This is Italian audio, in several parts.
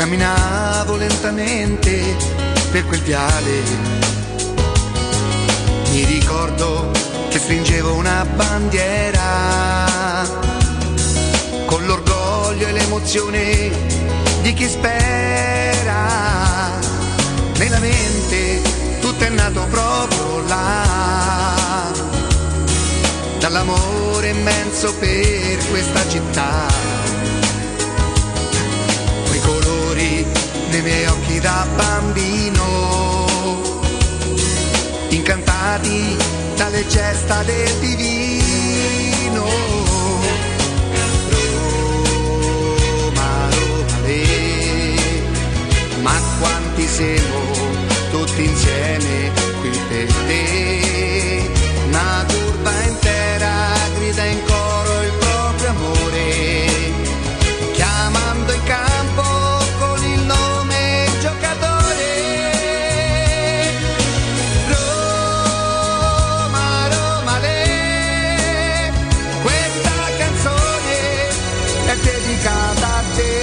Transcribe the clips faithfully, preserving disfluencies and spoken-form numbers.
Camminavo lentamente per quel viale, mi ricordo che stringevo una bandiera, con l'orgoglio e l'emozione di chi spera. Nella mente tutto è nato proprio là, dall'amore immenso per questa città. Quei colori nei miei occhi da bambino, incantati dalle gesta del divino. Roma, Roma, le, ma quanti siamo tutti insieme qui per te. Una curva intera grida in coro il proprio amore, chiamando in campo con il nome giocatore. Roma, Roma, le, questa canzone è dedicata a te.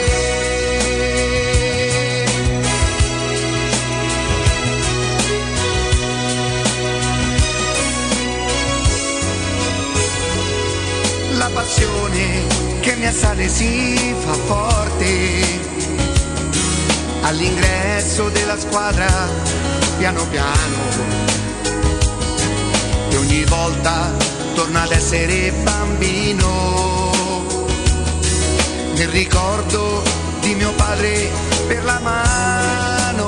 La passione che mi assale si fa forte all'ingresso della squadra, piano piano, e ogni volta torna ad essere bambino nel ricordo di mio padre per la mano.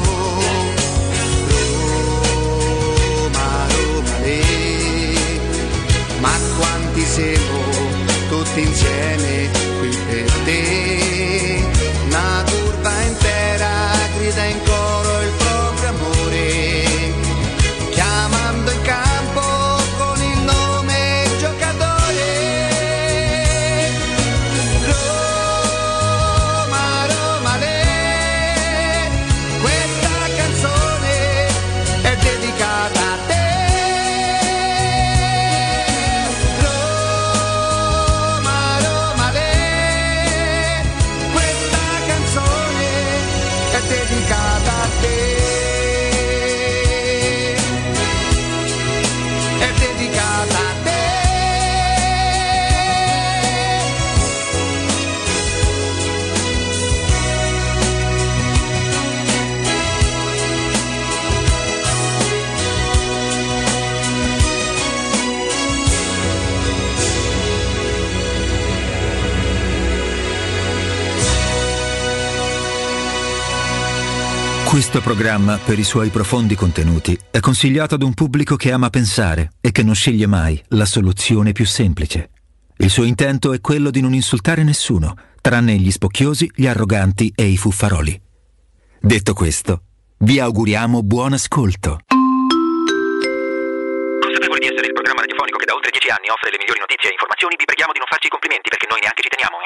Roma, Roma, le, ma quanti siamo tutti insieme qui per te. Una curva intera grida in coro il proprio amore, chiamando in campo con il nome giocatore. Roma, Roma, le, questa canzone è dedicata a te. Dedicata a te, è dedicata a te. Questo programma, per i suoi profondi contenuti, è consigliato ad un pubblico che ama pensare e che non sceglie mai la soluzione più semplice. Il suo intento è quello di non insultare nessuno, tranne gli spocchiosi, gli arroganti e i fuffaroli. Detto questo, vi auguriamo buon ascolto. Consapevoli di essere il programma radiofonico che da oltre dieci anni offre le migliori notizie e informazioni, vi preghiamo di non farci i complimenti perché noi neanche ci teniamo.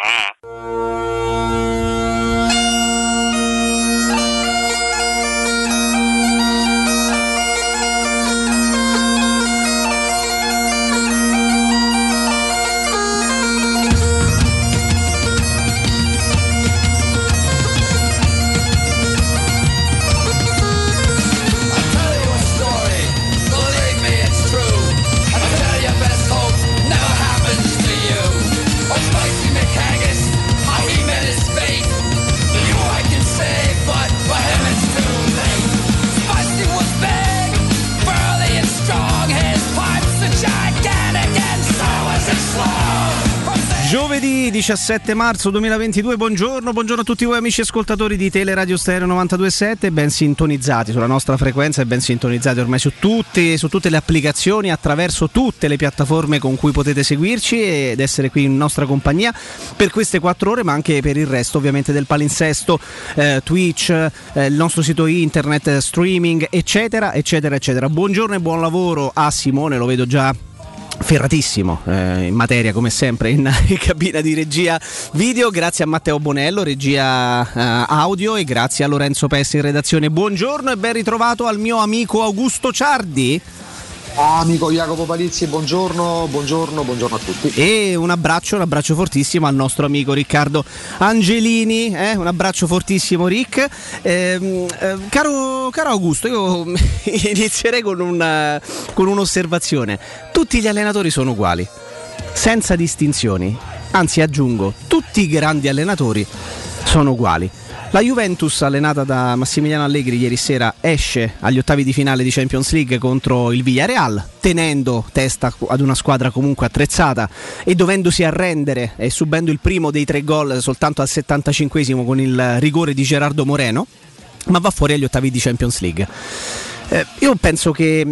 Giovedì diciassette marzo duemilaventidue, buongiorno, buongiorno a tutti voi amici ascoltatori di Teleradio Stereo novantadue virgola sette, ben sintonizzati sulla nostra frequenza e ben sintonizzati ormai su tutte, su tutte le applicazioni, attraverso tutte le piattaforme con cui potete seguirci ed essere qui in nostra compagnia per queste quattro ore, ma anche per il resto ovviamente del palinsesto, eh, Twitch, eh, il nostro sito internet, streaming, eccetera, eccetera, eccetera. Buongiorno e buon lavoro a Simone, lo vedo già ferratissimo eh, in materia come sempre in, in cabina di regia video. Grazie a Matteo Bonello, regia eh, audio, e grazie a Lorenzo Pessi in redazione. Buongiorno e ben ritrovato al mio amico Augusto Ciardi. Amico Jacopo Palizzi, buongiorno, buongiorno, buongiorno a tutti. E un abbraccio, un abbraccio fortissimo al nostro amico Riccardo Angelini, eh? un abbraccio fortissimo Rick. Eh, eh, caro, caro Augusto, io inizierei con, una, con un'osservazione. Tutti gli allenatori sono uguali, senza distinzioni, anzi aggiungo, tutti i grandi allenatori sono uguali. La Juventus, allenata da Massimiliano Allegri, ieri sera esce agli ottavi di finale di Champions League contro il Villarreal, tenendo testa ad una squadra comunque attrezzata e dovendosi arrendere e subendo il primo dei tre gol soltanto al settantacinquesimo con il rigore di Gerardo Moreno, ma va fuori agli ottavi di Champions League. Eh, io penso che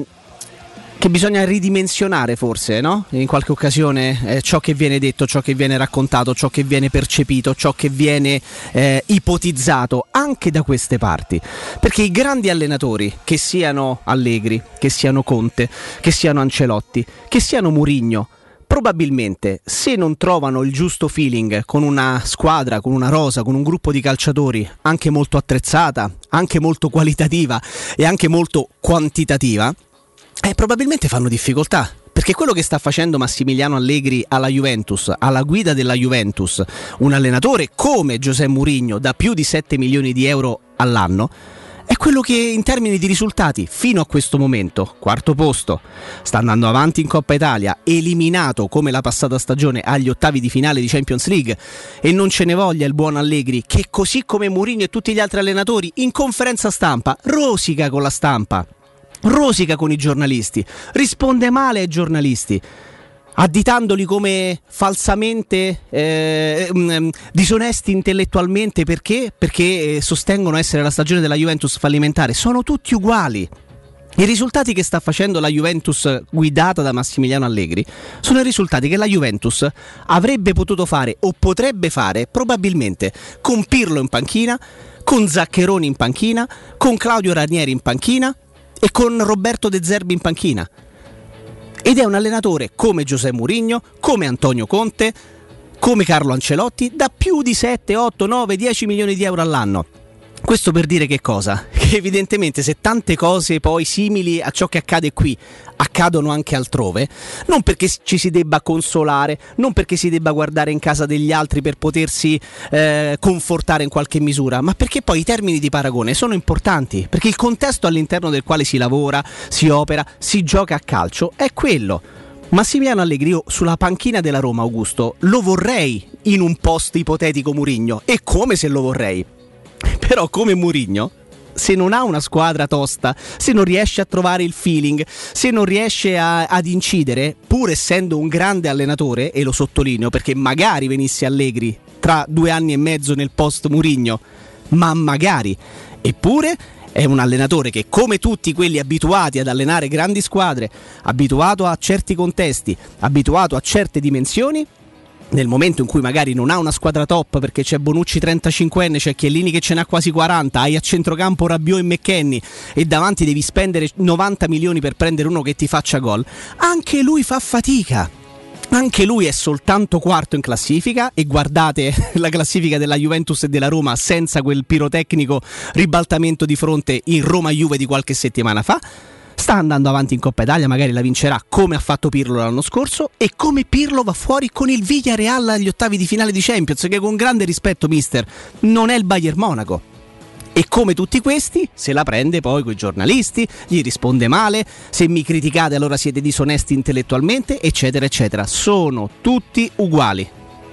che bisogna ridimensionare forse, no? In qualche occasione eh, ciò che viene detto, ciò che viene raccontato, ciò che viene percepito, ciò che viene eh, ipotizzato anche da queste parti, perché i grandi allenatori, che siano Allegri, che siano Conte, che siano Ancelotti, che siano Mourinho, probabilmente se non trovano il giusto feeling con una squadra, con una rosa, con un gruppo di calciatori anche molto attrezzata, anche molto qualitativa e anche molto quantitativa, Eh, probabilmente fanno difficoltà, perché quello che sta facendo Massimiliano Allegri alla Juventus, alla guida della Juventus, un allenatore come José Mourinho da più di sette milioni di euro all'anno, è quello che in termini di risultati fino a questo momento, quarto posto, sta andando avanti in Coppa Italia, eliminato come la passata stagione agli ottavi di finale di Champions League, e non ce ne voglia il buon Allegri, che così come Mourinho e tutti gli altri allenatori in conferenza stampa rosica con la stampa, rosica con i giornalisti, risponde male ai giornalisti, additandoli come falsamente eh, mh, disonesti intellettualmente. Perché? Perché sostengono essere la stagione della Juventus fallimentare. Sono tutti uguali. I risultati che sta facendo la Juventus guidata da Massimiliano Allegri sono i risultati che la Juventus avrebbe potuto fare o potrebbe fare probabilmente con Pirlo in panchina, con Zaccheroni in panchina, con Claudio Ranieri in panchina e con Roberto De Zerbi in panchina. Ed è un allenatore come José Mourinho, come Antonio Conte, come Carlo Ancelotti, da più di sette, otto, nove, dieci milioni di euro all'anno. Questo per dire che cosa? Che evidentemente se tante cose poi simili a ciò che accade qui accadono anche altrove, non perché ci si debba consolare, non perché si debba guardare in casa degli altri per potersi eh, confortare in qualche misura, ma perché poi i termini di paragone sono importanti, perché il contesto all'interno del quale si lavora, si opera, si gioca a calcio è quello. Massimiliano Allegri, io sulla panchina della Roma, Augusto, lo vorrei in un post ipotetico Mourinho, e come se lo vorrei. Però come Mourinho, se non ha una squadra tosta, se non riesce a trovare il feeling, se non riesce a, ad incidere, pur essendo un grande allenatore, e lo sottolineo perché magari venisse Allegri tra due anni e mezzo nel post Mourinho, ma magari, eppure è un allenatore che, come tutti quelli abituati ad allenare grandi squadre, abituato a certi contesti, abituato a certe dimensioni, nel momento in cui magari non ha una squadra top, perché c'è Bonucci trentacinquenne, c'è Chiellini che ce n'ha quasi quaranta, hai a centrocampo Rabiot e McKennie e davanti devi spendere novanta milioni per prendere uno che ti faccia gol, anche lui fa fatica. Anche lui è soltanto quarto in classifica, e guardate la classifica della Juventus e della Roma senza quel pirotecnico ribaltamento di fronte in Roma-Juve di qualche settimana fa. Sta andando avanti in Coppa Italia, magari la vincerà come ha fatto Pirlo l'anno scorso, e come Pirlo va fuori con il Villarreal agli ottavi di finale di Champions, che con grande rispetto, mister, non è il Bayern Monaco. E come tutti questi se la prende poi coi giornalisti, gli risponde male, se mi criticate allora siete disonesti intellettualmente, eccetera eccetera. Sono tutti uguali.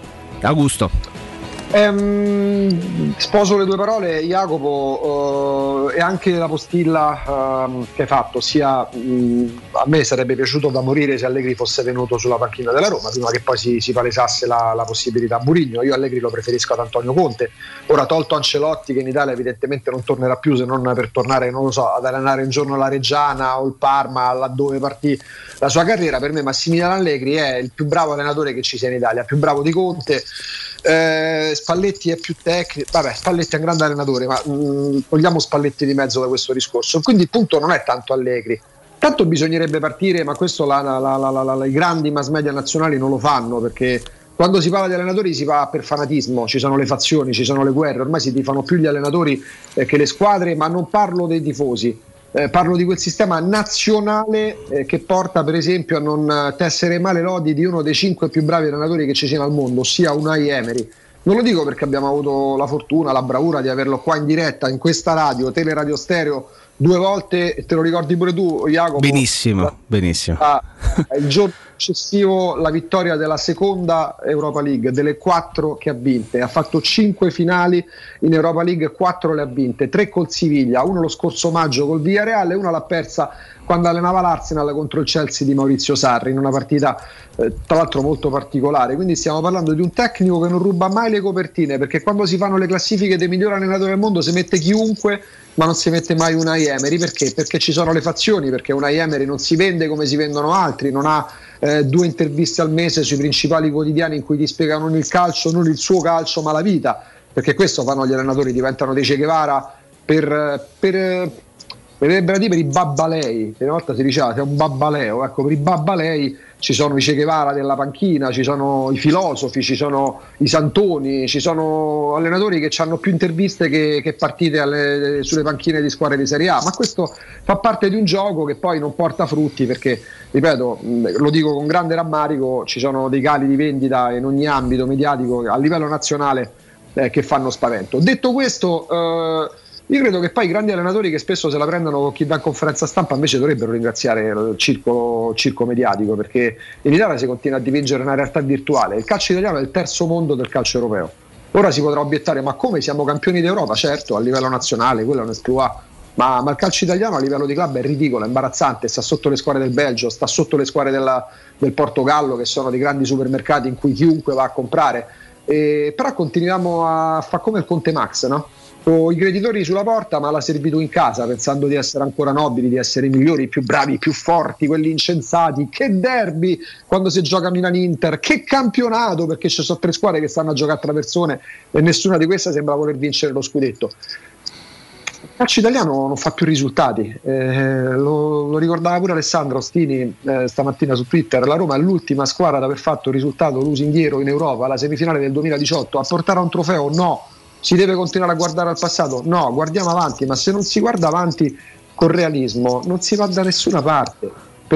Augusto. Ehm, sposo le tue parole, Jacopo, uh, e anche la postilla uh, che hai fatto, sia mh, a me sarebbe piaciuto da morire se Allegri fosse venuto sulla panchina della Roma prima che poi si, si palesasse la, la possibilità a Mourinho. Io Allegri lo preferisco ad Antonio Conte. Ora, tolto Ancelotti, che in Italia evidentemente non tornerà più, se non per tornare, non lo so, ad allenare un giorno la Reggiana o il Parma, laddove partì la sua carriera, per me Massimiliano Allegri è il più bravo allenatore che ci sia in Italia, più bravo di Conte. Eh, Spalletti è più tecnico, vabbè, Spalletti è un grande allenatore, ma mh, togliamo Spalletti di mezzo da questo discorso. Quindi il punto non è tanto Allegri, tanto bisognerebbe partire, ma questo la, la, la, la, la, la, i grandi mass media nazionali non lo fanno, perché quando si parla di allenatori si va per fanatismo, ci sono le fazioni, ci sono le guerre, ormai si tifano più gli allenatori eh, che le squadre, ma non parlo dei tifosi. Eh, parlo di quel sistema nazionale eh, che porta per esempio a non tessere mai le lodi di uno dei cinque più bravi allenatori che ci siano al mondo, ossia Unai Emery. Non lo dico perché abbiamo avuto la fortuna, la bravura di averlo qua in diretta in questa radio, Teleradio Stereo, due volte, e te lo ricordi pure tu, Jacopo? Benissimo, la, benissimo. Ah, il giorno successivo la vittoria della seconda Europa League, delle quattro che ha vinte. Ha fatto cinque finali in Europa League, quattro le ha vinte, tre col Siviglia, uno lo scorso maggio col Villarreal e una l'ha persa quando allenava l'Arsenal contro il Chelsea di Maurizio Sarri, in una partita eh, tra l'altro molto particolare. Quindi stiamo parlando di un tecnico che non ruba mai le copertine, perché quando si fanno le classifiche dei migliori allenatori del mondo si mette chiunque, ma non si mette mai Unai Emery. Perché? Perché ci sono le fazioni, perché Unai Emery non si vende come si vendono altri, non ha eh, due interviste al mese sui principali quotidiani in cui ti spiegano non il calcio, non il suo calcio, ma la vita, perché questo fanno gli allenatori, diventano dei Che Guevara per... per per i babbalei. Una volta si diceva sei un babbaleo, ecco, per i babbalei ci sono i Che Guevara della panchina, ci sono i filosofi, ci sono i santoni, ci sono allenatori che hanno più interviste che, che partite alle, sulle panchine di squadre di Serie A, ma questo fa parte di un gioco che poi non porta frutti, perché ripeto, lo dico con grande rammarico, ci sono dei cali di vendita in ogni ambito mediatico a livello nazionale eh, che fanno spavento. Detto questo, eh, io credo che poi i grandi allenatori che spesso se la prendono con chi dà conferenza stampa invece dovrebbero ringraziare il circo, circo mediatico, perché in Italia si continua a dipingere una realtà virtuale. Il calcio italiano è il terzo mondo del calcio europeo. Ora si potrà obiettare, ma come, siamo campioni d'Europa? Certo, a livello nazionale, quello è un esploit, ma, ma il calcio italiano a livello di club è ridicolo, è imbarazzante, sta sotto le squadre del Belgio, sta sotto le squadre della, del Portogallo, che sono dei grandi supermercati in cui chiunque va a comprare. E, però continuiamo a fare come il Conte Max, no? I creditori sulla porta ma la servitù in casa, pensando di essere ancora nobili, di essere i migliori, i più bravi, i più forti, quelli incensati. Che derby quando si gioca Milan-Inter, che campionato, perché ci sono tre squadre che stanno a giocare tra persone e nessuna di queste sembra voler vincere lo scudetto. Il calcio italiano non fa più risultati, eh, lo, lo ricordava pure Alessandro Ostini eh, stamattina su Twitter. La Roma è l'ultima squadra ad aver fatto il risultato lusinghiero in Europa, la semifinale del duemiladiciotto. A portare a un trofeo? No. Si deve continuare a guardare al passato? No, guardiamo avanti, ma se non si guarda avanti con realismo non si va da nessuna parte,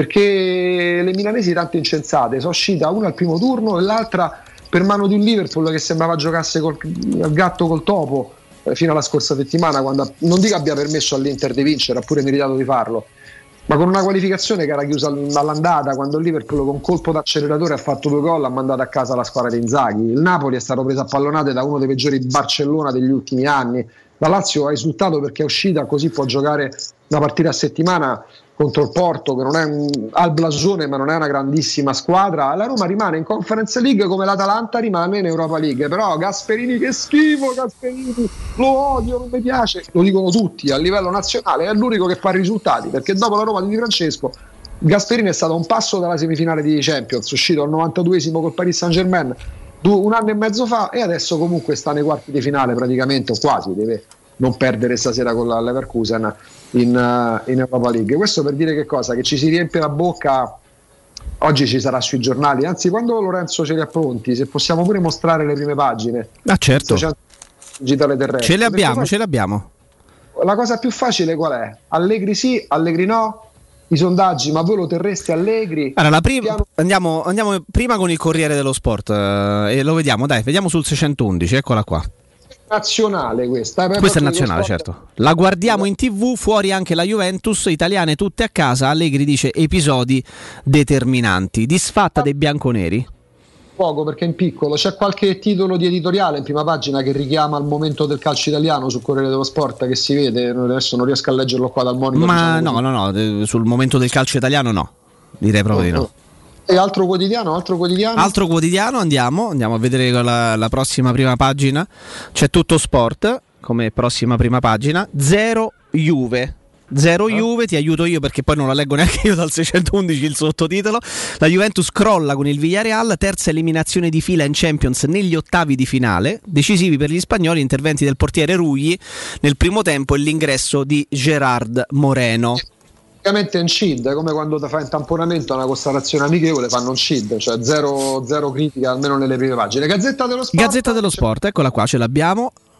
perché le milanesi tanto incensate sono uscite una al primo turno e l'altra per mano di un Liverpool che sembrava giocasse col il gatto col topo eh, fino alla scorsa settimana, quando non dico abbia permesso all'Inter di vincere, ha pure meritato di farlo, ma con una qualificazione che era chiusa all'andata, quando il Liverpool con colpo d'acceleratore ha fatto due gol, ha mandato a casa la squadra di Inzaghi. Il Napoli è stato preso a pallonate da uno dei peggiori Barcellona degli ultimi anni. La Lazio ha esultato perché è uscita, così può giocare una partita a settimana contro il Porto, che non è un, al blasone ma non è una grandissima squadra. La Roma rimane in Conference League come l'Atalanta rimane in Europa League. Però Gasperini, che schifo Gasperini, lo odio, non mi piace, lo dicono tutti a livello nazionale, è l'unico che fa risultati, perché dopo la Roma di Di Francesco Gasperini è stato un passo dalla semifinale di Champions, uscito al novantaduesimo col Paris Saint-Germain un anno e mezzo fa, e adesso comunque sta nei quarti di finale praticamente, o quasi, deve non perdere stasera con la Leverkusen in, uh, in Europa League. Questo per dire che cosa? Che ci si riempie la bocca. Oggi ci sarà sui giornali, anzi quando Lorenzo ce li ha pronti, se possiamo pure mostrare le prime pagine. Ah certo, digitale terrestre. Ce le abbiamo, ce le abbiamo. La cosa più facile qual è? Allegri sì, Allegri no. I sondaggi, ma voi lo terreste Allegri? Allora, la prima, andiamo, andiamo prima con il Corriere dello Sport eh, e lo vediamo, dai, vediamo sul seicentoundici, eccola qua. Nazionale questa. Questa è nazionale, certo. La guardiamo in tivù, fuori anche la Juventus, italiane tutte a casa. Allegri dice episodi determinanti. Disfatta dei bianconeri? Poco, perché in piccolo. C'è qualche titolo di editoriale in prima pagina che richiama il momento del calcio italiano sul Corriere dello Sport, che si vede, adesso non riesco a leggerlo qua dal monitor. Ma diciamo no, no, no, sul momento del calcio italiano no, direi proprio no, di no. E altro quotidiano, altro quotidiano? Altro quotidiano, andiamo, andiamo a vedere la, la prossima prima pagina. C'è Tutto Sport come prossima prima pagina. Zero Juve. Zero oh. Juve, ti aiuto io perché poi non la leggo neanche io dal seicentoundici il sottotitolo. La Juventus crolla con il Villarreal, terza eliminazione di fila in Champions negli ottavi di finale. Decisivi per gli spagnoli interventi del portiere Rugli nel primo tempo e l'ingresso di Gerard Moreno. Praticamente un C I D, come quando ti fai un tamponamento a una costellazione amichevole, fanno un C I D, cioè zero, zero critica almeno nelle prime pagine. Gazzetta dello Sport. Gazzetta dello Sport, eccola qua, ce l'abbiamo.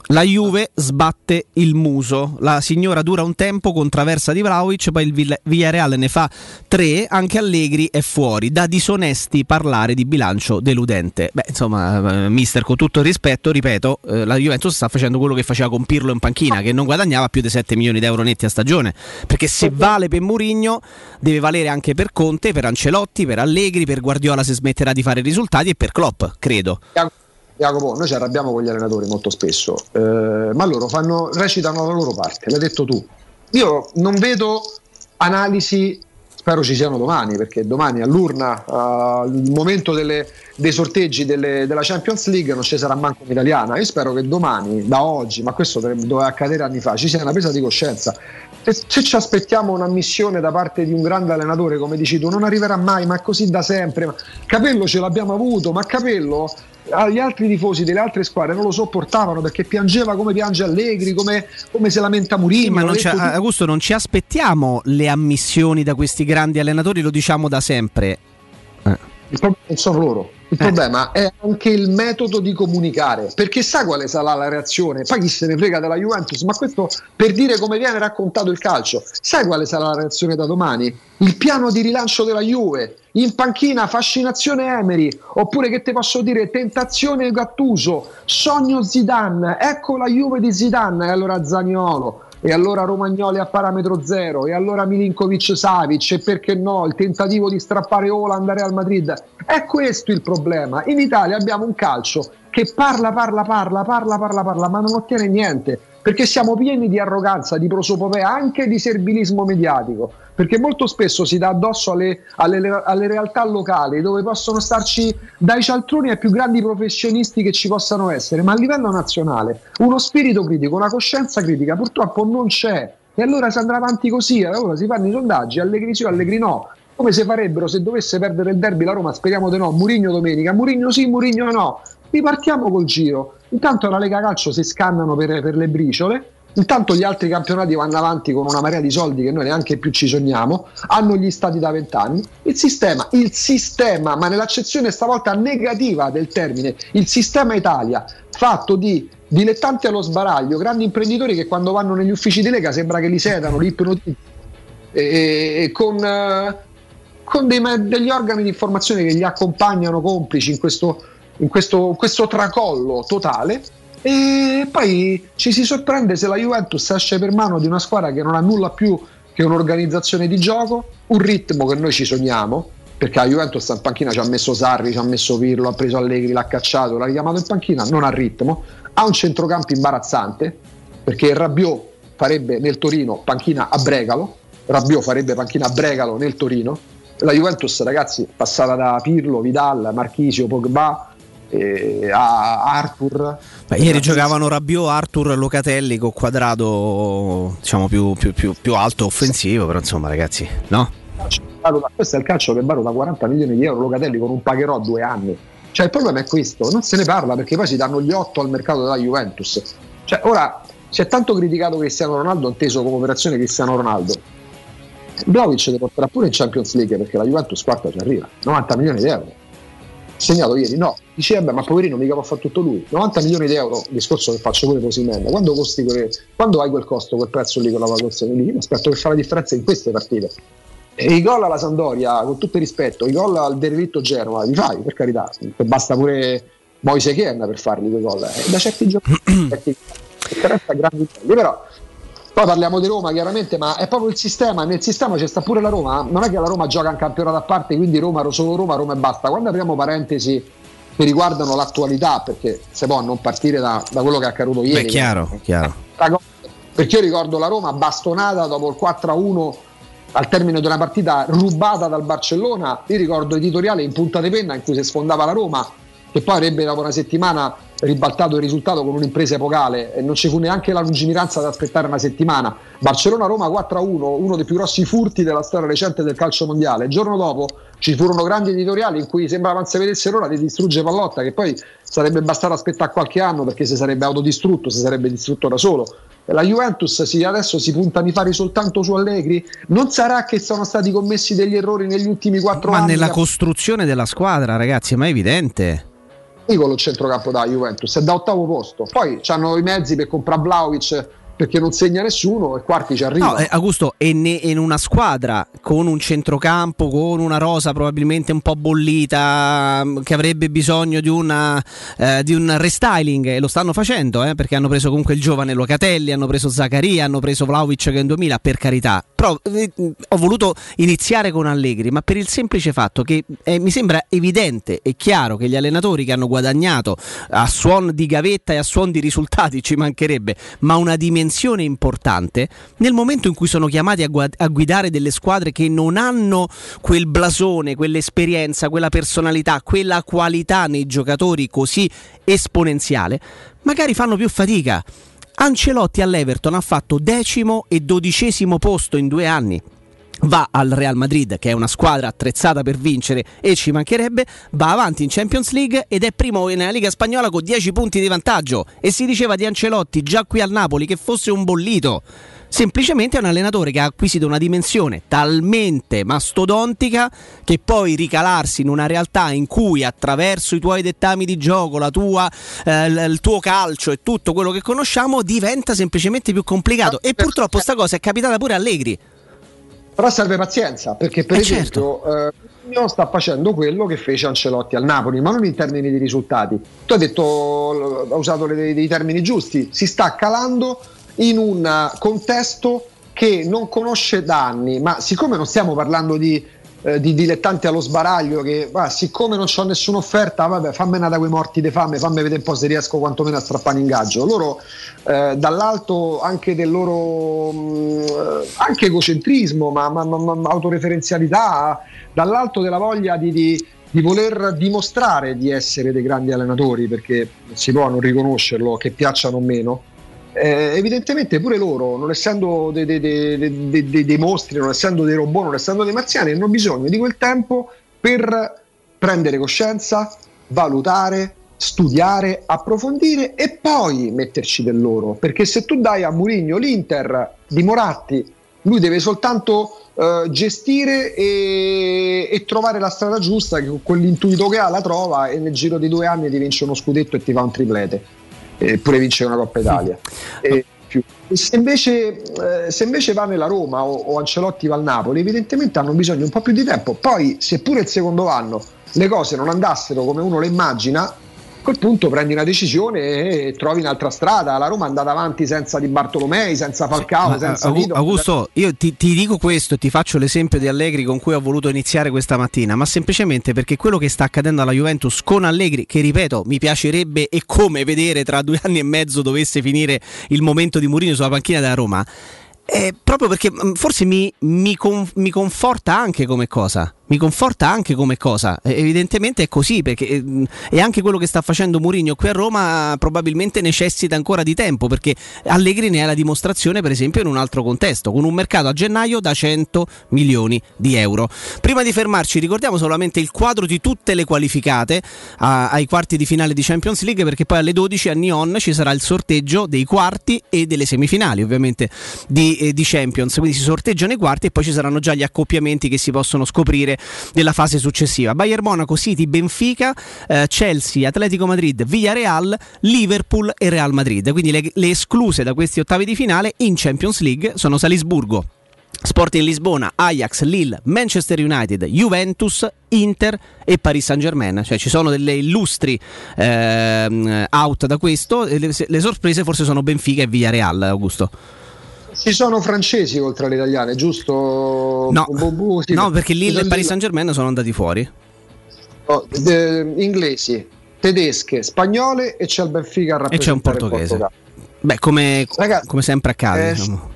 La Juve sbatte il Muso, la signora dura un tempo con traversa di Vlahovic, poi il Villarreal ne fa tre, anche Allegri è fuori. Da disonesti parlare di bilancio deludente. Beh, insomma, mister, con tutto il rispetto, ripeto, eh, la Juventus sta facendo quello che faceva con Pirlo in panchina, che non guadagnava più di sette milioni di euro netti a stagione, perché se vale per Mourinho deve valere anche per Conte, per Ancelotti, per Allegri, per Guardiola se smetterà di fare risultati e per Klopp, credo. Jacopo, noi ci arrabbiamo con gli allenatori molto spesso, eh, ma loro fanno, recitano la loro parte, l'hai detto tu. Io non vedo analisi, spero ci siano domani, perché domani all'urna, al uh, momento delle, dei sorteggi delle, della Champions League non ci sarà manco un'italiana. Io spero che domani, da oggi, ma questo doveva accadere anni fa, ci sia una presa di coscienza. Se, se ci aspettiamo un'ammissione da parte di un grande allenatore, come dici tu, non arriverà mai, ma è così da sempre. Ma Capello ce l'abbiamo avuto, ma Capello gli altri tifosi delle altre squadre non lo sopportavano perché piangeva come piange Allegri, come, come se lamenta Mourinho. Sì, ma non ci, Augusto, non ci aspettiamo le ammissioni da questi grandi allenatori, lo diciamo da sempre. Eh. Il problema non sono loro, il eh. problema è anche il metodo di comunicare, perché sa quale sarà la reazione. Poi chi se ne frega della Juventus, ma questo per dire come viene raccontato il calcio. Sai quale sarà la reazione da domani? Il piano di rilancio della Juve, in panchina fascinazione Emery, oppure che te posso dire tentazione Gattuso, sogno Zidane, ecco la Juve di Zidane, e allora Zaniolo, e allora Romagnoli a parametro zero, e allora Milinkovic Savic, e perché no il tentativo di strappare Haaland al Real Madrid. È questo il problema. In Italia abbiamo un calcio che parla parla parla parla parla parla ma non ottiene niente, perché siamo pieni di arroganza, di prosopopea, anche di servilismo mediatico, perché molto spesso si dà addosso alle, alle, alle realtà locali dove possono starci dai cialtroni ai più grandi professionisti che ci possano essere, ma a livello nazionale uno spirito critico, una coscienza critica purtroppo non c'è, e allora si andrà avanti così. Allora si fanno i sondaggi, Allegri sì o Allegri no, come se farebbero se dovesse perdere il derby la Roma, speriamo di no, Mourinho domenica, Mourinho sì, Mourinho no. Ripartiamo col giro. Intanto la Lega Calcio si scannano per, per le briciole, intanto gli altri campionati vanno avanti con una marea di soldi che noi neanche più ci sogniamo, hanno gli stati da vent'anni. Il sistema, il sistema, ma nell'accezione stavolta negativa del termine, il sistema Italia, fatto di dilettanti allo sbaraglio, grandi imprenditori che quando vanno negli uffici di Lega sembra che li sedano, li ipnotizzano, e, e con, uh, con dei, degli organi di informazione che li accompagnano complici in questo In questo, questo tracollo totale, e poi ci si sorprende se la Juventus esce per mano di una squadra che non ha nulla più che un'organizzazione di gioco, un ritmo che noi ci sogniamo, perché la Juventus in panchina ci ha messo Sarri, ci ha messo Pirlo, ha preso Allegri, l'ha cacciato, l'ha richiamato in panchina, non ha ritmo, ha un centrocampo imbarazzante, perché Rabiot farebbe nel Torino panchina a Bregalo, Rabiot farebbe panchina a Bregalo nel Torino. La Juventus, ragazzi, passata da Pirlo, Vidal, Marchisio, Pogba, Eh, a Arthur. Beh, ieri giocavano Rabiot, Arthur, Locatelli con quadrato diciamo più, più, più, più alto offensivo, però insomma ragazzi, no? Questo è il calcio che valuta quaranta milioni di euro, Locatelli con un pagherò a due anni. Cioè il problema è questo, non se ne parla perché poi si danno gli otto al mercato della Juventus. Cioè ora si è tanto criticato Cristiano Ronaldo, inteso come operazione Cristiano Ronaldo. Vlahovic ti porterà pure in Champions League perché la Juventus quarta ci arriva, novanta milioni di euro. Segnato ieri, no, dice vabbè ma poverino mica può fare tutto lui, novanta milioni di euro, discorso che faccio pure così, quando costi quelle, quando hai quel costo, quel prezzo lì con la valutazione lì, aspetto che fa la differenza in queste partite, e i gol alla Sampdoria, con tutto il rispetto, i gol al Derivitto Genova li fai, per carità, basta pure Moise Kean per farli quei gol, eh. Da certi giocatori differenza grandi, però poi parliamo di Roma chiaramente, ma è proprio il sistema, nel sistema c'è sta pure la Roma, non è che la Roma gioca un campionato a parte, quindi Roma, solo Roma, Roma e basta. Quando apriamo parentesi che riguardano l'attualità, perché se può non partire da, da quello che è accaduto ieri. Beh, chiaro, che, chiaro. Perché io ricordo la Roma bastonata dopo il quattro a uno al termine di una partita rubata dal Barcellona, io ricordo editoriale in punta di penna in cui si sfondava la Roma, che poi avrebbe dopo una settimana ribaltato il risultato con un'impresa epocale, e non ci fu neanche la lungimiranza di aspettare una settimana. Barcellona-Roma quattro a uno, uno dei più grossi furti della storia recente del calcio mondiale. Il giorno dopo ci furono grandi editoriali in cui sembrava non si vedesse l'ora di distruggere Pallotta, che poi sarebbe bastato aspettare qualche anno perché si sarebbe autodistrutto, si sarebbe distrutto da solo. La Juventus sì, adesso si punta a fare soltanto su Allegri. Non sarà che sono stati commessi degli errori negli ultimi quattro ma anni? Ma nella costruzione della squadra, ragazzi, ma è evidente. il centrocampo da Juventus, è da ottavo posto, poi hanno i mezzi per comprare Vlahovic perché non segna nessuno e Quarti ci arriva. No, eh, Augusto, e ne, in una squadra con un centrocampo, con una rosa probabilmente un po' bollita, che avrebbe bisogno di, una, eh, di un restyling, e lo stanno facendo, eh, perché hanno preso comunque il giovane Locatelli, hanno preso Zaccaria, hanno preso Vlahovic che è in duemila, per carità. Però eh, ho voluto iniziare con Allegri, ma per il semplice fatto che eh, mi sembra evidente e chiaro che gli allenatori che hanno guadagnato a suon di gavetta e a suon di risultati, ci mancherebbe, ma una dimensione importante, nel momento in cui sono chiamati a, gu- a guidare delle squadre che non hanno quel blasone, quell'esperienza, quella personalità, quella qualità nei giocatori così esponenziale, magari fanno più fatica. Ancelotti all'Everton ha fatto decimo e dodicesimo posto in due anni. Va al Real Madrid, che è una squadra attrezzata per vincere e ci mancherebbe, va avanti in Champions League ed è primo nella Liga Spagnola con dieci punti di vantaggio, e si diceva di Ancelotti già qui al Napoli che fosse un bollito. Semplicemente è un allenatore che ha acquisito una dimensione talmente mastodontica che poi ricalarsi in una realtà in cui attraverso i tuoi dettami di gioco, la tua, eh, il tuo calcio e tutto quello che conosciamo diventa semplicemente più complicato, e purtroppo sta cosa è capitata pure a Allegri. Però serve pazienza, perché per eh esempio certo. eh, sta facendo quello che fece Ancelotti al Napoli, ma non in termini di risultati. Tu hai detto, hai usato le, dei termini giusti, si sta calando in un contesto che non conosce da anni, ma siccome non stiamo parlando di, eh, di dilettanti allo sbaraglio che ah, siccome non c'ho nessuna offerta, vabbè, fammi una da quei morti di fame, fammi vedere un po' se riesco quantomeno a strappare ingaggio. Loro eh, dall'alto anche del loro mh, anche egocentrismo, ma, ma, ma, ma autoreferenzialità, dall'alto della voglia di, di, di voler dimostrare di essere dei grandi allenatori, perché si può non riconoscerlo, che piacciono o meno. Eh, evidentemente pure loro, non essendo dei, dei, dei, dei, dei, dei mostri, non essendo dei robot, non essendo dei marziani, hanno bisogno di quel tempo per prendere coscienza, valutare, studiare, approfondire e poi metterci del loro. Perché se tu dai a Mourinho l'Inter di Moratti, lui deve soltanto uh, gestire e, e trovare la strada giusta, che con quell'intuito che ha la trova, e nel giro di due anni ti vince uno scudetto e ti fa un triplete. Eppure vince una Coppa Italia. E più. E se, invece, eh, se invece va nella Roma o, o Ancelotti va al Napoli, evidentemente hanno bisogno un po' più di tempo. Poi, seppure il secondo anno le cose non andassero come uno le immagina, a quel punto prendi una decisione e trovi un'altra strada. La Roma è andata avanti senza Di Bartolomei, senza Falcao, Ma, senza Augu- Vito. Augusto, io ti, ti dico questo e ti faccio l'esempio di Allegri con cui ho voluto iniziare questa mattina, ma semplicemente perché quello che sta accadendo alla Juventus con Allegri, che ripeto mi piacerebbe e come vedere tra due anni e mezzo dovesse finire il momento di Mourinho sulla panchina della Roma, è proprio perché forse mi, mi, con, mi conforta anche come cosa. Mi conforta anche come cosa, evidentemente è così, perché e anche quello che sta facendo Mourinho qui a Roma probabilmente necessita ancora di tempo, perché Allegri ne è la dimostrazione per esempio in un altro contesto, con un mercato a gennaio da cento milioni di euro. Prima di fermarci ricordiamo solamente il quadro di tutte le qualificate a, ai quarti di finale di Champions League, perché poi alle dodici a Nyon ci sarà il sorteggio dei quarti e delle semifinali ovviamente di, eh, di Champions, quindi si sorteggiano i quarti e poi ci saranno già gli accoppiamenti che si possono scoprire della fase successiva. Bayern Monaco, City, Benfica, eh, Chelsea, Atletico Madrid, Villarreal, Liverpool e Real Madrid. Quindi le, le escluse da questi ottavi di finale in Champions League sono Salisburgo, Sporting Lisbona, Ajax, Lille, Manchester United, Juventus, Inter e Paris Saint-Germain. Cioè ci sono delle illustri eh, out da questo. Le, le sorprese forse sono Benfica e Villarreal, Augusto. Ci sono francesi oltre alle italiane, giusto? No, Bobu, sì, no, perché Lille e Paris Saint-Germain sono andati fuori. No, de, inglesi, tedesche, spagnole e c'è il Benfica a rappresentare. E c'è un portoghese. Beh, come, Ragazzi, come sempre accade. Eh, diciamo.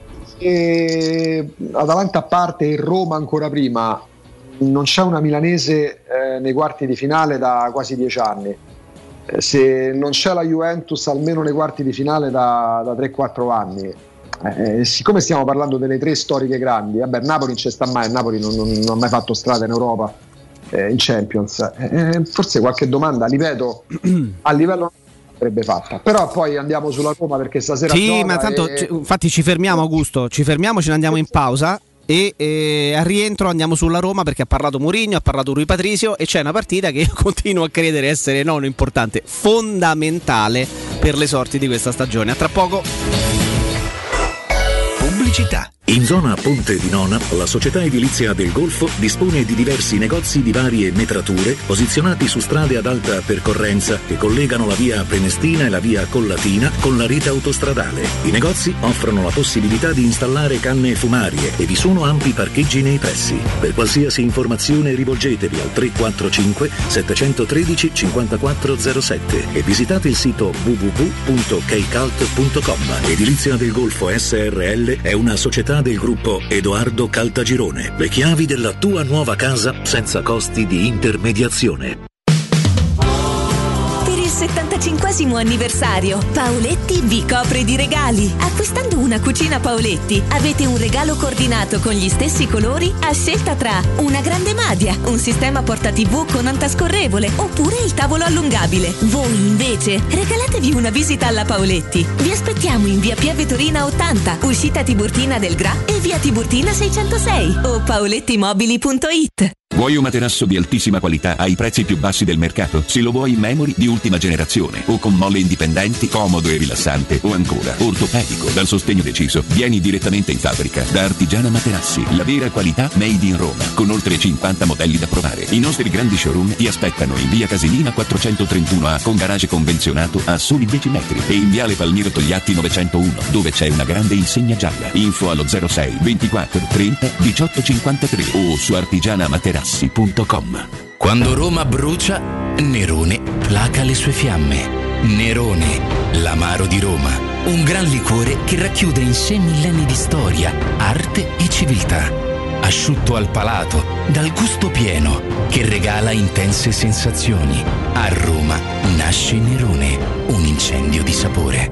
E Atalanta a parte e Roma ancora prima, non c'è una milanese eh, nei quarti di finale da quasi dieci anni. Eh, se non c'è la Juventus almeno nei quarti di finale da, da tre quattro anni. Eh, siccome stiamo parlando delle tre storiche grandi, vabbè, Napoli non c'è sta mai, il Napoli non, non, non ha mai fatto strada in Europa, eh, in Champions, eh, forse qualche domanda, ripeto, a livello avrebbe fatta, però poi andiamo sulla Roma perché stasera sì, ma tanto e... c- infatti ci fermiamo, Augusto, ci fermiamo, ce ne andiamo in pausa e eh, al rientro andiamo sulla Roma perché ha parlato Mourinho, ha parlato Rui Patricio e c'è una partita che io continuo a credere essere non importante, fondamentale per le sorti di questa stagione. A tra poco. Pubblicità. In zona Ponte di Nona, la società edilizia del Golfo dispone di diversi negozi di varie metrature posizionati su strade ad alta percorrenza che collegano la via Prenestina e la via Collatina con la rete autostradale. I negozi offrono la possibilità di installare canne fumarie e vi sono ampi parcheggi nei pressi. Per qualsiasi informazione rivolgetevi al tre quattro cinque sette uno tre cinque zero sette e visitate il sito w w w punto keicalt punto com. Edilizia del Golfo S R L è una società del gruppo Edoardo Caltagirone. Le chiavi della tua nuova casa senza costi di intermediazione. Per il settantacinquesimo anniversario Paoletti vi copre di regali. Acquistando una cucina Paoletti avete un regalo coordinato con gli stessi colori a scelta tra una grande madia, un sistema porta tivù con antascorrevole oppure il tavolo allungabile. Voi invece regalatevi una visita alla Paoletti. Vi aspettiamo in via Pieve Torina ottanta, uscita Tiburtina del Gra e via Tiburtina seicentosei o paolettimobili punto it. Vuoi un materasso di altissima qualità ai prezzi più bassi del mercato? Se lo vuoi in memory di ultima generazione o con molle indipendenti, comodo e rilassante o ancora ortopedico dal sostegno deciso, vieni direttamente in fabbrica da Artigiana Materassi, la vera qualità made in Roma, con oltre cinquanta modelli da provare. I nostri grandi showroom ti aspettano in via Casilina quattrocentotrentuno A con garage convenzionato a soli dieci metri e in viale Palmiro Togliatti novecentouno dove c'è una grande insegna gialla. Info allo zero sei ventiquattro trenta diciotto cinquantatré o su artigiana materassi punto com. Quando Roma brucia, Nerone placa le sue fiamme. Nerone, l'amaro di Roma, un gran liquore che racchiude in sé millenni di storia, arte e civiltà. Asciutto al palato, dal gusto pieno, che regala intense sensazioni. A Roma nasce Nerone, un incendio di sapore.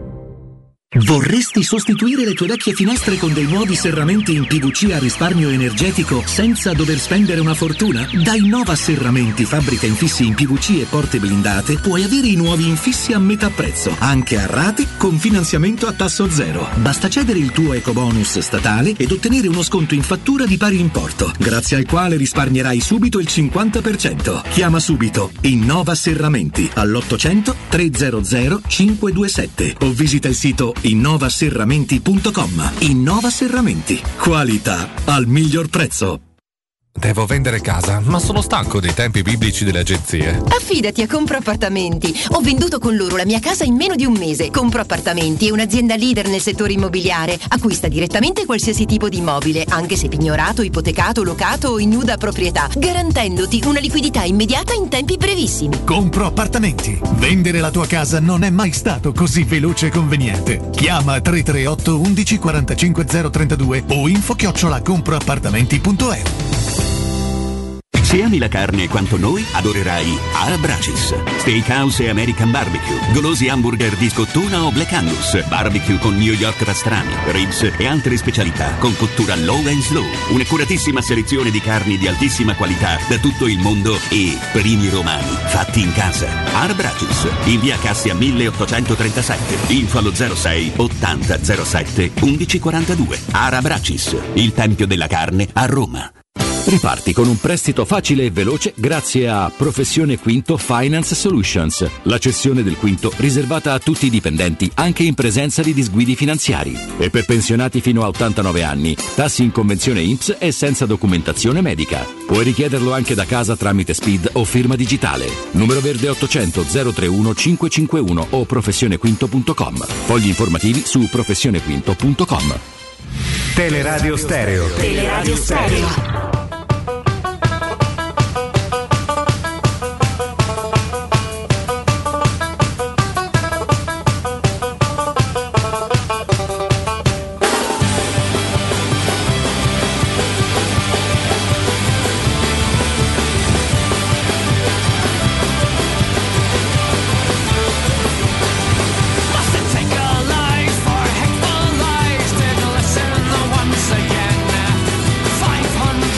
Vorresti sostituire le tue vecchie finestre con dei nuovi serramenti in P V C a risparmio energetico senza dover spendere una fortuna? Da Innova Serramenti, fabbrica infissi in P V C e porte blindate, puoi avere i nuovi infissi a metà prezzo, anche a rate con finanziamento a tasso zero. Basta cedere il tuo ecobonus statale ed ottenere uno sconto in fattura di pari importo, grazie al quale risparmierai subito il cinquanta per cento. Chiama subito Innova Serramenti all'ottocento trecento cinque due sette o visita il sito innova serramenti punto com. Innova Serramenti, qualità al miglior prezzo. Devo vendere casa, ma sono stanco dei tempi biblici delle agenzie. Affidati a Compro Appartamenti. Ho venduto con loro la mia casa in meno di un mese. Compro Appartamenti è un'azienda leader nel settore immobiliare. Acquista direttamente qualsiasi tipo di immobile, anche se pignorato, ipotecato, locato o in nuda proprietà, garantendoti una liquidità immediata in tempi brevissimi. Compro Appartamenti. Vendere la tua casa non è mai stato così veloce e conveniente. Chiama tre tre otto undici quarantacinque zero trentadue o info chiocciola comproappartamenti punto e u. Se ami la carne quanto noi, adorerai Arabracis. Steakhouse e American Barbecue, golosi hamburger di scottuna o Black Angus, barbecue con New York pastrami, ribs e altre specialità con cottura low and slow. Un'accuratissima selezione di carni di altissima qualità da tutto il mondo e primi romani fatti in casa. Arabracis, in via Cassia milleottocentotrentasette, info allo zero sei ottanta zero sette undici quarantadue. Arabracis, il tempio della carne a Roma. Riparti con un prestito facile e veloce grazie a Professione Quinto Finance Solutions, la cessione del quinto riservata a tutti i dipendenti anche in presenza di disguidi finanziari. E per pensionati fino a ottantanove anni, tassi in convenzione I N P S e senza documentazione medica. Puoi richiederlo anche da casa tramite S P I D o firma digitale. Numero verde ottocento zero trentuno cinquecentocinquantuno o professionequinto punto com. Fogli informativi su professionequinto punto com. Teleradio Stereo. Teleradio Stereo. Once again, five hundred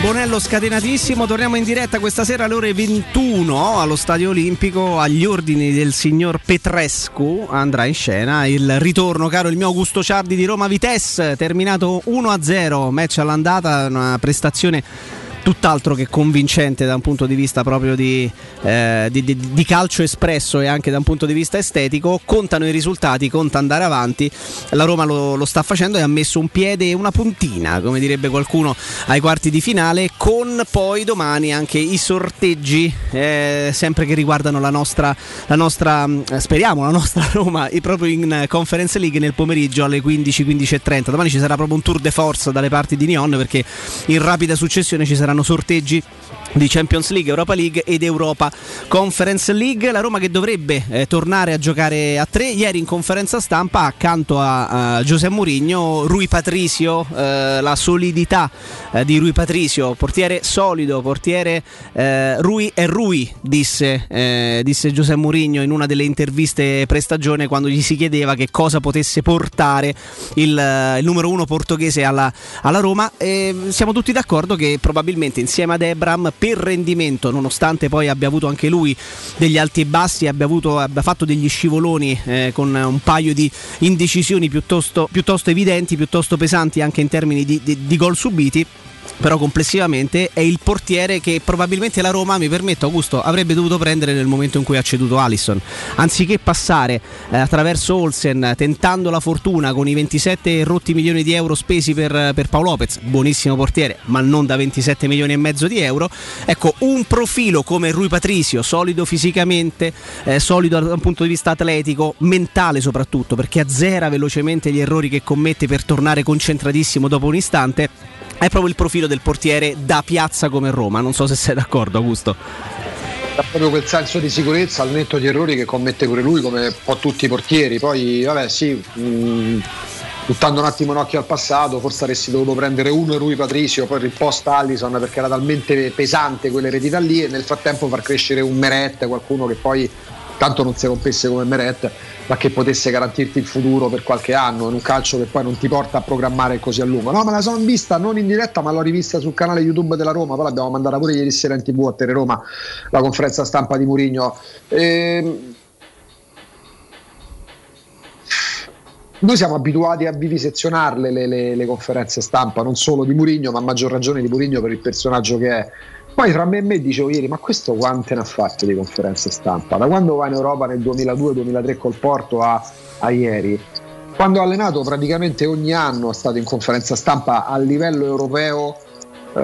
Bonello scatenatissimo, torniamo in diretta questa sera alle ore ventuno allo Stadio Olimpico, agli ordini del signor Petrescu andrà in scena il ritorno, caro il mio Augusto Ciardi, di Roma Vitesse, terminato uno a zero, match all'andata, una prestazione tutt'altro che convincente da un punto di vista proprio di, eh, di, di, di calcio espresso e anche da un punto di vista estetico. Contano i risultati, conta andare avanti, la Roma lo, lo sta facendo e ha messo un piede e una puntina, come direbbe qualcuno, ai quarti di finale, con poi domani anche i sorteggi eh, sempre che riguardano la nostra, la nostra speriamo la nostra Roma, e proprio in Conference League nel pomeriggio alle quindici, quindici e trenta. Domani ci sarà proprio un tour de force dalle parti di Nyon, perché in rapida successione ci saranno sorteggi di Champions League, Europa League ed Europa Conference League. La Roma che dovrebbe eh, tornare a giocare a tre. Ieri in conferenza stampa, accanto a, a José Mourinho, Rui Patricio, eh, la solidità eh, di Rui Patricio, portiere solido, portiere eh, Rui è Rui, disse, eh, disse José Mourinho in una delle interviste pre-stagione, quando gli si chiedeva che cosa potesse portare il, il numero uno portoghese alla, alla Roma. E siamo tutti d'accordo che probabilmente insieme ad Ebram, per rendimento, nonostante poi abbia avuto anche lui degli alti e bassi, abbia, avuto, abbia fatto degli scivoloni eh, con un paio di indecisioni piuttosto, piuttosto evidenti, piuttosto pesanti anche in termini di, di, di gol subiti, però complessivamente è il portiere che probabilmente la Roma, mi permetto Augusto, avrebbe dovuto prendere nel momento in cui ha ceduto Alisson, anziché passare eh, attraverso Olsen tentando la fortuna con i ventisette rotti milioni di euro spesi per, per Pau Lopez, buonissimo portiere ma non da ventisette milioni e mezzo di euro. Ecco, un profilo come Rui Patricio, solido fisicamente, eh, solido da un punto di vista atletico, mentale soprattutto, perché azzera velocemente gli errori che commette per tornare concentratissimo dopo un istante. È proprio il profilo del portiere da piazza come Roma, non so se sei d'accordo Augusto. Ha proprio quel senso di sicurezza al netto di errori che commette pure lui, come un po' tutti i portieri. Poi vabbè sì, mh, buttando un attimo un occhio al passato, forse avresti dovuto prendere uno Rui Patricio, poi riposta Alisson, perché era talmente pesante quell'eredità lì, e nel frattempo far crescere un Meret, qualcuno che poi tanto non si rompesse come Meret, ma che potesse garantirti il futuro per qualche anno in un calcio che poi non ti porta a programmare così a lungo. No, me la sono vista non in diretta, ma l'ho rivista sul canale YouTube della Roma, poi l'abbiamo mandata pure ieri sera in tivù a Teleroma, la conferenza stampa di Mourinho. E... noi siamo abituati a vivisezionarle le, le, le conferenze stampa, non solo di Mourinho, ma a maggior ragione di Mourinho per il personaggio che è. Poi tra me e me dicevo ieri, ma questo quante ne ha fatte di conferenze stampa? Da quando va in Europa nel duemiladue duemilatré col Porto a, a ieri, quando ha allenato praticamente ogni anno è stato in conferenza stampa a livello europeo, eh,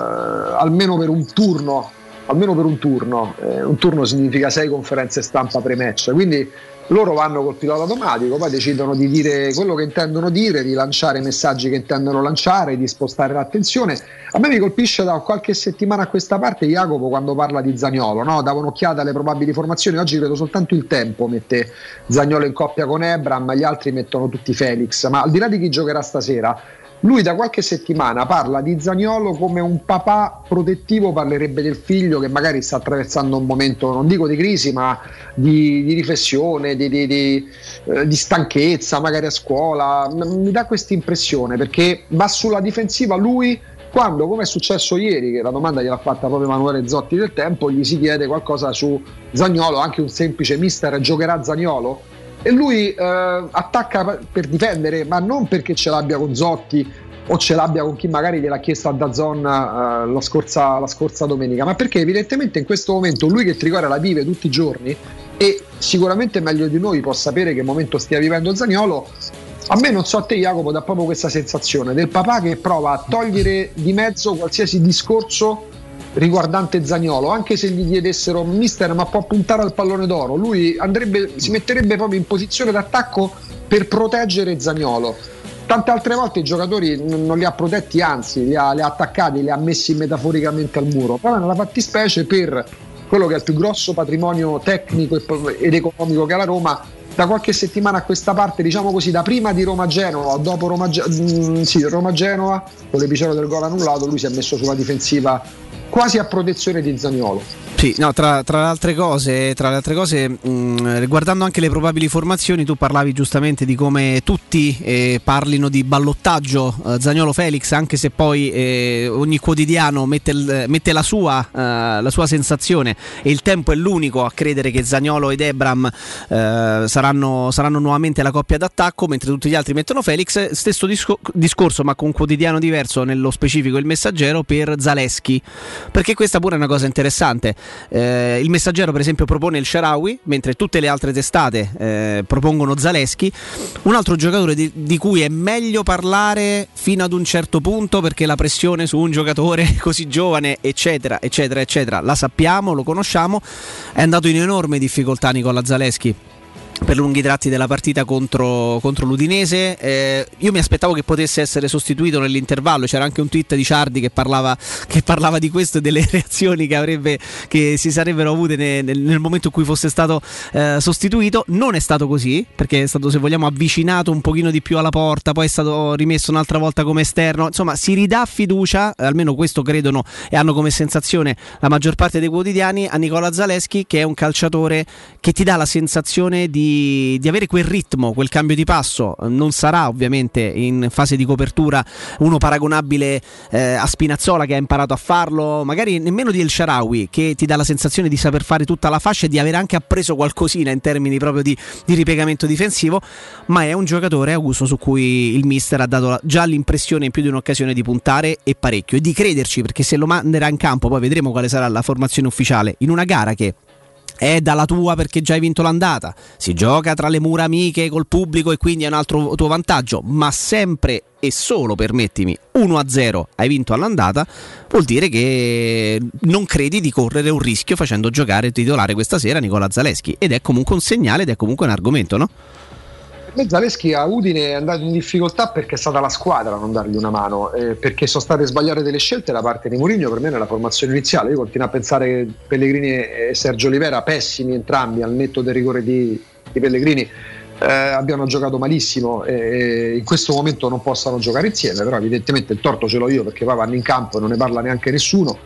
almeno per un turno, almeno per un turno, eh, un turno significa sei conferenze stampa pre-match, quindi loro vanno col pilota automatico, poi decidono di dire quello che intendono dire, di lanciare i messaggi che intendono lanciare, di spostare l'attenzione. A me mi colpisce da qualche settimana a questa parte Jacopo quando parla di Zaniolo, no? Dava un'occhiata alle probabili formazioni, oggi credo soltanto il Tempo mette Zaniolo in coppia con Ebram, gli altri mettono tutti Felix, ma al di là di chi giocherà stasera, lui da qualche settimana parla di Zaniolo come un papà protettivo, parlerebbe del figlio che magari sta attraversando un momento, non dico di crisi, ma di, di riflessione, di, di, di, eh, di stanchezza, magari a scuola. Mi dà questa impressione, perché va sulla difensiva lui quando, come è successo ieri, che la domanda gliel'ha fatta proprio Emanuele Zotti del Tempo, gli si chiede qualcosa su Zaniolo, anche un semplice mister giocherà Zaniolo? E lui eh, attacca per difendere, ma non perché ce l'abbia con Zotti o ce l'abbia con chi magari gliel'ha chiesto a DAZN eh, la, scorsa, la scorsa domenica, ma perché evidentemente in questo momento lui che Trigoria la vive tutti i giorni e sicuramente meglio di noi può sapere che momento stia vivendo Zaniolo. A me, non so a te Jacopo, dà proprio questa sensazione del papà che prova a togliere di mezzo qualsiasi discorso riguardante Zaniolo, anche se gli chiedessero mister ma può puntare al pallone d'oro, lui andrebbe, si metterebbe proprio in posizione d'attacco per proteggere Zaniolo. Tante altre volte i giocatori n- non li ha protetti, anzi li ha, li ha attaccati, li ha messi metaforicamente al muro, però nella fattispecie per quello che è il più grosso patrimonio tecnico ed economico che ha la Roma, da qualche settimana a questa parte, diciamo così, da prima di Roma-Genova, dopo Roma, sì, Roma-Genova, con l'episodio del gol annullato, lui si è messo sulla difensiva quasi a protezione di Zaniolo. Sì, no, tra, tra le altre cose, tra le altre cose mh, riguardando anche le probabili formazioni, tu parlavi giustamente di come tutti eh, parlino di ballottaggio eh, Zaniolo-Felix, anche se poi eh, ogni quotidiano mette, il, mette la, sua, eh, la sua sensazione, e il tempo è l'unico a credere che Zaniolo ed Ebram eh, saranno, saranno nuovamente la coppia d'attacco, mentre tutti gli altri mettono Felix. Stesso disco, discorso, ma con un quotidiano diverso, nello specifico Il Messaggero, per Zalewski, perché questa pure è una cosa interessante. Eh, il Messaggero per esempio propone il Shaarawy, mentre tutte le altre testate eh, propongono Zalewski, un altro giocatore di, di cui è meglio parlare fino ad un certo punto, perché la pressione su un giocatore così giovane eccetera eccetera eccetera la sappiamo, lo conosciamo. È andato in enorme difficoltà Nicola Zalewski per lunghi tratti della partita contro, contro l'Udinese. Eh, io mi aspettavo che potesse essere sostituito nell'intervallo. C'era anche un tweet di Ciardi che parlava, che parlava di questo e delle reazioni che, avrebbe, che si sarebbero avute nel, nel momento in cui fosse stato eh, sostituito. Non è stato così, perché è stato, se vogliamo, avvicinato un pochino di più alla porta, poi è stato rimesso un'altra volta come esterno. Insomma, si ridà fiducia, almeno questo credono e hanno come sensazione la maggior parte dei quotidiani, a Nicola Zalewski, che è un calciatore che ti dà la sensazione di Di, di avere quel ritmo, quel cambio di passo. Non sarà ovviamente in fase di copertura uno paragonabile eh, a Spinazzola, che ha imparato a farlo, magari nemmeno di El Shaarawy, che ti dà la sensazione di saper fare tutta la fascia e di aver anche appreso qualcosina in termini proprio di, di ripiegamento difensivo, ma è un giocatore, Augusto, su cui il mister ha dato già l'impressione in più di un'occasione di puntare, e parecchio, e di crederci, perché se lo manderà in campo, poi vedremo quale sarà la formazione ufficiale, in una gara che è dalla tua perché già hai vinto l'andata, si gioca tra le mura amiche col pubblico e quindi è un altro tuo vantaggio, ma sempre e solo, permettimi, uno a zero hai vinto all'andata, vuol dire che non credi di correre un rischio facendo giocare titolare questa sera Nicola Zalewski, ed è comunque un segnale ed è comunque un argomento, no? Zalewski a Udine è andato in difficoltà perché è stata la squadra a non dargli una mano, eh, perché sono state sbagliate delle scelte da parte di Mourinho. Per me nella formazione iniziale io continuo a pensare che Pellegrini e Sergio Olivera, pessimi entrambi al netto del rigore di, di Pellegrini, eh, abbiano giocato malissimo, e in questo momento non possano giocare insieme, però evidentemente il torto ce l'ho io, perché poi vanno in campo e non ne parla neanche nessuno.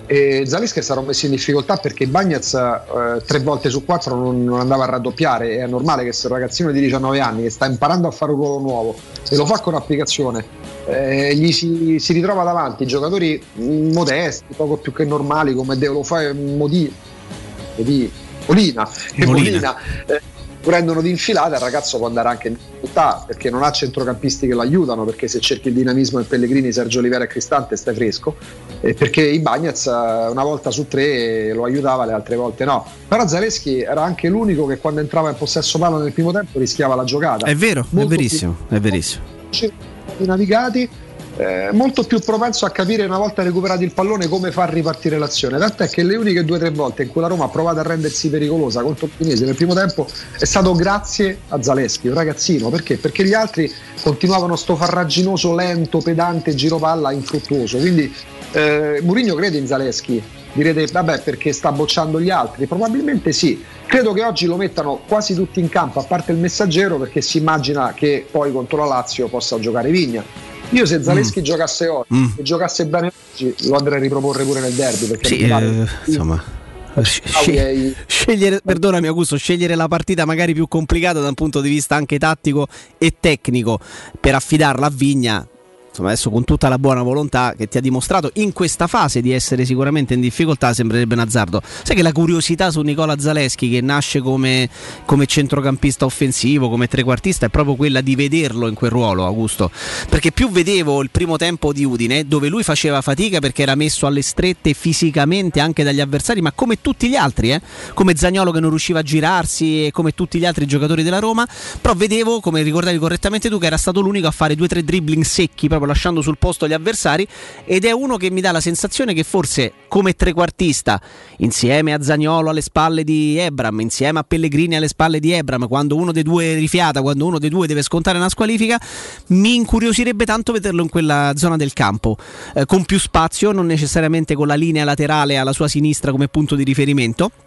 E Zalewski è stato messo in difficoltà perché Bagnez eh, tre volte su quattro non, non andava a raddoppiare. È normale che se un ragazzino di diciannove anni che sta imparando a fare un ruolo nuovo e lo fa con applicazione, eh, gli si, si ritrova davanti giocatori modesti, poco più che normali, come De, lo fa Modi, Modi, Molina e Molina, Molina eh, prendono di infilata. Il ragazzo può andare anche in difficoltà perché non ha centrocampisti che lo aiutano, perché se cerchi il dinamismo in Pellegrini, Sergio Olivera e Cristante stai fresco, eh, perché i Bagnez una volta su tre lo aiutava, le altre volte no. Però Zalewski era anche l'unico che quando entrava in possesso palla nel primo tempo rischiava la giocata. È vero, molto è verissimo, più, è verissimo. Navigati, eh, molto più propenso a capire una volta recuperato il pallone come far ripartire l'azione, tant'è che le uniche due o tre volte in cui la Roma ha provato a rendersi pericolosa contro il Udinese nel primo tempo è stato grazie a Zalewski, un ragazzino. Perché? Perché gli altri continuavano sto farraginoso, lento, pedante giro palla infruttuoso. Quindi eh, Mourinho crede in Zalewski. Direte vabbè, perché sta bocciando gli altri? Probabilmente sì. Credo che oggi lo mettano quasi tutti in campo, a parte il Messaggero, perché si immagina che poi contro la Lazio possa giocare Vigna. Io se Zalewski mm. giocasse oggi mm. e giocasse bene oggi, lo andrei a riproporre pure nel derby, perché sì, eh, insomma Scegli- scegliere, perdonami Augusto, scegliere la partita magari più complicata da un punto di vista anche tattico e tecnico per affidarla a Vigna. Insomma, adesso con tutta la buona volontà che ti ha dimostrato in questa fase di essere sicuramente in difficoltà, sembrerebbe un azzardo. Sai che la curiosità su Nicola Zalewski, che nasce come, come centrocampista offensivo, come trequartista, è proprio quella di vederlo in quel ruolo, Augusto, perché più vedevo il primo tempo di Udine, dove lui faceva fatica perché era messo alle strette fisicamente anche dagli avversari, ma come tutti gli altri, eh? come Zaniolo che non riusciva a girarsi e come tutti gli altri giocatori della Roma, però vedevo, come ricordavi correttamente tu, che era stato l'unico a fare due o tre dribbling secchi, proprio lasciando sul posto gli avversari, ed è uno che mi dà la sensazione che forse come trequartista, insieme a Zaniolo alle spalle di Ebram, insieme a Pellegrini alle spalle di Ebram, quando uno dei due rifiata, quando uno dei due deve scontare una squalifica, mi incuriosirebbe tanto vederlo in quella zona del campo, eh, con più spazio, non necessariamente con la linea laterale alla sua sinistra come punto di riferimento,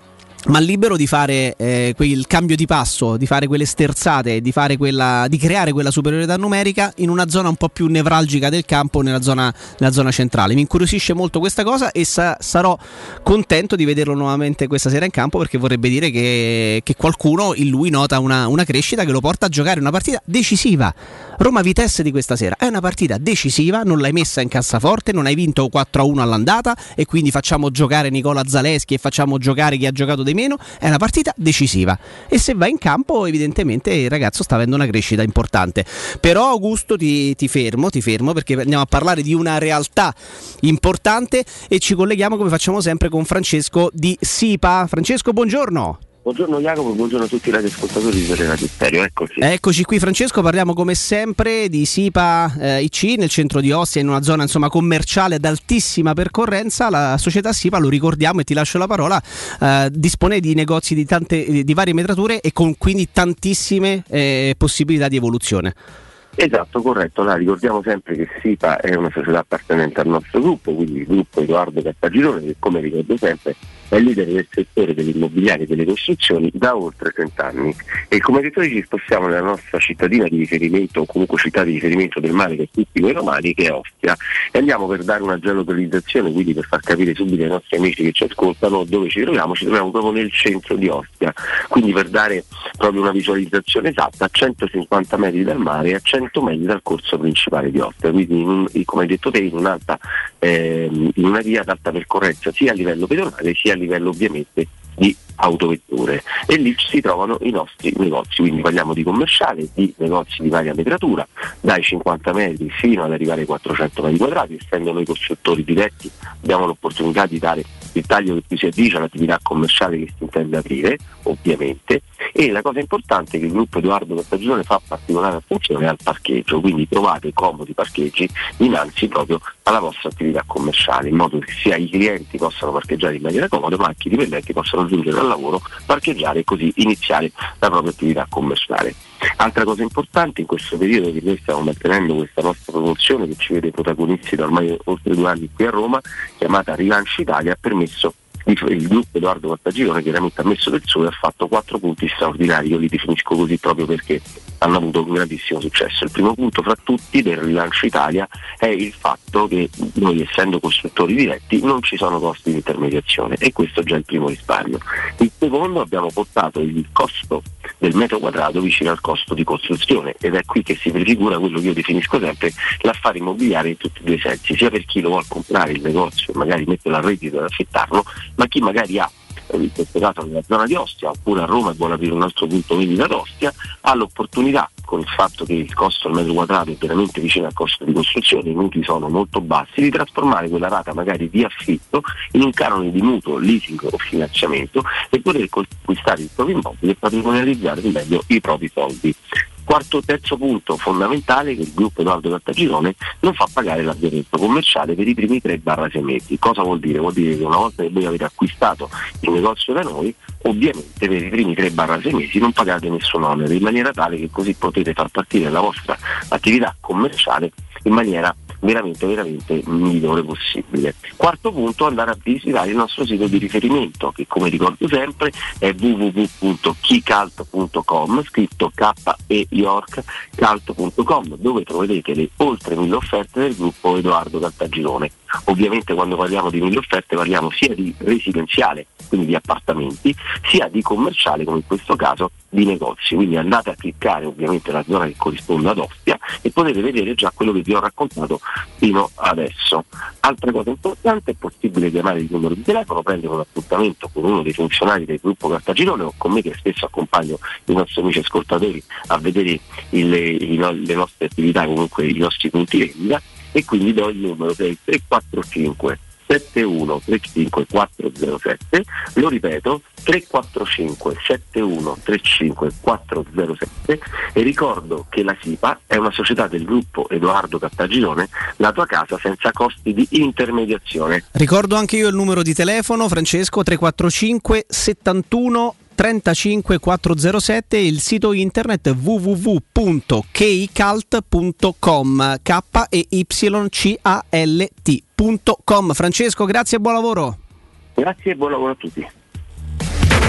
ma libero di fare eh, quel cambio di passo, di fare quelle sterzate, di fare quella, di creare quella superiorità numerica in una zona un po' più nevralgica del campo, nella zona, nella zona centrale. Mi incuriosisce molto questa cosa e sa, sarò contento di vederlo nuovamente questa sera in campo, perché vorrebbe dire che, che qualcuno in lui nota una, una crescita che lo porta a giocare una partita decisiva. Roma-Vitesse di questa sera è una partita decisiva, non l'hai messa in cassaforte, non hai vinto quattro a uno all'andata e quindi facciamo giocare Nicola Zaleschi e facciamo giocare chi ha giocato di meno. È una partita decisiva e se va in campo evidentemente il ragazzo sta avendo una crescita importante. Però Augusto ti, ti fermo, ti fermo perché andiamo a parlare di una realtà importante e ci colleghiamo come facciamo sempre con Francesco di SIPA. Francesco, buongiorno. Buongiorno Jacopo, buongiorno a tutti i radioascoltatori di Radio Stereo, eccoci. Eccoci qui Francesco, parliamo come sempre di SIPA eh, I C nel centro di Ostia, in una zona insomma commerciale ad altissima percorrenza. La società SIPA, lo ricordiamo e ti lascio la parola, eh, dispone di negozi di, tante, di varie metrature e con quindi tantissime eh, possibilità di evoluzione. Esatto, corretto. Là, ricordiamo sempre che SIPA è una società appartenente al nostro gruppo, quindi il gruppo Edoardo Caltagirone, che come ricordo sempre è leader del settore dell'immobiliare e delle costruzioni da oltre trent'anni e come dettori ci spostiamo nella nostra cittadina di riferimento, o comunque città di riferimento del mare che tutti noi romani, che è Ostia, e andiamo per dare una geolocalizzazione, quindi per far capire subito ai nostri amici che ci ascoltano dove ci troviamo. Ci troviamo proprio nel centro di Ostia, quindi per dare proprio una visualizzazione esatta, a centocinquanta metri dal mare e a cento metri dal corso principale di Ostia, quindi in un, come hai detto te in, un'alta, eh, in una via ad alta percorrenza sia a livello pedonale sia a livello ovviamente di autovetture, e lì si trovano i nostri negozi, quindi parliamo di commerciali, di negozi di varia metratura, dai cinquanta metri fino ad arrivare ai quattrocento metri quadrati. Essendo noi costruttori diretti abbiamo l'opportunità di dare il taglio che più si addice all'attività commerciale che si intende aprire, ovviamente, e la cosa importante è che il gruppo Edoardo Caltagirone fa particolare attenzione al parcheggio, quindi trovate comodi parcheggi dinanzi proprio alla vostra attività commerciale, in modo che sia i clienti possano parcheggiare in maniera comoda, ma anche i dipendenti possano giungere al lavoro, parcheggiare e così iniziare la propria attività commerciale. Altra cosa importante, in questo periodo che noi stiamo mantenendo questa nostra promozione che ci vede protagonisti da ormai oltre due anni qui a Roma, chiamata Rilancio Italia, ha permesso il gruppo Edoardo Caltagirone, chiaramente ha messo del suo e ha fatto quattro punti straordinari. Io li definisco così proprio perché hanno avuto un grandissimo successo. Il primo punto fra tutti del Rilancio Italia è il fatto che noi, essendo costruttori diretti, non ci sono costi di intermediazione, e questo è già il primo risparmio. Il secondo, abbiamo portato il costo del metro quadrato vicino al costo di costruzione, ed è qui che si prefigura quello che io definisco sempre l'affare immobiliare in tutti e due i sensi, sia per chi lo vuole comprare il negozio e magari metterlo a reddito ed affittarlo, ma chi magari ha in questo caso nella zona di Ostia oppure a Roma e vuole aprire un altro punto vendita ad Ostia, ha l'opportunità, con il fatto che il costo al metro quadrato è veramente vicino al costo di costruzione, i mutui sono molto bassi, di trasformare quella rata magari di affitto in un canone di mutuo, leasing o finanziamento e poter acquistare il proprio immobile e patrimonializzare meglio i propri soldi. Quarto, terzo punto fondamentale, che il gruppo Edoardo Caltagirone non fa pagare l'avviamento commerciale per i primi tre sei mesi. Cosa vuol dire? Vuol dire che una volta che voi avete acquistato il negozio da noi, ovviamente per i primi tre sei mesi non pagate nessun onere, in maniera tale che così potete far partire la vostra attività commerciale in maniera veramente veramente migliore possibile. Quarto punto, andare a visitare il nostro sito di riferimento, che come ricordo sempre è w w w punto keycult punto com, scritto K E York cult punto com, dove troverete le oltre mille offerte del gruppo Edoardo Caltagirone. Ovviamente quando parliamo di mille offerte parliamo sia di residenziale, quindi di appartamenti, sia di commerciale, come in questo caso di negozi. Quindi andate a cliccare ovviamente la zona che corrisponde ad Ostia e potete vedere già quello che vi ho raccontato fino adesso. Altra cosa importante, è possibile chiamare il numero di telefono, prendere un appuntamento con uno dei funzionari del gruppo Caltagirone o con me, che spesso accompagno i nostri amici ascoltatori a vedere il, il, le nostre attività, comunque i nostri punti vendita, e quindi do il numero che è il tre quattro cinque sette uno tre cinque quattro zero sette, lo ripeto tre quattro cinque sette uno tre cinque quattro zero sette, e ricordo che la SIPA è una società del gruppo Edoardo Caltagirone, la tua casa senza costi di intermediazione. Ricordo anche io il numero di telefono, Francesco, tre quattro cinque settantuno trentacinque quattrocentosette, il sito internet w w w punto keycult punto com, K E Y C A L T punto com. Francesco, grazie e buon lavoro. Grazie e buon lavoro a tutti.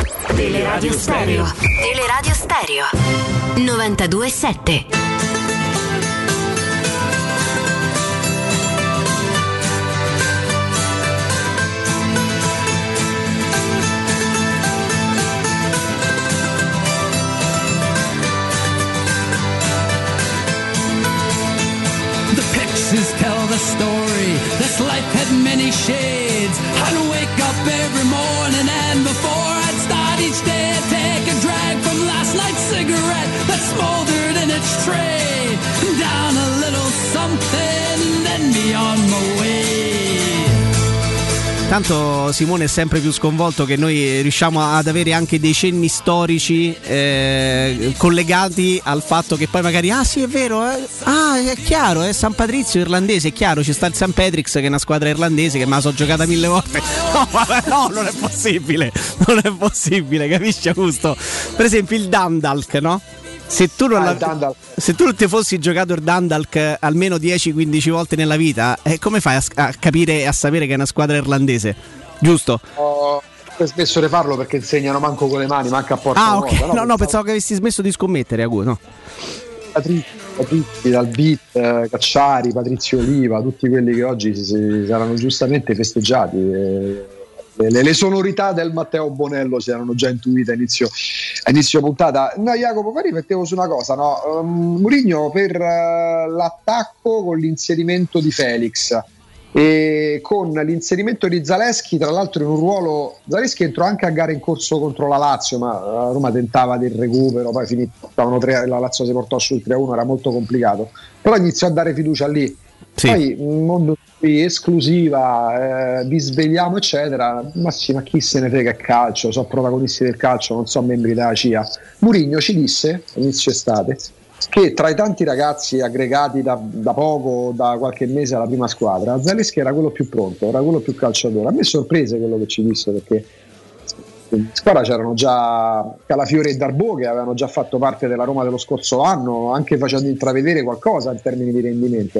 Teleradio Stereo. Teleradio Stereo novantadue sette. Tell the story, this life had many shades. I'd wake up every morning and before I'd start each day I'd take a drag from last night's cigarette that smoldered in its tray. Down a little something, then be on my way. Tanto Simone è sempre più sconvolto che noi riusciamo ad avere anche dei cenni storici eh, collegati al fatto che poi magari ah sì è vero eh, ah è chiaro è San Patrizio irlandese, è chiaro, ci sta il Saint Patrick's che è una squadra irlandese che me la so giocata mille volte. No, vabbè, no, non è possibile, non è possibile, capisci Augusto? Per esempio il Dundalk, no? Se tu, non ah, la, se tu non ti fossi giocato il Dundalk almeno dieci quindici volte nella vita, eh, come fai a, a capire e a sapere che è una squadra irlandese? Giusto? Ho smesso di farlo perché insegnano manco con le mani, manca a porta. Ah, ok. Moda, no, no, pensavo... no, pensavo che avessi smesso di scommettere, Agu, no? Patrizio, dal Beat, eh, Cacciari, Patrizio Oliva, tutti quelli che oggi si, si saranno giustamente festeggiati. Eh. Le, le sonorità del Matteo Bonello si erano già intuite a inizio, a inizio puntata. No, Jacopo, poi riflettevo su una cosa, no? Um, Mourinho per uh, l'attacco con l'inserimento di Felix e con l'inserimento di Zaleschi, tra l'altro in un ruolo, Zaleschi entrò anche a gare in corso contro la Lazio, ma la Roma tentava del recupero, poi finì, tre, la Lazio si portò sul tre a uno, era molto complicato, però iniziò a dare fiducia lì. Sì. Poi un mondo di esclusiva, eh, vi svegliamo eccetera, ma sì, ma chi se ne frega, è calcio, sono protagonisti del calcio, non sono membri della C I A. Mourinho ci disse inizio estate che tra i tanti ragazzi aggregati da, da poco, da qualche mese alla prima squadra, Zaleschi era quello più pronto, era quello più calciatore. A me sorprese quello che ci disse, perché in squadra c'erano già Calafiore e Darboe che avevano già fatto parte della Roma dello scorso anno, anche facendo intravedere qualcosa in termini di rendimento.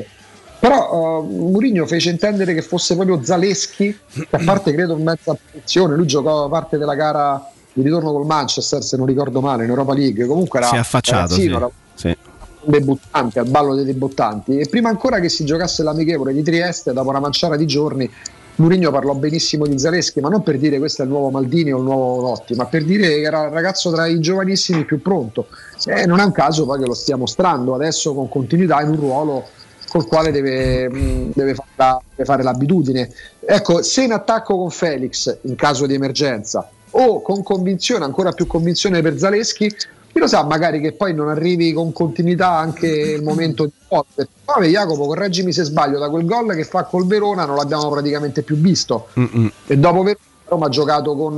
Però uh, Mourinho fece intendere che fosse proprio Zaleschi, che a parte credo in mezza posizione, lui giocò parte della gara di ritorno col Manchester, se non ricordo male, in Europa League, comunque era, si è affacciato, sì, sì, era sì. un debuttante, al ballo dei debuttanti, e prima ancora che si giocasse l'amichevole di Trieste, dopo una manciata di giorni, Mourinho parlò benissimo di Zaleschi, ma non per dire questo è il nuovo Maldini o il nuovo Lotti, ma per dire che era il ragazzo tra i giovanissimi più pronto, e non è un caso poi che lo stia mostrando adesso con continuità in un ruolo col quale deve, deve, fare, deve fare l'abitudine. Ecco, se in attacco con Felix in caso di emergenza o con convinzione, ancora più convinzione per Zaleschi, chi lo sa, magari che poi non arrivi con continuità anche il momento di Potter. Vabbè, Jacopo, correggimi se sbaglio, da quel gol che fa col Verona non l'abbiamo praticamente più visto. Mm-mm. E dopo Verona Roma ha giocato con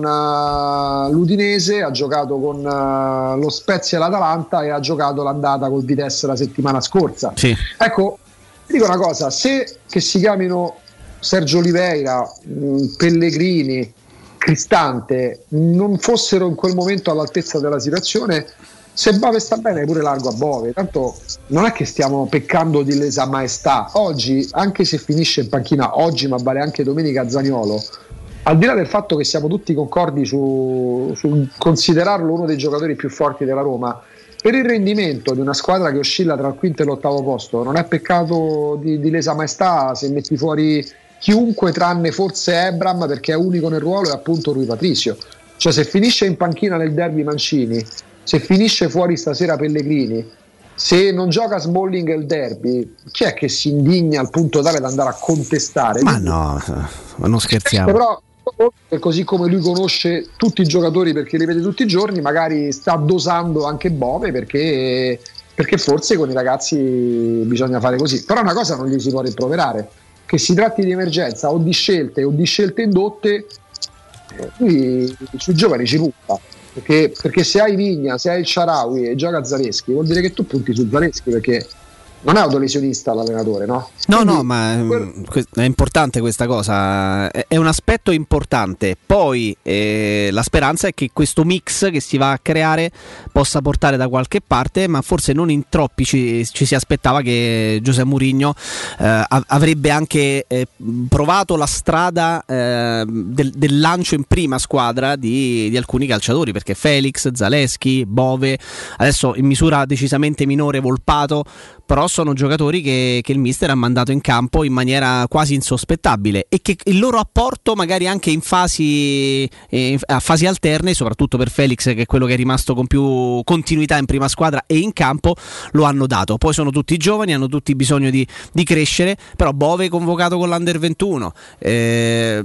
uh, l'Udinese, ha giocato con uh, lo Spezia e l'Atalanta e ha giocato l'andata col Vitesse la settimana scorsa. Sì. Ecco, dico una cosa, se che si chiamino Sergio Oliveira, mh, Pellegrini, Cristante non fossero in quel momento all'altezza della situazione, se Bove sta bene pure largo a Bove, tanto non è che stiamo peccando di lesa maestà. Oggi, anche se finisce in panchina oggi, ma vale anche domenica Zaniolo, al di là del fatto che siamo tutti concordi su, su considerarlo uno dei giocatori più forti della Roma, per il rendimento di una squadra che oscilla tra il quinto e l'ottavo posto non è peccato di, di lesa maestà se metti fuori chiunque tranne forse Ebram, perché è unico nel ruolo, e appunto Rui Patricio. Cioè, se finisce in panchina nel derby Mancini, se finisce fuori stasera Pellegrini, se non gioca Smalling il derby, chi è che si indigna al punto tale da andare a contestare? Ma no, ma non scherziamo. Però così come lui conosce tutti i giocatori perché li vede tutti i giorni, magari sta dosando anche Bove perché, perché forse con i ragazzi bisogna fare così. Però una cosa non gli si può rimproverare, che si tratti di emergenza o di scelte o di scelte indotte, lui sui giovani ci punta, perché, perché se hai Vigna, se hai il Shaarawy e gioca Zaleschi, vuol dire che tu punti su Zaleschi, perché non è autolesionista l'allenatore, no? No, Quindi, no, ma quel... è importante questa cosa, è un aspetto importante. Poi eh, la speranza è che questo mix che si va a creare possa portare da qualche parte, ma forse non in troppi ci, ci si aspettava che José Mourinho eh, avrebbe anche eh, provato la strada eh, del, del lancio in prima squadra di, di alcuni calciatori, perché Felix, Zalewski, Bove, adesso in misura decisamente minore Volpato, però sono giocatori che, che il mister ha mandato in campo in maniera quasi insospettabile e che il loro apporto magari anche in fasi eh, a fasi alterne, soprattutto per Felix che è quello che è rimasto con più continuità in prima squadra e in campo, lo hanno dato. Poi sono tutti giovani, hanno tutti bisogno di, di crescere, però Bove convocato con l'Under ventuno, eh,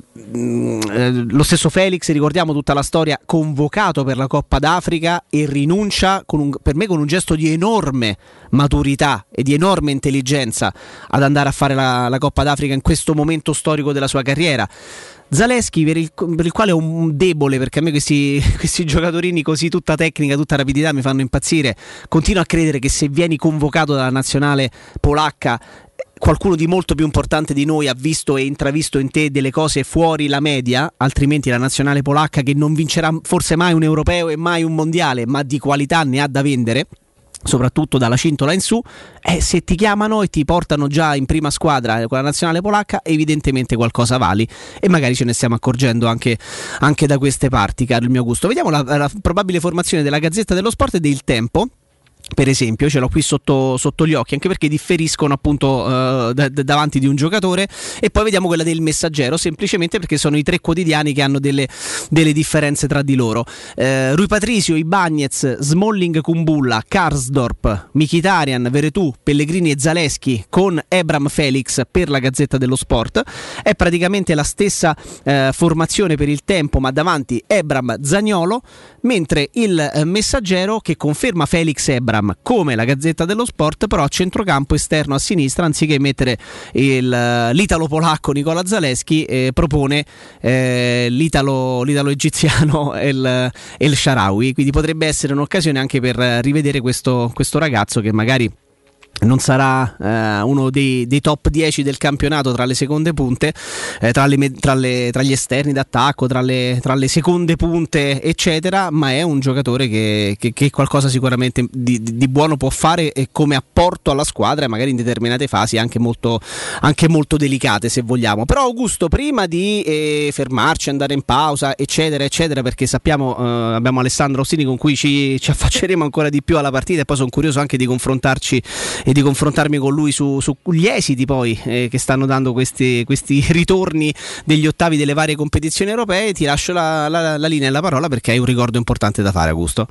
eh, lo stesso Felix, ricordiamo tutta la storia, convocato per la Coppa d'Africa e rinuncia con un, per me con un gesto di enorme maturità e di enorme intelligenza ad andare a fare la, la Coppa d'Africa in questo momento storico della sua carriera. Zalewski, per il, per il quale è un debole, perché a me questi, questi giocatori così, tutta tecnica, tutta rapidità, mi fanno impazzire. Continuo a credere che se vieni convocato dalla nazionale polacca, qualcuno di molto più importante di noi ha visto e intravisto in te delle cose fuori la media, altrimenti la nazionale polacca, che non vincerà forse mai un europeo e mai un mondiale, ma di qualità ne ha da vendere, soprattutto dalla cintola in su, eh, se ti chiamano e ti portano già in prima squadra con la nazionale polacca, evidentemente qualcosa vali, e magari ce ne stiamo accorgendo anche, anche da queste parti, caro il mio gusto. Vediamo la, la probabile formazione della Gazzetta dello Sport e del Tempo, per esempio, ce l'ho qui sotto, sotto gli occhi, anche perché differiscono appunto uh, da, da, davanti di un giocatore, e poi vediamo quella del Messaggero, semplicemente perché sono i tre quotidiani che hanno delle, delle differenze tra di loro. uh, Rui Patricio, Ibañez, Smalling, Kumbulla, Karsdorp, Mkhitaryan, Veretout, Pellegrini e Zalewski con Ebram Felix per la Gazzetta dello Sport. È praticamente la stessa uh, formazione per il Tempo, ma davanti Ebram, Zaniolo, mentre il uh, Messaggero, che conferma Felix Ebram come la Gazzetta dello Sport, però a centrocampo esterno a sinistra, anziché mettere il, l'italo polacco Nicola Zalewski, eh, propone eh, l'italo, l'italo egiziano El, El Shaarawy. Quindi potrebbe essere un'occasione anche per rivedere questo, questo ragazzo che magari non sarà eh, uno dei, dei top dieci del campionato tra le seconde punte, eh, tra, le, tra, le, tra gli esterni d'attacco, tra le, tra le seconde punte eccetera, ma è un giocatore che, che, che qualcosa sicuramente di, di buono può fare, e come apporto alla squadra magari in determinate fasi anche molto, anche molto delicate, se vogliamo. Però Augusto, prima di eh, fermarci, andare in pausa eccetera eccetera, perché sappiamo eh, abbiamo Alessandro Ostini con cui ci, ci affacceremo ancora di più alla partita, e poi sono curioso anche di confrontarci e di confrontarmi con lui su, sugli esiti poi eh, che stanno dando questi, questi ritorni degli ottavi delle varie competizioni europee. Ti lascio la, la, la linea e la parola, perché hai un ricordo importante da fare, Augusto.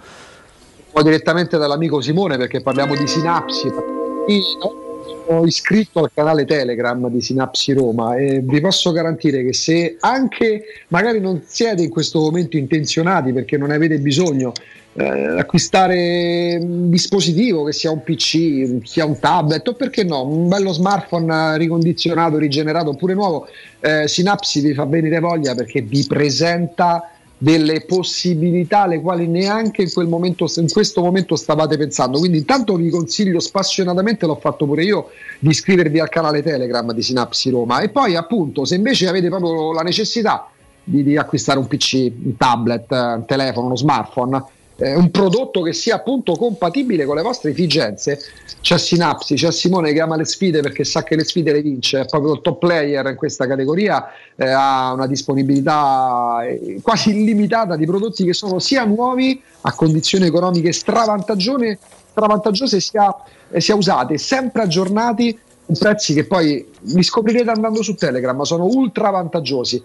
Poi direttamente dall'amico Simone, perché parliamo di Sinapsi. Io sono iscritto al canale Telegram di Sinapsi Roma e vi posso garantire che se anche magari non siete in questo momento intenzionati, perché non avete bisogno Eh, acquistare un dispositivo, che sia un P C, sia un tablet, o perché no un bello smartphone ricondizionato, rigenerato oppure nuovo, eh, Sinapsi vi fa venire voglia, perché vi presenta delle possibilità alle quali neanche in quel momento, in questo momento stavate pensando. Quindi intanto vi consiglio spassionatamente, l'ho fatto pure io, di iscrivervi al canale Telegram di Sinapsi Roma, e poi appunto se invece avete proprio la necessità di, di acquistare un P C, un tablet, un telefono, uno smartphone, Eh, un prodotto che sia appunto compatibile con le vostre esigenze, c'è Sinapsi, c'è Simone che ama le sfide perché sa che le sfide le vince, è proprio il top player in questa categoria, eh, ha una disponibilità eh, quasi illimitata di prodotti che sono sia nuovi a condizioni economiche stravantaggiose, stravantaggiose sia, eh, sia usate, sempre aggiornati, con prezzi che poi li scoprirete andando su Telegram, ma sono ultra vantaggiosi.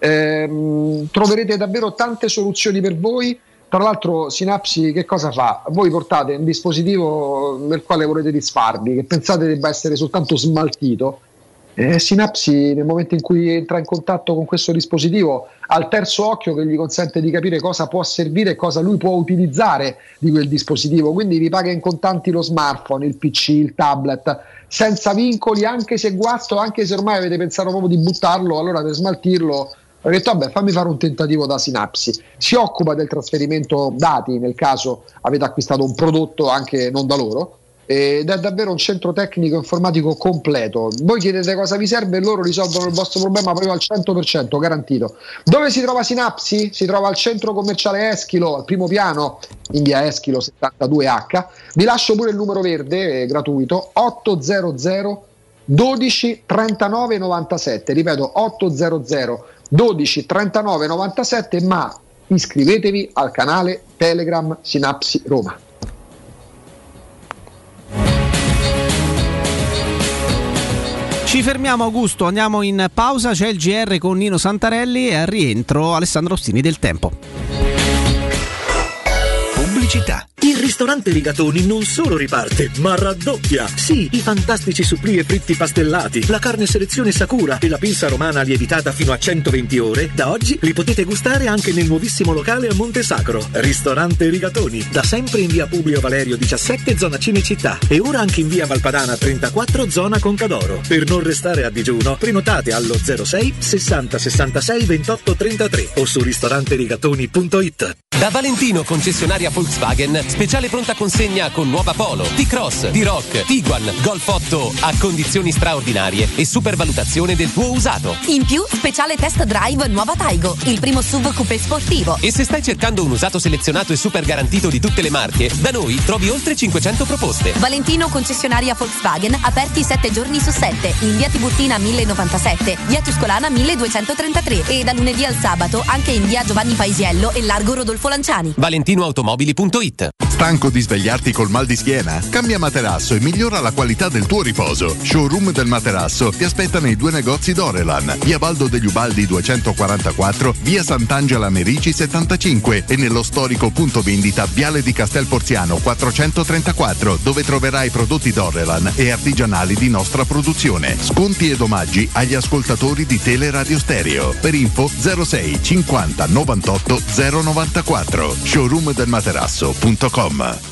Eh, troverete davvero tante soluzioni per voi. Tra l'altro Sinapsi che cosa fa? Voi portate un dispositivo nel quale volete disfarvi, che pensate debba essere soltanto smaltito, e Sinapsi nel momento in cui entra in contatto con questo dispositivo ha il terzo occhio che gli consente di capire cosa può servire e cosa lui può utilizzare di quel dispositivo, quindi vi paga in contanti lo smartphone, il P C, il tablet, senza vincoli, anche se guasto, anche se ormai avete pensato proprio di buttarlo, allora per smaltirlo ho detto vabbè, fammi fare un tentativo da Sinapsi. Si occupa del trasferimento dati nel caso avete acquistato un prodotto anche non da loro, ed è davvero un centro tecnico informatico completo. Voi chiedete cosa vi serve e loro risolvono il vostro problema proprio al cento per cento, garantito. Dove si trova Sinapsi? Si trova al centro commerciale Eschilo, al primo piano, in via Eschilo settantadue acca. Vi lascio pure il numero verde, eh, gratuito, ottocento dodici trentanove novantasette, ripeto ottocento dodici trentanove novantasette, ma iscrivetevi al canale Telegram Sinapsi Roma. Ci fermiamo, Augusto, andiamo in pausa, c'è il G R con Nino Santarelli e al rientro Alessandro Ostini del Tempo. Pubblicità. Il ristorante Rigatoni non solo riparte, ma raddoppia. Sì, i fantastici supplì e fritti pastellati, la carne selezione Sakura e la pinza romana lievitata fino a centoventi ore, da oggi li potete gustare anche nel nuovissimo locale a Monte Sacro. Ristorante Rigatoni, da sempre in via Publio Valerio diciassette, zona Cinecittà, e ora anche in via Valpadana trentaquattro, zona Concadoro. Per non restare a digiuno, prenotate allo zero sei sessanta sessantasei ventotto trentatré o su ristoranterigatoni punto it. Da Valentino, concessionaria Volkswagen, speciale pronta consegna con nuova Polo, T-Cross, T-Roc, Tiguan, Golf otto a condizioni straordinarie e supervalutazione del tuo usato. In più, speciale test drive nuova Taigo, il primo S U V coupé sportivo. E se stai cercando un usato selezionato e super garantito di tutte le marche, da noi trovi oltre cinquecento proposte. Valentino, concessionaria Volkswagen, aperti sette giorni su sette, in via Tiburtina mille novantasette, via Tuscolana milleduecentotrentatré e da lunedì al sabato anche in via Giovanni Paisiello e largo Rodolfo Lanciani. valentinoautomobili punto it. Stanco di svegliarti col mal di schiena? Cambia materasso e migliora la qualità del tuo riposo. Showroom del Materasso ti aspetta nei due negozi Dorelan, via Baldo degli Ubaldi duecentoquarantaquattro, via Sant'Angela Merici settantacinque e nello storico punto vendita Viale di Castel Porziano quattrocentotrentaquattro, dove troverai prodotti Dorelan e artigianali di nostra produzione. Sconti ed omaggi agli ascoltatori di Teleradio Stereo. Per info zero sei cinquanta novantotto zero novantaquattro. showroom del materasso punto com.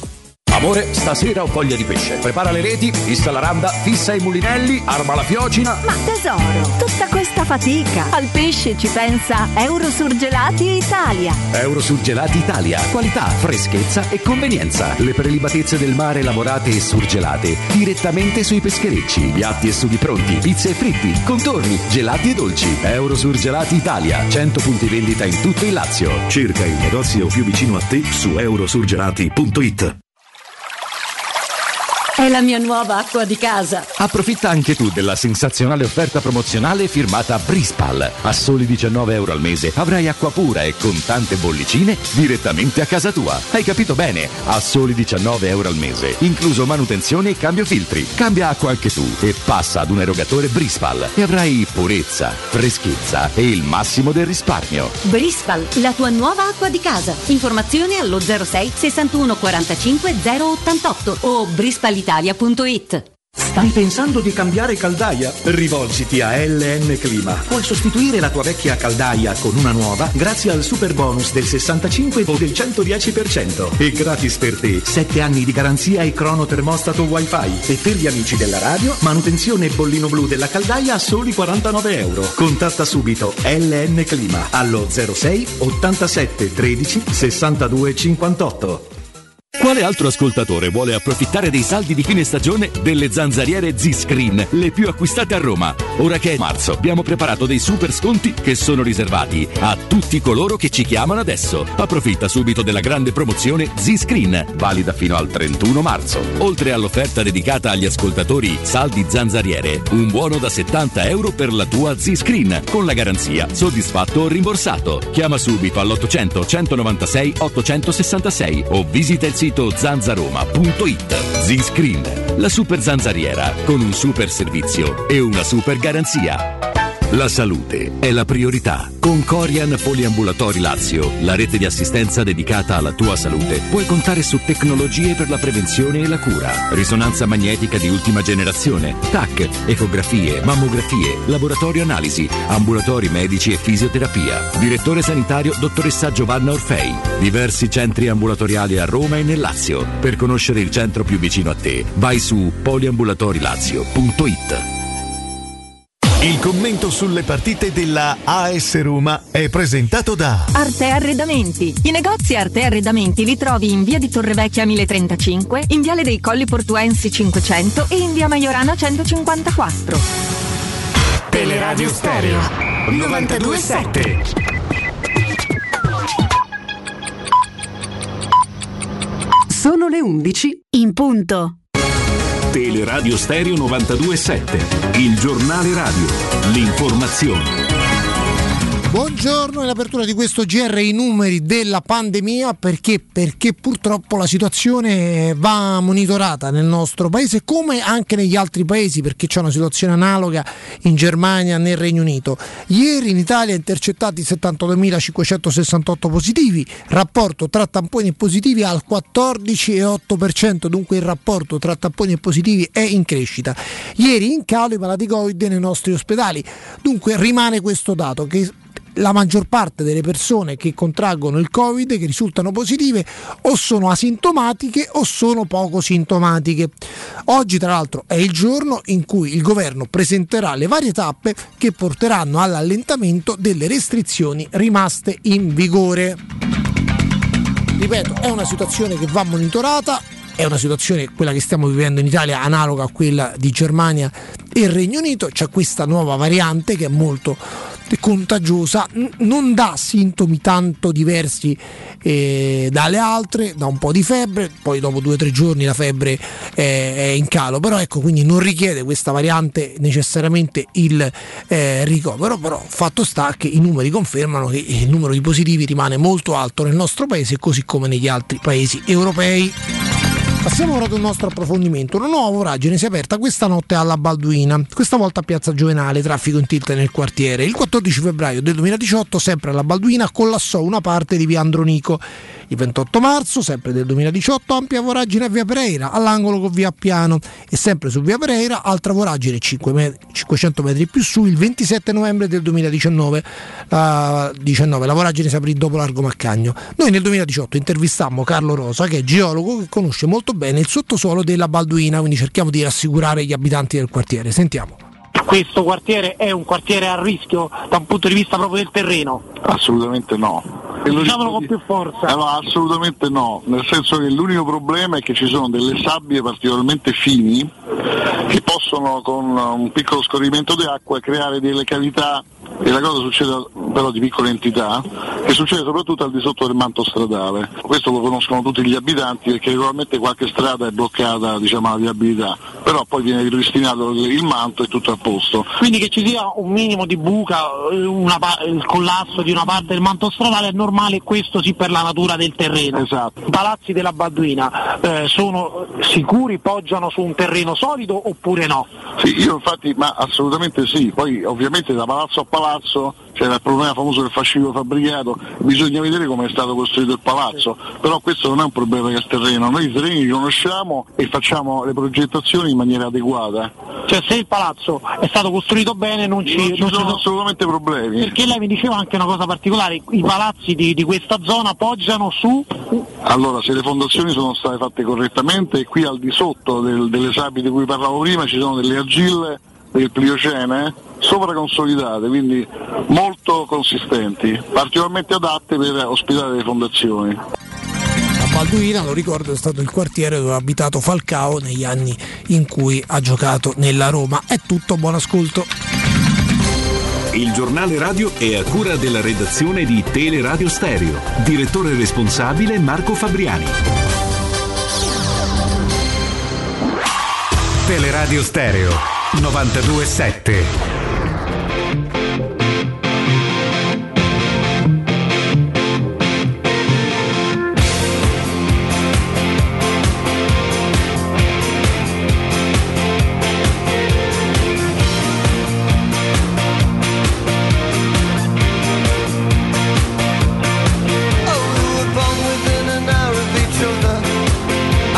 Amore, stasera ho voglia di pesce. Prepara le reti, fissa la randa, fissa i mulinelli, arma la fiocina. Ma tesoro, tutta questa fatica. Al pesce ci pensa Eurosurgelati Italia. Eurosurgelati Italia. Qualità, freschezza e convenienza. Le prelibatezze del mare lavorate e surgelate direttamente sui pescherecci. Piatti e sughi pronti, pizze e fritti, contorni, gelati e dolci. Eurosurgelati Italia. cento punti vendita in tutto il Lazio. Cerca il negozio più vicino a te su eurosurgelati punto it. È la mia nuova acqua di casa. Approfitta anche tu della sensazionale offerta promozionale firmata Brispal. A soli diciannove euro al mese avrai acqua pura e con tante bollicine direttamente a casa tua. Hai capito bene? A soli diciannove euro al mese, incluso manutenzione e cambio filtri. Cambia acqua anche tu e passa ad un erogatore Brispal e avrai purezza, freschezza e il massimo del risparmio. Brispal, la tua nuova acqua di casa. Informazioni allo zero sei sessantuno quarantacinque zero ottantotto o brispalitalia punto it. Stai pensando di cambiare caldaia? Rivolgiti a L N Clima. Puoi sostituire la tua vecchia caldaia con una nuova grazie al super bonus del sessantacinque o del centodieci per cento. E gratis per te sette anni di garanzia e crono termostato wifi. E per gli amici della radio, manutenzione e bollino blu della caldaia a soli quarantanove euro. Contatta subito L N Clima allo zero sei ottantasette tredici sessantadue cinquantotto. Quale altro ascoltatore vuole approfittare dei saldi di fine stagione delle zanzariere Z-Screen, le più acquistate a Roma? Ora che è marzo, abbiamo preparato dei super sconti che sono riservati a tutti coloro che ci chiamano adesso. Approfitta subito della grande promozione Z-Screen, valida fino al trentuno marzo. Oltre all'offerta dedicata agli ascoltatori saldi zanzariere, un buono da settanta euro per la tua Z-Screen, con la garanzia soddisfatto o rimborsato. Chiama subito all'ottocento centonovantasei ottocentosessantasei o visita il sito zanzaroma punto it. Z-Screen, la super zanzariera con un super servizio e una super garanzia. La salute è la priorità. Con Corian Poliambulatori Lazio, la rete di assistenza dedicata alla tua salute, puoi contare su tecnologie per la prevenzione e la cura. Risonanza magnetica di ultima generazione, T A C, ecografie, mammografie, laboratorio analisi, ambulatori medici e fisioterapia. Direttore sanitario dottoressa Giovanna Orfei. Diversi centri ambulatoriali a Roma e nel Lazio. Per conoscere il centro più vicino a te, vai su poliambulatorilazio punto it. Il commento sulle partite della A S Roma è presentato da Arte Arredamenti. I negozi Arte Arredamenti li trovi in via di Torrevecchia mille trentacinque, in viale dei Colli Portuensi cinquecento e in via Maiorana centocinquantaquattro. Teleradio Stereo novantadue sette. Sono le undici in punto. Teleradio Stereo novantadue sette, il giornale radio, l'informazione. Buongiorno, in apertura di questo G R i numeri della pandemia, perché perché purtroppo la situazione va monitorata nel nostro paese come anche negli altri paesi, perché c'è una situazione analoga in Germania, nel Regno Unito. Ieri in Italia intercettati settantaduemilacinquecentosessantotto positivi, rapporto tra tamponi e positivi al quattordici virgola otto per cento, dunque il rapporto tra tamponi e positivi è in crescita. Ieri in calo i malati Covid nei nostri ospedali, dunque rimane questo dato che la maggior parte delle persone che contraggono il Covid, che risultano positive, o sono asintomatiche o sono poco sintomatiche. Oggi tra l'altro è il giorno in cui il governo presenterà le varie tappe che porteranno all'allentamento delle restrizioni rimaste in vigore. Ripeto, è una situazione che va monitorata, è una situazione, quella che stiamo vivendo in Italia, analoga a quella di Germania e Regno Unito. C'è questa nuova variante che è molto contagiosa, non dà sintomi tanto diversi eh, dalle altre, da un po' di febbre, poi dopo due o tre giorni la febbre è, è in calo, però ecco, quindi non richiede questa variante necessariamente il eh, ricovero, però fatto sta che i numeri confermano che il numero di positivi rimane molto alto nel nostro paese, così come negli altri paesi europei. Passiamo ora ad un nostro approfondimento. Una nuova voragine si è aperta questa notte alla Balduina, questa volta a Piazza Giovenale, traffico in tilt nel quartiere. Il quattordici febbraio del duemiladiciotto, sempre alla Balduina, collassò una parte di via Andronico. Il ventotto marzo, sempre del duemiladiciotto, ampia voragine a via Pereira, all'angolo con via Appiano, e sempre su via Pereira, altra voragine cinquecento metri più su, il ventisette novembre del duemiladiciannove. La, diciannove, la voragine si aprì dopo Largo Maccagno. Noi nel duemiladiciotto intervistammo Carlo Rosa, che è geologo che conosce molto bene il sottosuolo della Balduina, quindi cerchiamo di rassicurare gli abitanti del quartiere. Sentiamo. Questo quartiere è un quartiere a rischio da un punto di vista proprio del terreno? Assolutamente no. Diciamolo con più forza. Allora, assolutamente no, nel senso che l'unico problema è che ci sono delle sabbie particolarmente fini che possono con un piccolo scorrimento di acqua creare delle cavità, e la cosa succede però di piccola entità, che succede soprattutto al di sotto del manto stradale. Questo lo conoscono tutti gli abitanti, perché regolarmente qualche strada è bloccata, diciamo, alla viabilità, però poi viene ripristinato il manto e tutto a posto. Quindi che ci sia un minimo di buca, una, il collasso di una parte del manto stradale è normale, questo sì, per la natura del terreno. Esatto. I palazzi della Balduina eh, sono sicuri, poggiano su un terreno solido oppure no? Sì, io infatti, ma assolutamente sì, poi ovviamente da palazzo a palazzo c'era il problema famoso del fascicolo fabbricato, bisogna vedere come è stato costruito il palazzo, però questo non è un problema del terreno, noi i terreni li conosciamo e facciamo le progettazioni in maniera adeguata. Cioè se il palazzo è stato costruito bene non ci, non ci non sono ci... assolutamente problemi. Perché lei mi diceva anche una cosa particolare, i palazzi di, di questa zona poggiano su... Allora, se le fondazioni sono state fatte correttamente, qui al di sotto del, delle sabbie di cui parlavo prima ci sono delle argille del Pliocene sovraconsolidate, quindi molto consistenti, particolarmente adatte per ospitare le fondazioni. La Balduina, lo ricordo, è stato il quartiere dove ha abitato Falcao negli anni in cui ha giocato nella Roma. È tutto, buon ascolto. Il giornale radio è a cura della redazione di Teleradio Stereo. Direttore responsabile Marco Fabriani. Teleradio Stereo novantadue sette.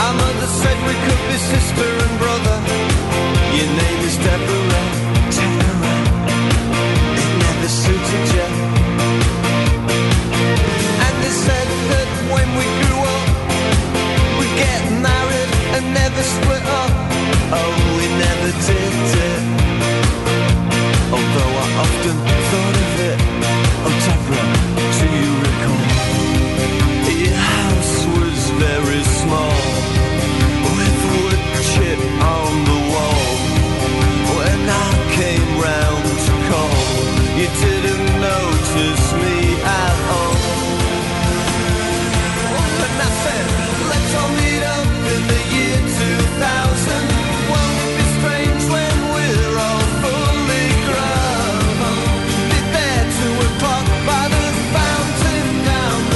Sister and brother, your name is Deborah. often thought of it. Oh Deborah, do you recall? Your house was very small, with wood chip on the wall. When I came round to call, you didn't notice me at all. And I said, let's all meet up in the year two thousand. Won't it be strange when we're all fully grown? Be there two o'clock by the fountain down the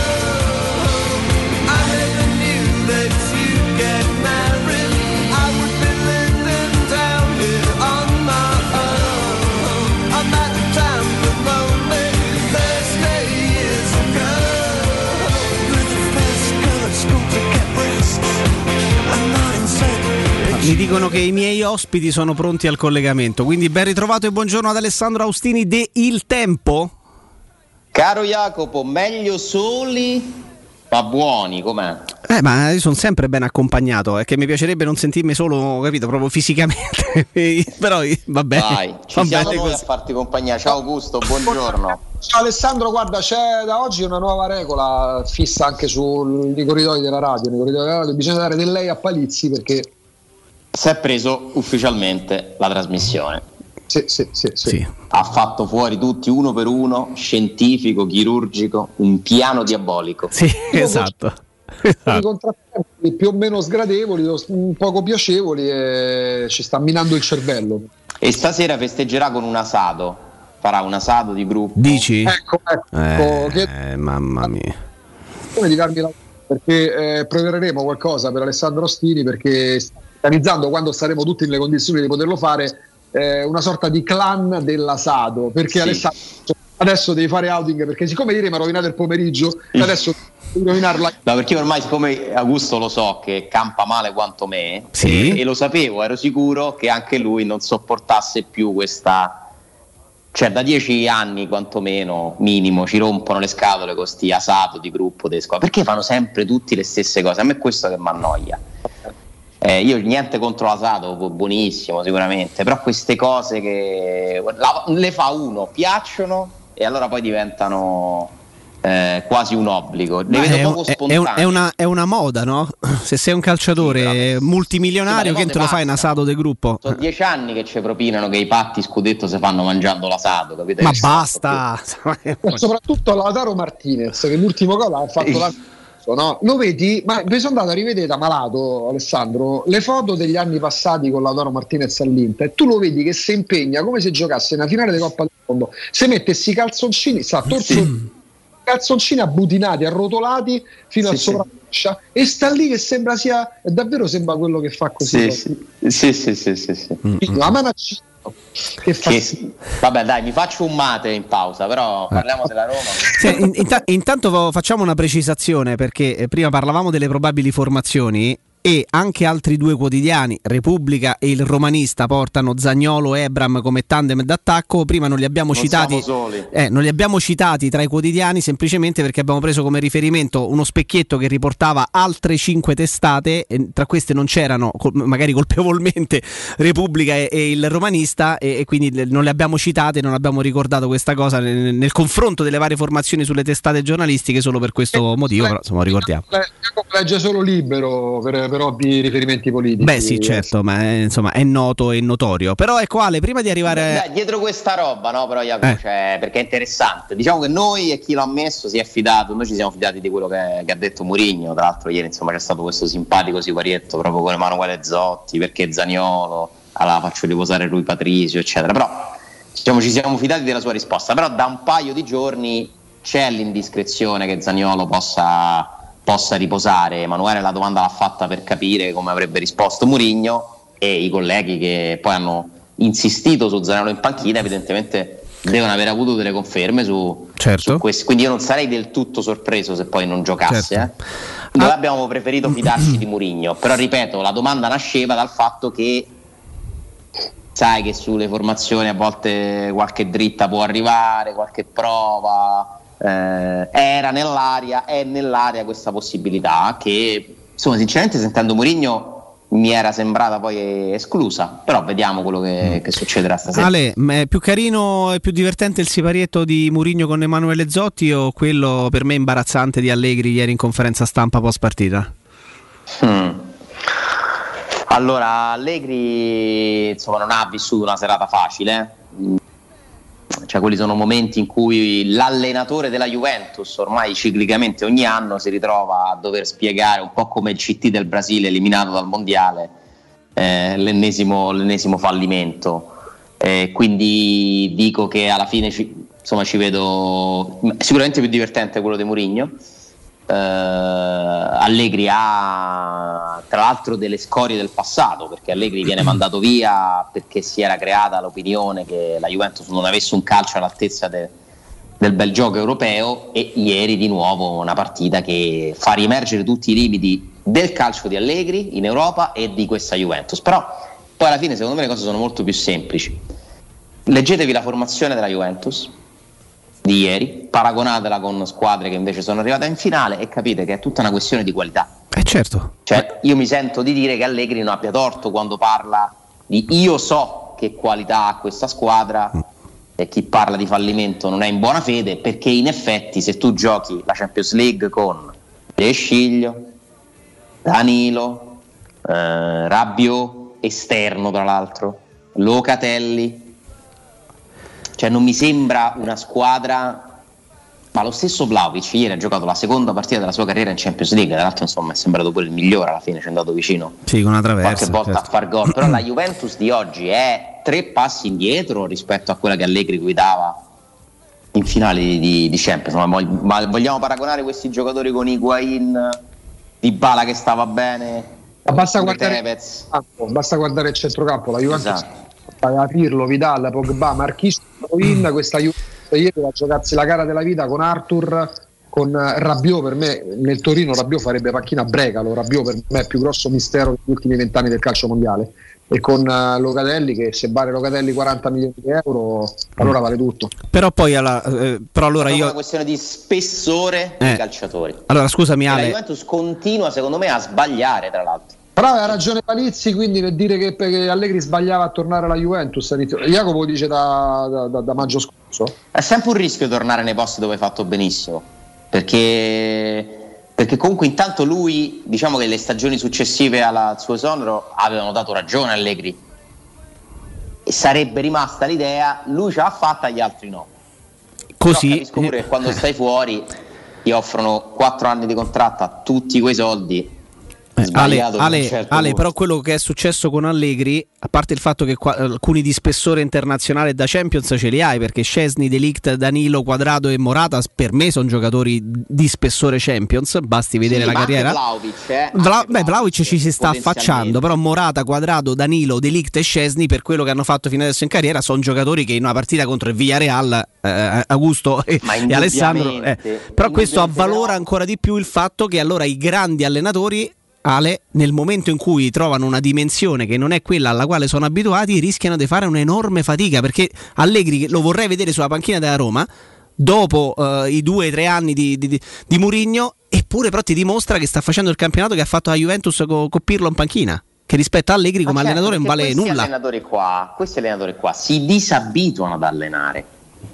road. I never knew that you'd get married. I would be living down here on my own. On that damn lonely Thursday years ago. With the first girl at school to get breasts. And mine said, Mi dicono che i miei ospiti sono pronti al collegamento, quindi ben ritrovato e buongiorno ad Alessandro Austini de Il Tempo. Caro Jacopo, meglio soli ma buoni, com'è? Eh, ma io sono sempre ben accompagnato, è che mi piacerebbe non sentirmi solo, capito, proprio fisicamente. Però vabbè. Dai, ci va siamo bene noi così. a farti compagnia. Ciao Augusto, buongiorno. Ciao Alessandro, guarda, c'è da oggi una nuova regola fissa anche sui corridoi della radio. Nei corridoi della radio bisogna dare del lei a Palizzi perché Si è preso ufficialmente la trasmissione. Sì, sì, sì, sì. Sì. Ha fatto fuori tutti uno per uno, scientifico, chirurgico, un piano diabolico. Sì, esatto. I contrattempi più o meno sgradevoli, un poco piacevoli, e ci sta minando il cervello. E stasera festeggerà con un asado. Farà un asado di gruppo. Dici? Ecco, ecco. Eh, che... mamma mia. Come di darmi la... perché eh, prepareremo qualcosa per Alessandro Ostini, perché sta organizzando, quando saremo tutti nelle condizioni di poterlo fare, eh, una sorta di clan dell'asado, perché Sì. Alessandro adesso devi fare outing, perché siccome ieri mi ha rovinato il pomeriggio, adesso devi rovinarla. No, perché ormai, siccome Augusto lo so che campa male quanto me, Sì. e, e lo sapevo, ero sicuro che anche lui non sopportasse più questa. Cioè, da dieci anni quantomeno, minimo, ci rompono le scatole con sti asato di gruppo delle squadre, perché fanno sempre tutti le stesse cose. A me è questo che mi annoia. Eh, io niente contro l'asato, buonissimo sicuramente, però queste cose che la, le fa uno, piacciono e allora poi diventano eh, quasi un obbligo. Le Ma vedo è, poco un- è- spontanee. è un- è una, è una moda, no? Se sei un calciatore multimilionario, Sì, ma le che te lo cose fai in asado di gruppo? Sono dieci anni che ci propinano che i patti scudetto si fanno mangiando l'asato, capite? Ma Che basta! Soprattutto Lautaro Martinez, che l'ultimo gol ha fatto la... No? Lo vedi, ma mi sono andato a rivedere da malato, Alessandro, le foto degli anni passati con Lautaro Martinez all'Inter, e tu lo vedi che si impegna come se giocasse una finale di Coppa del Mondo, se mette sti calzoncini, sta torso, sì. calzoncini abbutinati, arrotolati fino Sì, al sovrafascia, e sta lì che sembra sia, davvero sembra quello che fa così. Sì, sì, sì, sì, sì, sì. La manacina che fa Che- Vabbè, dai, mi faccio un mate in pausa, però parliamo della Roma. Sì, in- inta- intanto facciamo una precisazione, perché eh, prima parlavamo delle probabili formazioni e anche altri due quotidiani, Repubblica e il Romanista, portano Zaniolo e Ebram come tandem d'attacco. Prima non li abbiamo Non citati, siamo soli. eh, non li abbiamo citati tra i quotidiani semplicemente perché abbiamo preso come riferimento uno specchietto che riportava altre cinque testate, e tra queste non c'erano, col- magari colpevolmente, Repubblica e, e il Romanista, e, e quindi le- non le abbiamo citate, non abbiamo ricordato questa cosa nel, nel confronto delle varie formazioni sulle testate giornalistiche, solo per questo motivo, però insomma ricordiamo. legge solo Libero per, per ovvi riferimenti politici. Beh sì, certo, ma è, insomma è noto e notorio. Però ecco Ale, prima di arrivare... Dai, dietro questa roba, no, però Jacopo, Eh. cioè, perché è interessante. Diciamo che noi e chi l'ha ammesso si è fidato, noi ci siamo fidati di quello che, che ha detto Mourinho. Tra l'altro ieri insomma c'è stato questo simpatico siparietto proprio con Emanuele Zotti, perché Zaniolo, allora faccio riposare Rui Patricio, eccetera. Però diciamo ci siamo fidati della sua risposta. Però da un paio di giorni c'è l'indiscrezione che Zaniolo possa possa riposare. Emanuele la domanda l'ha fatta per capire come avrebbe risposto Mourinho, e i colleghi che poi hanno insistito su Zaniolo in panchina evidentemente devono aver avuto delle conferme su, Certo. su questo, quindi io non sarei del tutto sorpreso se poi non giocasse. Certo. eh. Noi abbiamo preferito fidarci di Mourinho, però ripeto, la domanda nasceva dal fatto che sai che sulle formazioni a volte qualche dritta può arrivare, qualche prova. Eh, era nell'aria, è nell'aria questa possibilità che, insomma, sinceramente sentendo Mourinho mi era sembrata poi esclusa, però vediamo quello che, che succederà stasera. Ale, ma è più carino e più divertente il siparietto di Mourinho con Emanuele Zotti o quello per me imbarazzante di Allegri ieri in conferenza stampa post partita? Hmm. Allora, Allegri insomma non ha vissuto una serata facile, cioè quelli sono momenti in cui l'allenatore della Juventus ormai ciclicamente ogni anno si ritrova a dover spiegare, un po' come il C T del Brasile eliminato dal mondiale, eh, l'ennesimo, l'ennesimo fallimento, eh, quindi dico che alla fine ci, insomma ci vedo sicuramente più divertente quello di Mourinho. Uh, Allegri ha tra l'altro delle scorie del passato, perché Allegri viene mandato via perché si era creata l'opinione che la Juventus non avesse un calcio all'altezza de, del bel gioco europeo, e ieri di nuovo una partita che fa riemergere tutti i limiti del calcio di Allegri in Europa e di questa Juventus. Però poi alla fine secondo me le cose sono molto più semplici. Leggetevi la formazione della Juventus di ieri, paragonatela con squadre che invece sono arrivate in finale e capite che è tutta una questione di qualità. Eh certo. Cioè, io mi sento di dire che Allegri non abbia torto quando parla di io so che qualità ha questa squadra, e chi parla di fallimento non è in buona fede, perché in effetti se tu giochi la Champions League con De Sciglio, Danilo, eh, Rabiot, esterno tra l'altro, Locatelli, cioè non mi sembra una squadra, ma lo stesso Vlahovic ieri ha giocato la seconda partita della sua carriera in Champions League, tra l'altro insomma è sembrato pure il migliore alla fine, ci è andato vicino sì, con una traversa, qualche volta certo. a far gol, però la Juventus di oggi è tre passi indietro rispetto a quella che Allegri guidava in finale di, di Champions. Ma vogliamo paragonare questi giocatori con Higuain, Dybala che stava bene, ma basta guardare, basta guardare il centrocampo, la Juventus, esatto. Pirlo, Vidal, Pogba, Marchisio, Rovin, questa Juventus ieri va a giocarsi la gara della vita con Arthur, con Rabiot. Per me nel Torino Rabiot farebbe panchina a Brecalo, Rabiot per me è il più grosso mistero degli ultimi vent'anni del calcio mondiale, e con uh, Locatelli, che se vale Locatelli quaranta milioni di euro allora vale tutto. Però poi alla, eh, però allora è io una questione di spessore eh. dei calciatori. Allora scusami Ale, la Juventus continua secondo me a sbagliare, tra l'altro. Però ha ragione Palizzi, quindi nel dire che, che Allegri sbagliava a tornare alla Juventus. Jacopo dice da, da, da, da maggio scorso. È sempre un rischio tornare nei posti dove hai fatto benissimo, perché, perché comunque intanto lui, diciamo che le stagioni successive alla, al suo esonero avevano dato ragione a Allegri, e sarebbe rimasta l'idea lui ce l'ha fatta, gli altri no. Così però capisco pure che quando stai fuori ti offrono quattro anni di contratto a tutti quei soldi. Ale, Ale, certo Ale però quello che è successo con Allegri, a parte il fatto che qua, alcuni di spessore internazionale da Champions ce li hai, perché Szczesny, De Ligt, Danilo, Quadrado e Morata per me sono giocatori di spessore Champions, basti vedere sì, la carriera. Vlahovic, eh? Vla- beh, Vlahovic ci si sta affacciando, però Morata, Quadrado, Danilo, De Ligt e Szczesny, per quello che hanno fatto fino adesso in carriera, sono giocatori che in una partita contro il Villarreal, eh, Augusto e, e Alessandro, eh, però questo avvalora ancora di più il fatto che allora i grandi allenatori, Ale, nel momento in cui trovano una dimensione che non è quella alla quale sono abituati, rischiano di fare un'enorme fatica, perché Allegri lo vorrei vedere sulla panchina della Roma dopo uh, i due o tre anni di, di, di Mourinho, eppure però ti dimostra che sta facendo il campionato che ha fatto la Juventus con co Pirlo in panchina, che rispetto a Allegri come certo, allenatore non vale questi nulla. Allenatori qua, questi allenatori qua si disabituano ad allenare,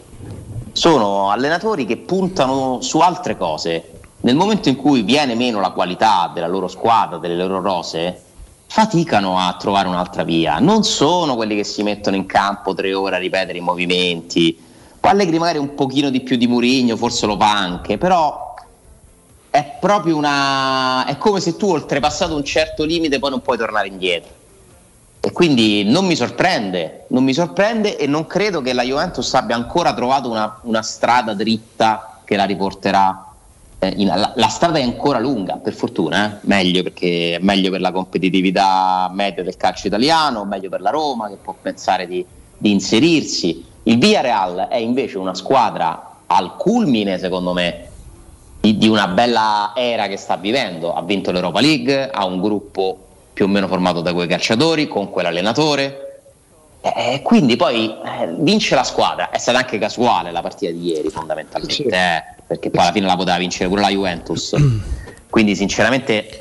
sono allenatori che puntano su altre cose. Nel momento in cui viene meno la qualità della loro squadra, delle loro rose, faticano a trovare un'altra via. Non sono quelli che si mettono in campo tre ore a ripetere i movimenti. Allegri magari un pochino di più di Mourinho, forse lo fa anche, però è proprio una... è come se tu oltrepassato un certo limite poi non puoi tornare indietro. E quindi non mi sorprende, non mi sorprende e non credo che la Juventus abbia ancora trovato una, una strada dritta che la riporterà. Eh, in, la, la strada è ancora lunga, per fortuna, eh? meglio perché è meglio per la competitività media del calcio italiano, meglio per la Roma che può pensare di, di inserirsi. Il Villarreal è invece una squadra al culmine, secondo me, di, di una bella era che sta vivendo. Ha vinto l'Europa League, ha un gruppo più o meno formato da quei calciatori, con quell'allenatore, e eh, quindi poi eh, vince la squadra. È stata anche casuale la partita di ieri, fondamentalmente, sì. eh, perché poi alla fine la poteva vincere pure la Juventus. Quindi sinceramente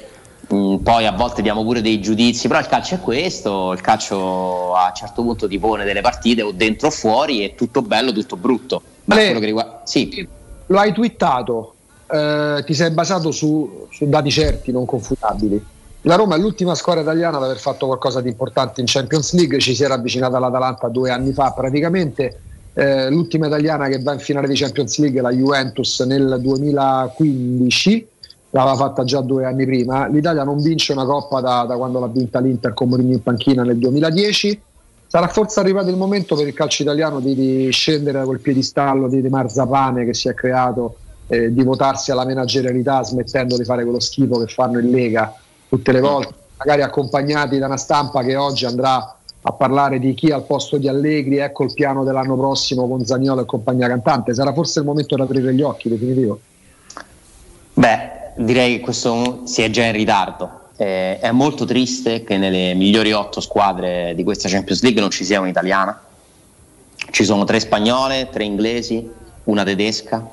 Mm, poi a volte diamo pure dei giudizi, però il calcio è questo, il calcio a un certo punto ti pone delle partite o dentro o fuori, è tutto bello, tutto brutto. Ma Ale, quello che riguarda... Sì. Lo hai twittato, eh, ti sei basato su, su dati certi, non confutabili. La Roma è l'ultima squadra italiana ad aver fatto qualcosa di importante in Champions League, ci si era avvicinata all'Atalanta due anni fa praticamente, eh, l'ultima italiana che va in finale di Champions League è la Juventus nel duemilaquindici, l'aveva fatta già due anni prima. L'Italia non vince una coppa da, da quando l'ha vinta l'Inter con Mourinho in panchina nel duemiladieci. Sarà forse arrivato il momento per il calcio italiano di, di scendere da quel piedistallo di, di marzapane che si è creato, eh, di votarsi alla managerialità smettendo di fare quello schifo che fanno in Lega tutte le volte, magari accompagnati da una stampa che oggi andrà a parlare di chi al posto di Allegri, ecco il piano dell'anno prossimo con Zaniolo e compagnia cantante. Sarà forse il momento di aprire gli occhi, definitivo? Beh, direi che questo si è già in ritardo. Eh, è molto triste che nelle migliori otto squadre di questa Champions League non ci sia un'italiana. Ci sono tre spagnole, tre inglesi, una tedesca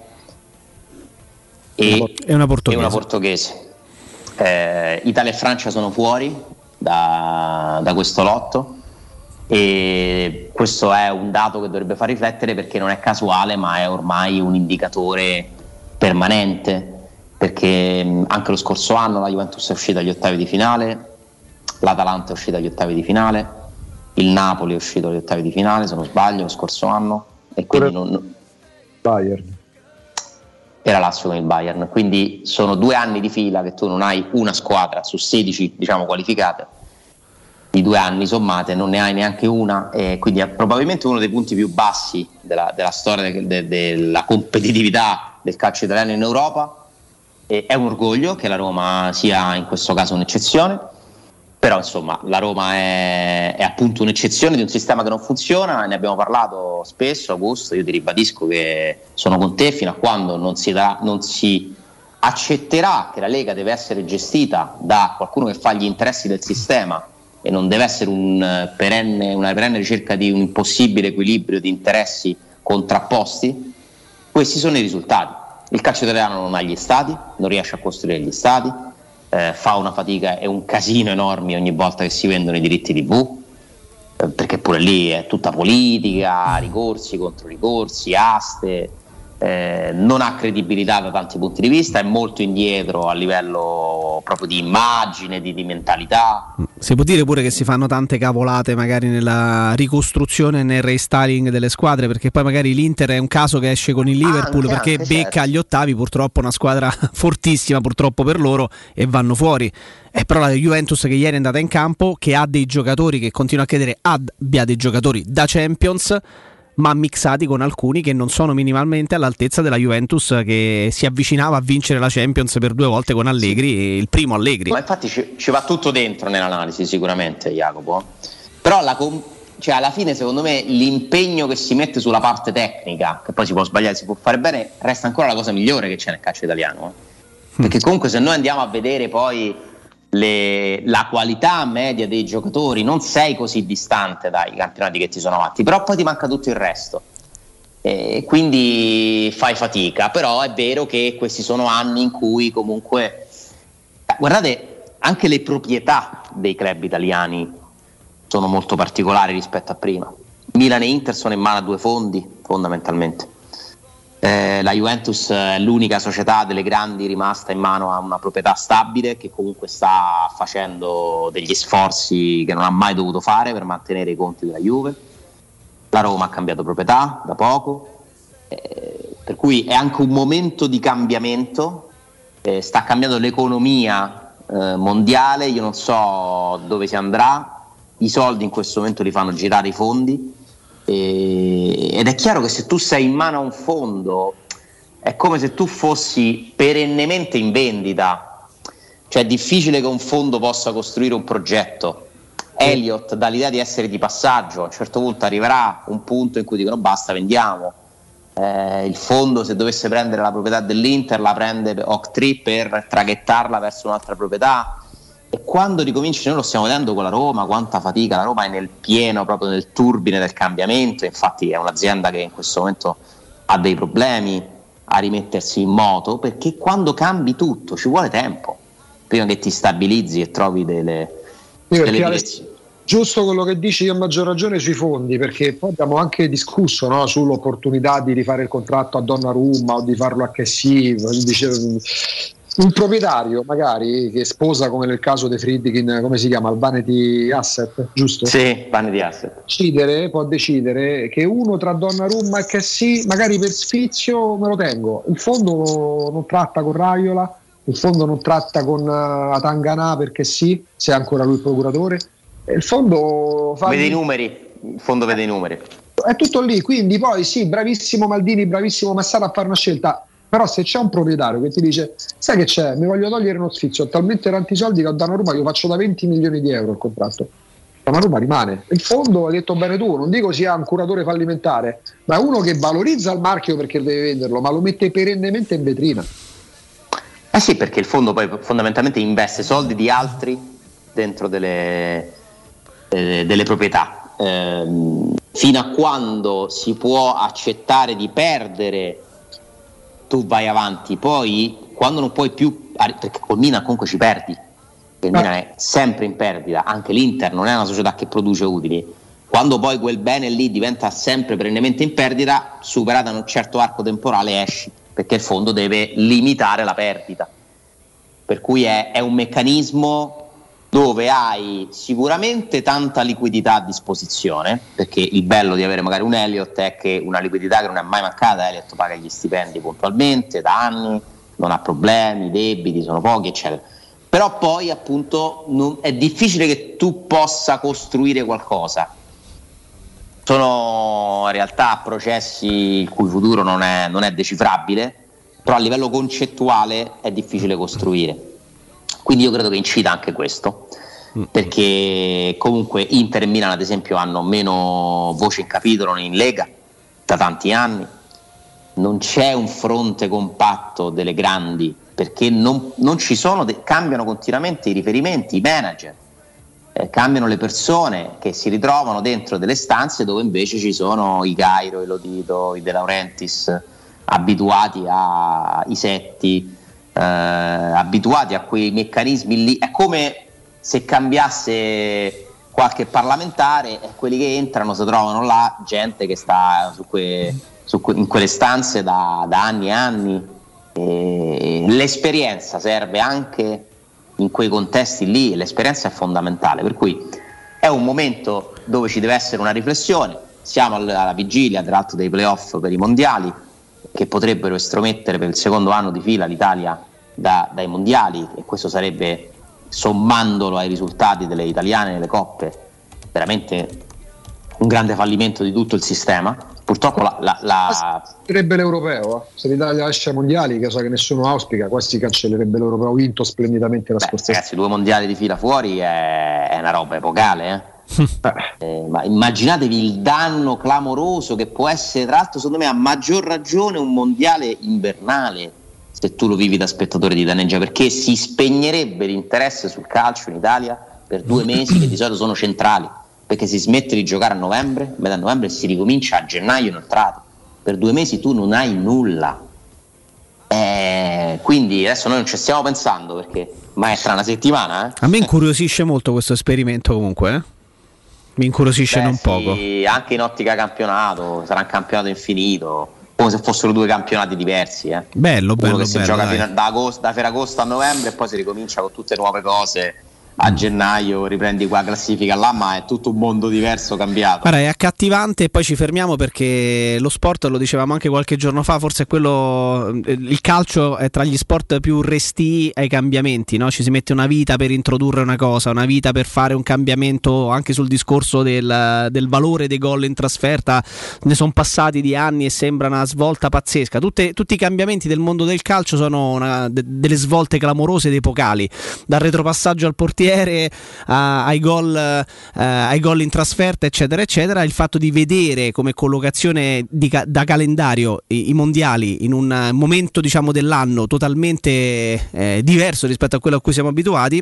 e, e una portoghese. E una portoghese. Eh, Italia e Francia sono fuori da, da questo lotto, e questo è un dato che dovrebbe far riflettere, perché non è casuale ma è ormai un indicatore permanente. Perché anche lo scorso anno la Juventus è uscita agli ottavi di finale, l'Atalanta è uscita agli ottavi di finale, il Napoli è uscito agli ottavi di finale, se non sbaglio, lo scorso anno, e quindi non... Bayern. Era Lazio con il Bayern, quindi sono due anni di fila che tu non hai una squadra su sedici, diciamo, qualificate, di due anni sommate non ne hai neanche una, e quindi è probabilmente uno dei punti più bassi della, della storia de, de, della competitività del calcio italiano in Europa. E è un orgoglio che la Roma sia in questo caso un'eccezione, però insomma la Roma è, è appunto un'eccezione di un sistema che non funziona, ne abbiamo parlato spesso. Augusto, io ti ribadisco che sono con te fino a quando non si, da, non si accetterà che la Lega deve essere gestita da qualcuno che fa gli interessi del sistema e non deve essere un perenne, una perenne ricerca di un impossibile equilibrio di interessi contrapposti. Questi sono i risultati. Il calcio italiano non ha gli stadi, non riesce a costruire gli stadi, eh, fa una fatica e un casino enorme ogni volta che si vendono i diritti tivù, eh, perché pure lì è tutta politica, ricorsi contro ricorsi, aste, eh, non ha credibilità da tanti punti di vista, è molto indietro a livello proprio di immagine, di, di mentalità. Si può dire pure che si fanno tante cavolate magari nella ricostruzione e nel restyling delle squadre, perché poi magari l'Inter è un caso che esce con il Liverpool, anche, perché anche, becca certo. agli ottavi purtroppo una squadra fortissima purtroppo per loro e vanno fuori. Eh, però la Juventus che ieri è andata in campo, che ha dei giocatori, che continua a chiedere abbia dei giocatori da Champions, ma mixati con alcuni che non sono minimalmente all'altezza della Juventus, che si avvicinava a vincere la Champions per due volte con Allegri, e il primo Allegri. Ma infatti ci, ci va tutto dentro nell'analisi sicuramente, Jacopo, però la, cioè alla fine secondo me l'impegno che si mette sulla parte tecnica, che poi si può sbagliare, si può fare bene, resta ancora la cosa migliore che c'è nel calcio italiano, eh? Perché comunque se noi andiamo a vedere poi Le, la qualità media dei giocatori, non sei così distante dai campionati che ti sono avanti, però poi ti manca tutto il resto e quindi fai fatica. Però è vero che questi sono anni in cui comunque, guardate, anche le proprietà dei club italiani sono molto particolari rispetto a prima. Milan e Inter sono in mano a due fondi fondamentalmente. Eh, la Juventus è l'unica società delle grandi rimasta in mano a una proprietà stabile, che comunque sta facendo degli sforzi che non ha mai dovuto fare per mantenere i conti della Juve. La Roma ha cambiato proprietà da poco, eh, per cui è anche un momento di cambiamento, eh, sta cambiando l'economia eh, mondiale, io non so dove si andrà, i soldi in questo momento li fanno girare i fondi. Ed è chiaro che se tu sei in mano a un fondo è come se tu fossi perennemente in vendita, cioè è difficile che un fondo possa costruire un progetto. Elliott dà l'idea di essere di passaggio, a un certo punto arriverà un punto in cui dicono basta, vendiamo. Eh, il fondo, se dovesse prendere la proprietà dell'Inter, la prende Oaktree per traghettarla verso un'altra proprietà. E quando ricominci, noi lo stiamo vedendo con la Roma, quanta fatica, la Roma è nel pieno, proprio nel turbine del cambiamento, infatti è un'azienda che in questo momento ha dei problemi a rimettersi in moto, perché quando cambi tutto ci vuole tempo, prima che ti stabilizzi e trovi delle, Sì, delle perché direzioni. giusto quello che dici, io a maggior ragione sui fondi, perché poi abbiamo anche discusso, no, sull'opportunità di rifare il contratto a Donnarumma o di farlo a Kessie. Un proprietario magari che sposa, come nel caso di Friedkin, come si chiama, il Vanity Asset, giusto? Sì, Vanity Asset. Decidere, può decidere che uno tra Donnarumma e Kessie, magari per sfizio me lo tengo. Il fondo non tratta con Raiola, il fondo non tratta con uh, Atangana perché sì, se è ancora lui il procuratore. Il fondo fa vede i numeri, il fondo vede i numeri. È tutto lì, quindi poi sì, bravissimo Maldini, bravissimo Massara a fare una scelta, però se c'è un proprietario che ti dice sai che c'è, mi voglio togliere uno sfizio, ho talmente tanti soldi che a Donnarumma io faccio da venti milioni di euro il contratto, Donnarumma rimane. Il fondo, hai detto bene tu, non dico sia un curatore fallimentare, ma è uno che valorizza il marchio perché deve venderlo, ma lo mette perennemente in vetrina. Eh sì, perché il fondo poi fondamentalmente investe soldi di altri dentro delle, eh, delle proprietà, eh, fino a quando si può accettare di perdere tu vai avanti, poi quando non puoi più, perché col Milan comunque ci perdi, il Milan è sempre in perdita, anche l'Inter non è una società che produce utili, quando poi quel bene lì diventa sempre perennemente in perdita, superata un certo arco temporale esci, perché il fondo deve limitare la perdita, per cui è, è un meccanismo dove hai sicuramente tanta liquidità a disposizione, perché il bello di avere magari un Elliott è che una liquidità che non è mai mancata, Elliott paga gli stipendi puntualmente da anni, non ha problemi, i debiti sono pochi eccetera, però poi appunto non, è difficile che tu possa costruire qualcosa, sono in realtà processi il cui futuro non è, non è decifrabile, però a livello concettuale è difficile costruire. Quindi io credo che incida anche questo, perché comunque Inter e Milan ad esempio hanno meno voce in capitolo in Lega da tanti anni, non c'è un fronte compatto delle grandi, perché non, non ci sono, de- cambiano continuamente i riferimenti, i manager, eh, cambiano le persone che si ritrovano dentro delle stanze dove invece ci sono i Cairo, i Lotito, i De Laurentiis, abituati ai setti, Eh, abituati a quei meccanismi lì. È come se cambiasse qualche parlamentare e quelli che entrano si trovano là gente che sta su que, su que, in quelle stanze da, da anni e anni, e l'esperienza serve anche in quei contesti lì, l'esperienza è fondamentale, per cui è un momento dove ci deve essere una riflessione. Siamo alla, alla vigilia tra l'altro dei playoff per i mondiali che potrebbero estromettere per il secondo anno di fila l'Italia da, dai mondiali, e questo sarebbe, sommandolo ai risultati delle italiane nelle coppe, veramente un grande fallimento di tutto il sistema. Purtroppo la, la, la... sarebbe l'europeo, eh. Se l'Italia esce ai mondiali, che so che nessuno auspica, quasi cancellerebbe l'europeo vinto splendidamente la Beh, scorsa. Ragazzi, due mondiali di fila fuori è, è una roba epocale, eh? Eh, ma immaginatevi il danno clamoroso che può essere, tra l'altro secondo me a maggior ragione un mondiale invernale, se tu lo vivi da spettatore di danneggia, perché si spegnerebbe l'interesse sul calcio in Italia per due mesi che di solito sono centrali, perché si smette di giocare a novembre, metà novembre, e si ricomincia a gennaio inoltrato. Per due mesi tu non hai nulla, eh, quindi adesso noi non ci stiamo pensando, perché ma è tra una settimana, eh? A me incuriosisce molto questo esperimento comunque, eh? Mi incuriosisce Beh, non sì, poco. Anche in ottica campionato, sarà un campionato infinito, come se fossero due campionati diversi, eh. Bello, bello, Uno che si bello, gioca dai. fino a- da, agosto, da Ferragosto a novembre e poi si ricomincia con tutte nuove cose a gennaio, riprendi qua classifica là, ma è tutto un mondo diverso, cambiato. Guarda, è accattivante, e poi ci fermiamo perché lo sport, lo dicevamo anche qualche giorno fa, forse è quello, il calcio è tra gli sport più restii ai cambiamenti, no? Ci si mette una vita per introdurre una cosa, una vita per fare un cambiamento anche sul discorso del, del valore dei gol in trasferta. Ne sono passati di anni e sembra una svolta pazzesca. Tutte, tutti i cambiamenti del mondo del calcio sono una, de, delle svolte clamorose ed epocali, dal retropassaggio al portiere a, ai gol eh, ai gol in trasferta eccetera eccetera. Il fatto di vedere come collocazione di, da calendario i, i mondiali in un momento, diciamo, dell'anno totalmente eh, diverso rispetto a quello a cui siamo abituati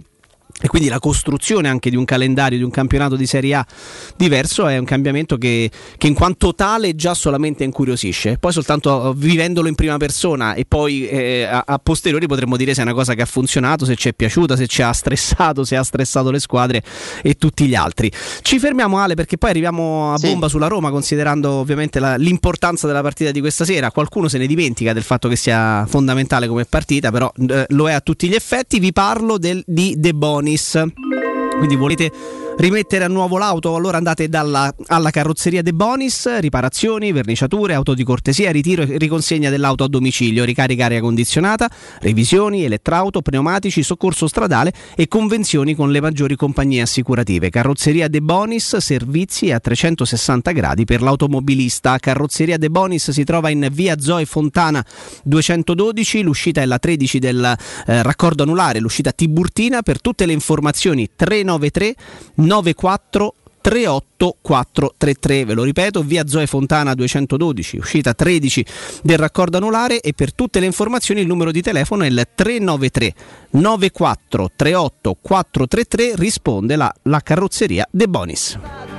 e quindi la costruzione anche di un calendario di un campionato di Serie A diverso è un cambiamento che, che in quanto tale già solamente incuriosisce. Poi soltanto vivendolo in prima persona e poi eh, a, a posteriori potremmo dire se è una cosa che ha funzionato, se ci è piaciuta, se ci ha stressato, se ha stressato le squadre e tutti gli altri. Ci fermiamo, Ale, perché poi arriviamo a Sì. bomba sulla Roma, considerando ovviamente la, l'importanza della partita di questa sera. Qualcuno se ne dimentica del fatto che sia fondamentale come partita, però eh, lo è a tutti gli effetti. Vi parlo del, di De Bonis. Quindi volete rimettere a nuovo l'auto? Allora andate dalla, alla carrozzeria De Bonis, riparazioni, verniciature, auto di cortesia, ritiro e riconsegna dell'auto a domicilio, ricarica aria condizionata, revisioni, elettrauto, pneumatici, soccorso stradale e convenzioni con le maggiori compagnie assicurative. Carrozzeria De Bonis, servizi a trecentosessanta gradi per l'automobilista. Carrozzeria De Bonis si trova in via Zoe Fontana duecentododici, l'uscita è la tredici del eh, raccordo anulare, l'uscita Tiburtina. Per tutte le informazioni tre nove tre nove quattro tre otto quattro tre tre, ve lo ripeto, via Zoe Fontana duecentododici, uscita tredici del raccordo anulare, e per tutte le informazioni il numero di telefono è il tre nove tre nove quattro tre otto quattro tre tre, risponde la, la carrozzeria De Bonis.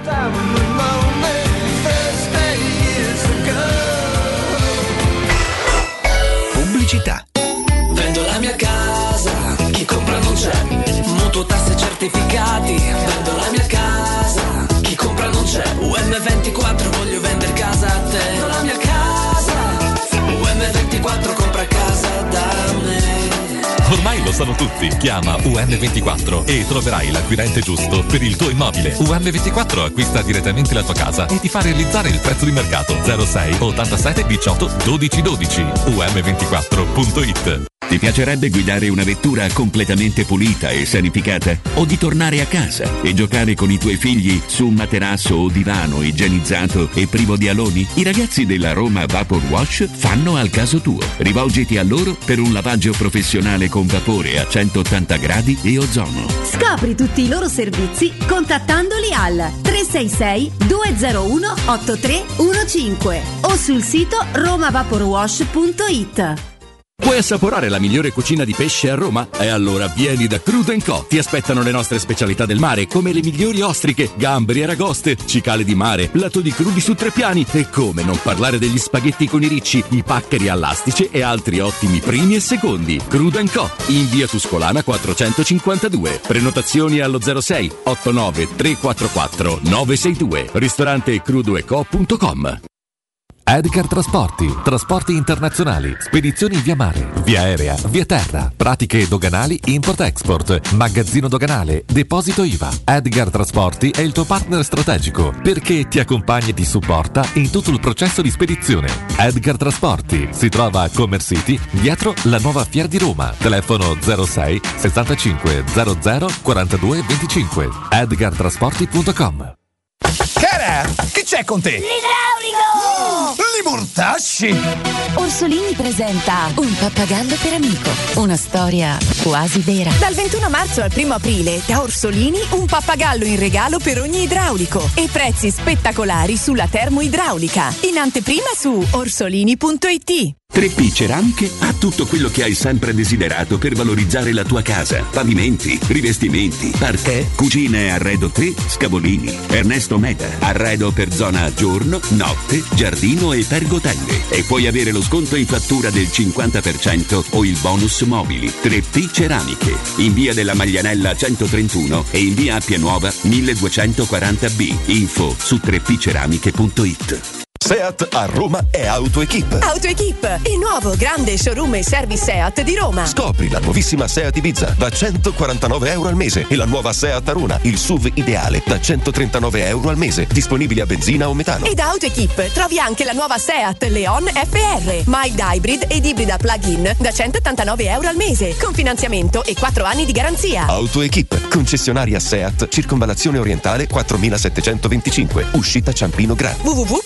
Pubblicità. Vendo la mia casa, chi compra non c'è. Mutuo, tasse, certificati. Vendo la mia casa, chi compra non c'è. U M ventiquattro, voglio vendere casa a te. Vendo la mia casa, U M ventiquattro, compra casa da me. Ormai lo sanno tutti. Chiama U M ventiquattro e troverai l'acquirente giusto per il tuo immobile. U M ventiquattro acquista direttamente la tua casa e ti fa realizzare il prezzo di mercato. zero sei ottantasette diciotto dodici dodici. U M ventiquattro punto it. Ti piacerebbe guidare una vettura completamente pulita e sanificata? O di tornare a casa e giocare con i tuoi figli su un materasso o divano igienizzato e privo di aloni? I ragazzi della Roma Vapor Wash fanno al caso tuo. Rivolgiti a loro per un lavaggio professionale con vapore a centottanta gradi e ozono. Scopri tutti i loro servizi contattandoli al tre sei sei due zero uno otto tre uno cinque o sul sito roma vapor wash punto it. Vuoi assaporare la migliore cucina di pesce a Roma? E allora vieni da Crudo and Co. Ti aspettano le nostre specialità del mare, come le migliori ostriche, gamberi, aragoste, cicale di mare, plato di crudi su tre piani e come non parlare degli spaghetti con i ricci, i paccheri all'astice e altri ottimi primi e secondi. Crudo and Co. in via Tuscolana quattrocentocinquantadue. Prenotazioni allo zero sei otto nove tre quattro quattro nove sei due. Ristorante crudo e co punto com. Edgar Trasporti, trasporti internazionali, spedizioni via mare, via aerea, via terra, pratiche doganali import-export, magazzino doganale, deposito I V A. Edgar Trasporti è il tuo partner strategico perché ti accompagna e ti supporta in tutto il processo di spedizione. Edgar Trasporti si trova a Commerce City, dietro la nuova Fiera di Roma. Telefono zero sei sessantacinque zero zero quarantadue venticinque. edgar trasporti punto com. Cara, che c'è con te? L'idraulico! Li mortasci! Orsolini presenta Un pappagallo per amico. Una storia quasi vera. Dal ventuno marzo al primo aprile da Orsolini un pappagallo in regalo per ogni idraulico e prezzi spettacolari sulla termoidraulica. In anteprima su orsolini punto it. tre P Ceramiche ha tutto quello che hai sempre desiderato per valorizzare la tua casa. Pavimenti, rivestimenti, parquet, cucine e arredo tre, Scavolini. Ernesto Meda, arredo per zona giorno, notte, giardino e pergotelle. E puoi avere lo sconto in fattura del cinquanta per cento o il bonus mobili. tre P Ceramiche, in via della Maglianella centotrentuno e in via Appia Nuova milleduecentoquaranta B. Info su tre p ceramiche punto it. Seat a Roma è AutoEquip. AutoEquip, il nuovo grande showroom e service Seat di Roma. Scopri la nuovissima Seat Ibiza da centoquarantanove euro al mese e la nuova Seat Arona, il S U V ideale, da centotrentanove euro al mese, disponibili a benzina o metano. E da AutoEquip trovi anche la nuova Seat Leon F R, mild hybrid ed ibrida plug-in da centottantanove euro al mese, con finanziamento e quattro anni di garanzia. AutoEquip, concessionaria Seat, circonvallazione orientale quattromilasettecentoventicinque, uscita Ciampino Grande. w w w punto gruppo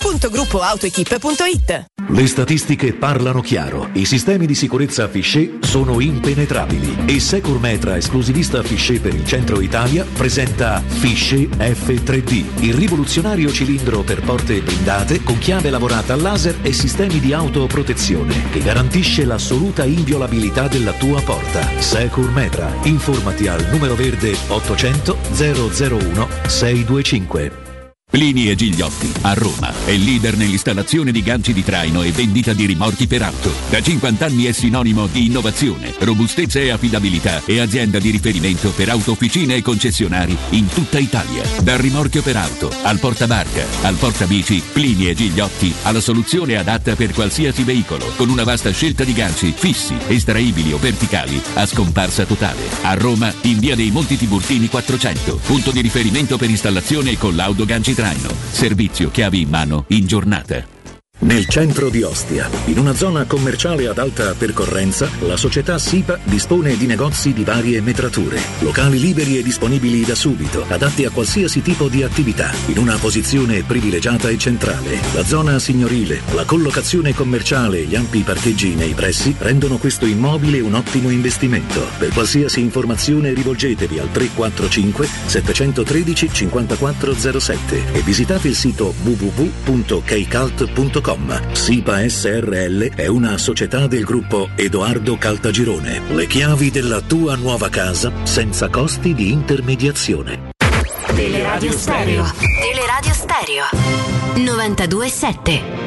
gruppo autoequip punto it. Le statistiche parlano chiaro. I sistemi di sicurezza Fichet sono impenetrabili e Securmetra, esclusivista Fichet per il centro Italia, presenta Fichet F tre D, il rivoluzionario cilindro per porte blindate con chiave lavorata a laser e sistemi di autoprotezione che garantisce l'assoluta inviolabilità della tua porta. Securmetra. Informati al numero verde ottocento zero zero uno sei due cinque. Plini e Gigliotti, a Roma, è leader nell'installazione di ganci di traino e vendita di rimorchi per auto. Da cinquanta anni è sinonimo di innovazione, robustezza e affidabilità e azienda di riferimento per autofficine e concessionari in tutta Italia. Dal rimorchio per auto, al portabarca, al portabici, Plini e Gigliotti ha la soluzione adatta per qualsiasi veicolo, con una vasta scelta di ganci fissi, estraibili o verticali, a scomparsa totale. A Roma, in via dei Monti Tiburtini quattrocento, punto di riferimento per installazione e collaudo ganci traino. Servizio chiavi in mano in giornata. Nel centro di Ostia, in una zona commerciale ad alta percorrenza, la società SIPA dispone di negozi di varie metrature, locali liberi e disponibili da subito, adatti a qualsiasi tipo di attività, in una posizione privilegiata e centrale. La zona signorile, la collocazione commerciale e gli ampi parcheggi nei pressi rendono questo immobile un ottimo investimento. Per qualsiasi informazione rivolgetevi al tre quattro cinque sette uno tre cinque zero sette e visitate il sito w w w punto keicalt punto com. SIPA S R L è una società del gruppo Edoardo Caltagirone. Le chiavi della tua nuova casa senza costi di intermediazione. Teleradio Stereo. Teleradio Stereo. novantadue sette.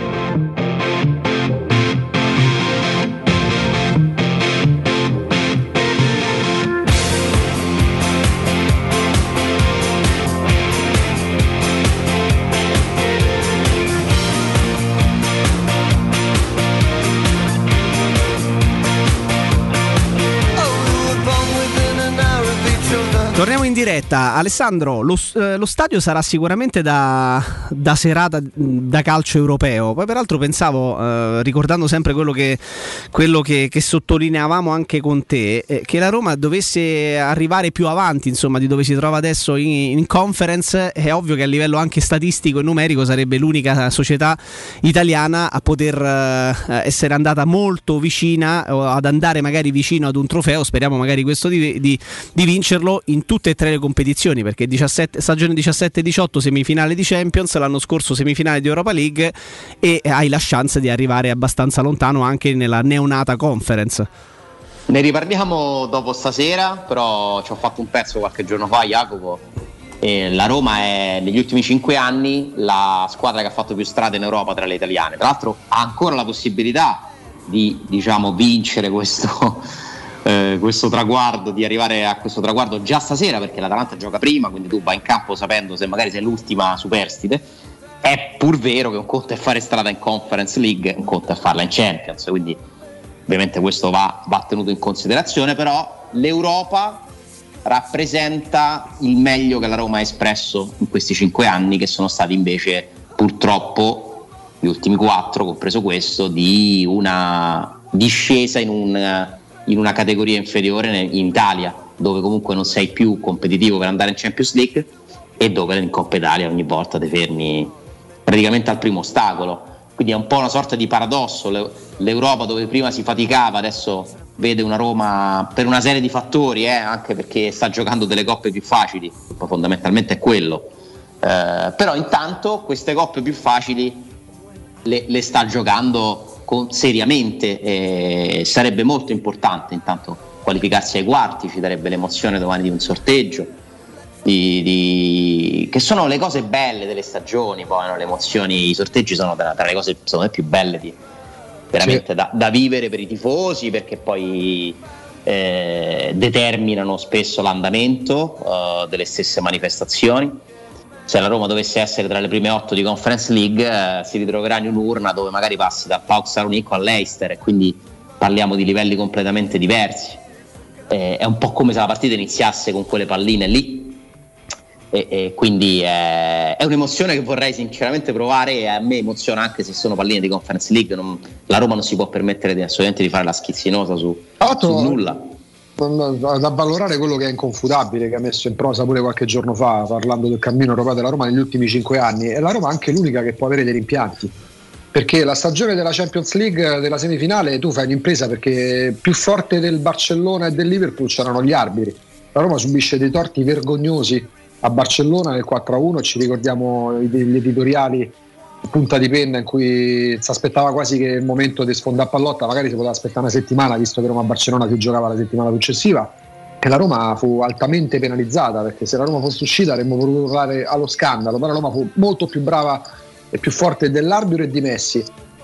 Torniamo in diretta. Alessandro, lo, eh, lo stadio sarà sicuramente da, da serata da calcio europeo. Poi peraltro pensavo, eh, ricordando sempre quello che, quello che, che sottolineavamo anche con te, eh, che la Roma dovesse arrivare più avanti, insomma, di dove si trova adesso in, in conference. È ovvio che a livello anche statistico e numerico sarebbe l'unica società italiana a poter eh, essere andata molto vicina, o ad andare magari vicino ad un trofeo. Speriamo magari questo di, di, di vincerlo in tutte e tre le competizioni, perché diciassette, stagione diciassette diciotto semifinale di Champions, l'anno scorso semifinale di Europa League, e hai la chance di arrivare abbastanza lontano anche nella neonata conference. Ne riparliamo dopo stasera, però ci ho fatto un pezzo qualche giorno fa, Jacopo, e la Roma è negli ultimi cinque anni la squadra che ha fatto più strade in Europa tra le italiane. Tra l'altro ha ancora la possibilità di, diciamo, vincere questo Eh, questo traguardo, di arrivare a questo traguardo già stasera, perché l'Atalanta gioca prima, quindi tu vai in campo sapendo se magari sei l'ultima superstite. È pur vero che un conto è fare strada in Conference League, un conto è farla in Champions, quindi ovviamente questo va, va tenuto in considerazione, però l'Europa rappresenta il meglio che la Roma ha espresso in questi cinque anni, che sono stati invece purtroppo gli ultimi quattro, compreso questo, di una discesa in un in una categoria inferiore in Italia, dove comunque non sei più competitivo per andare in Champions League e dove in Coppa Italia ogni volta ti fermi praticamente al primo ostacolo. Quindi è un po' una sorta di paradosso. L'Europa, dove prima si faticava, adesso vede una Roma, per una serie di fattori, eh, anche perché sta giocando delle coppe più facili, poi fondamentalmente è quello, eh, però intanto queste coppe più facili le, le sta giocando con, seriamente. Eh, sarebbe molto importante intanto qualificarsi ai quarti, ci darebbe l'emozione domani di un sorteggio, di, di... che sono le cose belle delle stagioni. Poi no? Le emozioni, i sorteggi sono tra, tra le cose secondo me più belle di, veramente sì. da, da vivere per i tifosi, perché poi eh, determinano spesso l'andamento uh, delle stesse manifestazioni. Se la Roma dovesse essere tra le prime otto di Conference League, eh, si ritroverà in un'urna dove magari passi da Pauk Salonico all'Eister, e quindi parliamo di livelli completamente diversi. Eh, è un po' come se la partita iniziasse con quelle palline lì, e, e quindi eh, è un'emozione che vorrei sinceramente provare, e a me emoziona anche se sono palline di Conference League. Non, la Roma non si può permettere di, assolutamente di fare la schizzinosa su, su nulla. Da valorare quello che è inconfutabile, che ha messo in prosa pure qualche giorno fa, parlando del cammino europeo della Roma negli ultimi cinque anni. E la Roma è anche l'unica che può avere dei rimpianti, perché la stagione della Champions League della semifinale tu fai un'impresa, perché più forte del Barcellona e del Liverpool c'erano gli arbitri. La Roma subisce dei torti vergognosi a Barcellona nel quattro a uno, ci ricordiamo gli editoriali punta di penna in cui si aspettava quasi che il momento di sfondare pallotta, magari si poteva aspettare una settimana, visto che Roma-Barcellona si giocava la settimana successiva, e la Roma fu altamente penalizzata, perché se la Roma fosse uscita avremmo potuto parlare allo scandalo, però la Roma fu molto più brava e più forte dell'arbitro e di Messi.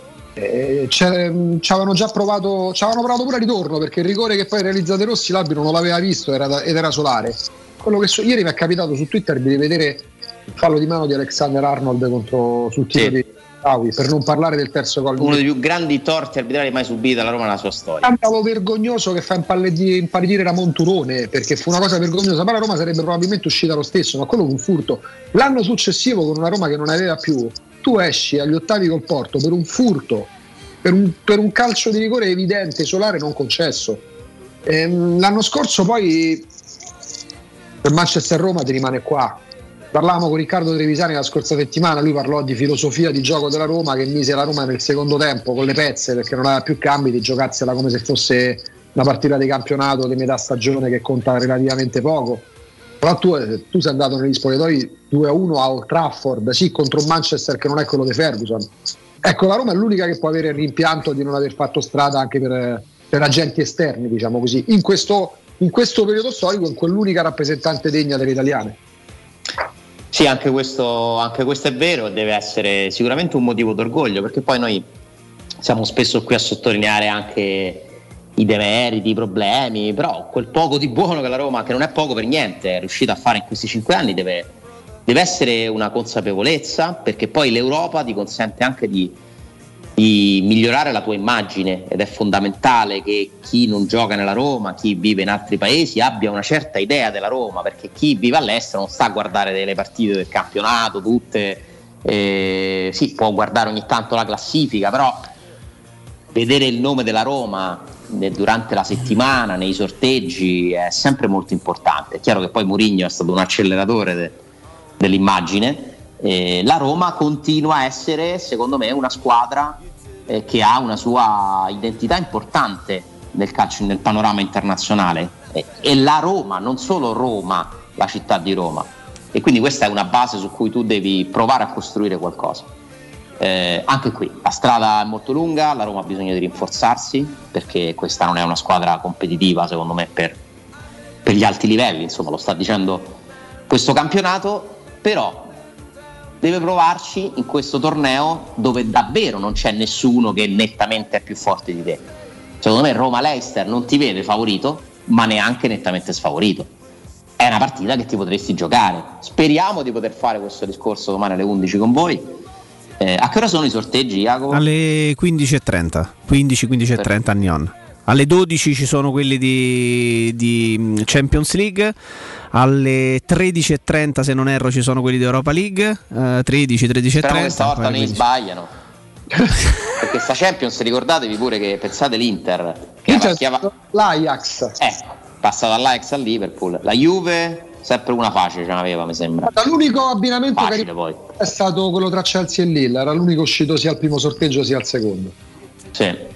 E ci avevano già provato, ci avevano provato pure a ritorno, perché il rigore che poi realizza De Rossi l'arbitro non l'aveva visto, era, ed era solare. Quello che so, ieri mi è capitato su Twitter di vedere il fallo di mano di Alexander Arnold contro, sul tiro sì. di Aui, per non parlare del terzo gol. Uno dei più grandi torti arbitrali mai subiti dalla Roma nella sua storia. Scandalo vergognoso che fa impallidire Ramon Turone, perché fu una cosa vergognosa, ma la Roma sarebbe probabilmente uscita lo stesso, ma quello fu un furto. L'anno successivo, con una Roma che non aveva più, tu esci agli ottavi col Porto per un furto, per un, per un calcio di rigore evidente, solare, non concesso. Ehm, l'anno scorso poi per Manchester Roma ti rimane qua. Parlavamo con Riccardo Trevisani la scorsa settimana, lui parlò di filosofia di gioco della Roma, che mise la Roma nel secondo tempo con le pezze, perché non aveva più cambi, di giocarsela come se fosse una partita di campionato di metà stagione che conta relativamente poco. Però tu, tu sei andato negli spogliatoi due a uno a Old Trafford, sì, contro un Manchester che non è quello di Ferguson. Ecco, la Roma è l'unica che può avere il rimpianto di non aver fatto strada anche per, per agenti esterni, diciamo così, in questo, in questo periodo storico, in quell'unica rappresentante degna delle italiane. Sì, anche questo, anche questo è vero, deve essere sicuramente un motivo d'orgoglio, perché poi noi siamo spesso qui a sottolineare anche i demeriti, i problemi, però quel poco di buono che la Roma, che non è poco per niente, è riuscita a fare in questi cinque anni, deve, deve essere una consapevolezza, perché poi l'Europa ti consente anche di, di migliorare la tua immagine, ed è fondamentale che chi non gioca nella Roma, chi vive in altri paesi, abbia una certa idea della Roma, perché chi vive all'estero non sta a guardare delle partite del campionato tutte, eh, sì, può guardare ogni tanto la classifica, però vedere il nome della Roma durante la settimana nei sorteggi è sempre molto importante. È chiaro che poi Mourinho è stato un acceleratore de, dell'immagine. Eh, la Roma continua a essere, secondo me, una squadra eh, che ha una sua identità importante nel calcio, nel panorama internazionale, eh, e la Roma, non solo Roma, la città di Roma, e quindi questa è una base su cui tu devi provare a costruire qualcosa. Eh, anche qui la strada è molto lunga, la Roma ha bisogno di rinforzarsi, perché questa non è una squadra competitiva, secondo me, per, per gli alti livelli, insomma, lo sta dicendo questo campionato, però deve provarci in questo torneo dove davvero non c'è nessuno che nettamente è più forte di te. Secondo me Roma-Leicester non ti vede favorito, ma neanche nettamente sfavorito. È una partita che ti potresti giocare. Speriamo di poter fare questo discorso domani alle undici con voi. Eh, a che ora sono i sorteggi, Jacopo? Alle quindici e trenta quindici quindici e trenta a Nyon. Alle dodici ci sono quelli di, di Champions League, alle tredici e trenta se non erro ci sono quelli di Europa League, uh, tredici tredici e trenta. Speriamo che stavolta non gli sbagliano, perché sta Champions, ricordatevi pure che pensate l'Inter che Inter chiava... l'Ajax eh, passa dall'Ajax al Liverpool, la Juve sempre una facile ce n'aveva, mi sembra. L'unico abbinamento facile, che poi è stato quello tra Chelsea e Lille, era l'unico uscito sia al primo sorteggio sia al secondo. Sì.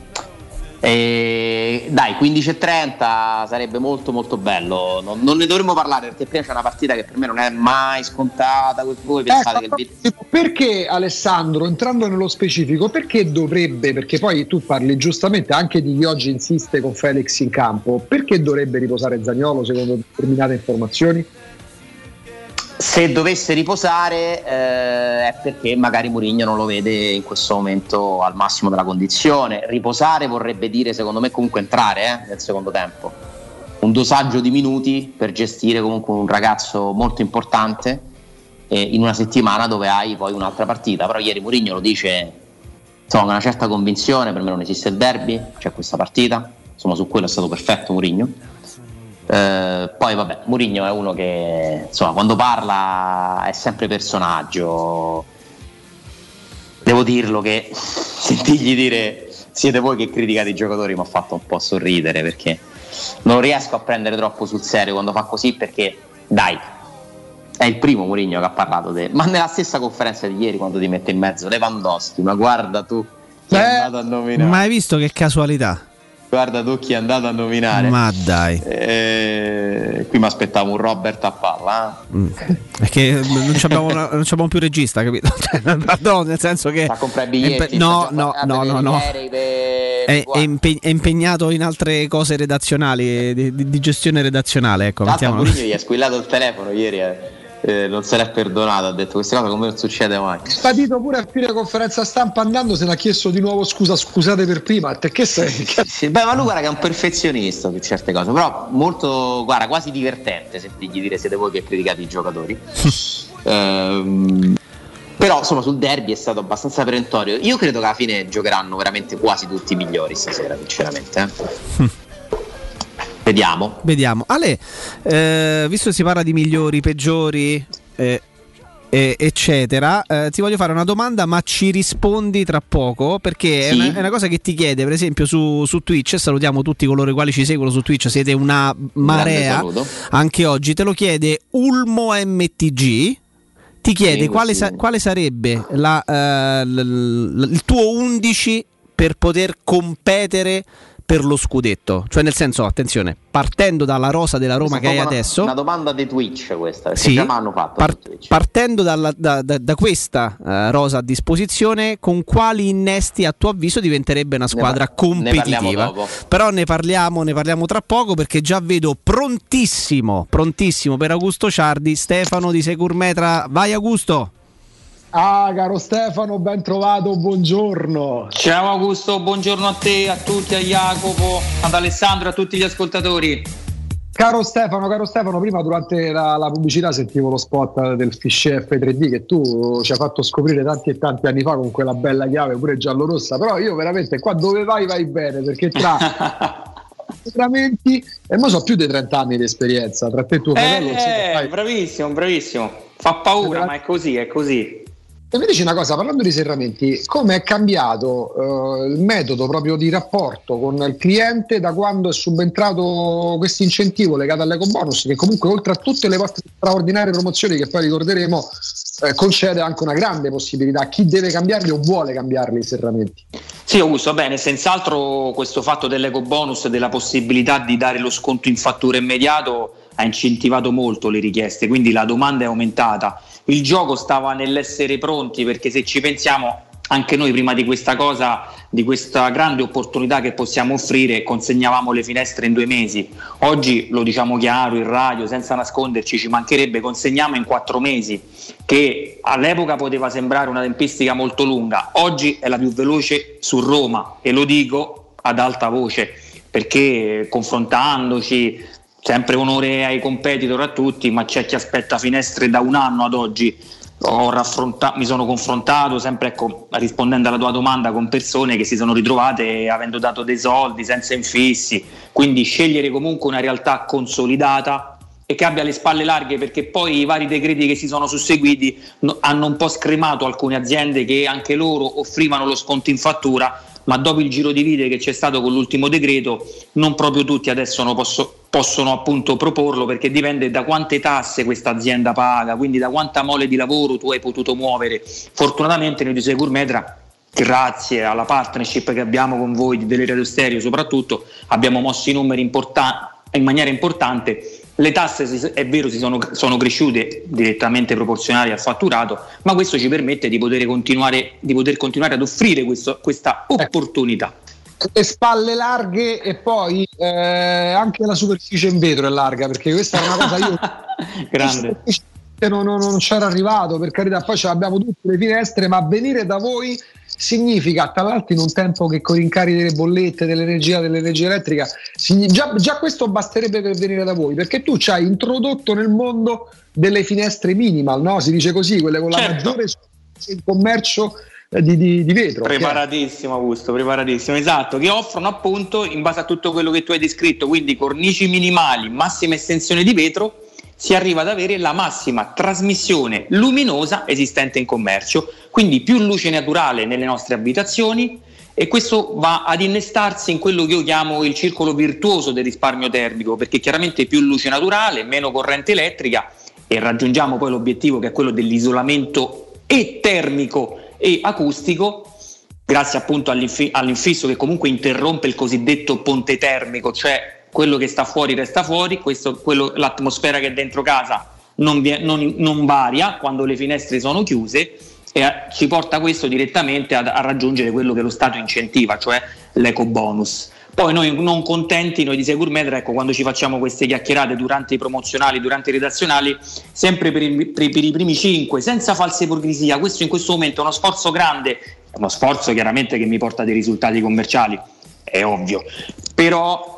E dai, quindici e trenta sarebbe molto molto bello. Non, non ne dovremmo parlare, perché prima c'è una partita che per me non è mai scontata. Voi pensate ecco, che il... perché, Alessandro, entrando nello specifico, perché dovrebbe, perché poi tu parli giustamente anche di chi oggi insiste con Felix in campo, perché dovrebbe riposare Zaniolo secondo determinate informazioni? Se dovesse riposare eh, è perché magari Mourinho non lo vede in questo momento al massimo della condizione. Riposare vorrebbe dire, secondo me, comunque entrare eh, nel secondo tempo, un dosaggio di minuti per gestire comunque un ragazzo molto importante eh, in una settimana dove hai poi un'altra partita. Però ieri Mourinho lo dice, insomma, con una certa convinzione: per me non esiste il derby, c'è questa partita. Insomma, su quello è stato perfetto Mourinho. Uh, poi vabbè, Mourinho è uno che, insomma, quando parla è sempre personaggio. Devo dirlo che sentirgli dire siete voi che criticate i giocatori mi ha fatto un po' sorridere, perché non riesco a prendere troppo sul serio quando fa così, perché dai, È il primo Mourinho che ha parlato de... ma nella stessa conferenza di ieri, quando ti mette in mezzo Lewandowski, ma guarda tu chi è andato a nominare. Ma hai visto che casualità? Guarda tu chi è andato a nominare. Ma dai. Eh, qui mi aspettavo un Robert a palla. Eh? Mm. Perché non abbiamo, una, non abbiamo più regista, capito? No, nel senso che. Sta a comprare i biglietti. No, no, no, no, no. È, è, impe- è impegnato in altre cose redazionali, di, di, di gestione redazionale. Ecco, mettiamo. Mourinho gli ha squillato il telefono ieri. Eh. Eh, non se l'è perdonato, ha detto queste cose come non succede mai. Spadito pure a fine conferenza stampa andando, se ne ha chiesto di nuovo scusa, scusate per prima. Te che sei? Sì, beh, ma lui guarda che è un perfezionista su certe cose, però molto, guarda, quasi divertente sentirgli dire siete voi che criticate i giocatori. ehm, però insomma sul derby è stato abbastanza perentorio. Io credo che alla fine giocheranno veramente quasi tutti i migliori stasera, sinceramente. Eh. Vediamo. Vediamo. Ale, eh, visto che si parla di migliori, peggiori, eh, eh, eccetera, eh, ti voglio fare una domanda, ma ci rispondi tra poco, perché sì. è, una, è una cosa che ti chiede, per esempio, su, su Twitch. Salutiamo tutti coloro i quali ci seguono su Twitch, siete una marea. Anche oggi te lo chiede Ulmo M T G. Ti chiede sì, quale, sa- quale sarebbe la, uh, l- l- il tuo undici per poter competere per lo scudetto, cioè nel senso, attenzione, partendo dalla rosa della Roma che hai una, adesso, una domanda di Twitch questa, perché sì, già mi hanno fatto par- partendo dalla, da, da, da questa uh, rosa a disposizione, con quali innesti a tuo avviso diventerebbe una squadra ne par- competitiva? Ne Però ne parliamo, ne parliamo tra poco, perché già vedo prontissimo, prontissimo per Augusto Ciardi, Stefano di Securmetra. Vai Augusto! Ah, caro Stefano, ben trovato, buongiorno. Ciao Augusto, buongiorno a te, a tutti, a Jacopo, ad Alessandro, a tutti gli ascoltatori. Caro Stefano, caro Stefano, prima durante la, la pubblicità sentivo lo spot del Fichet F tre D che tu ci hai fatto scoprire tanti e tanti anni fa con quella bella chiave pure giallorossa, però io veramente qua dove vai vai bene, perché tra allenamenti e mo so più di trenta anni di esperienza tra te e tuo fratello. Eh, bravissimo, bravissimo, fa paura, ma è così, è così. E mi dici una cosa, parlando di Serramenti, come è cambiato uh, il metodo proprio di rapporto con il cliente da quando è subentrato questo incentivo legato all'ecobonus, che comunque oltre a tutte le vostre straordinarie promozioni che poi ricorderemo eh, concede anche una grande possibilità a chi deve cambiarli o vuole cambiarli i Serramenti? Sì Augusto, bene, senz'altro questo fatto dell'ecobonus, della possibilità di dare lo sconto in fattura immediato ha incentivato molto le richieste, quindi la domanda è aumentata. Il gioco stava nell'essere pronti, perché se ci pensiamo anche noi prima di questa cosa, di questa grande opportunità che possiamo offrire, consegnavamo le finestre in due mesi. Oggi lo diciamo chiaro in radio, senza nasconderci, ci mancherebbe, consegniamo in quattro mesi, che all'epoca poteva sembrare una tempistica molto lunga, oggi è la più veloce su Roma, e lo dico ad alta voce perché confrontandoci, sempre onore ai competitor, a tutti, ma c'è chi aspetta finestre da un anno ad oggi. Ho raffronta- mi sono confrontato sempre, ecco, rispondendo alla tua domanda, con persone che si sono ritrovate avendo dato dei soldi senza infissi, quindi scegliere comunque una realtà consolidata e che abbia le spalle larghe, perché poi i vari decreti che si sono susseguiti no, hanno un po' scremato alcune aziende che anche loro offrivano lo sconto in fattura, ma dopo il giro di vite che c'è stato con l'ultimo decreto non proprio tutti adesso non posso, possono appunto proporlo, perché dipende da quante tasse questa azienda paga, quindi da quanta mole di lavoro tu hai potuto muovere. Fortunatamente noi di Securmetra, grazie alla partnership che abbiamo con voi di Teleradio Stereo soprattutto, abbiamo mosso i numeri importan- in maniera importante. Le tasse è vero si sono, sono cresciute direttamente proporzionali al fatturato, ma questo ci permette di poter continuare, di poter continuare ad offrire questo, questa opportunità. Le spalle larghe e poi eh, anche la superficie in vetro è larga, perché questa è una cosa io grande. Non, non, non c'era arrivato, per carità, poi ce l'abbiamo tutte le finestre, ma venire da voi significa, tra l'altro in un tempo che con i rincari delle bollette, dell'energia, dell'energia elettrica, già, già questo basterebbe per venire da voi, perché tu ci hai introdotto nel mondo delle finestre minimal, no? Si dice così, quelle con la certo. maggiore in commercio di, di, di vetro. Preparatissimo Augusto, preparatissimo, esatto, che offrono appunto in base a tutto quello che tu hai descritto, quindi cornici minimali, massima estensione di vetro, si arriva ad avere la massima trasmissione luminosa esistente in commercio, quindi più luce naturale nelle nostre abitazioni, e questo va ad innestarsi in quello che io chiamo il circolo virtuoso del risparmio termico, perché chiaramente più luce naturale, meno corrente elettrica e raggiungiamo poi l'obiettivo che è quello dell'isolamento e termico e acustico, grazie appunto all'infi- all'infisso che comunque interrompe il cosiddetto ponte termico, cioè quello che sta fuori resta fuori, questo, quello, l'atmosfera che è dentro casa non, vi- non, non varia quando le finestre sono chiuse, e a- ci porta questo direttamente a, a raggiungere quello che lo Stato incentiva, cioè l'eco bonus. Poi noi non contenti, noi di Securmetra, ecco, quando ci facciamo queste chiacchierate durante i promozionali, durante i redazionali, sempre per, il, per, per i primi cinque, senza falsa ipocrisia, questo in questo momento è uno sforzo grande, uno sforzo chiaramente che mi porta dei risultati commerciali, è ovvio, però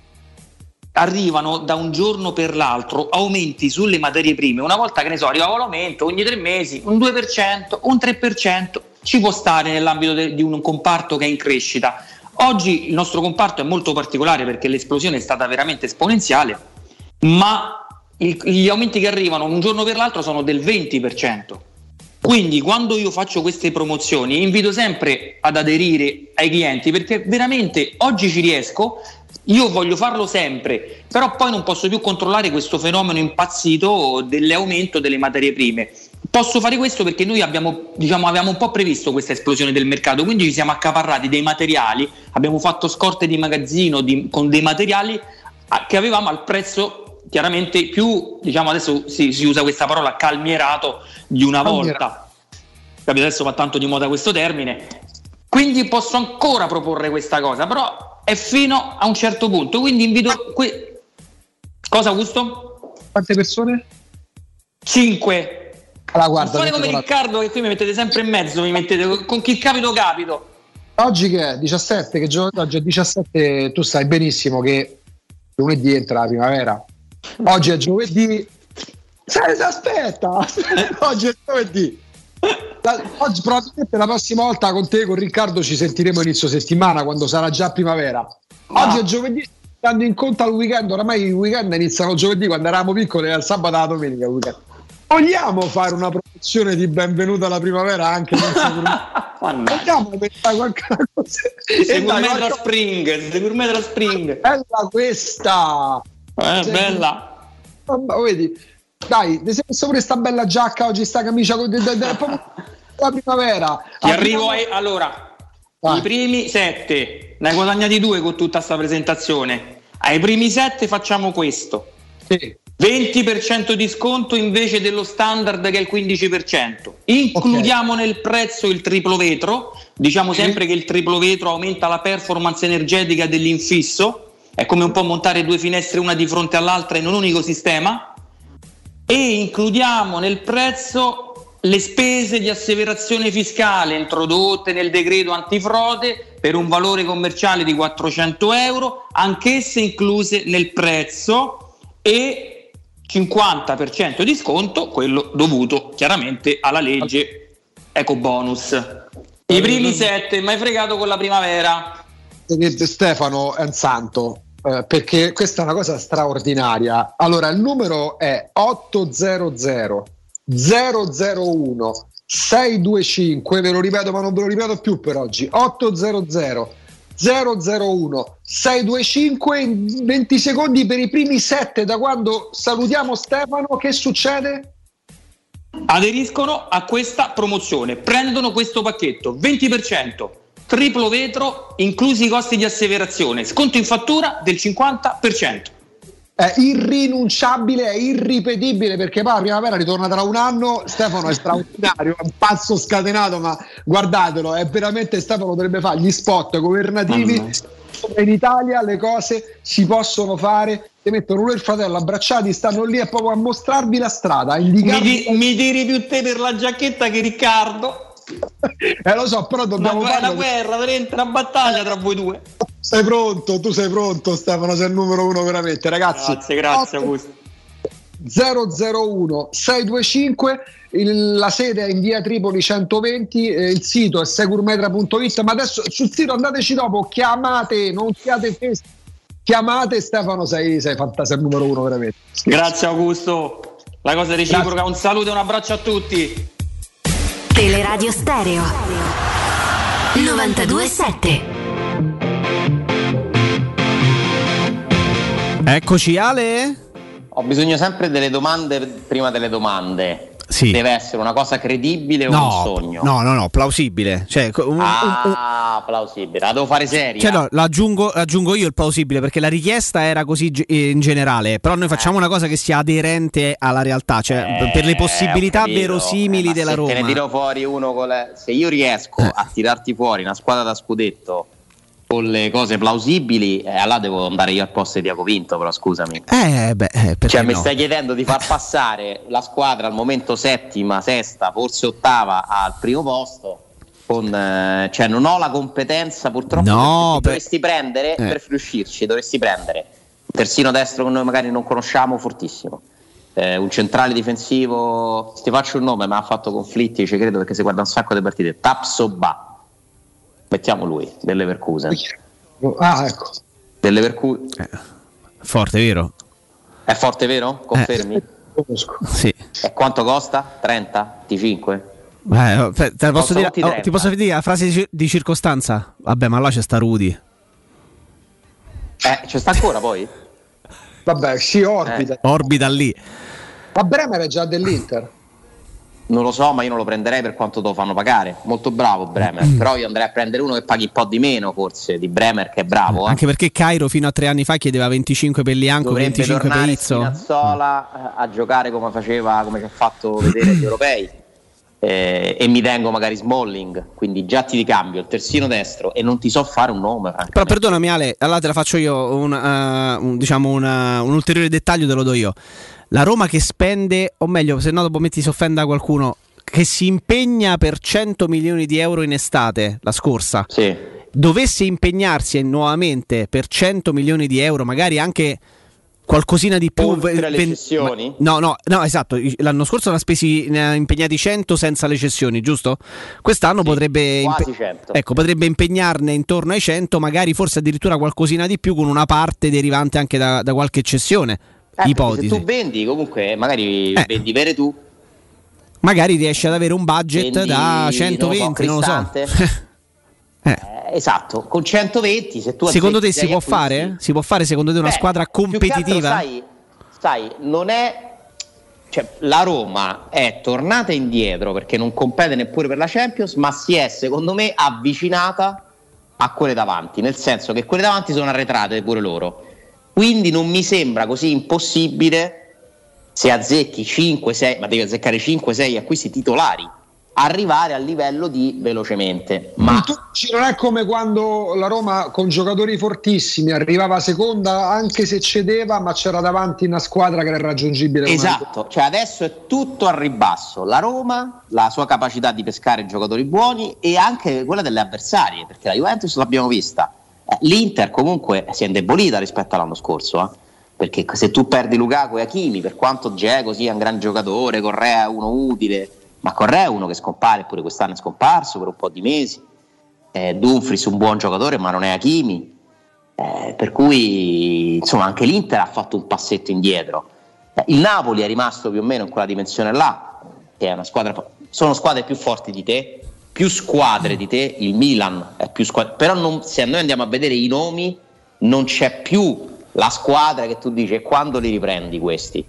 arrivano da un giorno per l'altro aumenti sulle materie prime. Una volta che ne so, arrivava l'aumento ogni tre mesi, un due per cento, un tre per cento, ci può stare nell'ambito de- di un comparto che è in crescita. Oggi il nostro comparto è molto particolare perché l'esplosione è stata veramente esponenziale, ma il, gli aumenti che arrivano un giorno per l'altro sono del venti per cento. Quindi quando io faccio queste promozioni invito sempre ad aderire ai clienti, perché veramente oggi ci riesco, io voglio farlo sempre, però poi non posso più controllare questo fenomeno impazzito dell'aumento delle materie prime. Posso fare questo perché noi abbiamo, diciamo, avevamo un po' previsto questa esplosione del mercato, quindi ci siamo accaparrati dei materiali, abbiamo fatto scorte di magazzino di, con dei materiali a, che avevamo al prezzo chiaramente più, diciamo adesso si, si usa questa parola, calmierato di una volta. Capito, adesso va tanto di moda questo termine, quindi posso ancora proporre questa cosa, però è fino a un certo punto, quindi invito que- cosa Augusto? Quante persone? cinque. Allora, guarda, non fare come Riccardo che qui mi mettete sempre in mezzo, mi mettete con chi capito capito. Oggi che è diciassette, che giorno oggi è diciassette, tu sai benissimo che lunedì entra la primavera. Oggi è giovedì. Sai, aspetta, oggi è giovedì. La, oggi probabilmente la prossima volta con te, con Riccardo, ci sentiremo inizio settimana quando sarà già primavera. Oggi ah. è giovedì, andando in conto al weekend. Oramai i weekend iniziano giovedì, quando eravamo piccoli era il sabato e la domenica il weekend. Vogliamo fare una promozione di benvenuto alla primavera anche vogliamo mettere qualche cosa Securmetra Spring Securmetra Spring bella questa eh, cioè, bella vedi, dai, ti sei messo pure sta bella giacca oggi, sta camicia con de, de, de, la primavera ti arrivo ai, allora ah. i primi sette ne hai guadagnati due con tutta sta presentazione, ai primi sette facciamo questo sì. venti per cento di sconto invece dello standard che è il quindici per cento. Includiamo okay. nel prezzo il triplo vetro, diciamo okay. sempre che il triplo vetro aumenta la performance energetica dell'infisso, è come un po' montare due finestre una di fronte all'altra in un unico sistema, e includiamo nel prezzo le spese di asseverazione fiscale introdotte nel decreto antifrode per un valore commerciale di quattrocento euro, anch'esse incluse nel prezzo, e cinquanta per cento di sconto, quello dovuto chiaramente alla legge eco bonus. I primi sette, mi hai fregato con la primavera. Stefano è un santo, eh, perché questa è una cosa straordinaria. Allora, il numero è otto zero zero zero zero uno sei due cinque, ve lo ripeto ma non ve lo ripeto più per oggi, otto zero zero zero zero uno sei due cinque, in venti secondi per i primi sette da quando salutiamo Stefano. Che succede? Aderiscono a questa promozione, prendono questo pacchetto, venti per cento, triplo vetro, inclusi i costi di asseverazione, sconto in fattura del cinquanta per cento. È irrinunciabile, è irripetibile, perché poi la primavera ritorna tra un anno. Stefano è straordinario, è un pazzo scatenato, ma guardatelo, è veramente, Stefano dovrebbe fare gli spot governativi. Mm. In Italia le cose si possono fare, ti mettono lui e il fratello abbracciati, stanno lì e proprio a mostrarvi la strada, a indicarvi... mi, di, mi tiri più te per la giacchetta che Riccardo. Eh lo so, però dobbiamo fare una guerra, veramente una battaglia tra voi due. Sei pronto? Tu sei pronto, Stefano? Sei il numero uno veramente, ragazzi. Grazie, grazie Augusto. zero zero uno sei due cinque, il, la sede è in via Tripoli centoventi, eh, il sito è securmetra punto it, ma adesso sul sito andateci dopo, chiamate, non siate festi, chiamate. Stefano, sei, sei fantastico, il numero uno veramente. Grazie Augusto, la cosa è reciproca. Grazie. Un saluto e un abbraccio a tutti. Teleradio Stereo novantadue sette. Eccoci Ale. ho bisogno sempre delle domande prima delle domande. Sì. Deve essere una cosa credibile o no, un sogno? No, no, no, plausibile. Cioè, un, ah, un, un... plausibile. La devo fare seria. Cioè, no, l'aggiungo, aggiungo io il plausibile perché la richiesta era così in generale. Però noi facciamo eh. una cosa che sia aderente alla realtà, cioè eh, per le possibilità verosimili eh, della se Roma. Se ne tiro fuori uno con le... Se io riesco eh. a tirarti fuori una squadra da scudetto con le cose plausibili, eh, allora devo andare io al posto di Diaco Pinto, però scusami. Eh, beh, eh, cioè, no? mi stai chiedendo di far passare la squadra al momento settima, sesta, forse ottava al primo posto. Con, eh, cioè, non ho la competenza purtroppo. No, per, dovresti prendere eh. per riuscirci, dovresti prendere un terzino destro che noi magari non conosciamo, fortissimo. Eh, un centrale difensivo, ti faccio un nome, ma ha fatto conflitti, ci credo perché si guarda un sacco di partite. Tapsoba. Mettiamo lui, dell'Leverkusen. Ah, ecco. Dell'Leverkusen. Eh, forte, vero? È forte, vero? Confermi? Eh, sì. E quanto costa? trenta? venticinque? Eh, te te posso dire, oh, ti posso dire la frase di, di circostanza? Vabbè, ma là c'è sta Rudy. Eh, c'è sta ancora poi? Vabbè, sì, orbita. Eh. Orbita lì. Ma Bremer è già dell'Inter. Non lo so, ma io non lo prenderei per quanto te lo fanno pagare. Molto bravo Bremer, mm. però io andrei a prendere uno che paghi un po' di meno forse di Bremer, che è bravo. Eh. Anche perché Cairo fino a tre anni fa chiedeva venticinque per Lianco, dovrebbe venticinque per Izzo. Spinazzola mm. a giocare come faceva, come ci ha fatto vedere gli europei. Eh, e mi tengo magari Smalling, quindi già ti ricambio il terzino destro e non ti so fare un nome. Però perdonami Ale, allora te la faccio io, un, uh, un, diciamo una, un ulteriore dettaglio te lo do io. La Roma che spende, o meglio, se no dopo metti si offenda qualcuno, che si impegna per cento milioni di euro in estate, la scorsa, sì. dovesse impegnarsi nuovamente per cento milioni di euro, magari anche qualcosina di più. Oltre le cessioni? No, no, no, esatto. L'anno scorso ne ha spesi, ne ha impegnati cento senza le cessioni, giusto? Quest'anno sì, potrebbe, quasi impe- cento. Ecco, potrebbe impegnarne intorno ai cento, magari forse addirittura qualcosina di più, con una parte derivante anche da, da qualche cessione. Eh, ipotesi. Se tu vendi, comunque, magari eh. vendi vere tu. Magari riesci ad avere un budget vendi, da centoventi, non lo so. Non lo so. eh. Eh, esatto, con centoventi se tu secondo te si può acquisti, fare? Si può fare secondo te una Beh, squadra competitiva? Sai, sai, non è, cioè, la Roma è tornata indietro perché non compete neppure per la Champions, ma si è secondo me avvicinata a quelle davanti, nel senso che quelle davanti sono arretrate pure loro, quindi non mi sembra così impossibile, se azzecchi cinque sei, ma devi azzeccare cinque sei acquisti titolari, arrivare al livello di velocemente. Ma non è come quando la Roma con giocatori fortissimi arrivava seconda anche se cedeva, ma c'era davanti una squadra che era irraggiungibile. Esatto, cioè adesso è tutto al ribasso. La Roma, la sua capacità di pescare giocatori buoni e anche quella delle avversarie, perché la Juventus l'abbiamo vista. Eh, L'Inter comunque si è indebolita rispetto all'anno scorso, eh? Perché se tu perdi Lukaku e Hakimi, per quanto Dzeko sia un gran giocatore, Correa è uno utile, ma Correa è uno che scompare, pure quest'anno è scomparso per un po' di mesi. eh, Dumfries un buon giocatore ma non è Hakimi, eh, per cui insomma anche l'Inter ha fatto un passetto indietro. eh, il Napoli è rimasto più o meno in quella dimensione là, che è una squadra, sono squadre più forti di te, più squadre di te, il Milan è più squadra, però non, se noi andiamo a vedere i nomi non c'è più la squadra che tu dici e quando li riprendi questi.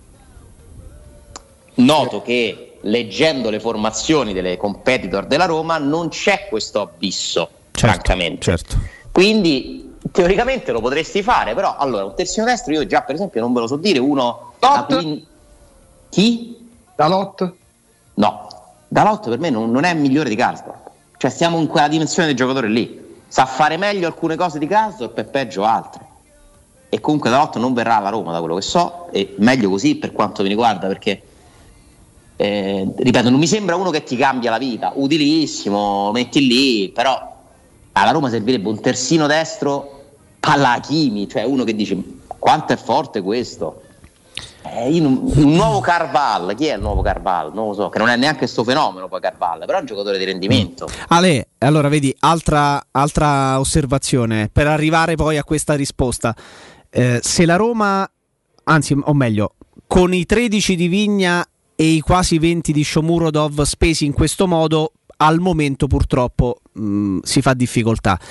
Noto che leggendo le formazioni delle competitor della Roma non c'è questo abisso, certo, francamente. Certo. Quindi teoricamente lo potresti fare, però allora un terzino destro io già per esempio non ve lo so dire, uno a cui... Chi? Dalot? No, Dalot per me non, non è migliore di Karsdorp, cioè stiamo in quella dimensione del giocatore lì, sa fare meglio alcune cose di Karsdorp e peggio altre, e comunque Dalot non verrà alla Roma da quello che so, e meglio così per quanto mi riguarda, perché Eh, ripeto, non mi sembra uno che ti cambia la vita, utilissimo, metti lì, però alla Roma servirebbe un terzino destro alla Hakimi, cioè uno che dice quanto è forte questo. Eh, non, un nuovo Carval, chi è il nuovo Carval? Non lo so, che non è neanche sto fenomeno poi Carval, però è un giocatore di rendimento. Ale, allora vedi, altra, altra osservazione per arrivare poi a questa risposta. Eh, se la Roma, anzi o meglio, con i tredici di Vigna e i quasi venti di Shomurodov spesi in questo modo, al momento purtroppo mh, si fa difficoltà.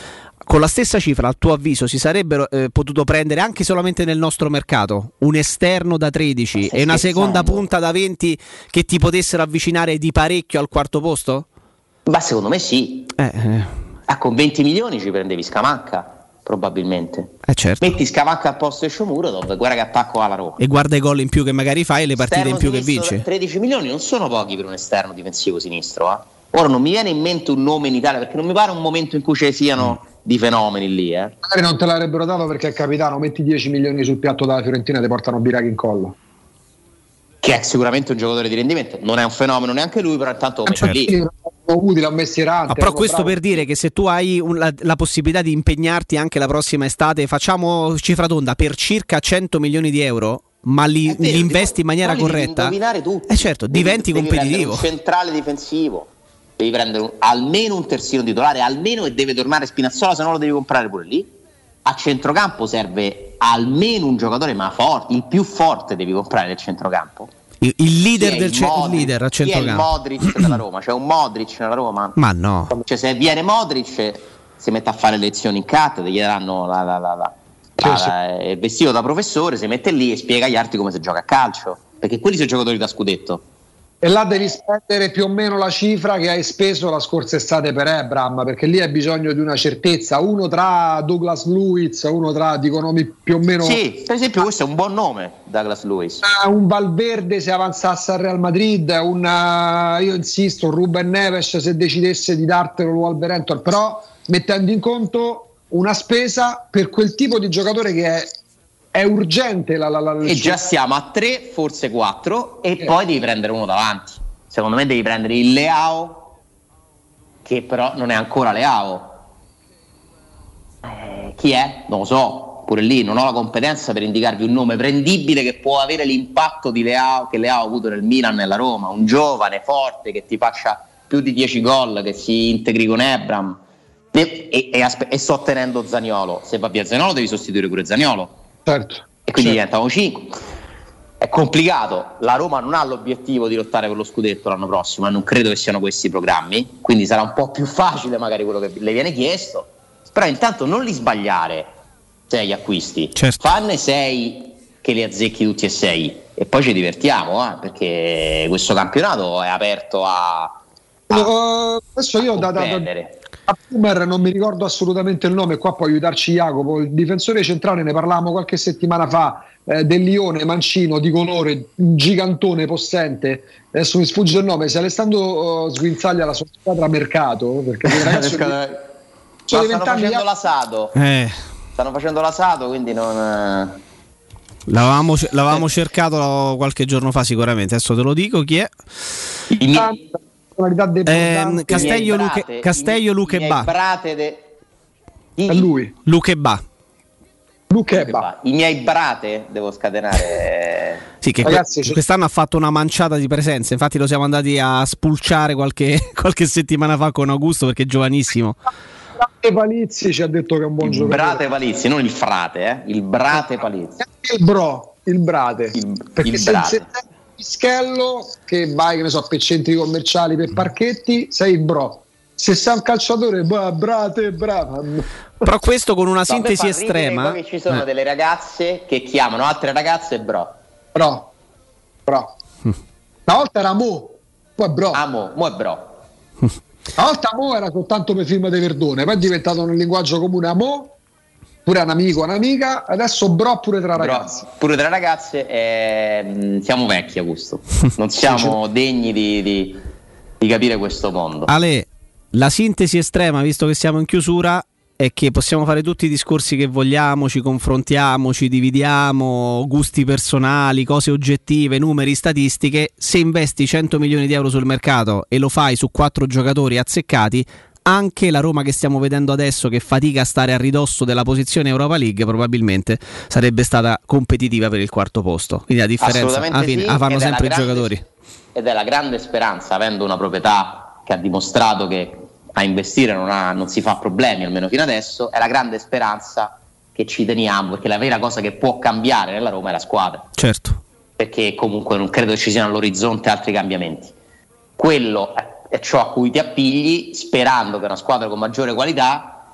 con la stessa cifra, al tuo avviso, si sarebbero eh, potuto prendere anche solamente nel nostro mercato un esterno da tredici e una seconda punta da venti che ti potessero avvicinare di parecchio al quarto posto? Ma secondo me sì. Eh, eh. Ah, con venti milioni ci prendevi Scamacca, probabilmente. Eh certo. Metti Scamacca al posto di Shomurodov, guarda che attacco alla Roma. E guarda i gol in più che magari fai e le partite Esterno in più che sinistro, vinci. tredici milioni non sono pochi per un esterno difensivo sinistro, eh. Ora non mi viene in mente un nome in Italia, perché non mi pare un momento in cui ci siano di fenomeni lì, eh. Magari non te l'avrebbero dato perché è capitano, metti dieci milioni sul piatto dalla Fiorentina e ti portano Biraghi in collo. Che è sicuramente un giocatore di rendimento, non è un fenomeno neanche lui, però intanto lo metto lì. Utile a mestierante. Ah, però questo bravo. Per dire che se tu hai un, la, la possibilità di impegnarti anche la prossima estate, facciamo cifra tonda, per circa cento milioni di euro, ma li, vero, li investi in maniera devi corretta, indovinare tutti. Eh certo, devi, diventi devi competitivo. Un centrale difensivo, devi prendere un, almeno un terzino titolare, almeno, e deve tornare Spinazzola, se no lo devi comprare pure lì. A centrocampo serve almeno un giocatore, ma forte, il più forte devi comprare nel centrocampo. Il, il leader del il ce- Modric, leader a centrocampo. Chi è il Modric della Roma? C'è un Modric nella Roma? Ma no. Cioè, se viene Modric si mette a fare lezioni in cattedra, gli daranno la, la, la, la, la, la, il vestito da professore, si mette lì e spiega agli altri come si gioca a calcio, perché quelli sono giocatori da scudetto. E là devi spendere più o meno la cifra che hai speso la scorsa estate per Ebram, perché lì hai bisogno di una certezza, uno tra Douglas Luiz, uno tra, dicono più o meno... Sì, per esempio questo è un buon nome, Douglas Luiz. Un Valverde se avanzasse al Real Madrid, un, uh, io insisto, un Ruben Neves se decidesse di dartelo Wolverhampton, però mettendo in conto una spesa per quel tipo di giocatore che è... È urgente la, la, la e già siamo a tre, forse quattro, e eh. poi devi prendere uno davanti. Secondo me devi prendere il Leao, che però non è ancora Leao. Eh, chi è? Non lo so, pure lì non ho la competenza per indicarvi un nome prendibile che può avere l'impatto di Leao che Leao ha avuto nel Milan e nella Roma. Un giovane, forte, che ti faccia più di dieci gol, che si integri con Ebram. E, e, e, aspe- e sto tenendo Zaniolo. Se va via Zaniolo devi sostituire pure Zaniolo. Certo, e quindi certo. diventano cinque. È complicato. La Roma non ha l'obiettivo di lottare per lo scudetto l'anno prossimo, e non credo che siano questi i programmi, quindi sarà un po' più facile magari quello che le viene chiesto, però intanto non li sbagliare sei acquisti, certo. Fanne sei che li azzecchi tutti e sei e poi ci divertiamo, eh, perché questo campionato è aperto a, a, uh, adesso io a da, da, a Pumer non mi ricordo assolutamente il nome, qua può aiutarci Jacopo, il difensore centrale, ne parlavamo qualche settimana fa, eh, del Lione, mancino, di colore, un gigantone possente, adesso mi sfugge il nome, se Alessandro uh, Sguinzaglia la sua squadra mercato, perché il ragazzo di, no, stanno facendo l'asado eh. stanno facendo l'asado, quindi non... L'avevamo, l'avevamo eh. cercato qualche giorno fa sicuramente, adesso te lo dico chi è. I miei... Eh, Castello Luche, Castello Luche Ba. È lui. Luche Ba. Luche Ba. I miei brate devo scatenare. Sì, che Ragazzi, que- quest'anno ha fatto una manciata di presenze. Infatti lo siamo andati a spulciare qualche, qualche settimana fa con Augusto perché è giovanissimo. Brate Palizzi ci ha detto che è un buon il giocatore. Brate Palizzi, non il frate, eh? Il Brate Palizzi. Il bro, il Brate. Il, perché il se, brate. se Pischello che vai, che ne so, per centri commerciali, per parchetti, sei il bro. Se sei un calciatore, bah, brate, brava. Però questo con una no, sintesi estrema. Che ci sono eh. delle ragazze che chiamano altre ragazze bro. Bro. Bro. Mm. Una volta era Mo, poi è bro. Ah, Mo, Mo è bro. Una volta Mo era soltanto per firma di Verdone, poi è diventato un linguaggio comune a Mo, pure un amico, un'amica, adesso bro pure tra ragazzi. Bro, pure tra ragazze, eh, siamo vecchi, Augusto. Non siamo degni di, di, di capire questo mondo. Ale, la sintesi estrema, visto che siamo in chiusura, è che possiamo fare tutti i discorsi che vogliamo, ci confrontiamo, ci dividiamo, gusti personali, cose oggettive, numeri, statistiche. Se investi cento milioni di euro sul mercato e lo fai su quattro giocatori azzeccati, anche la Roma che stiamo vedendo adesso, che fatica a stare a ridosso della posizione Europa League, probabilmente sarebbe stata competitiva per il quarto posto. Quindi la differenza alla fine sì, la fanno sempre i grande, giocatori. Ed è la grande speranza, avendo una proprietà che ha dimostrato che a investire non, ha, non si fa problemi, almeno fino adesso, è la grande speranza che ci teniamo, perché la vera cosa che può cambiare nella Roma è la squadra. Certo. Perché comunque non credo che ci siano all'orizzonte altri cambiamenti. Quello è ciò a cui ti appigli, sperando che una squadra con maggiore qualità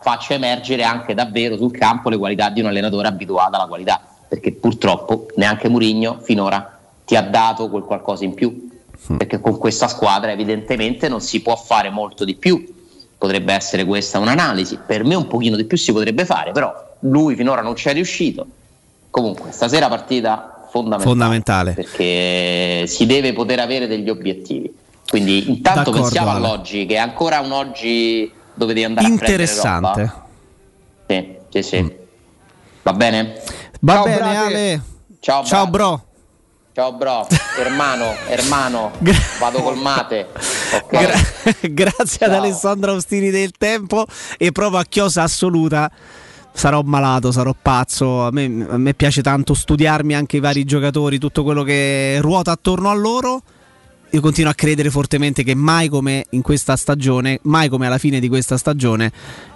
faccia emergere anche davvero sul campo le qualità di un allenatore abituato alla qualità, perché purtroppo neanche Mourinho finora ti ha dato quel qualcosa in più, perché con questa squadra evidentemente non si può fare molto di più. Potrebbe essere questa un'analisi, per me un pochino di più si potrebbe fare, però lui finora non ci è riuscito. Comunque stasera partita fondamentale, fondamentale. perché si deve poter avere degli obiettivi, quindi intanto D'accordo, pensiamo Ale. all'oggi, che è ancora un oggi dove devi andare interessante. a prendere roba. Sì, sì, sì. Mm. Va bene? Va Ciao, bene brate. Ale. Ciao, Ciao brate. bro. Ciao bro, hermano, hermano, vado col mate. Okay. Gra- grazie Ciao. ad Alessandro Austini del Tempo, e provo a chiosa assoluta. Sarò malato, sarò pazzo. A me, a me piace tanto studiarmi anche i vari giocatori, tutto quello che ruota attorno a loro. Io continuo a credere fortemente che mai come in questa stagione, mai come alla fine di questa stagione,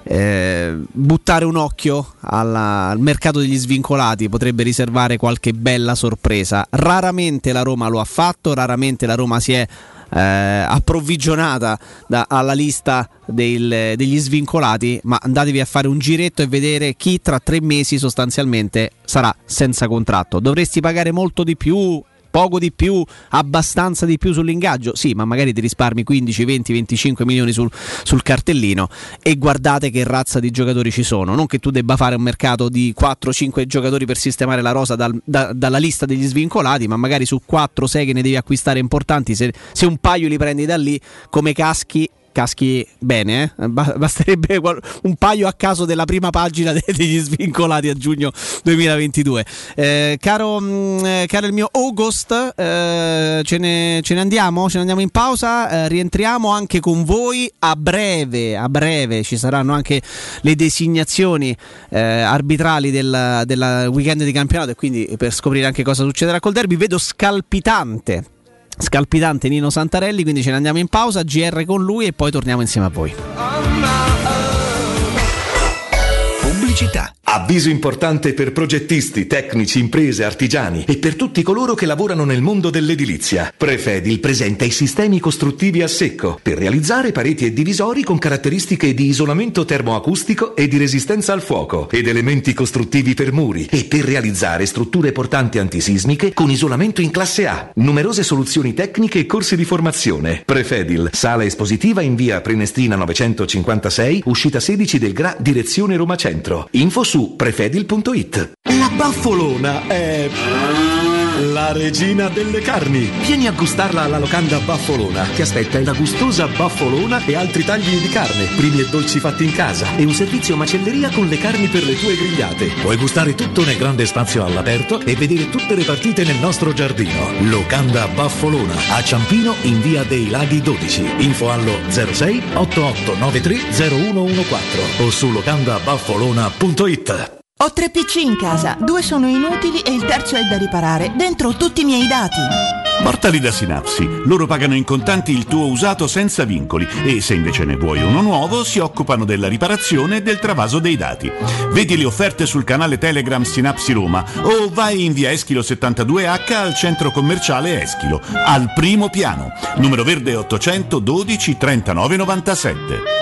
eh, buttare un occhio alla, al mercato degli svincolati potrebbe riservare qualche bella sorpresa. Raramente la Roma lo ha fatto, raramente la Roma si è eh, approvvigionata da, alla lista del, degli svincolati, ma andatevi a fare un giretto e vedere chi tra tre mesi sostanzialmente sarà senza contratto. Dovresti pagare molto di più, poco di più, abbastanza di più sull'ingaggio, sì, ma magari ti risparmi quindici, venti, venticinque milioni sul, sul cartellino, e guardate che razza di giocatori ci sono. Non che tu debba fare un mercato di quattro cinque giocatori per sistemare la rosa dal, da, dalla lista degli svincolati, ma magari su quattro sei che ne devi acquistare importanti, se, se un paio li prendi da lì, come caschi caschi bene, eh? Basterebbe un paio a caso della prima pagina degli svincolati a giugno duemilaventidue. Eh, caro, mh, caro il mio August, eh, ce, ne, ce ne andiamo, ce ne andiamo in pausa, eh, rientriamo anche con voi a breve, a breve ci saranno anche le designazioni eh, arbitrali del, del weekend di campionato, e quindi per scoprire anche cosa succederà col derby. Vedo scalpitante Scalpitante Nino Santarelli, quindi ce ne andiamo in pausa, G R con lui e poi torniamo insieme a voi. Pubblicità. Avviso importante per progettisti, tecnici, imprese, artigiani e per tutti coloro che lavorano nel mondo dell'edilizia. Prefedil presenta i sistemi costruttivi a secco per realizzare pareti e divisori con caratteristiche di isolamento termoacustico e di resistenza al fuoco, ed elementi costruttivi per muri, e per realizzare strutture portanti antisismiche con isolamento in classe A. Numerose soluzioni tecniche e corsi di formazione. Prefedil, sala espositiva in via Prenestina novecentocinquantasei, uscita sedici del Gra, direzione Roma Centro. Info su prefedil punto it. La Baffolona è la regina delle carni. Vieni a gustarla alla locanda Baffolona. Ti aspetta la gustosa Baffolona e altri tagli di carne, primi e dolci fatti in casa, e un servizio macelleria con le carni per le tue grigliate. Puoi gustare tutto nel grande spazio all'aperto e vedere tutte le partite nel nostro giardino. Locanda Baffolona a Ciampino in via dei Laghi dodici. Info allo zero sei otto otto nove tre zero uno uno quattro o su locanda baffolona punto it. Ho tre P C in casa, due sono inutili e il terzo è da riparare. Dentro ho tutti i miei dati. Portali da Synapsi. Loro pagano in contanti il tuo usato senza vincoli, e se invece ne vuoi uno nuovo si occupano della riparazione e del travaso dei dati. Vedi le offerte sul canale Telegram Synapsi Roma o vai in via Eschilo settantadue H al centro commerciale Eschilo, al primo piano, numero verde ottocento dodici trentanove novantasette.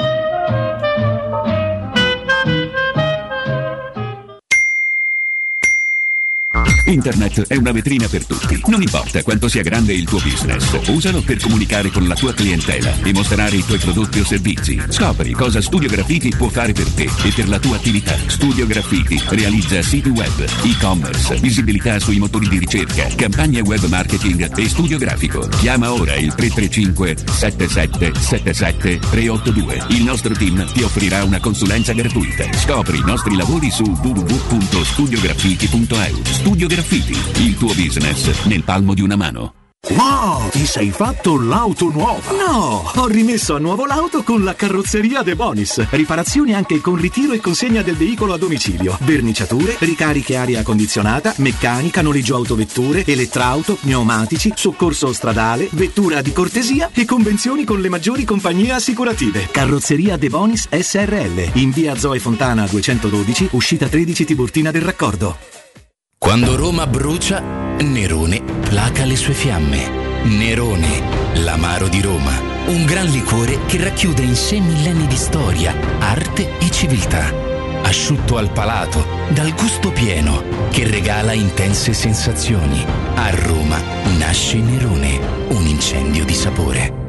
Internet è una vetrina per tutti. Non importa quanto sia grande il tuo business, usalo per comunicare con la tua clientela e mostrare i tuoi prodotti o servizi. Scopri cosa Studio Graffiti può fare per te e per la tua attività. Studio Graffiti realizza siti web, e-commerce, visibilità sui motori di ricerca, campagne web marketing e studio grafico. Chiama ora il tre tre cinque sette sette sette sette tre otto due. Il nostro team ti offrirà una consulenza gratuita. Scopri i nostri lavori su w w w punto studio graffiti punto e u. Studio Graffiti, il tuo business nel palmo di una mano. Wow, ti sei fatto l'auto nuova? No, ho rimesso a nuovo l'auto con la carrozzeria De Bonis. Riparazioni anche con ritiro e consegna del veicolo a domicilio. Verniciature, ricariche aria condizionata, meccanica, noleggio autovetture, elettrauto, pneumatici, soccorso stradale, vettura di cortesia e convenzioni con le maggiori compagnie assicurative. Carrozzeria De Bonis S R L, in via Zoe Fontana duecentododici, uscita tredici Tiburtina del Raccordo. Quando Roma brucia, Nerone placa le sue fiamme. Nerone, l'amaro di Roma. Un gran liquore che racchiude in sé millenni di storia, arte e civiltà. Asciutto al palato, dal gusto pieno, che regala intense sensazioni. A Roma nasce Nerone, un incendio di sapore.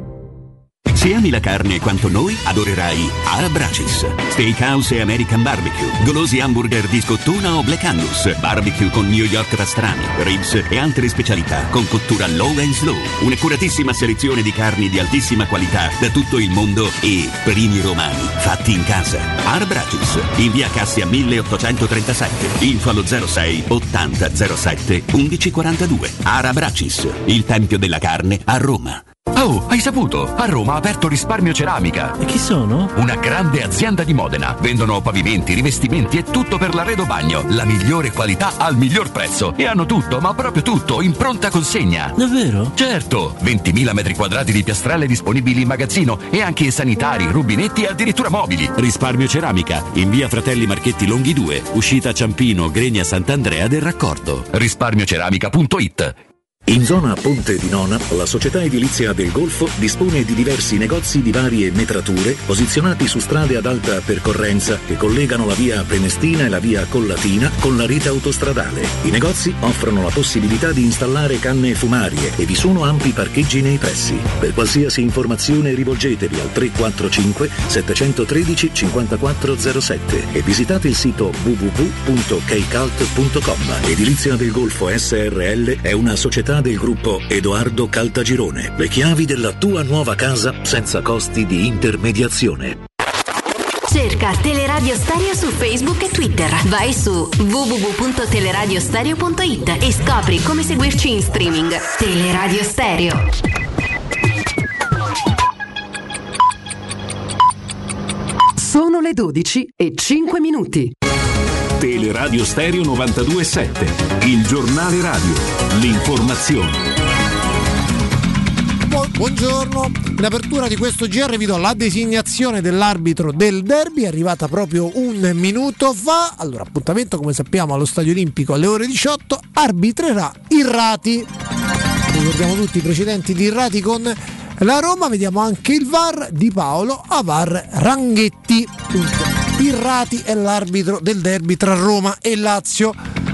Se ami la carne quanto noi, adorerai Ara Bracis. Steakhouse e American Barbecue, golosi hamburger di scottuna o Black Angus, barbecue con New York pastrami, ribs e altre specialità con cottura low and slow. Un'accuratissima selezione di carni di altissima qualità da tutto il mondo e primi romani fatti in casa. Ara Bracis, in via Cassia milleottocentotrentasette, info allo zero sei ottanta zero sette undici quarantadue. Ara Bracis, il tempio della carne a Roma. Oh, hai saputo? A Roma ha aperto Risparmio Ceramica. E chi sono? Una grande azienda di Modena. Vendono pavimenti, rivestimenti e tutto per l'arredo bagno. La migliore qualità al miglior prezzo. E hanno tutto, ma proprio tutto, in pronta consegna. Davvero? Certo, ventimila metri quadrati di piastrelle disponibili in magazzino e anche sanitari, rubinetti e addirittura mobili. Risparmio Ceramica, in via Fratelli Marchetti Longhi due, uscita Ciampino, Gregna Sant'Andrea del Raccordo. risparmio ceramica punto it. In zona Ponte di Nona, la società edilizia del Golfo dispone di diversi negozi di varie metrature posizionati su strade ad alta percorrenza che collegano la via Prenestina e la via Collatina con la rete autostradale. I negozi offrono la possibilità di installare canne fumarie e vi sono ampi parcheggi nei pressi. Per qualsiasi informazione rivolgetevi al tre quattro cinque sette uno tre cinque zero zero sette e visitate il sito w w w punto keycult punto com. Edilizia del Golfo S R L è una società del gruppo Edoardo Caltagirone. Le chiavi della tua nuova casa senza costi di intermediazione. Cerca Teleradio Stereo su Facebook e Twitter. Vai su w w w punto teleradiostereo punto it e scopri come seguirci in streaming. Teleradio Stereo. Sono le dodici e cinque minuti. Teleradio Stereo novantadue virgola sette, il giornale radio, l'informazione. Buongiorno, in apertura di questo G R vi do la designazione dell'arbitro del derby, è arrivata proprio un minuto fa. Allora, appuntamento come sappiamo allo Stadio Olimpico alle ore diciotto, arbitrerà Irrati. Ricordiamo tutti i precedenti di Irrati con la Roma, vediamo anche il V A R di Paolo Avar Ranghetti. Irrati è l'arbitro del derby tra Roma e Lazio.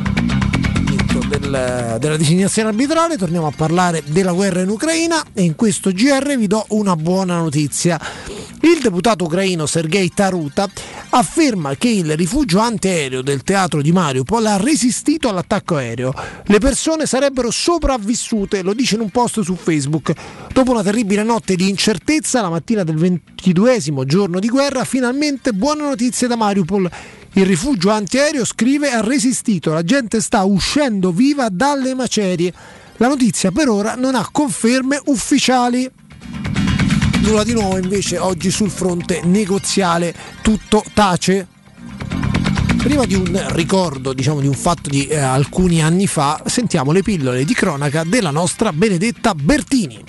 Del, della designazione arbitrale torniamo a parlare della guerra in Ucraina e in questo G R vi do una buona notizia. Il deputato ucraino Sergei Taruta afferma che il rifugio antiaereo del teatro di Mariupol ha resistito all'attacco aereo. Le persone sarebbero sopravvissute, lo dice in un post su Facebook. Dopo una terribile notte di incertezza, la mattina del ventiduesimo giorno di guerra, finalmente buone notizie da Mariupol. Il rifugio antiaereo, scrive, ha resistito, la gente sta uscendo viva dalle macerie. La notizia per ora non ha conferme ufficiali. Nulla di nuovo invece oggi sul fronte negoziale, tutto tace. Prima di un ricordo, diciamo di un fatto di eh, alcuni anni fa, sentiamo le pillole di cronaca della nostra Benedetta Bertini.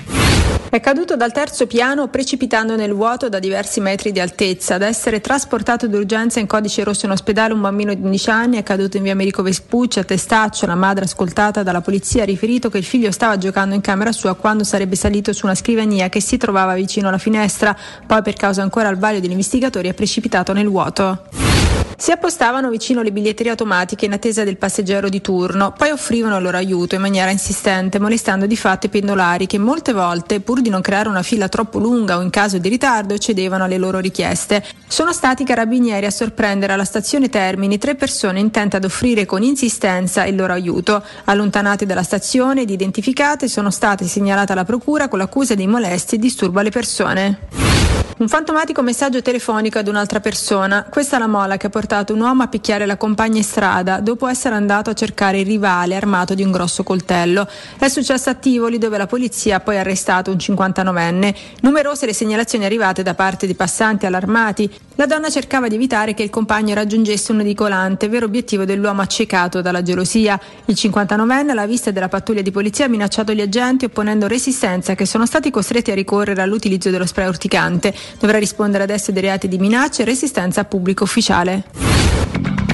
È caduto dal terzo piano precipitando nel vuoto da diversi metri di altezza. Ad essere trasportato d'urgenza in codice rosso in ospedale un bambino di undici anni è caduto in via Americo Vespucci a Testaccio. La madre, ascoltata dalla polizia, ha riferito che il figlio stava giocando in camera sua quando sarebbe salito su una scrivania che si trovava vicino alla finestra. Poi, per causa ancora al vaglio degli investigatori, è precipitato nel vuoto. Si appostavano vicino le biglietterie automatiche in attesa del passeggero di turno, poi offrivano il loro aiuto in maniera insistente, molestando di fatto i pendolari che molte volte, pur di non creare una fila troppo lunga o in caso di ritardo, cedevano alle loro richieste. Sono stati i carabinieri a sorprendere alla stazione Termini tre persone intente ad offrire con insistenza il loro aiuto. Allontanate dalla stazione ed identificate, sono state segnalate alla procura con l'accusa di molestie e disturbo alle persone. Un fantomatico messaggio telefonico ad un'altra persona. Questa è la molla che ha portato un uomo a picchiare la compagna in strada dopo essere andato a cercare il rivale armato di un grosso coltello. È successo a Tivoli, dove la polizia ha poi arrestato un cinquantanovenne. Numerose le segnalazioni arrivate da parte di passanti allarmati. La donna cercava di evitare che il compagno raggiungesse un edicolante, vero obiettivo dell'uomo accecato dalla gelosia. Il cinquantanovenne, alla vista della pattuglia di polizia, ha minacciato gli agenti opponendo resistenza, che sono stati costretti a ricorrere all'utilizzo dello spray urticante. Dovrà rispondere adesso dei reati di minaccia e resistenza a pubblico ufficiale. Prima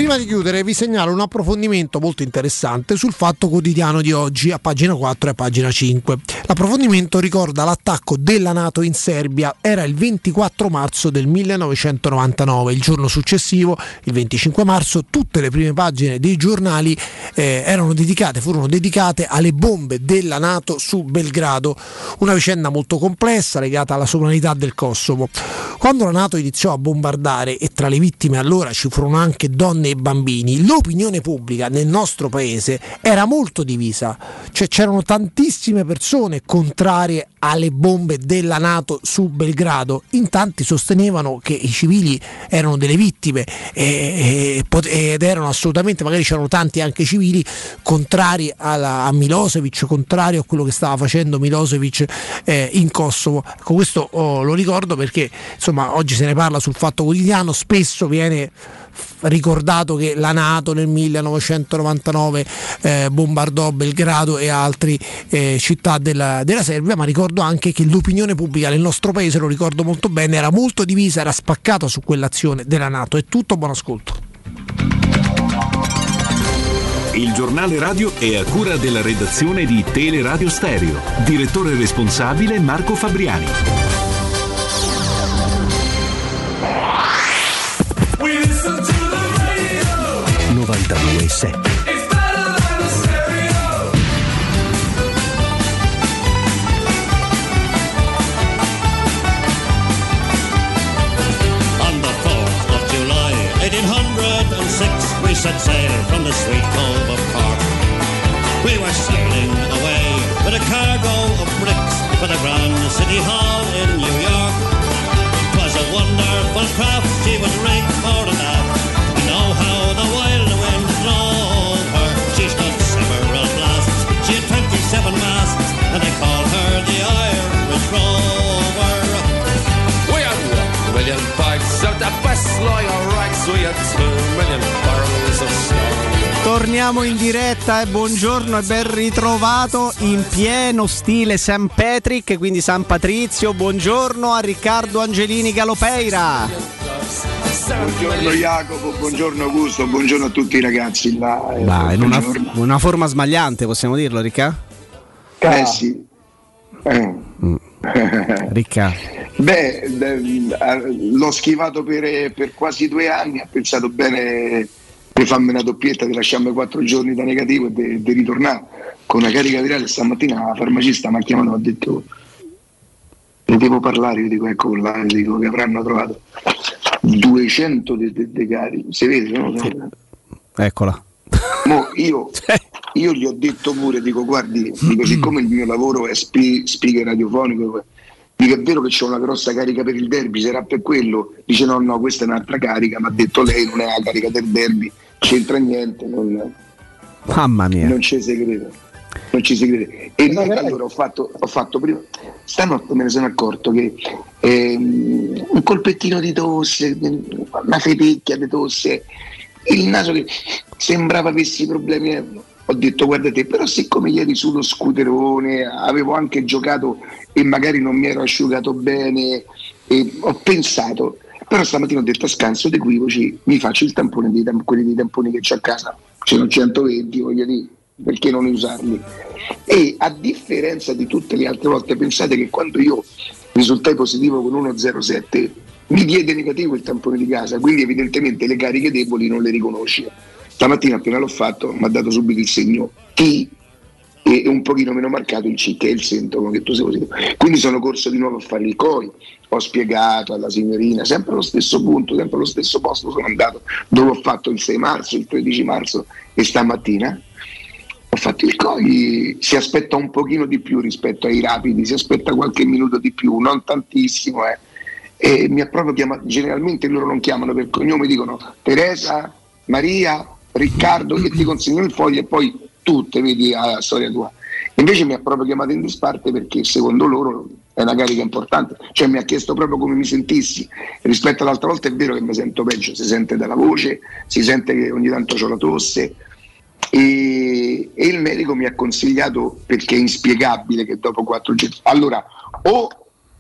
Prima di chiudere vi segnalo un approfondimento molto interessante sul Fatto Quotidiano di oggi a pagina quattro e a pagina cinque. L'approfondimento ricorda l'attacco della NATO in Serbia, era il ventiquattro marzo del millenovecentonovantanove, il giorno successivo, il venticinque marzo, tutte le prime pagine dei giornali eh, erano dedicate, furono dedicate alle bombe della NATO su Belgrado, una vicenda molto complessa legata alla sovranità del Kosovo. Quando la NATO iniziò a bombardare, e tra le vittime allora ci furono anche donne e bambini, l'opinione pubblica nel nostro paese era molto divisa, cioè c'erano tantissime persone contrarie alle bombe della NATO su Belgrado, in tanti sostenevano che i civili erano delle vittime e, e, ed erano assolutamente, magari c'erano tanti anche civili contrari alla, a Milosevic, contrari a quello che stava facendo Milosevic eh, in Kosovo. Con questo oh, lo ricordo perché insomma oggi se ne parla sul Fatto Quotidiano, spesso viene ricordato che la NATO nel millenovecentonovantanove eh, bombardò Belgrado e altre eh, città della, della Serbia, ma ricordo anche che l'opinione pubblica nel nostro paese, lo ricordo molto bene, era molto divisa, era spaccata su quell'azione della NATO. È tutto, buon ascolto. Il giornale radio è a cura della redazione di Teleradio Stereo. Direttore responsabile Marco Fabriani. novantadue e sette. On the fourth of July, eighteen oh six, we set sail from the sweet cove of Cork. We were sailing away with a cargo of bricks for the Grand City Hall in New York. 'Twas a wonderful craft, she was rigged for an aft. You know how the wild wind drove her. She stood several blasts, she had twenty-seven masts, and they called her the Irish Rover. We had one million bags of the best loyal rags, we had two million barrels of snow. Torniamo in diretta e buongiorno e ben ritrovato in pieno stile Saint Patrick, quindi San Patrizio. Buongiorno a Riccardo Angelini Galopeira. Buongiorno Jacopo, buongiorno Augusto, buongiorno a tutti i ragazzi là. Bah, in una, una forma smagliante, possiamo dirlo, Ricca? Eh sì. Eh. Mm. Ricca. Beh, l'ho schivato per, per quasi due anni, ho pensato bene di farmi una doppietta, di lasciarmi quattro giorni da negativo e di ritornare con una carica virale. Stamattina la farmacista mi ha chiamato e ha detto ne devo parlare, io dico ecco là, dico che avranno trovato duecento dei de, de carichi, si vede, no? Eccola. Mo io, io gli ho detto pure, dico guardi, dico siccome il mio lavoro è spi, speaker radiofonico, dico è vero che c'è una grossa carica per il derby, sarà per quello? Dice no no, questa è un'altra carica, mi ha detto lei non è la carica del derby, c'entra niente, non, mamma mia, non ci si crede, non ci si crede. E no, allora ho fatto, ho fatto prima, stanotte me ne sono accorto che ehm, un colpettino di tosse, una fetecchia di tosse, il naso che sembrava avessi problemi, ho detto guardate, però siccome ieri sullo scooterone avevo anche giocato e magari non mi ero asciugato bene, e ho pensato, però stamattina ho detto a scanso dei equivoci mi faccio il tampone dei tamp- quelli dei tamponi che c'ho a casa, ce ne ho centoventi, voglio dire, perché non usarli? E a differenza di tutte le altre volte, pensate che quando io risultai positivo con uno zero sette mi diede negativo il tampone di casa, quindi evidentemente le cariche deboli non le riconosci. Stamattina appena l'ho fatto mi ha dato subito il segno T e un pochino meno marcato il C, che è il sintomo che tu sei positivo. Quindi sono corso di nuovo a fare il C O I, ho spiegato alla signorina, sempre allo stesso punto, sempre allo stesso posto sono andato, dove ho fatto il sei marzo, il tredici marzo e stamattina ho fatto il C O I. Si aspetta un pochino di più rispetto ai rapidi, si aspetta qualche minuto di più, non tantissimo, eh. E mi ha proprio chiamato, generalmente loro non chiamano per cognome, dicono Teresa, Maria, Riccardo, e ti consegnano il foglio e poi tutte vedi la storia tua. Invece mi ha proprio chiamato in disparte perché secondo loro è una carica importante, cioè mi ha chiesto proprio come mi sentissi. Rispetto all'altra volta è vero che mi sento peggio, si sente dalla voce, si sente che ogni tanto ho la tosse e, e il medico mi ha consigliato, perché è inspiegabile che dopo quattro giorni, allora o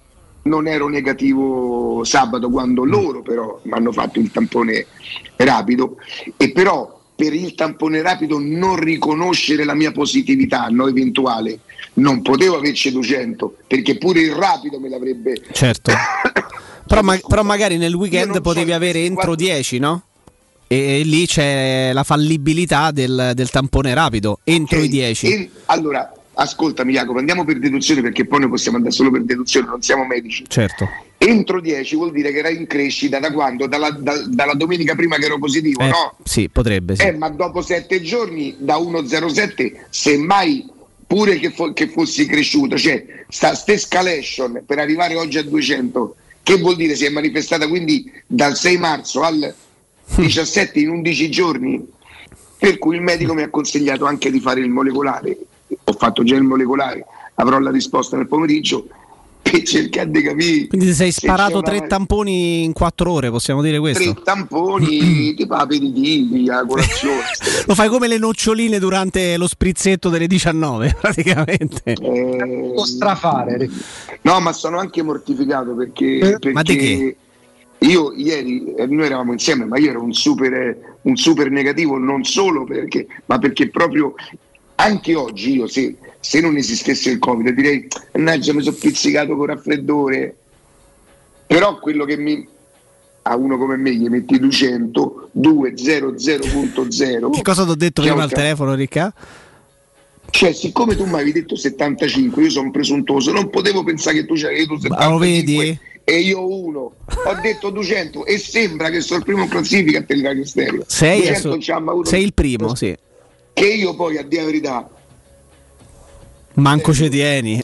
non ero negativo sabato quando loro però mi hanno fatto il tampone rapido, e però per il tampone rapido non riconoscere la mia positività no eventuale non potevo averci duecento, perché pure il rapido me l'avrebbe certo. però, ma- però magari nel weekend potevi so avere entro dieci, no? E, e lì c'è la fallibilità del, del tampone rapido entro okay. i dieci. E, allora ascoltami Jacopo, andiamo per deduzione, perché poi noi possiamo andare solo per deduzione, non siamo medici. Certo. Entro dieci vuol dire che era in crescita da quando? Dalla, da, dalla domenica prima che ero positivo, eh, no? Sì, potrebbe. Sì. Eh, ma dopo sette giorni da uno virgola zero sette, semmai pure che, fo- che fossi cresciuto, cioè sta escalation per arrivare oggi a duecento, che vuol dire si è manifestata quindi dal sei marzo al diciassette in undici giorni, per cui il medico mi ha consigliato anche di fare il molecolare. Ho fatto già il molecolare, avrò la risposta nel pomeriggio per cercare di capire. Quindi ti sei sparato una... tre tamponi in quattro ore, possiamo dire questo? Tre tamponi tipo aperitivi, la colazione. Lo fai come le noccioline durante lo sprizzetto delle diciannove praticamente. Eh... Lo strafare. No, ma sono anche mortificato perché, eh, perché... Ma di che? Io ieri, eh, noi eravamo insieme, ma io ero un super, un super negativo, non solo perché, ma perché proprio anche oggi io se, se non esistesse il Covid direi, mannaggia, mi sono pizzicato con raffreddore, però quello che mi, a uno come me gli metti duecento, duecento punto zero. Che cosa ti ho detto prima al telefono, Ricca? Cioè, siccome tu mi avevi detto settantacinque, io sono presuntuoso, non potevo pensare che tu c'avevi tu settantacinque. Ma lo vedi? E io uno, ho detto duecento e sembra che sono il primo in classifica a Teleradio Stereo. Sei, adesso, sei il primo, sì. Che io poi, a dire la verità, manco ci tieni.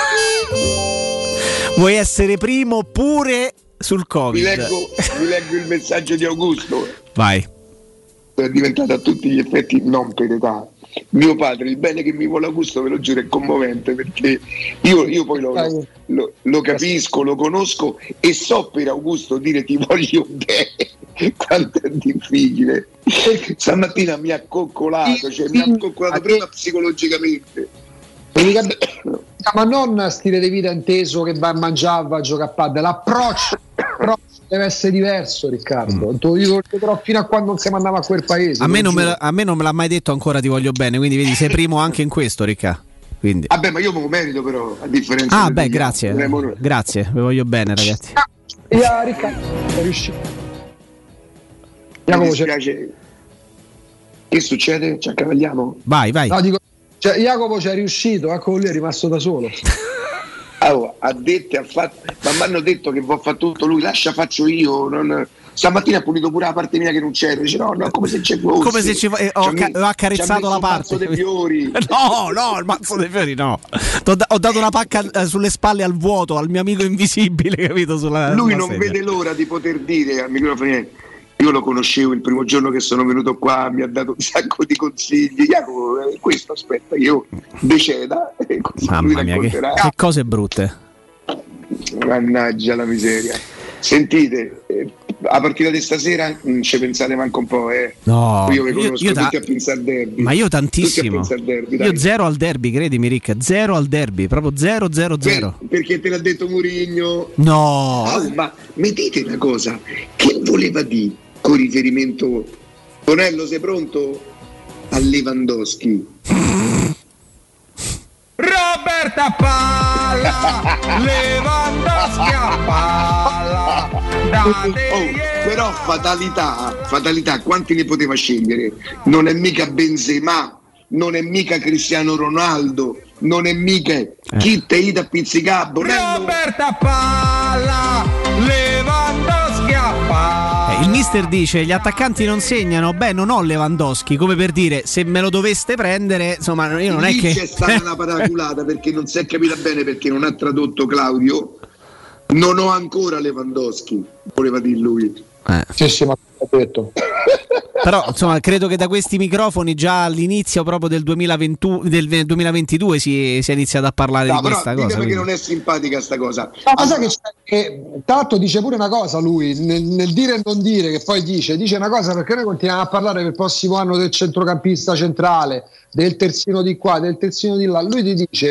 Vuoi essere primo pure sul Covid? Vi leggo, vi leggo il messaggio di Augusto. Vai. È diventato a tutti gli effetti, non per età, mio padre, il bene che mi vuole Augusto, ve lo giuro, è commovente, perché io, io poi lo, lo, lo capisco, lo conosco e so per Augusto dire ti voglio bene quanto è difficile. Stamattina mi ha coccolato, cioè mi ha coccolato prima psicologicamente, ma non stile di vita inteso che va a mangiare, va a giocare a padel, l'approccio, l'approccio deve essere diverso, Riccardo. Mm. Io lo vedrò fino a quando non siamo andati a quel paese. A me, non me, a me non me l'ha mai detto ancora ti voglio bene, quindi vedi, sei primo anche in questo, Ricca. Quindi. Vabbè, ma io me lo merito però, a differenza. Ah, beh, grazie. Meno... Grazie, vi voglio bene, ragazzi. Ah, Riccardo, è riuscito. Mi dispiace. Che succede? Ci accavagliamo? Vai, vai. No, dico, cioè, Jacopo ci è riuscito, ecco, lui è rimasto da solo. Allora, ha detto, ha fatto, ma mi hanno detto che va a fare tutto lui, lascia faccio io. Non... Stamattina ha pulito pure la parte mia che non c'era, dice no, no, come se c'è fosse. Come se ci eh, ho, ca- ho accarezzato la parte. Il mazzo dei fiori. No, no, il mazzo dei fiori no. Ho dato una pacca eh, sulle spalle al vuoto, al mio amico invisibile, capito? Sulla, lui sulla non sedia. Vede l'ora di poter dire al microfono. Io lo conoscevo il primo giorno che sono venuto qua, mi ha dato un sacco di consigli. Jacopo, eh, questo aspetta, io deceda e così Mamma mia, che, che cose brutte. Mannaggia la miseria. Sentite, eh, a partire di stasera non ci pensate manco un po', eh. No, io vi conosco io, io tutti ta- a pensare al derby. Ma io tantissimo. Al derby, io zero al derby, credimi Ricca, zero al derby, proprio zero zero zero. Per, perché te l'ha detto Mourinho? No. Oh, ma mi dite una cosa, che voleva dire con riferimento, Tonello sei pronto? A Lewandowski. Roberta Palla, Lewandowski a palla. Oh, però fatalità, fatalità, quanti ne poteva scegliere? Non è mica Benzema, non è mica Cristiano Ronaldo, non è mica eh. chi te ida pizzicà Bonello. Roberta Palla, Lewandowski a palla. Il mister dice gli attaccanti non segnano, beh non ho Lewandowski, come per dire se me lo doveste prendere, insomma io non Lì è che c'è stata una paraculata perché non si è capita bene, perché non ha tradotto Claudio, non ho ancora Lewandowski, voleva dire lui. Eh. Sì, sì, ma ho detto. Però insomma credo che da questi microfoni già all'inizio proprio del duemilaventi, del duemilaventidue si, si è iniziato a parlare no, di questa però, cosa. Perché non è simpatica sta cosa. No, ma allora, sai che, che Tatto dice pure una cosa lui, nel, nel dire e non dire, che poi dice, dice una cosa perché noi continuiamo a parlare per il prossimo anno del centrocampista centrale, del terzino di qua, del terzino di là. Lui ti dice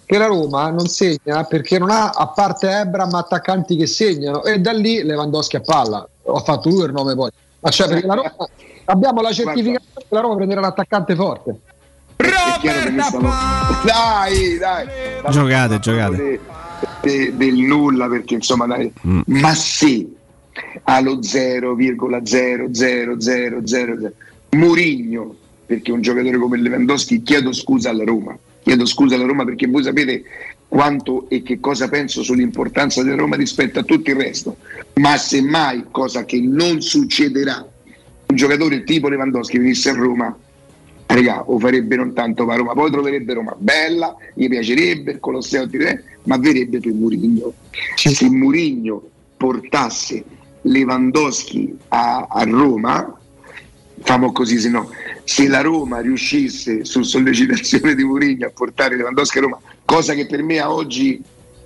che la Roma non segna perché non ha, a parte Ebram, attaccanti che segnano, e da lì Lewandowski a palla. Ho fatto lui il nome poi, ma cioè perché la Roma, abbiamo la certificazione che la Roma prenderà un attaccante forte. Stiamo... Dai, dai, giocate, giocate de, de, del nulla, perché insomma dai. Mm. Ma se allo zero virgola zero zero zero zero Mourinho, perché un giocatore come Lewandowski, chiedo scusa alla Roma, chiedo scusa alla Roma perché voi sapete quanto e che cosa penso sull'importanza della Roma rispetto a tutto il resto, ma semmai, cosa che non succederà, un giocatore tipo Lewandowski venisse a Roma, regà, o farebbe non tanto a Roma, poi troverebbe Roma bella, gli piacerebbe il Colosseo, ma vedrebbe per Mourinho. Se Mourinho portasse Lewandowski a, a Roma, famo così, se no, se la Roma riuscisse su sollecitazione di Mourinho a portare Lewandowski a Roma, cosa che per me a oggi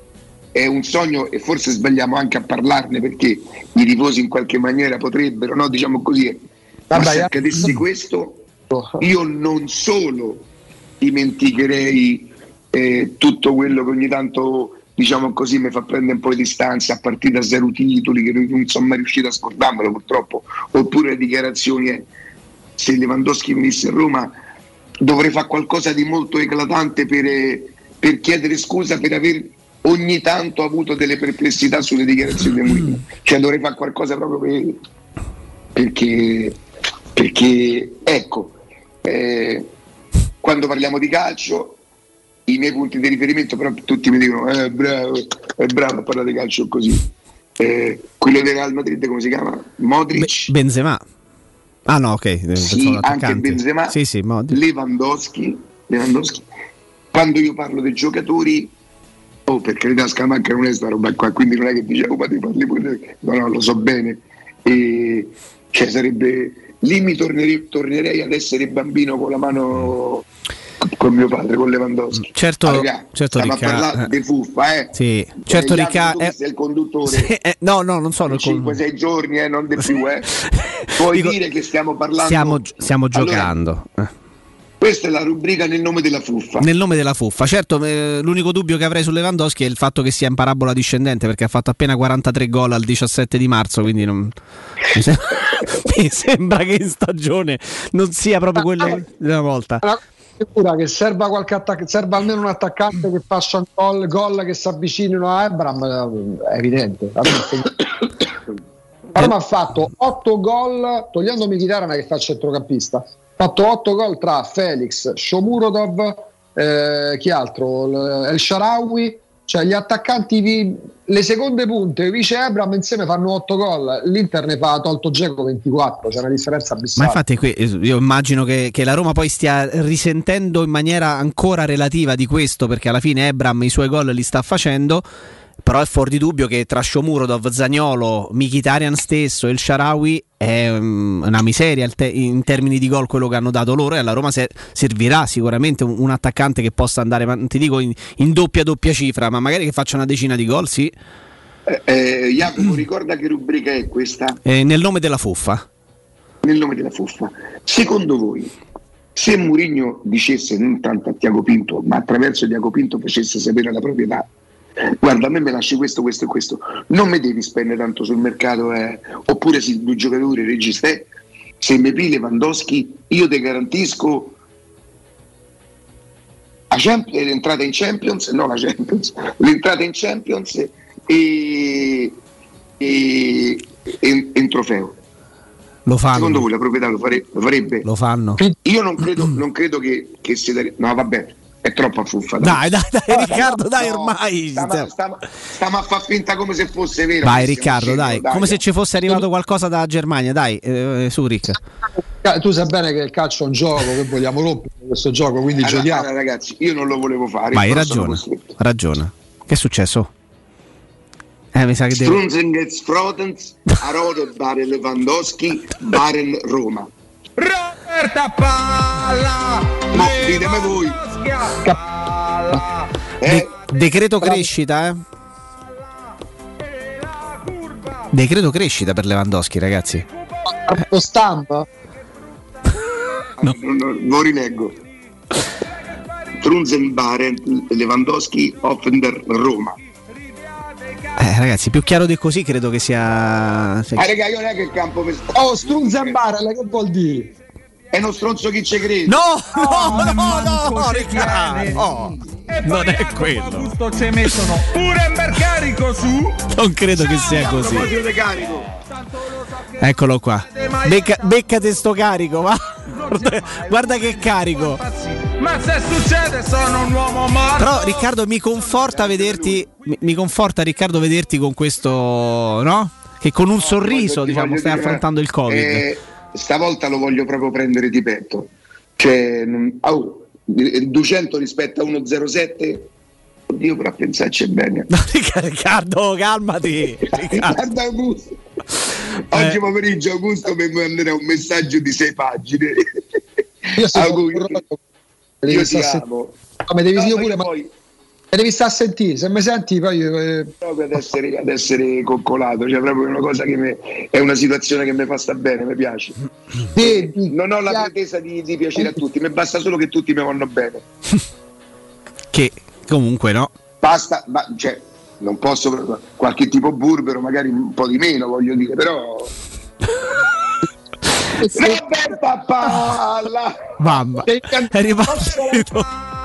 è un sogno, e forse sbagliamo anche a parlarne perché i tifosi in qualche maniera potrebbero, no, diciamo così, ma se accadesse questo, io non solo dimenticherei eh, tutto quello che ogni tanto, diciamo così, mi fa prendere un po' di distanza a partire da zero titoli che non sono mai riuscito a scordarmelo purtroppo, oppure le dichiarazioni eh, se Lewandowski venisse a Roma dovrei fare qualcosa di molto eclatante per, eh, per chiedere scusa per aver ogni tanto avuto delle perplessità sulle dichiarazioni di Mourinho, cioè dovrei fare qualcosa proprio per, perché perché ecco eh, quando parliamo di calcio i miei punti di riferimento, però tutti mi dicono eh, bravo, è bravo a parlare di calcio così, eh, quello del Real Madrid come si chiama? Modric, Be- Benzema ah no ok sì, anche Benzema, sì, sì, Lewandowski, Lewandowski quando io parlo dei giocatori, oh, per carità, Scamacca non è sta roba qua, quindi non è che dicevo ma ti parli pure, no no lo so bene, e cioè sarebbe lì mi tornerei, tornerei ad essere bambino con la mano con mio padre, con Lewandowski. Certo, ah, raga, certo stiamo Ricca, a parlare eh. di fuffa, eh. Sì, certo eh, Ricca, tu eh, sei il conduttore. Sì, eh, no, no, non sono il cinque sei giorni, eh, non di più, eh. Puoi Dico, dire che stiamo parlando. Stiamo, stiamo allora, giocando. Questa è la rubrica nel nome della fuffa. Nel nome della fuffa, certo. Eh, l'unico dubbio che avrei su Lewandowski è il fatto che sia in parabola discendente, perché ha fatto appena quarantatré gol al diciassette di marzo, quindi non... mi, sembra... mi sembra che in stagione non sia proprio quello di una volta. Sicura che serva qualche attac- serva almeno un attaccante che faccia un gol, gol che si avvicinino a Ebram, è evidente. Roma ha fatto otto gol, togliendo Mkhitaryan che fa centrocampista, ha fatto otto gol tra Felix, Shomurodov, eh, chi altro? El Shaarawy, cioè gli attaccanti, vi, le seconde punte, vice Ebram insieme fanno otto gol, l'Inter ne fa tolto Dzeko ventiquattro, c'è una differenza abissale. Ma infatti qui, io immagino che, che la Roma poi stia risentendo in maniera ancora relativa di questo, perché alla fine Ebram i suoi gol li sta facendo, però è fuori di dubbio che tra Shomurodov, Zaniolo, Mkhitaryan stesso e El Shaarawy è um, una miseria te- in termini di gol quello che hanno dato loro, e alla Roma se- servirà sicuramente un-, un attaccante che possa andare, ma non ti dico in-, in doppia doppia cifra, ma magari che faccia una decina di gol, sì. Eh, eh, Jacopo, ricorda che rubrica è questa? Eh, nel nome della fuffa. Nel nome della fuffa. Secondo voi, se Mourinho dicesse non tanto a Tiago Pinto, ma attraverso Tiago Pinto facesse sapere la proprietà, guarda, a me me lasci questo, questo e questo, non mi devi spendere tanto sul mercato, eh. Oppure se due giocatori regista, eh. se mi pigli Lewandowski io ti garantisco la Champions, l'entrata in Champions, no la Champions, l'entrata in Champions e, e, e, e un trofeo. Lo fanno. Secondo voi la proprietà lo, fare, lo farebbe? Lo fanno. Io non credo, non credo che, che si dare... no vabbè, è troppo fuffa. Dai, dai, dai, dai Riccardo, no, dai, ormai. Stiamo, stiamo, stiamo a far finta come se fosse vero. Vai, Riccardo, dai, dai, come dai. se ci fosse arrivato qualcosa da Germania, dai, eh, su Rick. Tu sai bene che il calcio è un gioco, che vogliamo rompere questo gioco, quindi allora, giochiamo. Allora, ragazzi, io non lo volevo fare. Vai, ragiona, ragiona. Che è successo? Eh, mi sa che devo... Strunzengetz Frotens, Arode Baren Lewandowski, Baren Roma. Roberta Palla! No, ditemi voi. Eh? De- decreto crescita, eh? Decreto crescita per Lewandowski, ragazzi. Lo stampa? No. Non, non, lo rileggo. Strunzenbarent, Lewandowski, Offender, Roma. Eh, ragazzi, più chiaro di così credo che sia. Ah, raga, io non è che il campo per Oh, Strunzenbarent, che vuol dire? È uno stronzo chi ci crede. No, Oh, no, no, no, no, c'è chiede. no. E Non poi è a quello. Augusto ci mettono pure in barcarico su. Non credo che sia A così. proposito di carico. Eccolo qua. Becca, beccate sto carico, va. Guarda, guarda che carico. Ma se succede sono un uomo morto. Però Riccardo mi conforta vederti. Mi, mi conforta Riccardo vederti con questo, no? Che con un sorriso, Voglio- diciamo, voglio stai dire, affrontando il Covid. eh, stavolta lo voglio proprio prendere di petto. Cioè, non- oh, duecento rispetto a uno zero sette. Oddio, però a pensarci bene. No, Riccardo, calmati. Riccardo Augusto. Oggi Eh. pomeriggio Augusto mi manderà un messaggio di sei pagine. Io sono Augusto, devi io stare ti a sen- amo. No, mi devi No, dire ma pure, io ma poi mi devi stare a sentire. Se mi senti, poi eh, proprio ad essere, ad essere coccolato, cioè proprio una cosa che me, è una situazione che mi fa sta bene, mi piace. devi- Non ho la pretesa di, di piacere a tutti, mi basta solo che tutti mi vanno bene. Che comunque no. Basta, ma, cioè, non posso, qualche tipo burbero, magari un po' di meno, voglio dire, però. Roberta Palla! Mamma. È ripartito.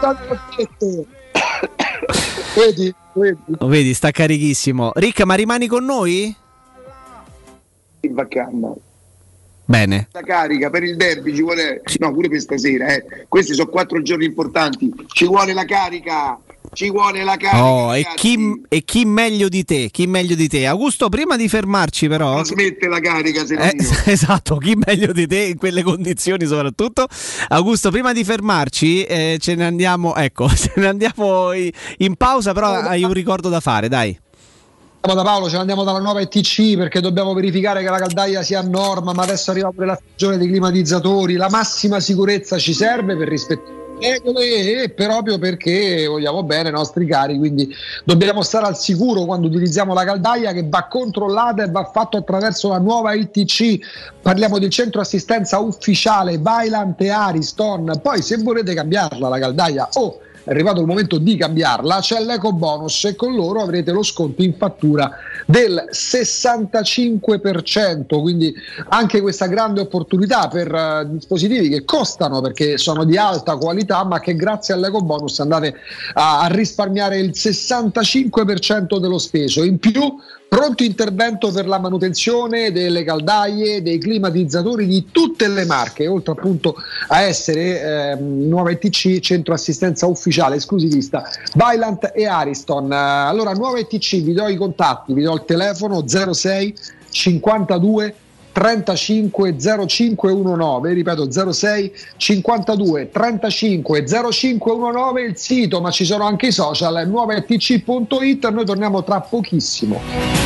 Vedi, vedi. Lo vedi, sta carichissimo. Rick, ma rimani con noi? In vacanza. Bene. La carica per il derby ci vuole, no, pure per stasera, eh. Questi sono quattro giorni importanti, ci vuole la carica, ci vuole la carica. Oh, e ragazzi. chi, e chi meglio di te? Chi meglio di te? Augusto, prima di fermarci però. Non smette la carica se non Eh, io. esatto, chi meglio di te in quelle condizioni soprattutto. Augusto, prima di fermarci eh, ce ne andiamo, ecco, ce ne andiamo in, in pausa, però hai un ricordo da fare, dai. Da Paolo, ce ne andiamo dalla nuova E T C perché dobbiamo verificare che la caldaia sia a norma, ma adesso arriva pure la stagione dei climatizzatori, la massima sicurezza ci serve per rispettare le regole e proprio perché vogliamo bene ai nostri cari, quindi dobbiamo stare al sicuro quando utilizziamo la caldaia, che va controllata e va fatto attraverso la nuova E T C. Parliamo del centro assistenza ufficiale Vaillant e Ariston. Poi se volete cambiarla la caldaia o è arrivato il momento di cambiarla, c'è l'eco bonus e con loro avrete lo sconto in fattura del sessantacinque per cento, quindi anche questa grande opportunità per uh, dispositivi che costano perché sono di alta qualità, ma che grazie all'eco bonus andate a, a risparmiare il sessantacinque per cento dello speso. In più pronto intervento per la manutenzione delle caldaie, dei climatizzatori di tutte le marche, oltre appunto a essere eh, nuova E T C, centro assistenza ufficiale esclusivista Vaillant e Ariston. Eh, allora, nuova E T C, vi do i contatti, vi do il telefono zero sei cinquantadue trentacinque zero cinque diciannove, ripeto zero sei cinquantadue trentacinque zero cinque diciannove, il sito, ma ci sono anche i social, nuova E T C punto it. Noi torniamo tra pochissimo.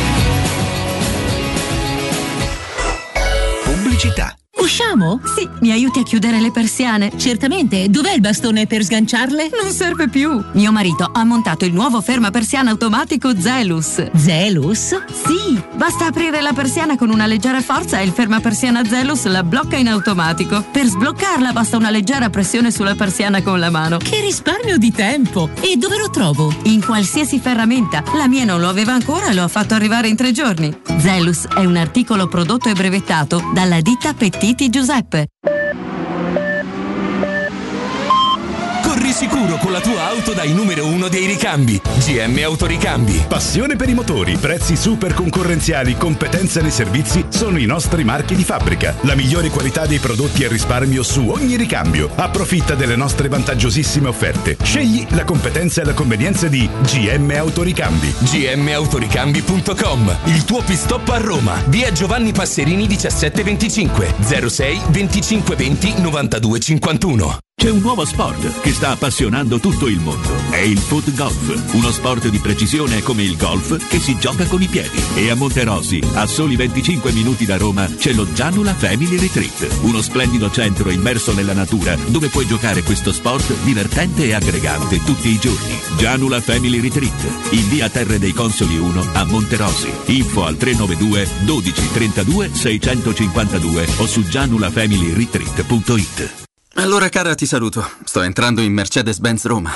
Pubblicità. Usciamo? Sì, mi aiuti a chiudere le persiane? Certamente, dov'è il bastone per sganciarle? Non serve più. Mio marito ha montato il nuovo fermapersiana automatico Zelus. Zelus? Sì, basta aprire la persiana con una leggera forza e il fermapersiana Zelus la blocca in automatico. Per sbloccarla basta una leggera pressione sulla persiana con la mano. Che risparmio di tempo! E dove lo trovo? In qualsiasi ferramenta. La mia non lo aveva ancora e lo ha fatto arrivare in tre giorni. Zelus è un articolo prodotto e brevettato dalla ditta Pettiti Giuseppe. Corri sicuro con la tua auto dai numero uno dei ricambi. G M Autoricambi. Passione per i motori, prezzi super concorrenziali, competenza nei servizi sono i nostri marchi di fabbrica. La migliore qualità dei prodotti e risparmio su ogni ricambio. Approfitta delle nostre vantaggiosissime offerte. Scegli la competenza e la convenienza di G M Autoricambi. G M Autoricambi punto com. Il tuo pit-stop a Roma. Via Giovanni Passerini diciassette venticinque zero sei venticinque venti novantadue cinquantuno. C'è un nuovo sport che sta appassionando tutto il mondo. È il foot golf, uno sport di precisione come il golf che si gioca con i piedi. E a Monterosi, a soli venticinque minuti da Roma, c'è lo Gianula Family Retreat, uno splendido centro immerso nella natura dove puoi giocare questo sport divertente e aggregante tutti i giorni. Gianula Family Retreat, in via Terre dei Consoli uno a Monterosi. Info al tre nove due dodici trentadue seicentocinquantadue o su gianula family retreat punto it. Allora cara, ti saluto. Sto entrando in Mercedes-Benz Roma.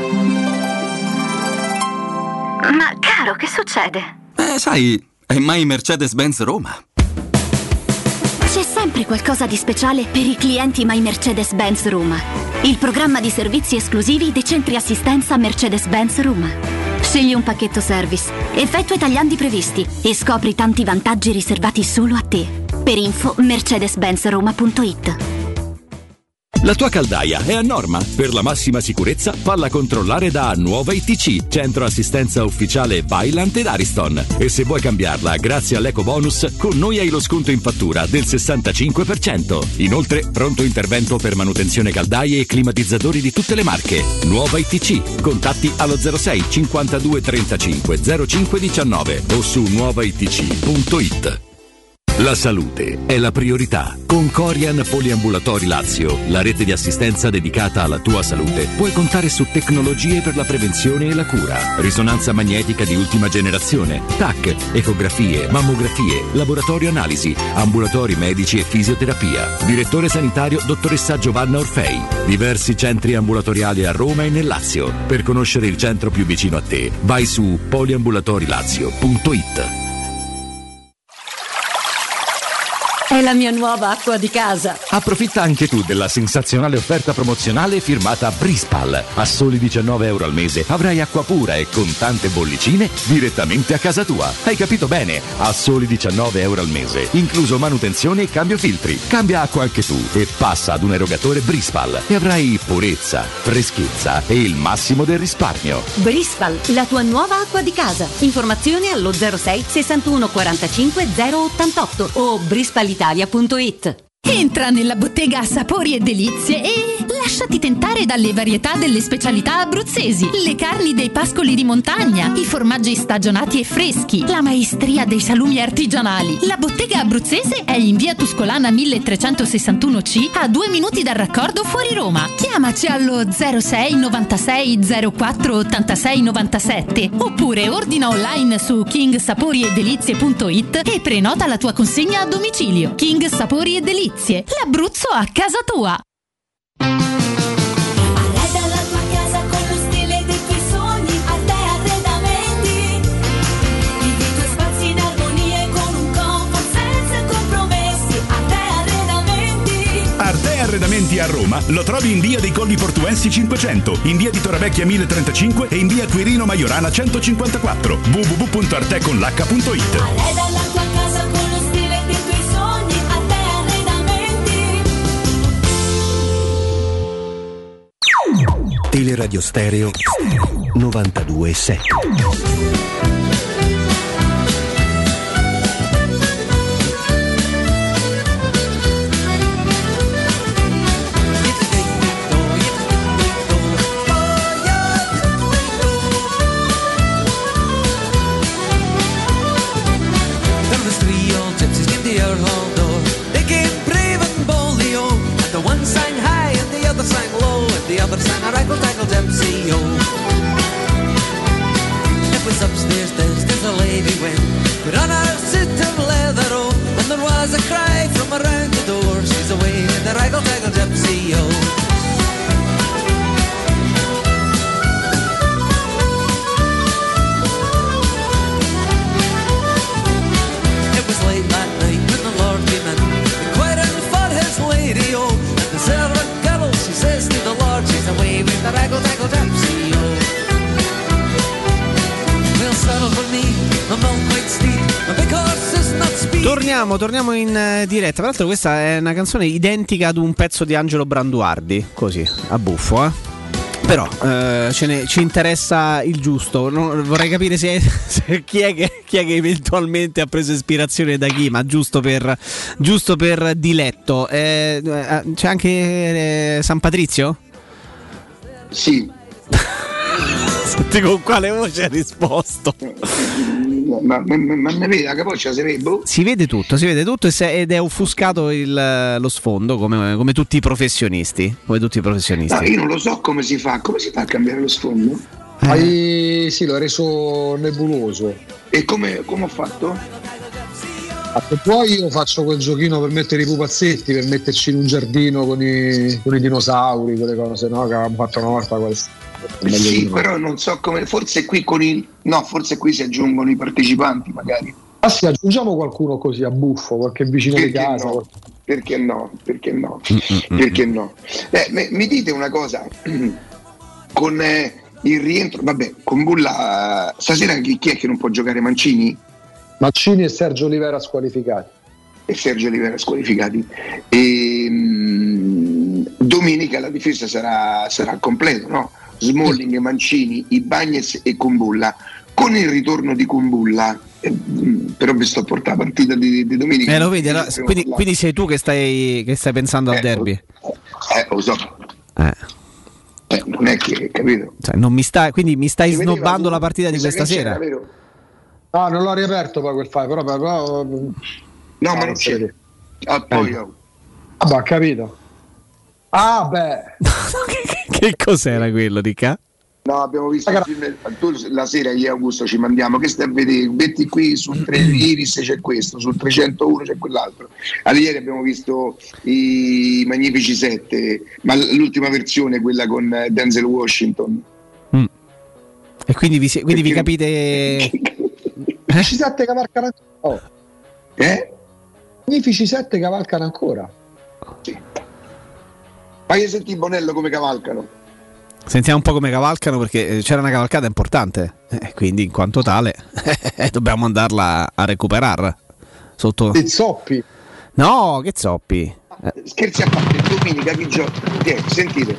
Ma caro, che succede? Eh, sai, è mai Mercedes-Benz Roma. C'è sempre qualcosa di speciale per i clienti My Mercedes-Benz Roma. Il programma di servizi esclusivi dei centri assistenza Mercedes-Benz Roma. Scegli un pacchetto service, effettua i tagliandi previsti e scopri tanti vantaggi riservati solo a te. Per info mercedes benz roma punto it. La tua caldaia è a norma? Per la massima sicurezza falla controllare da Nuova I T C, centro assistenza ufficiale Vaillant ed Ariston. E se vuoi cambiarla grazie all'eco bonus, con noi hai lo sconto in fattura del sessantacinque per cento. Inoltre, pronto intervento per manutenzione caldaie e climatizzatori di tutte le marche. Nuova I T C. Contatti allo zero sei cinquantadue trentacinque zero cinque diciannove o su nuova i t c punto it. La salute è la priorità. Con Corian Poliambulatori Lazio, la rete di assistenza dedicata alla tua salute, puoi contare su tecnologie per la prevenzione e la cura. Risonanza magnetica di ultima generazione, T A C, ecografie, mammografie, laboratorio analisi, ambulatori medici e fisioterapia. Direttore sanitario dottoressa Giovanna Orfei. Diversi centri ambulatoriali a Roma e nel Lazio. Per conoscere il centro più vicino a te, vai su poliambulatorilazio punto it. È la mia nuova acqua di casa. Approfitta anche tu della sensazionale offerta promozionale firmata Brispal. A soli diciannove euro al mese avrai acqua pura e con tante bollicine direttamente a casa tua. Hai capito bene? A soli diciannove euro al mese, incluso manutenzione e cambio filtri. Cambia acqua anche tu e passa ad un erogatore Brispal e avrai purezza, freschezza e il massimo del risparmio. Brispal, la tua nuova acqua di casa. Informazioni allo zero sei sessantuno quarantacinque zero ottantotto o brispal italia punto it. Entra nella bottega Sapori e Delizie e lasciati tentare dalle varietà delle specialità abruzzesi, le carni dei pascoli di montagna, i formaggi stagionati e freschi, la maestria dei salumi artigianali. La bottega abruzzese è in via Tuscolana milletrecentosessantuno C, a due minuti dal raccordo fuori Roma. Chiamaci allo zero sei novantasei zero quattro ottantasei novantasette oppure ordina online su king sapori e delizie punto it e prenota la tua consegna a domicilio. King Sapori e Delizie, l'Abruzzo a casa tua. Arreda la tua casa con lo stile dei tuoi sogni, Arte Arredamenti. Vivi i tuoi spazi in armonia e con un comfort senza compromessi. Arte Arredamenti. Arte Arredamenti a Roma lo trovi in via dei Colli Portuensi cinquecento, in via di Torrevecchia mille trentacinque e in via Quirino Maiorana centocinquantaquattro. w w w punto arte con l'h punto it. Arreda la tua casa con lo stile dei tuoi sogni, Arte Arredamenti. Teleradio Stereo novantadue sette. The other sang a raggle taggle gypsy, oh. It was upstairs, downstairs a lady went, put on her suit of leather, oh. And there was a cry from around the door, she's away in the raggle taggle gypsy, oh. It was late that night when the Lord came in, inquiring for his lady, oh. And the servant girl, she says to the Lord, she's away with the raggle taggle gypsy, oh. We'll settle for me, a milk white steed, a big horse is not speed. Torniamo, torniamo in uh, diretta. Tra l'altro questa è una canzone identica ad un pezzo di Angelo Branduardi, così, a buffo, eh. Però eh, ce ne, ci interessa il giusto. Non, vorrei capire se, se chi, è che, chi è che eventualmente ha preso ispirazione da chi, ma giusto per, giusto per diletto. Eh, c'è anche eh, San Patrizio? Sì. Senti con quale voce ha risposto? Ma, ma, ma ne vede la capoccia, si vede? Boh. Si vede tutto, si vede tutto e se, ed è offuscato il, lo sfondo come, come tutti i professionisti. Come tutti i professionisti. No, io non lo so come si fa, come si fa a cambiare lo sfondo? Eh. Hai, sì, l'ho reso nebuloso. E come, come ho fatto? Se poi io faccio quel giochino per mettere i pupazzetti, per metterci in un giardino con i, con i dinosauri, quelle cose, no? Che avevamo fatto una volta questo. Sì, però non so come, forse qui con i no, forse qui si aggiungono i partecipanti magari. Ah sì, aggiungiamo qualcuno così a buffo, qualche vicino Perché di casa. no? Perché no? Perché no? Perché no? Eh, me- mi dite una cosa, con eh, il rientro, vabbè, con Bulla stasera chi, chi è che non può giocare? Mancini? Mancini e Sergio Olivera squalificati. E Sergio Olivera squalificati. E, mh, domenica la difesa sarà, sarà al completo, no? Smalling, Mancini, Ibañez e Kumbulla. Con il ritorno di Kumbulla, eh, però vi sto a portare la partita di, di domenica. Eh, lo vedi, allora, quindi, quindi sei tu che stai, che stai pensando eh, al derby. Eh, lo so. Eh. Eh, non è che, capito? Cioè, non mi stai, quindi mi stai Si vedeva snobbando tu- la partita di mi sa questa che c'era, sera. vero? No, non l'ho riaperto poi quel file, però, però No, ma non c'è. Ah, poi, oh. Vabbè, ho capito. Ah, beh. Che cos'era quello di ca? No, abbiamo visto il film, tu la sera io e Augusto ci mandiamo, che stai a vedere? Metti qui sul tre Iris c'è questo, sul trecentouno c'è quell'altro. Allora, ieri abbiamo visto i Magnifici Sette, ma l'ultima versione, quella con Denzel Washington. Mm. E quindi vi, si- quindi vi capite. Magnifici sette cavalcano ancora. Oh. Eh? Magnifici sette cavalcano ancora. Sì. Ma io senti Bonello come cavalcano? Sentiamo un po' come cavalcano, perché c'era una cavalcata importante, eh, quindi in quanto tale dobbiamo andarla a recuperare sotto. E zoppi? No, che zoppi? Eh. Scherzi a parte, domenica chi gioca? Sentite.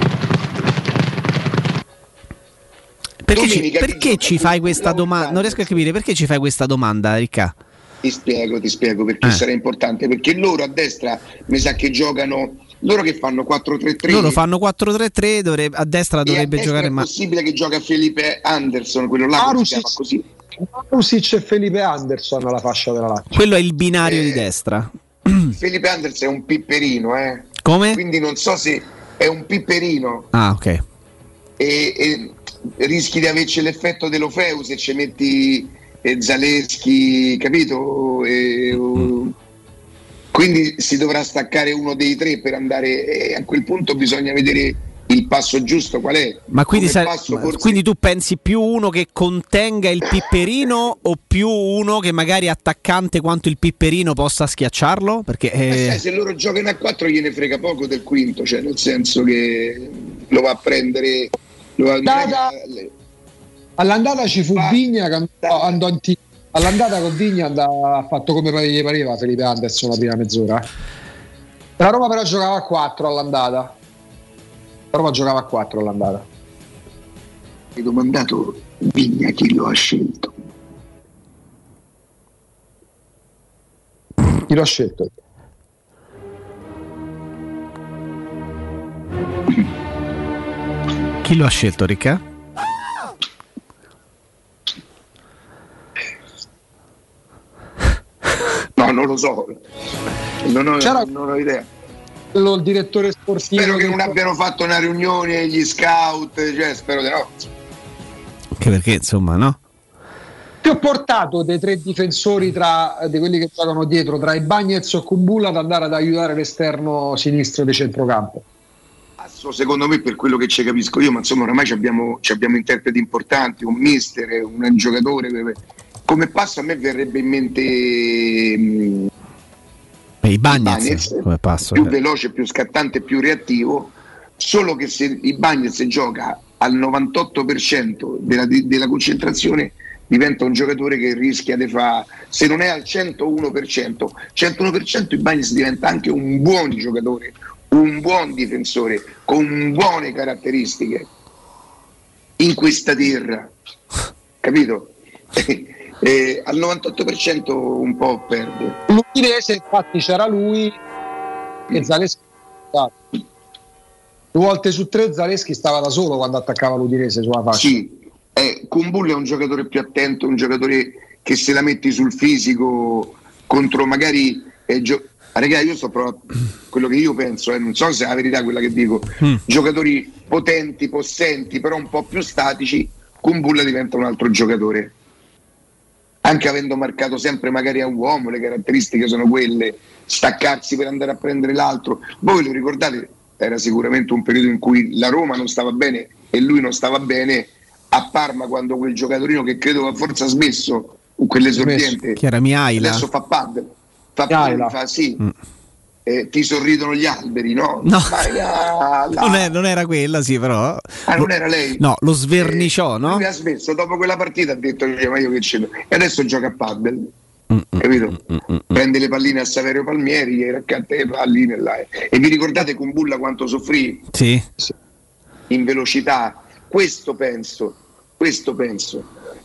Perché, ci, Domenica chi perché gioca? ci fai questa domanda? Non riesco a capire perché ci fai questa domanda, Ricca. Ti spiego, ti spiego perché Eh. sarà importante, perché loro a destra mi sa che giocano, loro che fanno quattro tre tre. Loro fanno quattro tre tre, dovrebbe, a destra e a dovrebbe destra giocare è ma possibile che gioca Felipe Anderson, quello là che si chiama così. Marusic e Felipe Anderson alla fascia della Lazio. quello è il binario Eh. di destra. Felipe Anderson è un pipperino, eh. Come? Quindi non so se è un pipperino Ah, ok. e, e rischi di averci l'effetto dell'Ofeu se ci metti eh, Zaleschi, capito? E, uh, quindi si dovrà staccare uno dei tre per andare, e a quel punto bisogna vedere il passo giusto qual è. Ma quindi, Come sa- passo ma- forse- quindi tu pensi più uno che contenga il pipperino o più uno che magari attaccante quanto il pipperino possa schiacciarlo? Perché Eh, eh, sai, se loro giocano a quattro gliene frega poco del quinto, cioè nel senso che lo va a prendere, lo va a All'andata, all'andata ci fu Vigna che andò, andò in t- all'andata con Vigna andava, ha fatto come gli pareva Felipe Anderson la prima mezz'ora. La Roma però giocava a quattro all'andata. La Roma giocava a quattro all'andata. Mi ho domandato Vigna chi lo ha scelto. Chi lo ha scelto? chi lo ha scelto, Ricca? No, non lo so. Non ho, C'era- non ho idea. Il direttore sportivo. Spero che del- non abbiano fatto una riunione gli scout, cioè spero di no. Anche perché, insomma, no? Ti ho portato dei tre difensori tra di quelli che giocano dietro, tra Ibañez e Kumbulla, ad andare ad aiutare l'esterno sinistro di centrocampo. Passo, secondo me, per quello che ci capisco io, ma insomma oramai ci abbiamo, ci abbiamo interpreti importanti, un mister, un giocatore. Come passo a me verrebbe in mente mh, E i Bagnets Ibañez, come passo? più eh. veloce, più scattante, più reattivo, solo che se Ibañez gioca al novantotto per cento della, della concentrazione diventa un giocatore che rischia di fare, se non è al centouno per cento, centouno per cento Ibañez diventa anche un buon giocatore, un buon difensore con buone caratteristiche in questa terra, capito? E al novantotto per cento un po' perde. L'Udinese, infatti, c'era lui e Zaleschi. Due volte su tre Zaleschi stava da solo quando attaccava l'Udinese sulla fascia. Sì, eh, Kumbulla è un giocatore più attento, un giocatore che se la metti sul fisico contro magari eh, gio- ah, raga, io sto provando quello che io penso, eh, non so se è la verità quella che dico. Mm. Giocatori potenti, possenti, però un po' più statici, Kumbulla diventa un altro giocatore. anche avendo marcato sempre magari a uomo, le caratteristiche sono quelle, staccarsi per andare a prendere l'altro. Voi lo ricordate, era sicuramente un periodo in cui la Roma non stava bene e lui non stava bene a Parma, quando quel giocatorino che credo forse ha smesso, quell'esordiente, che era Mihaila, adesso fa paddle, fa, paddle, fa sì, mm. eh, ti sorridono gli alberi, no? No, ah, non, è, non era quella, sì, però. Ah, non era lei? No, lo sverniciò, eh, no? Lui ha smesso, dopo quella partita ha detto, ma io che ce l'ho, e adesso gioca a paddle. Mm, capito? Mm, mm, mm. Prende le palline a Saverio Palmieri e raccatta le palline là. E vi ricordate con Bulla quanto soffrì? Sì. In velocità. Questo penso, questo penso.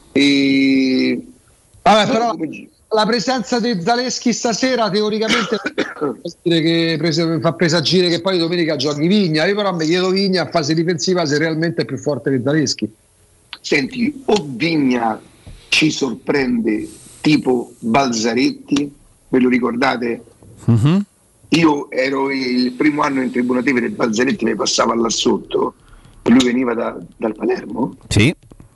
E... Vabbè, però la presenza di Zaleschi stasera teoricamente che prese, fa presagire che poi domenica giochi Vigna. Io però mi chiedo Vigna a fase difensiva se realmente è più forte di Zaleschi. Senti, o Vigna ci sorprende tipo Balzaretti, ve lo ricordate? Mm-hmm. Io ero il primo anno in tribuna Tevere e Balzaretti mi passava là sotto e lui veniva da, dal Palermo. Sì.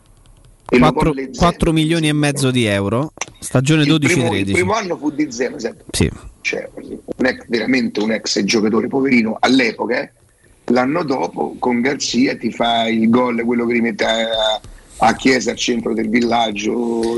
quattro milioni e mezzo di euro, stagione dodici tredici. Il primo anno fu di zero, sì. Cioè, un ex, veramente un ex giocatore poverino all'epoca. Eh. L'anno dopo con Garzia ti fa il gol, quello che rimette a, a Chiesa al centro del villaggio,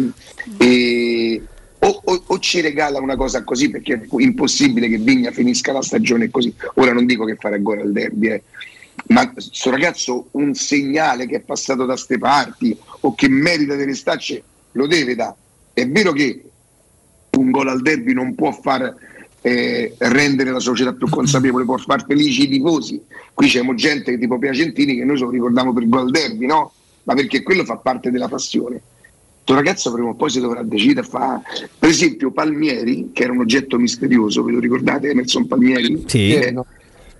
e, o, o, o ci regala una cosa così, perché è impossibile che Vigna finisca la stagione così. Ora non dico che farà gol al derby, eh. Ma questo ragazzo un segnale che è passato da ste parti o che merita delle stacce lo deve dare. È vero che un gol al derby non può far eh, rendere la società più consapevole, può far felici i tifosi. Qui c'è gente tipo Piacentini che noi ce lo ricordiamo per il gol al derby, no? Ma perché quello fa parte della passione. Questo ragazzo prima o poi si dovrà decidere a fare. Per esempio Palmieri, che era un oggetto misterioso, ve lo ricordate, Emerson Palmieri? Sì. Eh, no.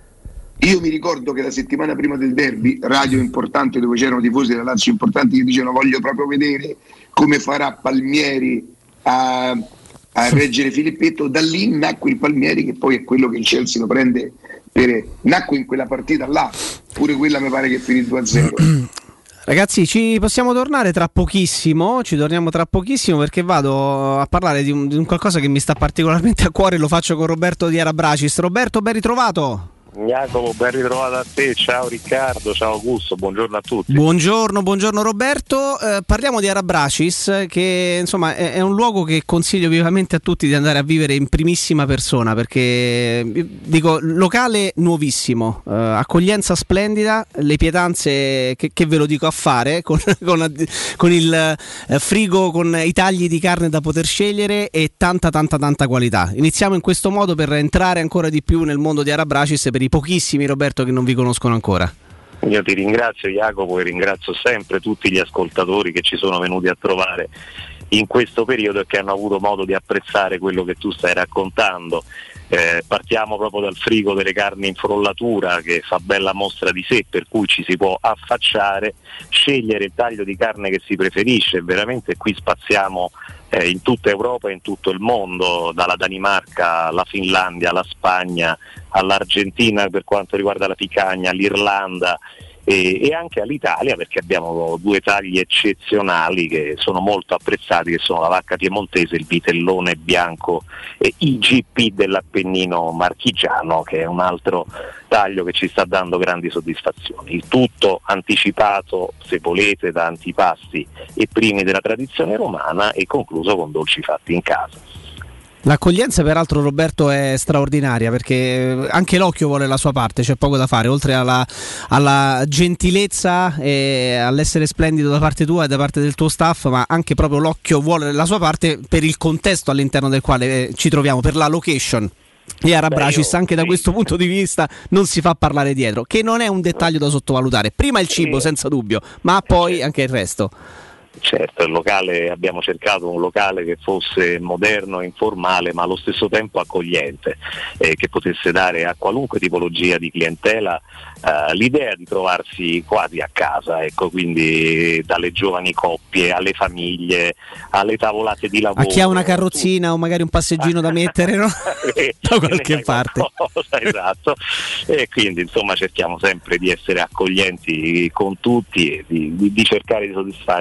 Io mi ricordo che la settimana prima del derby, radio importante dove c'erano tifosi della Lazio importanti che dicevano voglio proprio vedere come farà Palmieri a, a reggere Filippetto. Da lì nacque il Palmieri, che poi è quello che il Chelsea lo prende per, nacque in quella partita là, pure quella mi pare che finì due a zero. Ragazzi, ci possiamo tornare tra pochissimo, ci torniamo tra pochissimo perché vado a parlare di un, di un qualcosa che mi sta particolarmente a cuore, lo faccio con Roberto di Arabracis. Roberto, ben ritrovato. Jacopo, ben ritrovato a te, ciao Riccardo, ciao Augusto, buongiorno a tutti. Buongiorno, buongiorno Roberto, eh, parliamo di Arabracis, che insomma è, è un luogo che consiglio vivamente a tutti di andare a vivere in primissima persona, perché dico locale nuovissimo, eh, accoglienza splendida, le pietanze che, che ve lo dico a fare, con, con, con il eh, frigo con i tagli di carne da poter scegliere e tanta tanta tanta qualità. Iniziamo in questo modo per entrare ancora di più nel mondo di Arabracis per i pochissimi, Roberto, che non vi conoscono ancora. Io ti ringrazio Jacopo e ringrazio sempre tutti gli ascoltatori che ci sono venuti a trovare in questo periodo e che hanno avuto modo di apprezzare quello che tu stai raccontando. Eh, partiamo proprio dal frigo delle carni in frollatura che fa bella mostra di sé, per cui ci si può affacciare, scegliere il taglio di carne che si preferisce. Veramente qui spaziamo eh, in tutta Europa e in tutto il mondo, dalla Danimarca alla Finlandia, alla Spagna, all'Argentina per quanto riguarda la picagna, all'Irlanda e, e anche all'Italia, perché abbiamo due tagli eccezionali che sono molto apprezzati, che sono la vacca piemontese e il vitellone bianco e I G P dell'Appennino marchigiano, che è un altro taglio che ci sta dando grandi soddisfazioni. Il tutto anticipato, se volete, da antipasti e primi della tradizione romana e concluso con dolci fatti in casa. L'accoglienza peraltro, Roberto, è straordinaria, perché anche l'occhio vuole la sua parte, c'è poco da fare, oltre alla, alla gentilezza e all'essere splendido da parte tua e da parte del tuo staff, ma anche proprio l'occhio vuole la sua parte per il contesto all'interno del quale ci troviamo, per la location. E Arabracis, Beh, io, anche sì. da questo punto di vista non si fa parlare dietro, che non è un dettaglio da sottovalutare. Prima il cibo, sì. senza dubbio, ma poi anche il resto. Certo, il locale, abbiamo cercato un locale che fosse moderno, informale, ma allo stesso tempo accogliente, eh, che potesse dare a qualunque tipologia di clientela eh, l'idea di trovarsi quasi a casa, ecco, quindi dalle giovani coppie alle famiglie, alle tavolate di lavoro. A chi ha una carrozzina tu... o magari un passeggino da mettere, no? da qualche parte. Qualcosa, esatto. E quindi insomma cerchiamo sempre di essere accoglienti con tutti e di, di, di cercare di soddisfare sia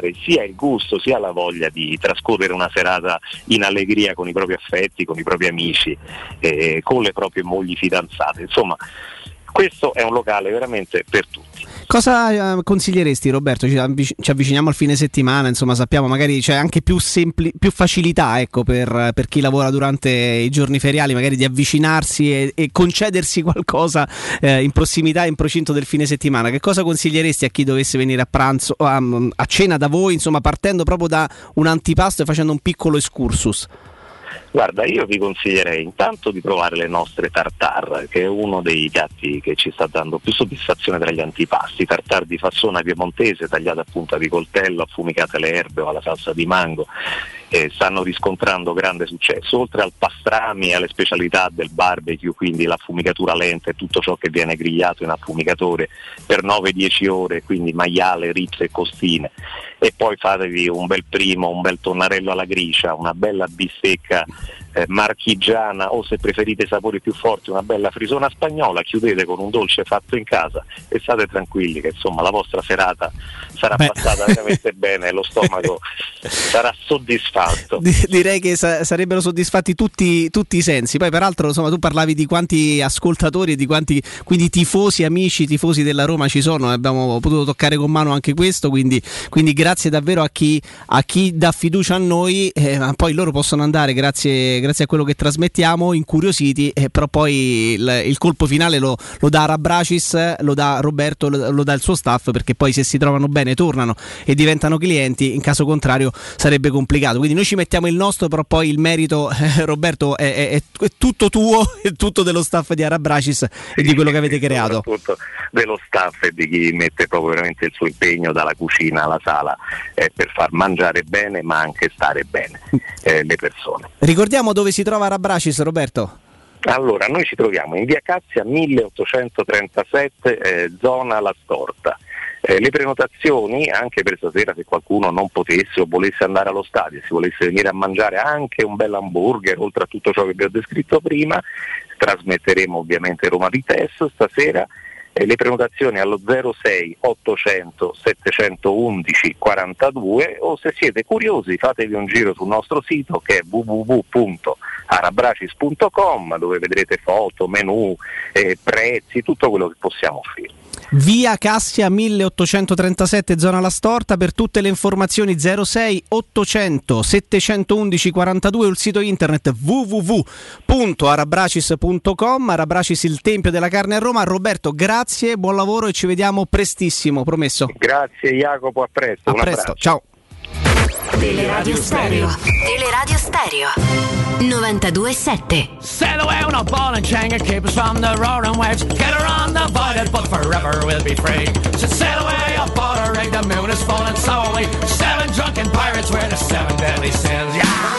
sia il gusto sia la voglia di trascorrere una serata in allegria con i propri affetti, con i propri amici, eh, con le proprie mogli fidanzate. Insomma, questo è un locale veramente per tutti. Cosa eh, consiglieresti, Roberto? Ci, avvic- ci avviciniamo al fine settimana, insomma, sappiamo magari c'è anche più, sempli- più facilità, ecco, per, per chi lavora durante i giorni feriali, magari di avvicinarsi e, e concedersi qualcosa eh, in prossimità, in procinto del fine settimana. Che cosa consiglieresti a chi dovesse venire a pranzo, a, a cena da voi, insomma, partendo proprio da un antipasto e facendo un piccolo excursus? Guarda, io vi consiglierei intanto di provare le nostre tartare, che è uno dei piatti che ci sta dando più soddisfazione tra gli antipasti. Tartare di fassona piemontese tagliate a punta di coltello, affumicate le erbe o alla salsa di mango, eh, stanno riscontrando grande successo. Oltre al pastrami e alle specialità del barbecue, quindi l'affumicatura lenta e tutto ciò che viene grigliato in affumicatore per nove dieci ore, quindi maiale, ripse e costine. E poi fatevi un bel primo, un bel tonnarello alla gricia, una bella bistecca eh, marchigiana, o se preferite sapori più forti una bella frisona spagnola. Chiudete con un dolce fatto in casa e state tranquilli che insomma la vostra serata sarà Beh. passata veramente bene e lo stomaco sarà soddisfatto. D- direi che sa- sarebbero soddisfatti tutti, tutti i sensi. Poi peraltro insomma tu parlavi di quanti ascoltatori e di quanti quindi tifosi, amici, tifosi della Roma ci sono, abbiamo potuto toccare con mano anche questo, quindi, quindi grazie davvero a chi, a chi dà fiducia a noi, eh, ma poi loro possono andare grazie, grazie a quello che trasmettiamo incuriositi, eh, però poi il, il colpo finale lo, lo dà Arabracis, lo dà Roberto, lo, lo dà il suo staff, perché poi se si trovano bene tornano e diventano clienti, in caso contrario sarebbe complicato. Quindi noi ci mettiamo il nostro, però poi il merito, eh, Roberto, è, è, è tutto tuo, è tutto dello staff di Arabracis e di quello che avete creato. Soprattutto dello staff e di chi mette proprio veramente il suo impegno dalla cucina alla sala eh, per far mangiare bene ma anche stare bene eh, le persone. Ricordiamo dove si trova Arabracis, Roberto? Allora, noi ci troviamo in via Cassia milleottocentotrentasette, eh, zona La Storta. Eh, le prenotazioni anche per stasera, se qualcuno non potesse o volesse andare allo stadio, si volesse venire a mangiare anche un bel hamburger, oltre a tutto ciò che vi ho descritto prima, trasmetteremo ovviamente Roma Vitesse stasera. Eh, le prenotazioni allo zero sei ottocento settecentoundici quarantadue, o se siete curiosi fatevi un giro sul nostro sito che è w w w punto arabracis punto com, dove vedrete foto, menù, eh, prezzi, tutto quello che possiamo offrire. Via Cassia milleottocentotrentasette, zona La Storta. Per tutte le informazioni zero sei ottocento settecentoundici quarantadue o il sito internet w w w punto arabracis punto com. Arabracis, il tempio della carne a Roma. Roberto, grazie, buon lavoro e ci vediamo prestissimo, promesso. Grazie Jacopo, a presto. A presto, ciao. Teleradio Stereo. Teleradio Stereo. novantadue sette. Sail away on a ball and chain and keep us from the roaring waves. Get her undivided, but forever we'll be free. So sail away aboard a rig, the moon is full and so are we. Seven drunken pirates, we're the seven deadly sins. Yeah!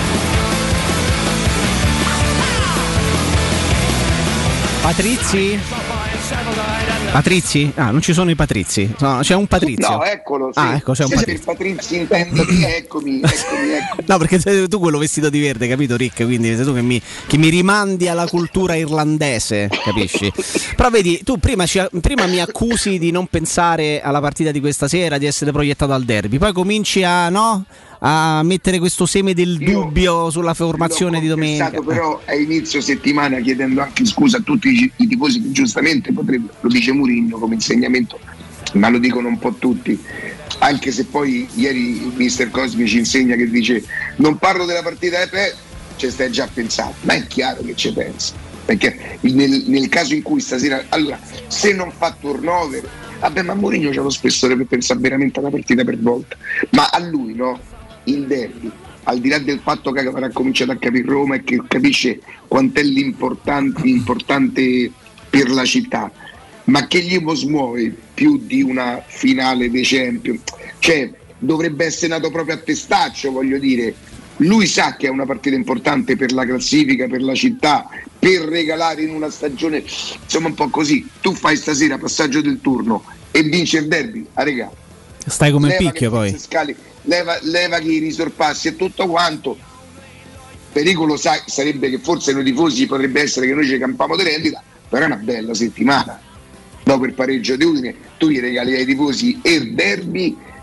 Patrizi? Patrizi? Ah, non ci sono i Patrizi. No, c'è un Patrizio. No, eccolo. Sì. Ah, ecco, c'è un Se Patrizio. per Patrizi intendi, eccomi, eccomi, eccomi. No, perché sei tu quello vestito di verde, capito, Rick? Quindi sei tu che mi, che mi rimandi alla cultura irlandese, capisci? Però vedi, tu prima, ci, prima mi accusi di non pensare alla partita di questa sera, di essere proiettato al derby, poi cominci a, no? a mettere questo seme del dubbio Io sulla formazione di domenica. Però a inizio settimana chiedendo anche scusa a tutti i, i tifosi che giustamente potrebbero, lo dice Mourinho come insegnamento, ma lo dicono un po' tutti, anche se poi ieri mister Cosmi ci insegna che dice non parlo della partita, eh, ci stai già pensando, ma è chiaro che ci pensi, perché nel, nel caso in cui stasera, allora se non fa turnover, vabbè, ma Mourinho c'ha lo spessore per pensare veramente alla partita per volta, ma a lui no, il derby, al di là del fatto che avrà cominciato a capire Roma e che capisce quant'è l'importante importante per la città, ma che gli può smuovere più di una finale dei Champions? Cioè, dovrebbe essere nato proprio a testaccio, voglio dire. Lui sa che è una partita importante per la classifica, per la città, per regalare in una stagione, insomma un po' così. Tu fai stasera passaggio del turno e vinci il derby, a regà. Stai come il picchio poi. Scali, leva, leva che i risorpassi e tutto quanto. Pericolo sai, sarebbe che forse noi tifosi potrebbe essere che noi ci campiamo di rendita, però è una bella settimana. Dopo il pareggio di Udine tu gli regali ai tifosi il derby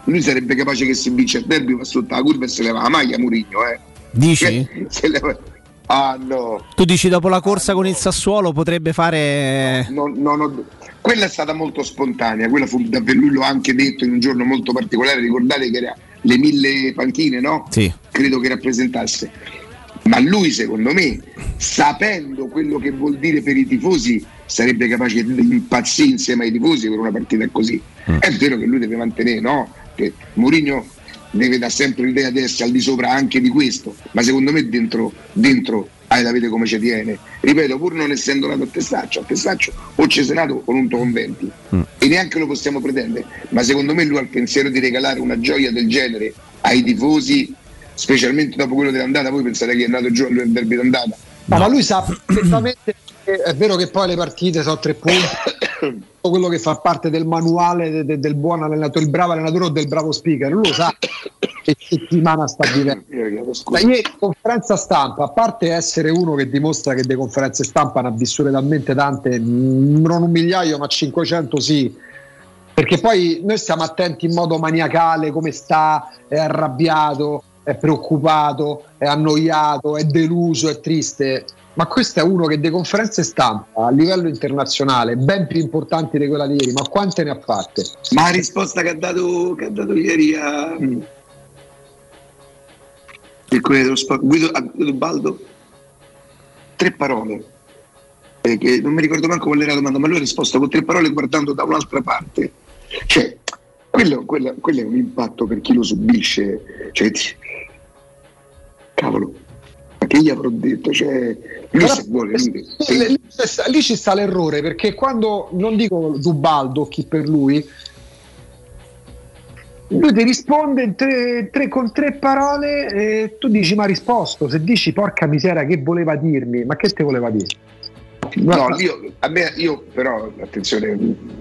lui sarebbe capace che si vince il derby, va sotto la curva e se leva la maglia Mourinho, eh. Dici? Se leva... Ah no. Tu dici dopo la corsa ah, con no. il Sassuolo potrebbe fare... No, no, no, no. Quella è stata molto spontanea, quella fu davvero, lui l'ha anche detto in un giorno molto particolare, ricordate che era le mille panchine, no? Sì. Credo che rappresentasse. Ma lui secondo me, sapendo quello che vuol dire per i tifosi, sarebbe capace di impazzire insieme ai tifosi per una partita così. Mm. È vero che lui deve mantenere, no? Che Mourinho deve dare sempre l'idea di essere al di sopra anche di questo, ma secondo me dentro, dentro ah, la vede come ci tiene. Ripeto, pur non essendo nato a Testaccio, a Testaccio o c'è nato con un conventi mm. e neanche lo possiamo pretendere, ma secondo me lui ha il pensiero di regalare una gioia del genere ai tifosi, specialmente dopo quello dell'andata. Voi pensate che è andato giù al derby d'andata? No, no, ma lui sa perfettamente che è vero che poi le partite sono tre punti, quello che fa parte del manuale de, de, del buon allenatore, il bravo allenatore o del bravo speaker, lui lo sa che settimana sta vivendo. Ma ieri conferenza stampa, a parte essere uno che dimostra che le conferenze stampa ne ha vissute talmente tante, non un migliaio ma cinquecento sì, perché poi noi stiamo attenti in modo maniacale come sta, è arrabbiato, è preoccupato, è annoiato, è deluso, è triste, ma questo è uno che delle conferenze stampa a livello internazionale ben più importanti di quella di ieri, ma quante ne ha fatte? Ma la risposta che ha dato, che ha dato ieri a Guido, a Guido Baldo, tre parole, eh, che non mi ricordo manco qual era la domanda, ma lui ha risposto con tre parole guardando da un'altra parte. Cioè, quello, quello, quello è un impatto per chi lo subisce, cioè, cavolo, ma che gli avrò detto? Cioè, lui se vuole, lui, lì, lì, lì ci sta l'errore, perché quando, non dico Dubaldo, chi per lui, lui ti risponde in tre, tre, con tre parole e tu dici ma ha risposto. Se dici porca miseria che voleva dirmi, ma che te voleva dire? No, io, a me, io però, attenzione,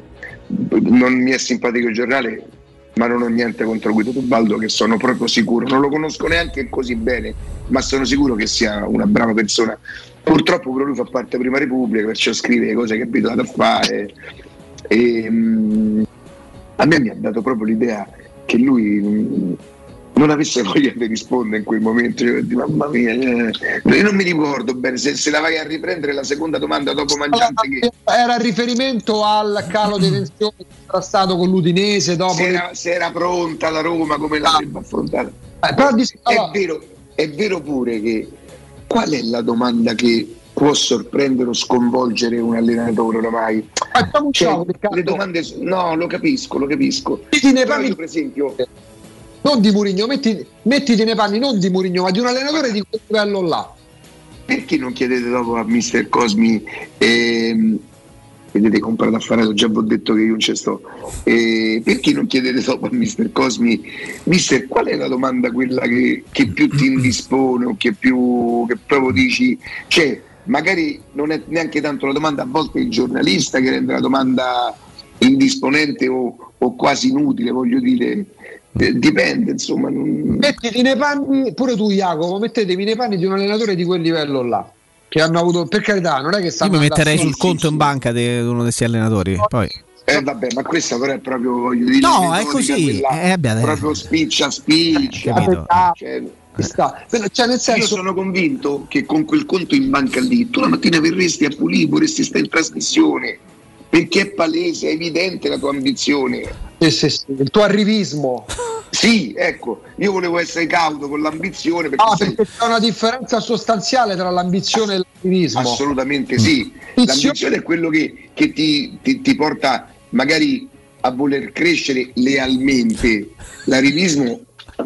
non mi è simpatico il giornale, ma non ho niente contro Guido Tubaldo, che sono proprio sicuro, non lo conosco neanche così bene, ma sono sicuro che sia una brava persona. Purtroppo però lui fa parte della Prima Repubblica, perciò scrive le cose che è abituato a fare e, mh, a me mi ha dato proprio l'idea che lui mh, non avesse voglia di rispondere in quel momento. Io dico, mamma mia, eh. Io non mi ricordo bene se, se la vai a riprendere la seconda domanda dopo Mangiante, che era riferimento al calo di tensione che era stato con l'Udinese dopo se era, se era pronta la Roma, come l'avrebbe affrontata. Eh, però è, è vero, è vero pure che qual è la domanda che può sorprendere o sconvolgere un allenatore oramai? Cioè, le domande, no, lo capisco, lo capisco. Però io, per esempio, non di Mourinho, metti, mettiti nei panni non di Mourinho, ma di un allenatore di quel livello là. Perché non chiedete dopo a mister Cosmi, ehm, vedete comprato affare, ho già detto che io non ci sto, eh, perché non chiedete dopo a mister Cosmi, mister, qual è la domanda quella che, che più ti indispone o che più, che proprio dici, cioè magari non è neanche tanto la domanda, a volte il giornalista che rende la domanda indisponente o, o quasi inutile, voglio dire, eh, dipende, insomma. Non... Mettiti nei panni, pure tu Jacopo, mettetevi nei panni di un allenatore di quel livello là, che hanno avuto, per carità, non è che stanno... Io mi metterei sul sì, conto sì, in sì. banca di uno di questi allenatori, no, poi... Eh vabbè, ma questa però è proprio, voglio dire, no, è così, eh, beh, proprio spiccia spiccia, cioè, sta. Cioè, nel senso... Io sono convinto che con quel conto in banca lì tu la mattina verresti a pulire, vorresti stare in trasmissione, perché è palese, è evidente la tua ambizione. Sì, sì, sì. Il tuo arrivismo. Sì, ecco, io volevo essere cauto con l'ambizione, perché, no, sai... perché c'è una differenza sostanziale tra l'ambizione Ass- e l'arrivismo. Assolutamente sì. L'ambizione è quello che, che ti, ti, ti porta magari a voler crescere lealmente. L'arrivismo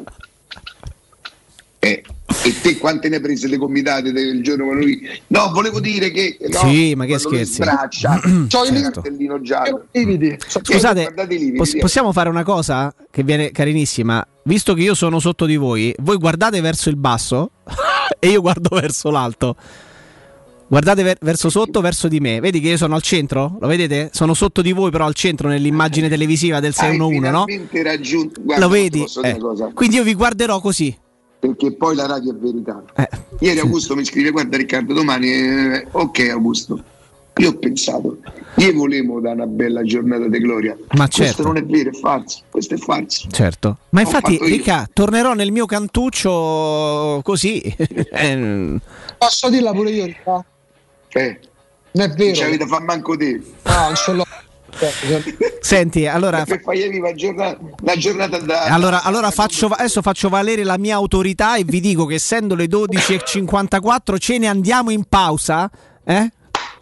è... E te quante ne hai prese le comitate del giorno con lui? No, volevo dire che no, sì, ma che scherzi. Sbraccia, c'ho il cartellino giallo. Scusate, poss- possiamo fare una cosa che viene carinissima? Visto che io sono sotto di voi, voi guardate verso il basso e io guardo verso l'alto. Guardate ver- verso sotto, verso di me. Vedi che io sono al centro? Lo vedete? Sono sotto di voi, però al centro nell'immagine televisiva del sei uno uno, no? Raggiunto. Guarda, lo vedi? Eh. Quindi io vi guarderò così. Perché poi la radio è verità. Eh. Ieri Augusto mi scrive: guarda Riccardo, domani eh, ok Augusto, io ho pensato, io volevo da una bella giornata di gloria. Ma questo certo. non è vero, è falso. Questo è falso. Certo. Ma Ho infatti, fatto io. Ricca, tornerò nel mio cantuccio così. Eh, Posso dirla pure io, Ricca? Eh. Non è vero. Ci avete fa manco te. No, non ce l'ho. Senti, allora, per fargli la giornata, la giornata da allora, allora faccio, adesso faccio valere la mia autorità e vi dico che essendo le dodici e cinquantaquattro ce ne andiamo in pausa. Eh?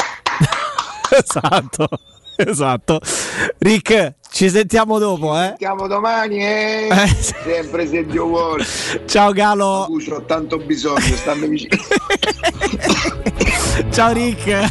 Esatto, esatto. Rick, ci sentiamo dopo, eh? Ci sentiamo domani, eh? Eh. Sempre se Dio vuole. Ciao Galo. Ho tanto bisogno, stanno vicino. Ciao Rick.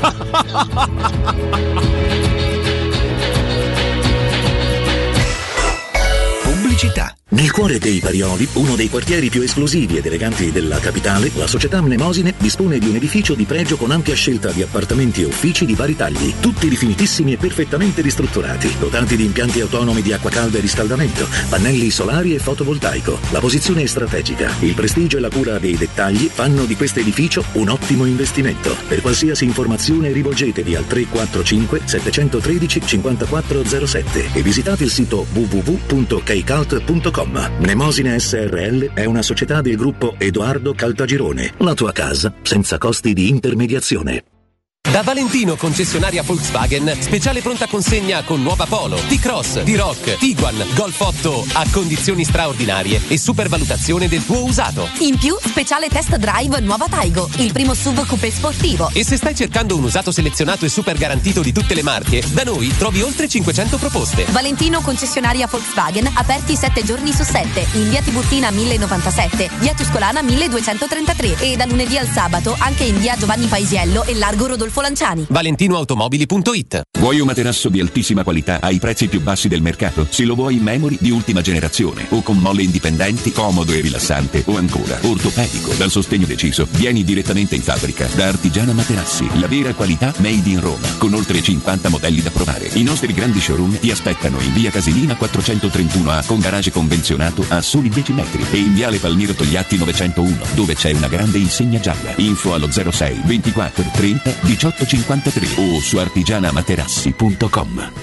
Pubblicità. Nel cuore dei Parioli, uno dei quartieri più esclusivi ed eleganti della capitale, la società Mnemosine dispone di un edificio di pregio con ampia scelta di appartamenti e uffici di vari tagli, tutti rifinitissimi e perfettamente ristrutturati, dotati di impianti autonomi di acqua calda e riscaldamento, pannelli solari e fotovoltaico. La posizione è strategica, il prestigio e la cura dei dettagli fanno di questo edificio un ottimo investimento. Per qualsiasi informazione rivolgetevi al tre quattro cinque sette uno tre cinque quattro zero sette e visitate il sito w w w punto keicalt punto com. Mnemosine S R L è una società del gruppo Edoardo Caltagirone. La tua casa senza costi di intermediazione. Da Valentino, concessionaria Volkswagen, speciale pronta consegna con nuova Polo, T-Cross, T-Roc, Tiguan, Golf otto a condizioni straordinarie e supervalutazione del tuo usato. In più, speciale test drive nuova Taigo, il primo S U V coupé sportivo. E se stai cercando un usato selezionato e super garantito di tutte le marche, da noi trovi oltre cinquecento proposte. Valentino, concessionaria Volkswagen, aperti sette giorni su sette, in via Tiburtina mille novantasette, via Tuscolana milleduecentotrentatré e da lunedì al sabato anche in via Giovanni Paisiello e largo Rodolfo Lanciani. valentinoautomobili punto it. Vuoi un materasso di altissima qualità ai prezzi più bassi del mercato? Se lo vuoi in memory di ultima generazione o con molle indipendenti, comodo e rilassante o ancora ortopedico dal sostegno deciso, vieni direttamente in fabbrica da Artigiana Materassi, la vera qualità made in Roma, con oltre cinquanta modelli da provare. I nostri grandi showroom ti aspettano in via Casilina quattrocentotrentuno A con garage convenzionato a soli dieci metri e in viale Palmiro Togliatti novecentouno dove c'è una grande insegna gialla. Info allo zero sei ventiquattro trenta diciotto cinquantatré o su artigiana materassi punto com.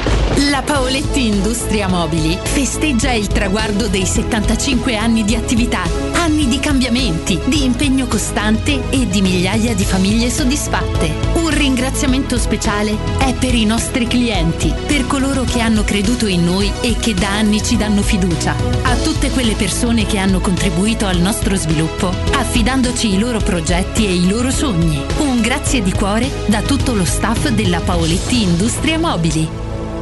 La Paoletti Industria Mobili festeggia il traguardo dei settantacinque anni di attività, anni di cambiamenti, di impegno costante e di migliaia di famiglie soddisfatte. Un ringraziamento speciale è per i nostri clienti, per coloro che hanno creduto in noi e che da anni ci danno fiducia, a tutte quelle persone che hanno contribuito al nostro sviluppo, affidandoci i loro progetti e i loro sogni. Un grazie di cuore da tutto lo staff della Paoletti Industria Mobili.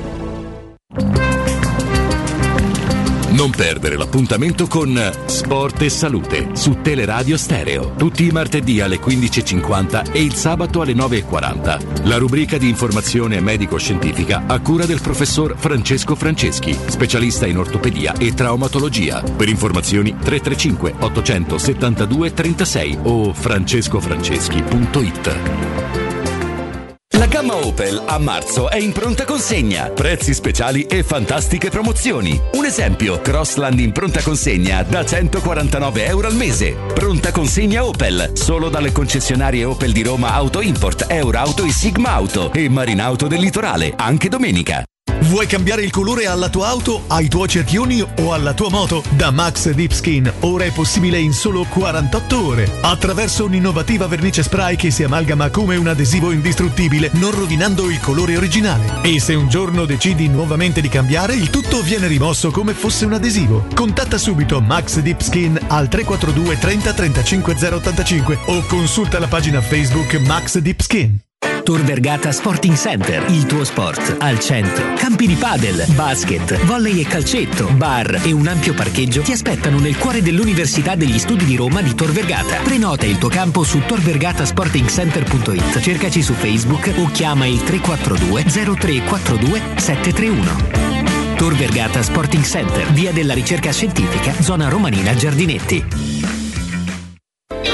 Non perdere l'appuntamento con Sport e Salute su Teleradio Stereo, tutti i martedì alle quindici e cinquanta e il sabato alle nove e quaranta. La rubrica di informazione medico-scientifica a cura del professor Francesco Franceschi, specialista in ortopedia e traumatologia. Per informazioni tre tre cinque ottocentosettantadue trentasei o francescofranceschi punto it. La gamma Opel a marzo è in pronta consegna. Prezzi speciali e fantastiche promozioni. Un esempio, Crossland in pronta consegna da centoquarantanove euro al mese. Pronta consegna Opel, solo dalle concessionarie Opel di Roma Auto Import, Eurauto e Sigma Auto e Marinauto del Litorale, anche domenica. Vuoi cambiare il colore alla tua auto, ai tuoi cerchioni o alla tua moto? Da Max Deep Skin ora è possibile in solo quarantotto ore attraverso un'innovativa vernice spray che si amalgama come un adesivo indistruttibile, non rovinando il colore originale. E se un giorno decidi nuovamente di cambiare, il tutto viene rimosso come fosse un adesivo. Contatta subito Max Deep Skin al tre quattro due trenta trentacinque zero ottantacinque o consulta la pagina Facebook Max Deep Skin. Tor Vergata Sporting Center, il tuo sport al centro. Campi di padel, basket, volley e calcetto, bar e un ampio parcheggio ti aspettano nel cuore dell'Università degli Studi di Roma di Tor Vergata. Prenota il tuo campo su tor vergata sporting center punto it. Cercaci su Facebook o chiama il tre quattro due zero tre quattro due sette tre uno. Tor Vergata Sporting Center, via della Ricerca Scientifica, zona romanina Giardinetti.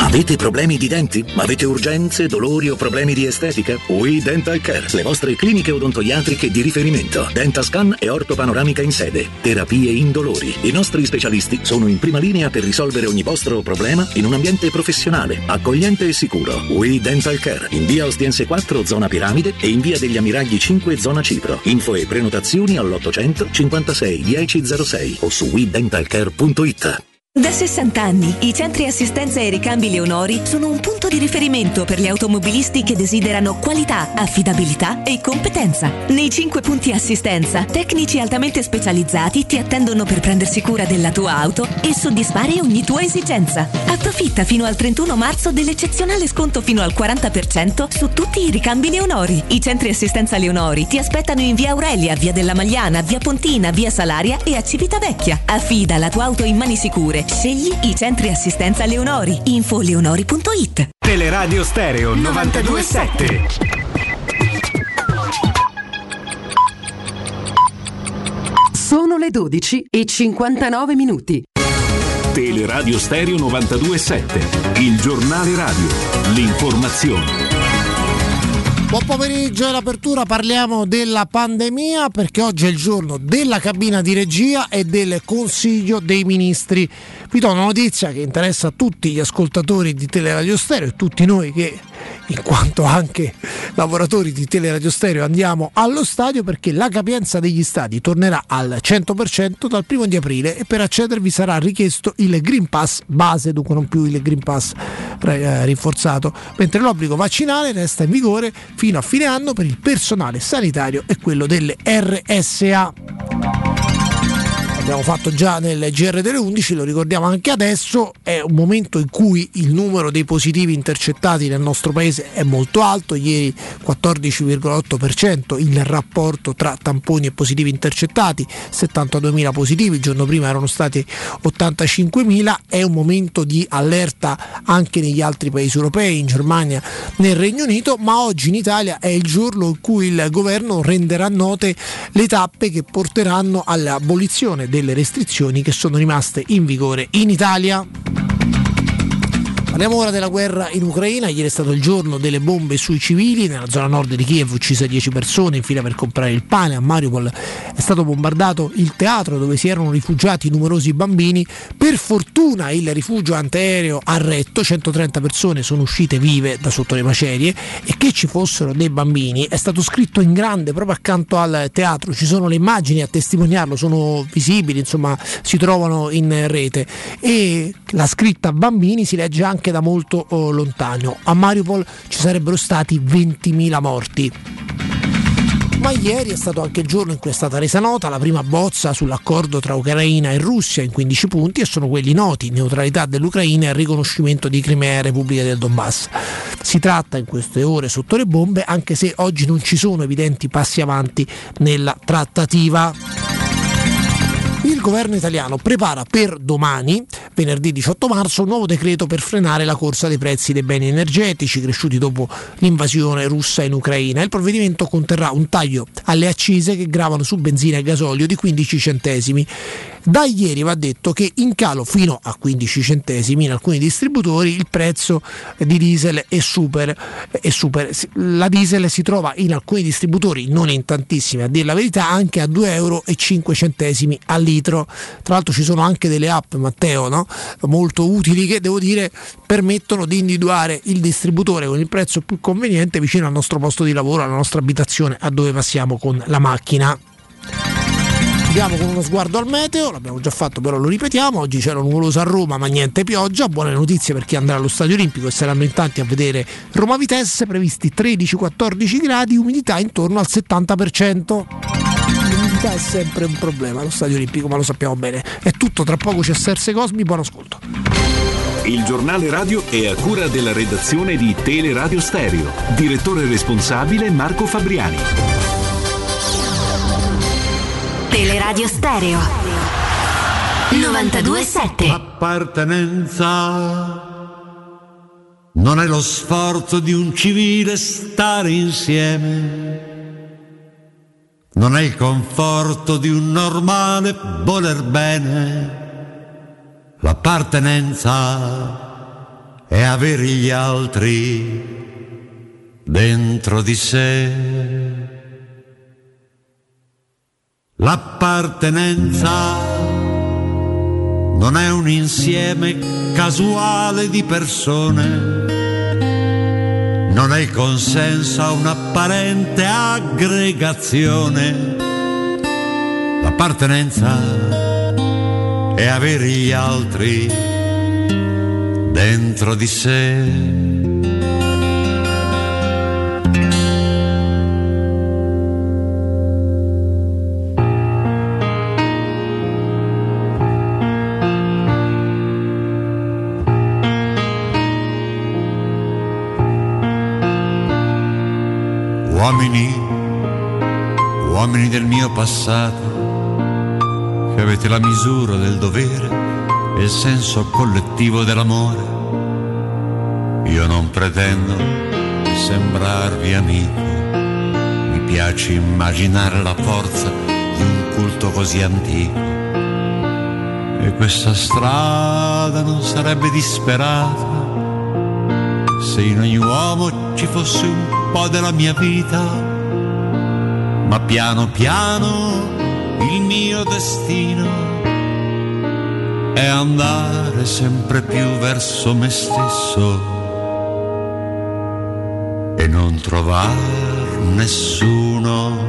Avete problemi di denti? Avete urgenze, dolori o problemi di estetica? We Dental Care, le vostre cliniche odontoiatriche di riferimento. Dentascan e ortopanoramica in sede. Terapie indolori. I nostri specialisti sono in prima linea per risolvere ogni vostro problema in un ambiente professionale, accogliente e sicuro. We Dental Care, in via Ostiense quattro, zona Piramide, e in via degli Ammiragli cinque, zona Cipro. Info e prenotazioni all'ottocento cinquantasei dieci zero sei o su we dental care punto it. Da sessanta anni, i centri assistenza e ricambi Leonori sono un punto di riferimento per gli automobilisti che desiderano qualità, affidabilità e competenza. Nei cinque punti assistenza, tecnici altamente specializzati ti attendono per prendersi cura della tua auto e soddisfare ogni tua esigenza. Approfitta fino al trentuno marzo dell'eccezionale sconto fino al quaranta per cento su tutti i ricambi Leonori. I centri assistenza Leonori ti aspettano in via Aurelia, via della Magliana, via Pontina, via Salaria e a Civitavecchia. Affida la tua auto in mani sicure. Scegli i centri assistenza Leonori. Info leonori punto it. Teleradio Stereo novantadue sette. Sono le dodici e cinquantanove minuti. Teleradio Stereo novantadue sette, il giornale radio, l'informazione. Buon pomeriggio, all'apertura parliamo della pandemia perché oggi è il giorno della cabina di regia e del Consiglio dei Ministri. Vi do una notizia che interessa a tutti gli ascoltatori di Teleradio Stereo e tutti noi che, in quanto anche lavoratori di Teleradio Stereo, andiamo allo stadio, perché la capienza degli stadi tornerà al cento per cento dal primo di aprile e per accedervi sarà richiesto il Green Pass base, dunque non più il Green Pass eh, rinforzato, mentre l'obbligo vaccinale resta in vigore fino a fine anno per il personale sanitario e quello delle R S A. Abbiamo fatto già nel G R delle undici, lo ricordiamo anche adesso, è un momento in cui il numero dei positivi intercettati nel nostro paese è molto alto, ieri quattordici virgola otto per cento il rapporto tra tamponi e positivi intercettati, settantaduemila positivi, il giorno prima erano stati ottantacinquemila, è un momento di allerta anche negli altri paesi europei, in Germania, nel Regno Unito, ma oggi in Italia è il giorno in cui il governo renderà note le tappe che porteranno all'abolizione delle restrizioni che sono rimaste in vigore in Italia. Parliamo ora della guerra in Ucraina. Ieri è stato il giorno delle bombe sui civili. Nella zona nord di Kiev uccise dieci persone in fila per comprare il pane. A Mariupol è stato bombardato il teatro dove si erano rifugiati numerosi bambini. Per fortuna il rifugio antiaereo ha retto, centotrenta persone sono uscite vive da sotto le macerie, e che ci fossero dei bambini è stato scritto in grande proprio accanto al teatro. Ci sono le immagini a testimoniarlo, sono visibili, insomma si trovano in rete, e la scritta bambini si legge anche da molto oh, lontano. A Mariupol ci sarebbero stati ventimila morti. Ma ieri è stato anche il giorno in cui è stata resa nota la prima bozza sull'accordo tra Ucraina e Russia in quindici punti, e sono quelli noti: neutralità dell'Ucraina e il riconoscimento di Crimea e Repubblica del Donbass. Si tratta in queste ore sotto le bombe, anche se oggi non ci sono evidenti passi avanti nella trattativa. Il governo italiano prepara per domani, venerdì diciotto marzo, un nuovo decreto per frenare la corsa dei prezzi dei beni energetici cresciuti dopo l'invasione russa in Ucraina. Il provvedimento conterrà un taglio alle accise che gravano su benzina e gasolio di quindici centesimi. Da ieri va detto che in calo fino a quindici centesimi in alcuni distributori il prezzo di diesel è super, è super. La diesel si trova in alcuni distributori, non in tantissimi a dire la verità, anche a due euro e cinque centesimi al litro. Tra l'altro ci sono anche delle app, Matteo, no? Molto utili, che devo dire permettono di individuare il distributore con il prezzo più conveniente vicino al nostro posto di lavoro, alla nostra abitazione, a dove passiamo con la macchina. Andiamo con uno sguardo al meteo, l'abbiamo già fatto però lo ripetiamo. Oggi c'era nuvoloso a Roma ma niente pioggia. Buone notizie per chi andrà allo Stadio Olimpico e saranno in tanti a vedere Roma Vitesse. Previsti tredici quattordici gradi, umidità intorno al settanta per cento. L'umidità è sempre un problema allo Stadio Olimpico, ma lo sappiamo bene. È tutto, tra poco c'è Serse Cosmi, buon ascolto. Il giornale radio è a cura della redazione di Teleradio Stereo. Direttore responsabile Marco Fabriani. Teleradio Stereo novantadue sette. Appartenenza non è lo sforzo di un civile stare insieme, non è il conforto di un normale voler bene. L'appartenenza è avere gli altri dentro di sé. L'appartenenza non è un insieme casuale di persone, non è il consenso a un'apparente aggregazione. L'appartenenza è avere gli altri dentro di sé. Uomini, uomini del mio passato, che avete la misura del dovere e il senso collettivo dell'amore. Io non pretendo di sembrarvi amico, mi piace immaginare la forza di un culto così antico. E questa strada non sarebbe disperata se in ogni uomo ci fosse un po' della mia vita, ma piano piano il mio destino è andare sempre più verso me stesso e non trovar nessuno.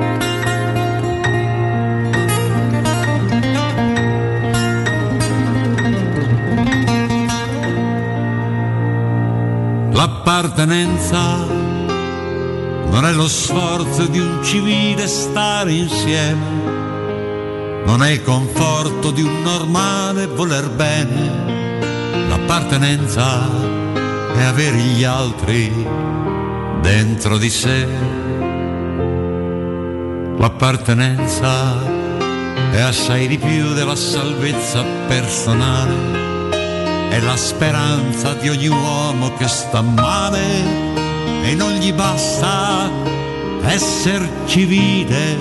L'appartenenza non è lo sforzo di un civile stare insieme, non è il conforto di un normale voler bene. L'appartenenza è avere gli altri dentro di sé. L'appartenenza è assai di più della salvezza personale, è la speranza di ogni uomo che sta male e non gli basta esser civile.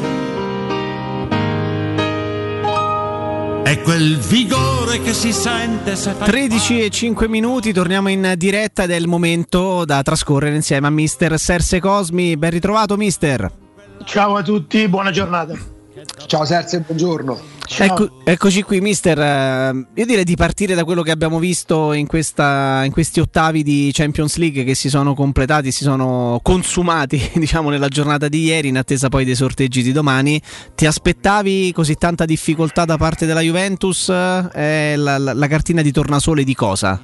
È quel vigore che si sente se fa tredici e cinque minuti, torniamo in diretta ed è il momento da trascorrere insieme a mister Serse Cosmi. Ben ritrovato mister. Ciao a tutti, buona giornata. Ciao Serse, buongiorno. Ecco, eccoci qui mister, io direi di partire da quello che abbiamo visto in, questa, in questi ottavi di Champions League che si sono completati, si sono consumati diciamo nella giornata di ieri in attesa poi dei sorteggi di domani. Ti aspettavi così tanta difficoltà da parte della Juventus? È la, la, la cartina di tornasole di cosa?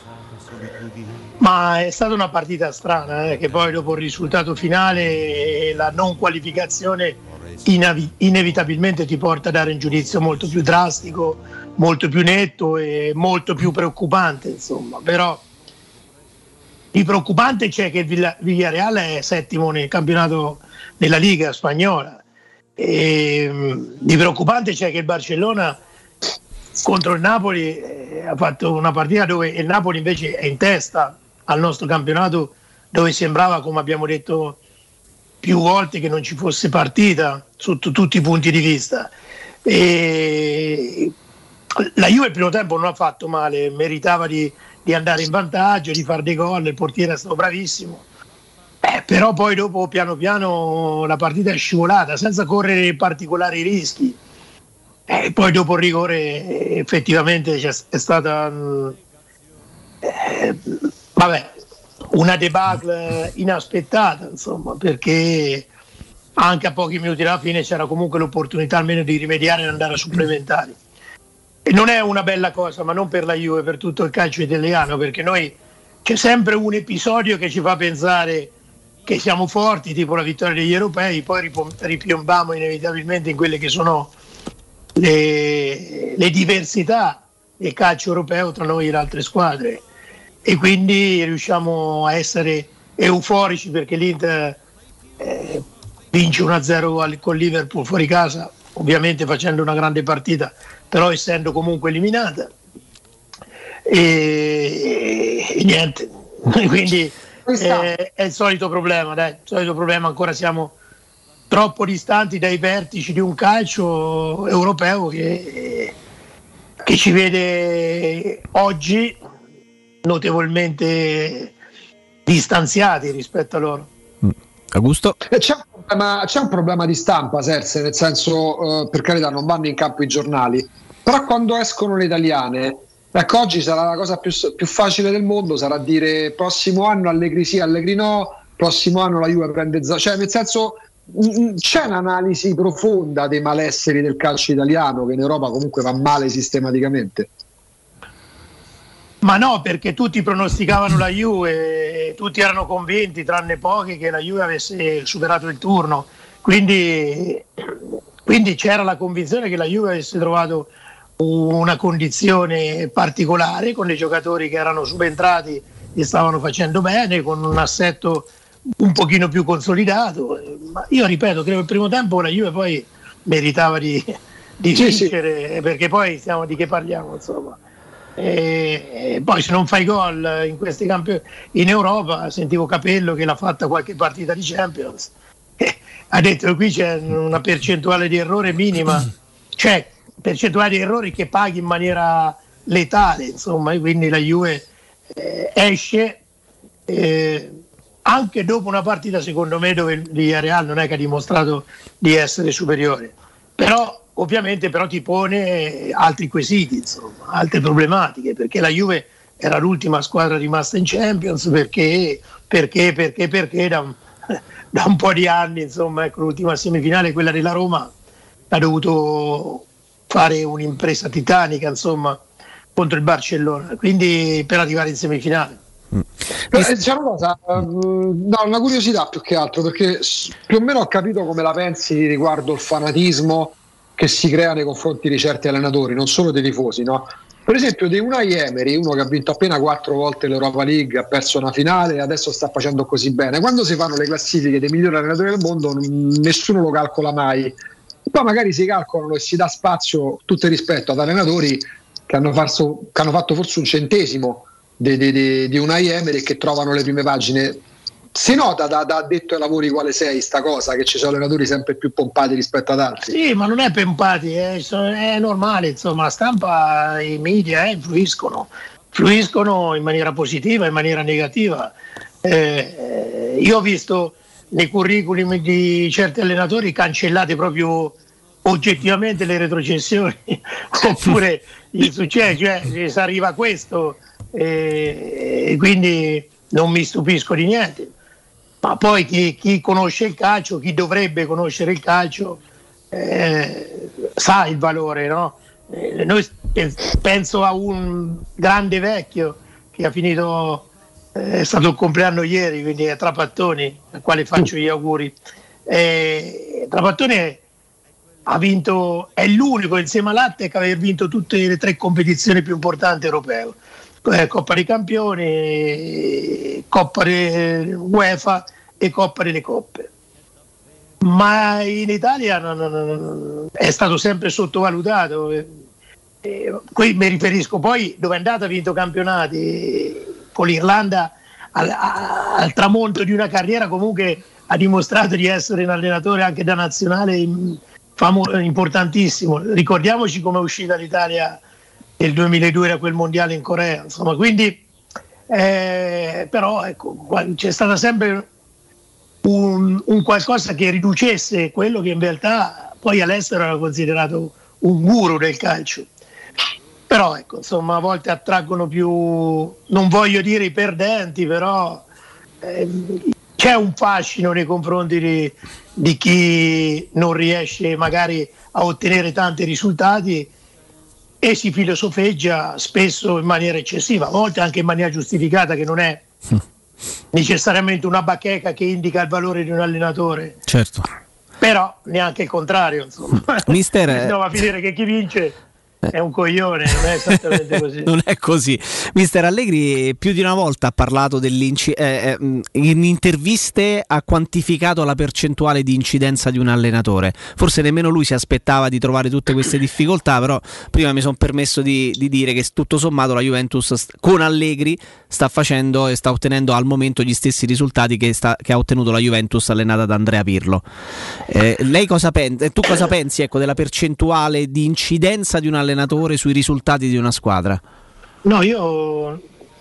Ma è stata una partita strana, eh, che poi dopo il risultato finale e la non qualificazione Inavi- inevitabilmente ti porta a dare un giudizio molto più drastico, molto più netto e molto più preoccupante, insomma. Però di preoccupante c'è che il Villa- Villarreal è settimo nel campionato della Liga spagnola, e di preoccupante c'è che il Barcellona contro il Napoli eh, ha fatto una partita dove il Napoli invece è in testa al nostro campionato, dove sembrava, come abbiamo detto più volte, che non ci fosse partita sotto tutti i punti di vista. E la Juve il primo tempo non ha fatto male, meritava di, di andare in vantaggio, di fare dei gol, il portiere è stato bravissimo, eh, però poi dopo piano piano la partita è scivolata senza correre particolari rischi, e eh, poi dopo il rigore effettivamente c'è, è stata eh, vabbè una debacle inaspettata, insomma, perché anche a pochi minuti dalla fine c'era comunque l'opportunità almeno di rimediare e andare a supplementari. E non è una bella cosa, ma non per la Juve, per tutto il calcio italiano, perché noi c'è sempre un episodio che ci fa pensare che siamo forti, tipo la vittoria degli europei, poi ripiombiamo inevitabilmente in quelle che sono le, le diversità del calcio europeo tra noi e le altre squadre. E quindi riusciamo a essere euforici perché l'Inter eh, vince uno a zero con Liverpool fuori casa, ovviamente facendo una grande partita, però essendo comunque eliminata, e, e niente, quindi eh, è il solito problema, dai, il solito problema, ancora siamo troppo distanti dai vertici di un calcio europeo che, che ci vede oggi notevolmente distanziati rispetto a loro. Augusto? C'è un problema, c'è un problema di stampa, Serse, nel senso, eh, per carità, non vanno in campo i giornali, però quando escono le italiane, ecco, oggi sarà la cosa più, più facile del mondo, sarà dire prossimo anno Allegri sì, Allegri no, prossimo anno la Juve prende Z, cioè nel senso mh, c'è un'analisi profonda dei malesseri del calcio italiano che in Europa comunque va male sistematicamente. Ma no, perché tutti pronosticavano la Juve, tutti erano convinti, tranne pochi, che la Juve avesse superato il turno. Quindi, quindi c'era la convinzione che la Juve avesse trovato una condizione particolare, con dei giocatori che erano subentrati e stavano facendo bene, con un assetto un pochino più consolidato. Ma io ripeto, credo che il primo tempo la Juve poi meritava di, di sì, vincere, sì. Perché poi stiamo di che parliamo, insomma. E, e poi se non fai gol in questi campi in Europa, sentivo Capello che l'ha fatta qualche partita di Champions, eh, ha detto che qui c'è una percentuale di errore minima, cioè percentuale di errori che paghi in maniera letale, insomma, e quindi la Juve eh, esce eh, anche dopo una partita secondo me dove il Villarreal non è che ha dimostrato di essere superiore, però ovviamente però ti pone altri quesiti, insomma, altre problematiche, perché la Juve era l'ultima squadra rimasta in Champions, perché, perché, perché, perché da un, da un po' di anni, insomma, ecco, l'ultima semifinale, quella della Roma, ha dovuto fare un'impresa titanica, insomma, contro il Barcellona, quindi per arrivare in semifinale. Mm. Però, c'è una cosa, uh, no, una curiosità più che altro, perché più o meno ho capito come la pensi riguardo il fanatismo che si crea nei confronti di certi allenatori, non solo dei tifosi, no? Per esempio di Unai Emery, uno che ha vinto appena quattro volte l'Europa League, ha perso una finale e adesso sta facendo così bene. Quando si fanno le classifiche dei migliori allenatori del mondo nessuno lo calcola mai, poi magari si calcolano e si dà spazio, tutto il rispetto, ad allenatori che hanno, farso, che hanno fatto forse un centesimo di, di, di, di Unai Emery e che trovano le prime pagine. Si nota da, da addetto ai lavori quale sei sta cosa, che ci sono allenatori sempre più pompati rispetto ad altri? Sì, ma non è pompati, è, è normale, insomma, la stampa, i media eh, influiscono, influiscono in maniera positiva, in maniera negativa. Eh, io ho visto nei curriculum di certi allenatori cancellate proprio oggettivamente le retrocessioni, oppure il successo, cioè se arriva a questo, eh, e quindi non mi stupisco di niente. Ma poi chi, chi conosce il calcio, chi dovrebbe conoscere il calcio, eh, sa il valore, no? Eh, noi penso a un grande vecchio che ha finito, eh, è stato il compleanno ieri, quindi è Trapattoni, al quale faccio gli auguri. Eh, Trapattoni ha vinto, è l'unico insieme a Latte che aveva vinto tutte le tre competizioni più importanti europee. Coppa dei Campioni, Coppa de UEFA e Coppa delle Coppe. Ma in Italia non, non, non, è stato sempre sottovalutato. E, qui mi riferisco poi dove è andato, ha vinto campionati con l'Irlanda al, al tramonto di una carriera, comunque ha dimostrato di essere un allenatore anche da nazionale famo, importantissimo. Ricordiamoci come è uscita l'Italia nel duemiladue da quel mondiale in Corea, insomma, quindi eh, però ecco, c'è stata sempre un, un qualcosa che riducesse quello che in realtà poi all'estero era considerato un guru del calcio. Però ecco, insomma, a volte attraggono più, non voglio dire i perdenti, però eh, c'è un fascino nei confronti di, di chi non riesce magari a ottenere tanti risultati e si filosofeggia spesso in maniera eccessiva, a volte anche in maniera giustificata, che non è necessariamente una bacheca che indica il valore di un allenatore. Certo. Però neanche il contrario, insomma. Mister, no, va a finire che chi vince è un coglione, non è esattamente così. Non è così. Mister Allegri più di una volta ha parlato dell'incidente, eh, in interviste ha quantificato la percentuale di incidenza di un allenatore. Forse nemmeno lui si aspettava di trovare tutte queste difficoltà, però prima mi sono permesso di, di dire che tutto sommato la Juventus con Allegri sta facendo e sta ottenendo al momento gli stessi risultati che, sta, che ha ottenuto la Juventus allenata da Andrea Pirlo. Eh, lei cosa pensa? Tu cosa pensi, ecco, della percentuale di incidenza di un allenatore sui risultati di una squadra? No, io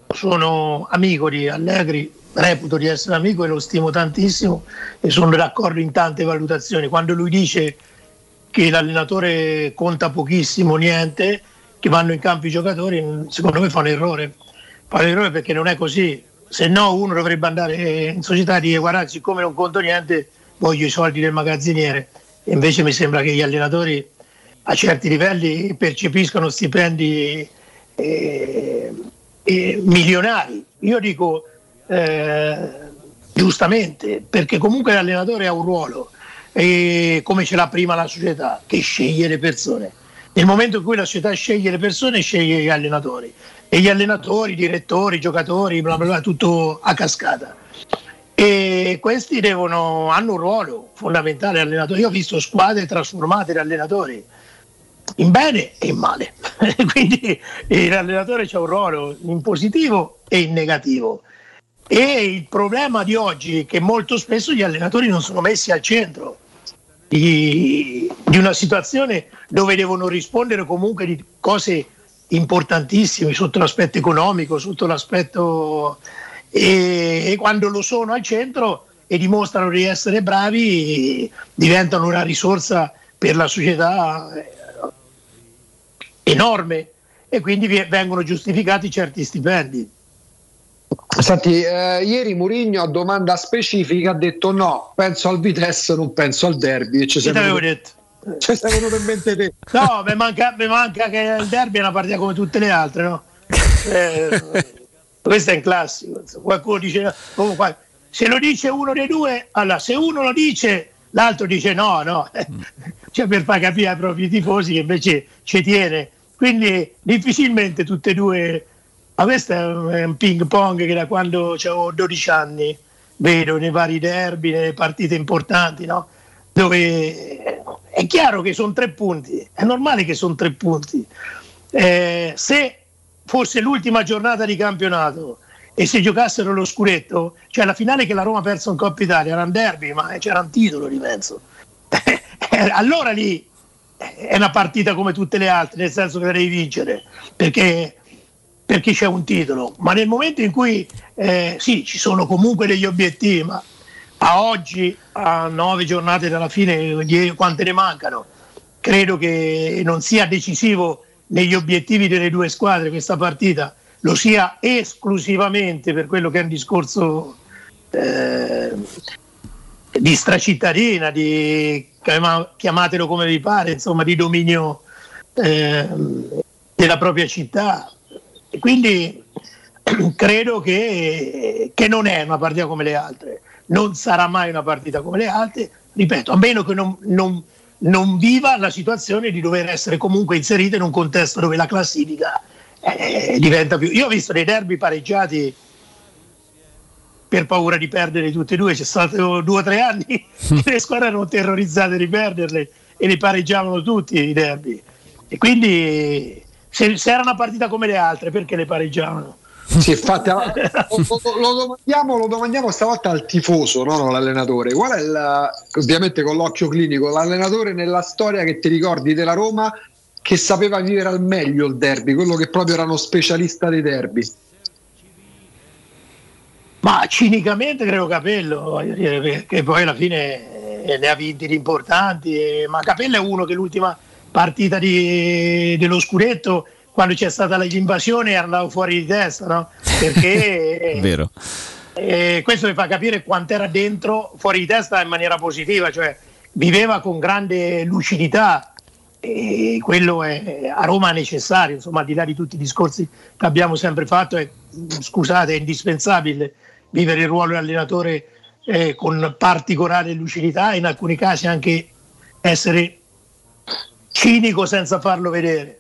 sono amico di Allegri, reputo di essere amico e lo stimo tantissimo e sono d'accordo in tante valutazioni. Quando lui dice che l'allenatore conta pochissimo, niente, che vanno in campo i giocatori, secondo me fa un errore. Fa un errore perché non è così. Se no uno dovrebbe andare in società e dire guarda, siccome non conto niente voglio i soldi del magazziniere. E invece mi sembra che gli allenatori a certi livelli percepiscano stipendi eh, eh, milionari. Io dico eh, giustamente, perché comunque l'allenatore ha un ruolo, e come ce l'ha prima la società, che sceglie le persone. Nel momento in cui la società sceglie le persone, sceglie gli allenatori, e gli allenatori, i direttori, i giocatori, bla bla bla, tutto a cascata. E questi devono, hanno un ruolo fondamentale allenatori. Io ho visto squadre trasformate da allenatori in bene e in male. Quindi l'allenatore c'ha un ruolo in positivo e in negativo. E il problema di oggi è che molto spesso gli allenatori non sono messi al centro di, di una situazione dove devono rispondere comunque di cose importantissime sotto l'aspetto economico, sotto l'aspetto e, e quando lo sono al centro e dimostrano di essere bravi diventano una risorsa per la società enorme e quindi vengono giustificati certi stipendi. Senti, eh, ieri Mourinho a domanda specifica ha detto no, penso al Vitesse, non penso al derby. E ci Che t'avevo detto? Ci sei venuto in mente te. No, mi manca, mi manca che il derby è una partita come tutte le altre, no? Eh, questo è un classico. Qualcuno dice, comunque, se lo dice uno dei due, allora se uno lo dice, l'altro dice no, no. Cioè per far capire ai propri tifosi che invece ci tiene. Quindi difficilmente tutte e due. Ma questo è un ping pong che da quando avevo dodici anni vedo nei vari derby, nelle partite importanti, no? Dove è chiaro che sono tre punti, è normale che sono tre punti. Eh, se fosse l'ultima giornata di campionato e se giocassero lo scudetto, cioè la finale che la Roma ha perso in Coppa Italia era un derby, ma c'era un titolo di mezzo. Allora lì è una partita come tutte le altre, nel senso che la devi vincere, perché perché c'è un titolo, ma nel momento in cui eh, sì, ci sono comunque degli obiettivi, ma a oggi, a nove giornate dalla fine, quante ne mancano? Credo che non sia decisivo negli obiettivi delle due squadre questa partita, lo sia esclusivamente per quello che è un discorso eh, di stracittadina, di chiamatelo come vi pare, insomma, di dominio eh, della propria città. E quindi credo che, che non è una partita come le altre, non sarà mai una partita come le altre, ripeto, a meno che non, non, non viva la situazione di dover essere comunque inserita in un contesto dove la classifica eh, diventa più. Io ho visto dei derby pareggiati per paura di perdere tutte e due, c'è stato due o tre anni che le squadre erano terrorizzate di perderle e li pareggiavano tutti i derby, e quindi Se, se era una partita come le altre, perché le pareggiavano? Sì, infatti, lo, lo, lo, domandiamo, lo domandiamo stavolta al tifoso, no? Non all'allenatore. Qual è il, ovviamente con l'occhio clinico, l'allenatore nella storia che ti ricordi della Roma che sapeva vivere al meglio il derby, quello che proprio era uno specialista dei derby? Ma cinicamente credo Capello, voglio dire, perché poi alla fine ne ha vinti di importanti, ma Capello è uno che l'ultima partita di, dello scudetto, quando c'è stata l'invasione, andavo fuori di testa, no? Perché vero. Eh, questo mi fa capire quanto era dentro fuori di testa in maniera positiva, cioè viveva con grande lucidità, e quello è, a Roma è necessario, insomma, al di là di tutti i discorsi che abbiamo sempre fatto, è, scusate, è indispensabile vivere il ruolo di allenatore eh, con particolare lucidità e in alcuni casi anche essere cinico senza farlo vedere.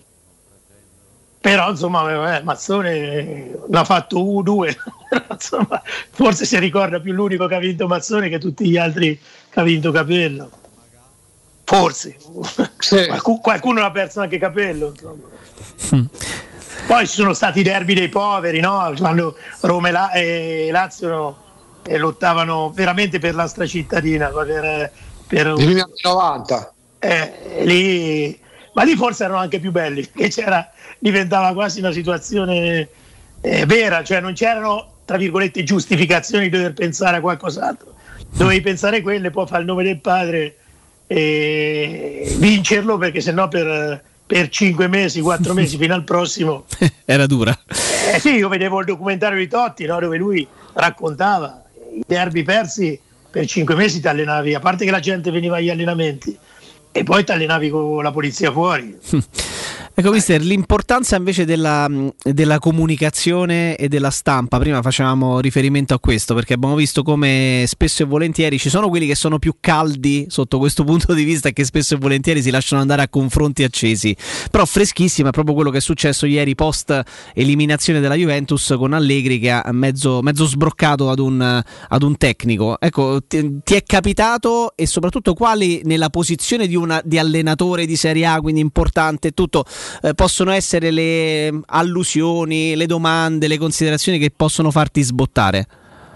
Però insomma eh, Mazzone l'ha fatto U due insomma, forse si ricorda più l'unico che ha vinto Mazzone che tutti gli altri che ha vinto Capello, forse sì. Qualcuno, qualcuno l'ha perso anche Capello, insomma. Mm. Poi ci sono stati i derby dei poveri, no? Quando Roma e, La- e Lazio no? e lottavano veramente per la stracittadina per, per... negli anni novanta. Eh, lì, ma lì forse erano anche più belli, che c'era, diventava quasi una situazione eh, vera, cioè non c'erano tra virgolette giustificazioni di dover pensare a qualcos'altro, dovevi pensare quello e poi fare il nome del padre e vincerlo, perché sennò per, per cinque mesi, quattro mesi fino al prossimo era dura. Eh sì, io vedevo il documentario di Totti, no, dove lui raccontava i derby persi, per cinque mesi ti allenavi, a parte che la gente veniva agli allenamenti e poi ti allenavi con la polizia fuori. Ecco mister, l'importanza invece della, della comunicazione e della stampa, prima facevamo riferimento a questo perché abbiamo visto come spesso e volentieri ci sono quelli che sono più caldi sotto questo punto di vista e che spesso e volentieri si lasciano andare a confronti accesi, però freschissima è proprio quello che è successo ieri post eliminazione della Juventus con Allegri che ha mezzo, mezzo sbroccato ad un, ad un tecnico. Ecco, ti, ti è capitato, e soprattutto quali nella posizione di, una, di allenatore di Serie A, quindi importante tutto, Eh, possono essere le allusioni, le domande, le considerazioni che possono farti sbottare?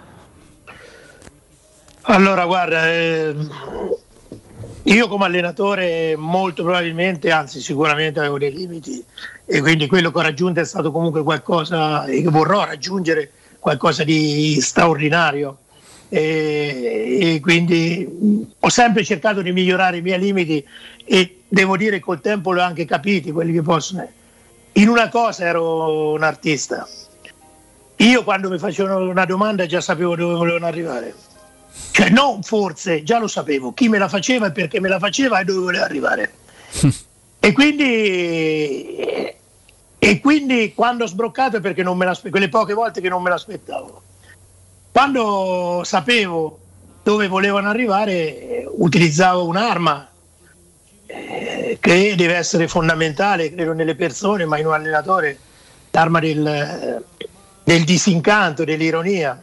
Allora guarda, eh, io come allenatore molto probabilmente, anzi sicuramente avevo dei limiti, e quindi quello che ho raggiunto è stato comunque qualcosa, e che vorrò raggiungere qualcosa di straordinario, e, e quindi ho sempre cercato di migliorare i miei limiti e devo dire col tempo l'ho anche capiti quelli che possono. In una cosa ero un artista, io quando mi facevano una domanda già sapevo dove volevano arrivare, cioè non forse, già lo sapevo chi me la faceva e perché me la faceva e dove voleva arrivare. e quindi e quindi quando ho sbroccato è perché non me l'aspettavo, quelle poche volte che non me l'aspettavo. Quando sapevo dove volevano arrivare, utilizzavo un'arma eh, che deve essere fondamentale, credo, nelle persone, ma in un allenatore, l'arma del, del disincanto, dell'ironia.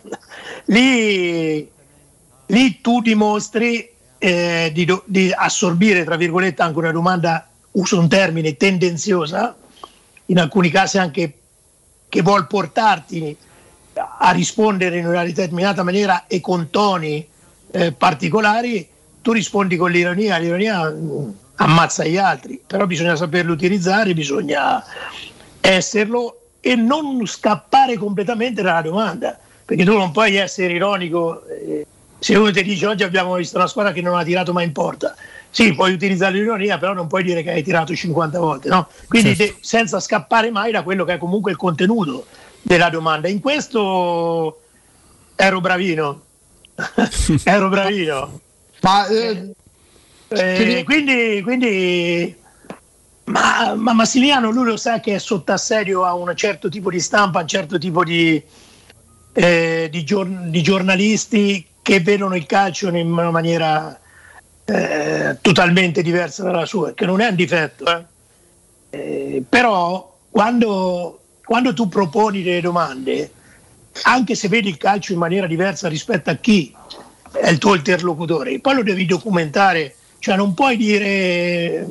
Lì, lì tu dimostri eh, di, di assorbire, tra virgolette, anche una domanda, uso un termine, tendenziosa, in alcuni casi anche che vuol portarti a rispondere in una determinata maniera e con toni eh, particolari. Tu rispondi con l'ironia, l'ironia mh, ammazza gli altri, però bisogna saperlo utilizzare, bisogna esserlo e non scappare completamente dalla domanda, perché tu non puoi essere ironico eh, se uno ti dice oggi abbiamo visto una squadra che non ha tirato mai in porta. Sì, puoi utilizzare l'ironia, però non puoi dire che hai tirato cinquanta volte, no? Quindi certo. te, senza scappare mai da quello che è comunque il contenuto della domanda. In questo ero bravino, ero bravino. Ma eh, eh, quindi, quindi ma, ma Massimiliano, lui lo sa che è sotto assedio a un certo tipo di stampa, a un certo tipo di, eh, di, gior- di giornalisti che vedono il calcio in una maniera eh, totalmente diversa dalla sua, che non è un difetto, eh. Eh, però quando Quando tu proponi delle domande, anche se vedi il calcio in maniera diversa rispetto a chi è il tuo interlocutore, poi lo devi documentare, cioè non puoi dire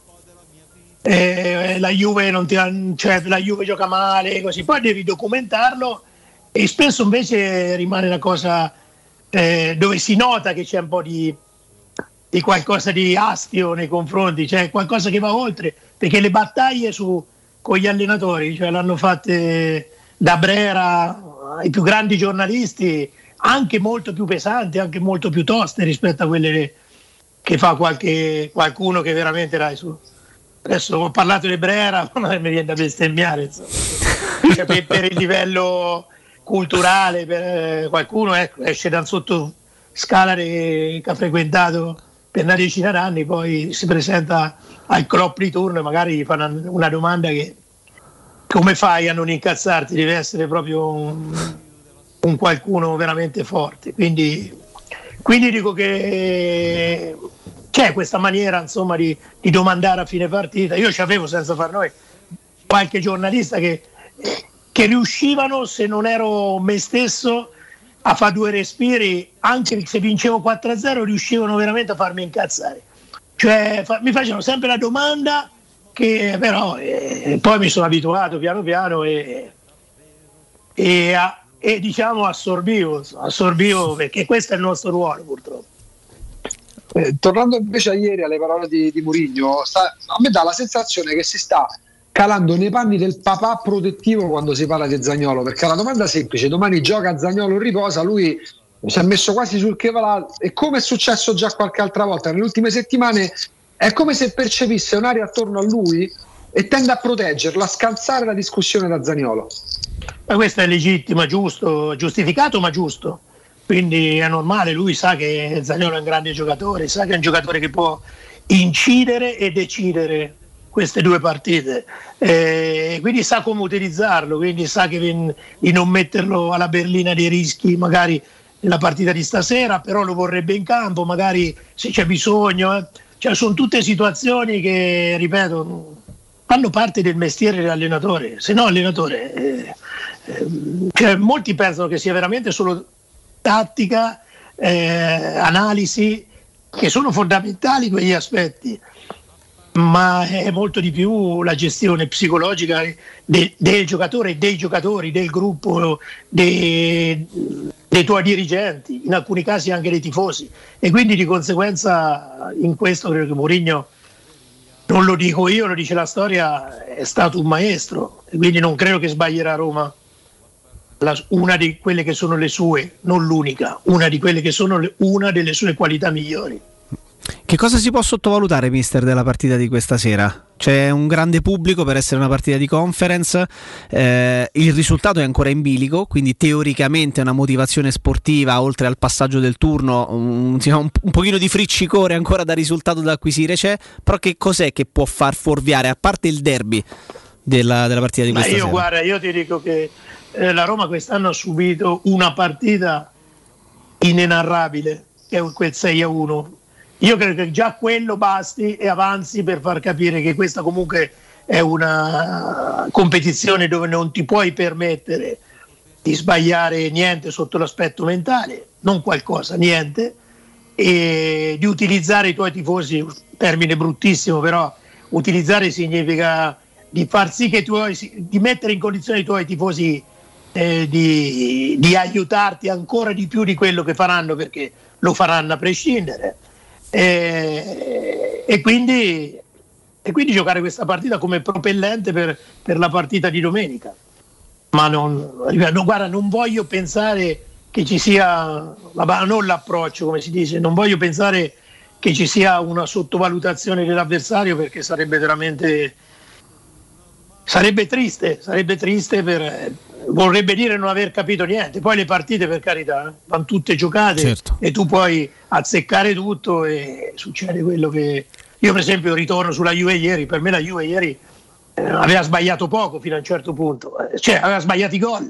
eh, la Juve non ti, cioè, la Juve gioca male, così, poi devi documentarlo, e spesso invece rimane una cosa eh, dove si nota che c'è un po' di, di qualcosa di astio nei confronti, cioè qualcosa che va oltre, perché le battaglie su con gli allenatori, cioè l'hanno fatte da Brera ai più grandi giornalisti, anche molto più pesanti, anche molto più toste rispetto a quelle che fa qualche, qualcuno che veramente dai su. Adesso ho parlato di Brera, ma mi viene da bestemmiare, cioè, per, per il livello culturale, per qualcuno ecco, esce da sotto scala che ha frequentato per una decina d'anni, poi si presenta al club di turno e magari gli fanno una domanda che come fai a non incazzarti, deve essere proprio un, un qualcuno veramente forte, quindi, quindi dico che c'è questa maniera insomma di, di domandare a fine partita. Io ci avevo, senza far noi, qualche giornalista che, che riuscivano, se non ero me stesso, a fare due respiri, anche se vincevo quattro a zero riuscivano veramente a farmi incazzare. Cioè fa, mi facevano sempre la domanda che però eh, poi mi sono abituato piano piano e, e, a, e diciamo assorbivo, assorbivo perché questo è il nostro ruolo purtroppo. Eh, tornando invece a ieri alle parole di, di Mourinho, sta, a me dà la sensazione che si sta calando nei panni del papà protettivo quando si parla di Zaniolo, perché la domanda è semplice: domani gioca Zaniolo o riposa? Lui si è messo quasi sul Chevalà, e come è successo già qualche altra volta nelle ultime settimane, è come se percepisse un'area attorno a lui e tende a proteggerlo, a scansare la discussione da Zaniolo. Ma questo è legittimo, giusto, giustificato ma giusto, quindi è normale, lui sa che Zaniolo è un grande giocatore, sa che è un giocatore che può incidere e decidere queste due partite, eh, quindi sa come utilizzarlo, quindi sa che di non metterlo alla berlina dei rischi magari nella partita di stasera, però lo vorrebbe in campo magari se c'è bisogno, eh. Cioè sono tutte situazioni che, ripeto, fanno parte del mestiere dell'allenatore, se no allenatore eh, eh, cioè, molti pensano che sia veramente solo tattica, eh, analisi, che sono fondamentali quegli aspetti, ma è molto di più la gestione psicologica de, del giocatore, dei giocatori, del gruppo, dei, dei tuoi dirigenti, in alcuni casi anche dei tifosi, e quindi di conseguenza in questo credo che Mourinho, non lo dico io, lo dice la storia, è stato un maestro, e quindi non credo che sbaglierà Roma, la, una di quelle che sono le sue, non l'unica, una di quelle che sono le, una delle sue qualità migliori. Che cosa si può sottovalutare, mister, della partita di questa sera? C'è un grande pubblico per essere una partita di conference, eh, il risultato è ancora in bilico, quindi teoricamente una motivazione sportiva oltre al passaggio del turno, un, un, un pochino di friccicore ancora da risultato da acquisire c'è, però che cos'è che può far fuorviare, a parte il derby della, della partita di Ma questa io, sera? Guarda, io ti dico che eh, la Roma quest'anno ha subito una partita inenarrabile, che è quel sei a uno. Io credo che già quello basti e avanzi per far capire che questa comunque è una competizione dove non ti puoi permettere di sbagliare niente sotto l'aspetto mentale, non qualcosa, niente, e di utilizzare i tuoi tifosi, termine bruttissimo, però utilizzare significa di far sì che i tuoi, di mettere in condizione i tuoi tifosi eh, di, di aiutarti ancora di più di quello che faranno, perché lo faranno a prescindere. E, e, quindi, e quindi giocare questa partita come propellente per, per la partita di domenica, ma non, no, guarda, non voglio pensare che ci sia, non l'approccio come si dice, non voglio pensare che ci sia una sottovalutazione dell'avversario, perché sarebbe veramente sarebbe triste, sarebbe triste per, vorrebbe dire non aver capito niente. Poi le partite, per carità, eh, vanno tutte giocate, certo, e tu puoi azzeccare tutto e succede quello che... Io per esempio ritorno sulla Juve ieri, per me la Juve ieri eh, aveva sbagliato poco fino a un certo punto, cioè aveva sbagliato i gol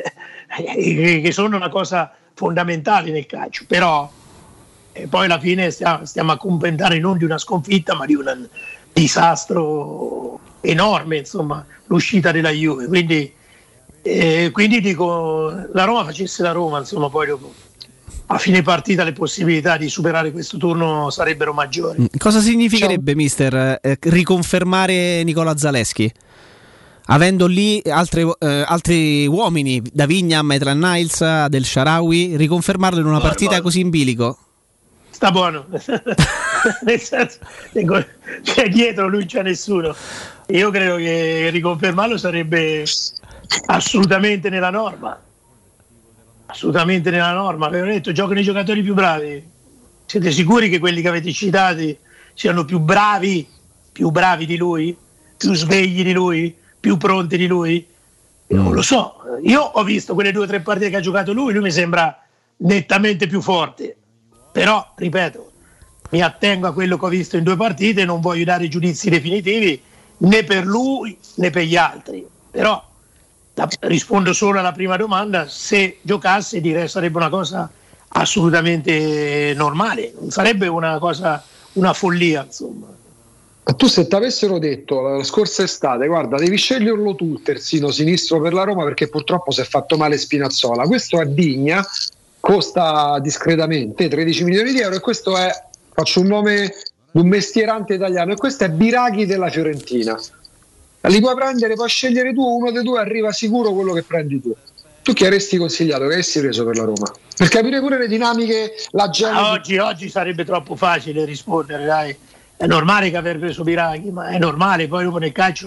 che sono una cosa fondamentale nel calcio, però eh, poi alla fine stiamo, stiamo a commentare non di una sconfitta ma di un disastro enorme, insomma, l'uscita della Juve, quindi Eh, quindi dico, la Roma facesse la Roma, insomma, poi dopo a fine partita le possibilità di superare questo turno sarebbero maggiori. Cosa significherebbe, Ciao. mister, eh, riconfermare Nicola Zalewski? Avendo lì altri, eh, altri uomini, da Vignam, Maitland-Niles, Del Shaarawy, riconfermarlo in una Guarda, partita così in bilico? Sta buono. Nel senso, cioè, dietro lui non c'è nessuno. Io credo che riconfermarlo sarebbe assolutamente nella norma, assolutamente nella norma. Avevo detto, giocano i giocatori più bravi. Siete sicuri che quelli che avete citati siano più bravi, più bravi di lui, più svegli di lui, più pronti di lui? Io non lo so. Io ho visto quelle due o tre partite che ha giocato lui, lui mi sembra nettamente più forte, però ripeto, mi attengo a quello che ho visto in due partite, non voglio dare giudizi definitivi né per lui né per gli altri, però la, rispondo solo alla prima domanda: se giocasse direi sarebbe una cosa assolutamente normale, non sarebbe una cosa, una follia, insomma. Ma tu, se ti avessero detto la scorsa estate, guarda, devi sceglierlo tu il terzino sinistro per la Roma perché purtroppo si è fatto male Spinazzola, questo è Digna, costa discretamente tredici milioni di euro, e questo è, faccio un nome di un mestierante italiano, e questo è Biraghi della Fiorentina. Li puoi prendere, puoi scegliere tu, uno dei due arriva sicuro quello che prendi tu. Tu chi avresti consigliato, che avresti preso per la Roma? Per capire pure le dinamiche, la gente. Ah, oggi, oggi sarebbe troppo facile rispondere, dai. È normale che aver preso Biraghi, ma è normale, poi dopo nel calcio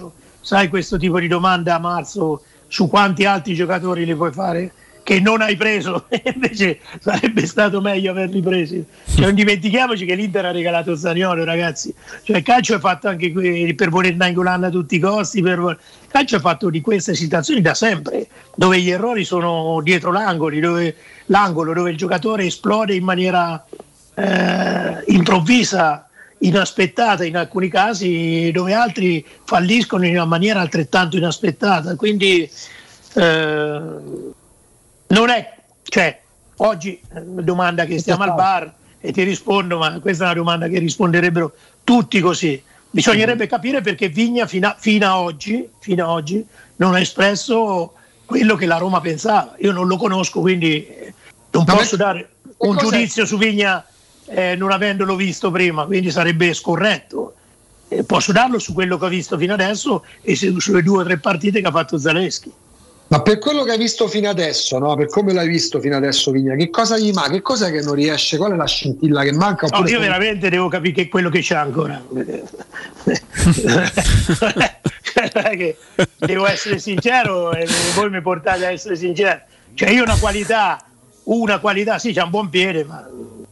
sai questo tipo di domanda a marzo su quanti altri giocatori li puoi fare che non hai preso, invece sarebbe stato meglio averli presi. Cioè, non dimentichiamoci che l'Inter ha regalato Zaniolo, ragazzi, cioè il calcio è fatto anche qui per voler Nainggolan a tutti i costi, per... il calcio è fatto di queste situazioni da sempre, dove gli errori sono dietro l'angolo, dove, l'angolo, dove il giocatore esplode in maniera eh, improvvisa, inaspettata in alcuni casi, dove altri falliscono in una maniera altrettanto inaspettata. Quindi eh, non è, cioè oggi è una domanda che stiamo al bar e ti rispondo, ma questa è una domanda che risponderebbero tutti così. Bisognerebbe capire perché Vigna fino a, fino a oggi fino a oggi non ha espresso quello che la Roma pensava. Io non lo conosco, quindi non ma posso dare un giudizio su Vigna eh, non avendolo visto prima, quindi sarebbe scorretto. Eh, posso darlo su quello che ho visto fino adesso e se, sulle due o tre partite che ha fatto Zalewski. Ma per quello che hai visto fino adesso, no? Per come l'hai visto fino adesso, Vigna, che cosa gli manca? Che cos'è che non riesce? Qual è la scintilla che manca? No, io veramente devo capire che è quello che c'è ancora. Che devo essere sincero e voi mi portate a essere sincero. Cioè io una qualità, una qualità, sì, c'ha un buon piede, ma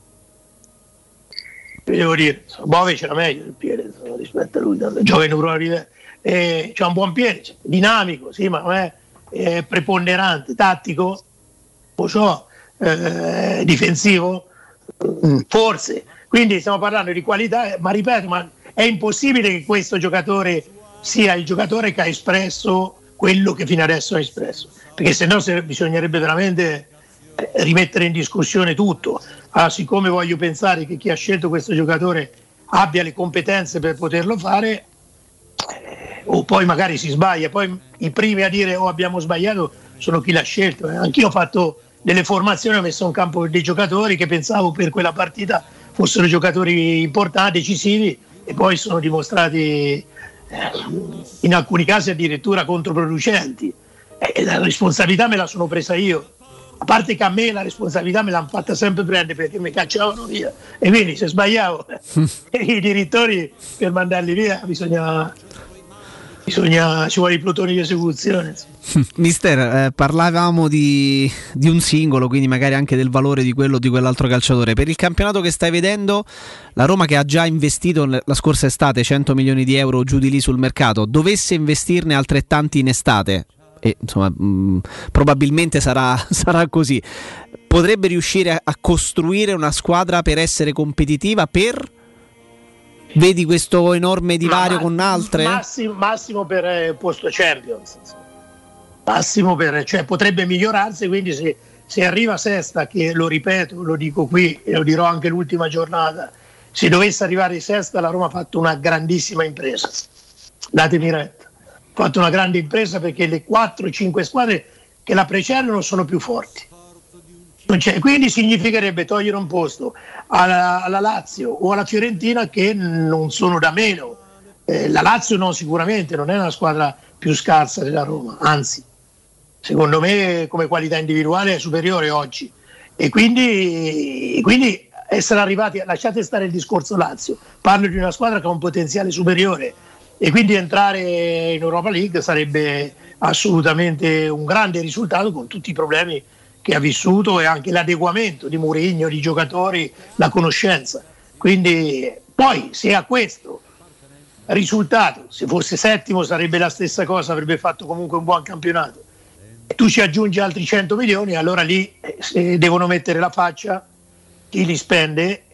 devo dire, Bove c'era meglio il piede rispetto a lui, gioca in Europa, eh, c'ha un buon piede, cioè, dinamico, sì, ma non è Eh, preponderante, tattico, lo so, eh, difensivo, mm. forse. Quindi stiamo parlando di qualità, ma ripeto, ma è impossibile che questo giocatore sia il giocatore che ha espresso quello che fino adesso ha espresso, perché se no bisognerebbe veramente eh, rimettere in discussione tutto. Allora, siccome voglio pensare che chi ha scelto questo giocatore abbia le competenze per poterlo fare, o poi magari si sbaglia, poi i primi a dire oh abbiamo sbagliato sono chi l'ha scelto. eh. Anch'io ho fatto delle formazioni, ho messo in campo dei giocatori che pensavo per quella partita fossero giocatori importanti, decisivi, e poi sono dimostrati eh, in alcuni casi addirittura controproducenti. E la responsabilità me la sono presa io, a parte che a me la responsabilità me l'hanno fatta sempre prendere perché mi cacciavano via, e quindi se sbagliavo i direttori per mandarli via bisognava Bisogna, ci vuole i plotoni di esecuzione. Mister, eh, parlavamo di, di un singolo, quindi magari anche del valore di quello o di quell'altro calciatore. Per il campionato che stai vedendo, la Roma che ha già investito la scorsa estate cento milioni di euro giù di lì sul mercato, dovesse investirne altrettanti in estate, e insomma mh, probabilmente sarà, sarà così, potrebbe riuscire a, a costruire una squadra per essere competitiva, per... Vedi questo enorme divario ma, con altre? Massimo, massimo per eh, posto Champions, massimo per, cioè potrebbe migliorarsi, quindi se, se arriva sesta, che lo ripeto, lo dico qui e lo dirò anche l'ultima giornata, se dovesse arrivare sesta la Roma ha fatto una grandissima impresa, datemi retta, ha fatto una grande impresa perché le quattro cinque squadre che la precedono sono più forti. Quindi significherebbe togliere un posto alla, alla Lazio o alla Fiorentina che non sono da meno. Eh, la Lazio no, sicuramente non è una squadra più scarsa della Roma, anzi secondo me come qualità individuale è superiore oggi, e quindi, quindi essere arrivati, lasciate stare il discorso Lazio, parlo di una squadra che ha un potenziale superiore, e quindi entrare in Europa League sarebbe assolutamente un grande risultato con tutti i problemi che ha vissuto e anche l'adeguamento di Mourinho, di giocatori, la conoscenza. Quindi poi se a questo risultato, se fosse settimo sarebbe la stessa cosa, avrebbe fatto comunque un buon campionato, e tu ci aggiungi altri cento milioni, allora lì eh, devono mettere la faccia chi li spende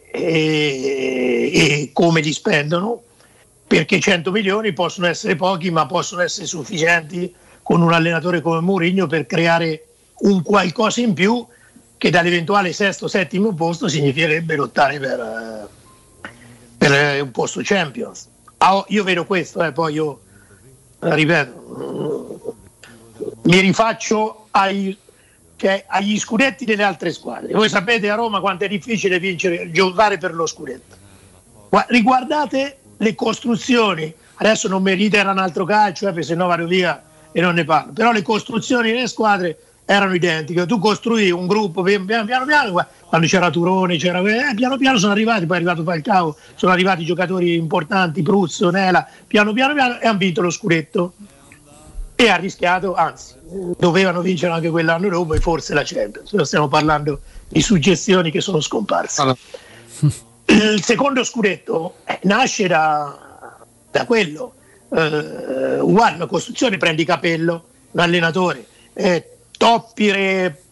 e, e come li spendono, perché cento milioni possono essere pochi ma possono essere sufficienti con un allenatore come Mourinho per creare un qualcosa in più che dall'eventuale sesto settimo posto significherebbe lottare per, per un posto Champions. Ah, io vedo questo, eh, poi io ripeto, mi rifaccio ai, cioè, agli scudetti delle altre squadre. Voi sapete a Roma quanto è difficile vincere, giocare per lo scudetto. Riguardate le costruzioni, adesso non merita un altro calcio, eh, perché se no vado via e non ne parlo, però le costruzioni delle squadre erano identiche. Tu costruì un gruppo piano piano, piano, piano quando c'era Turone, c'era, eh, piano piano sono arrivati, poi è arrivato Falcao, sono arrivati giocatori importanti, Pruzzo, Nela, piano piano piano e hanno vinto lo scudetto. E ha rischiato, anzi, dovevano vincere anche quell'anno dopo e forse la Champions. Noi stiamo parlando di suggestioni che sono scomparse. Allora. Il secondo scudetto eh, nasce da, da quello. Uh, uguale, una costruzione, prendi Capello, un allenatore, eh, Toppi, re,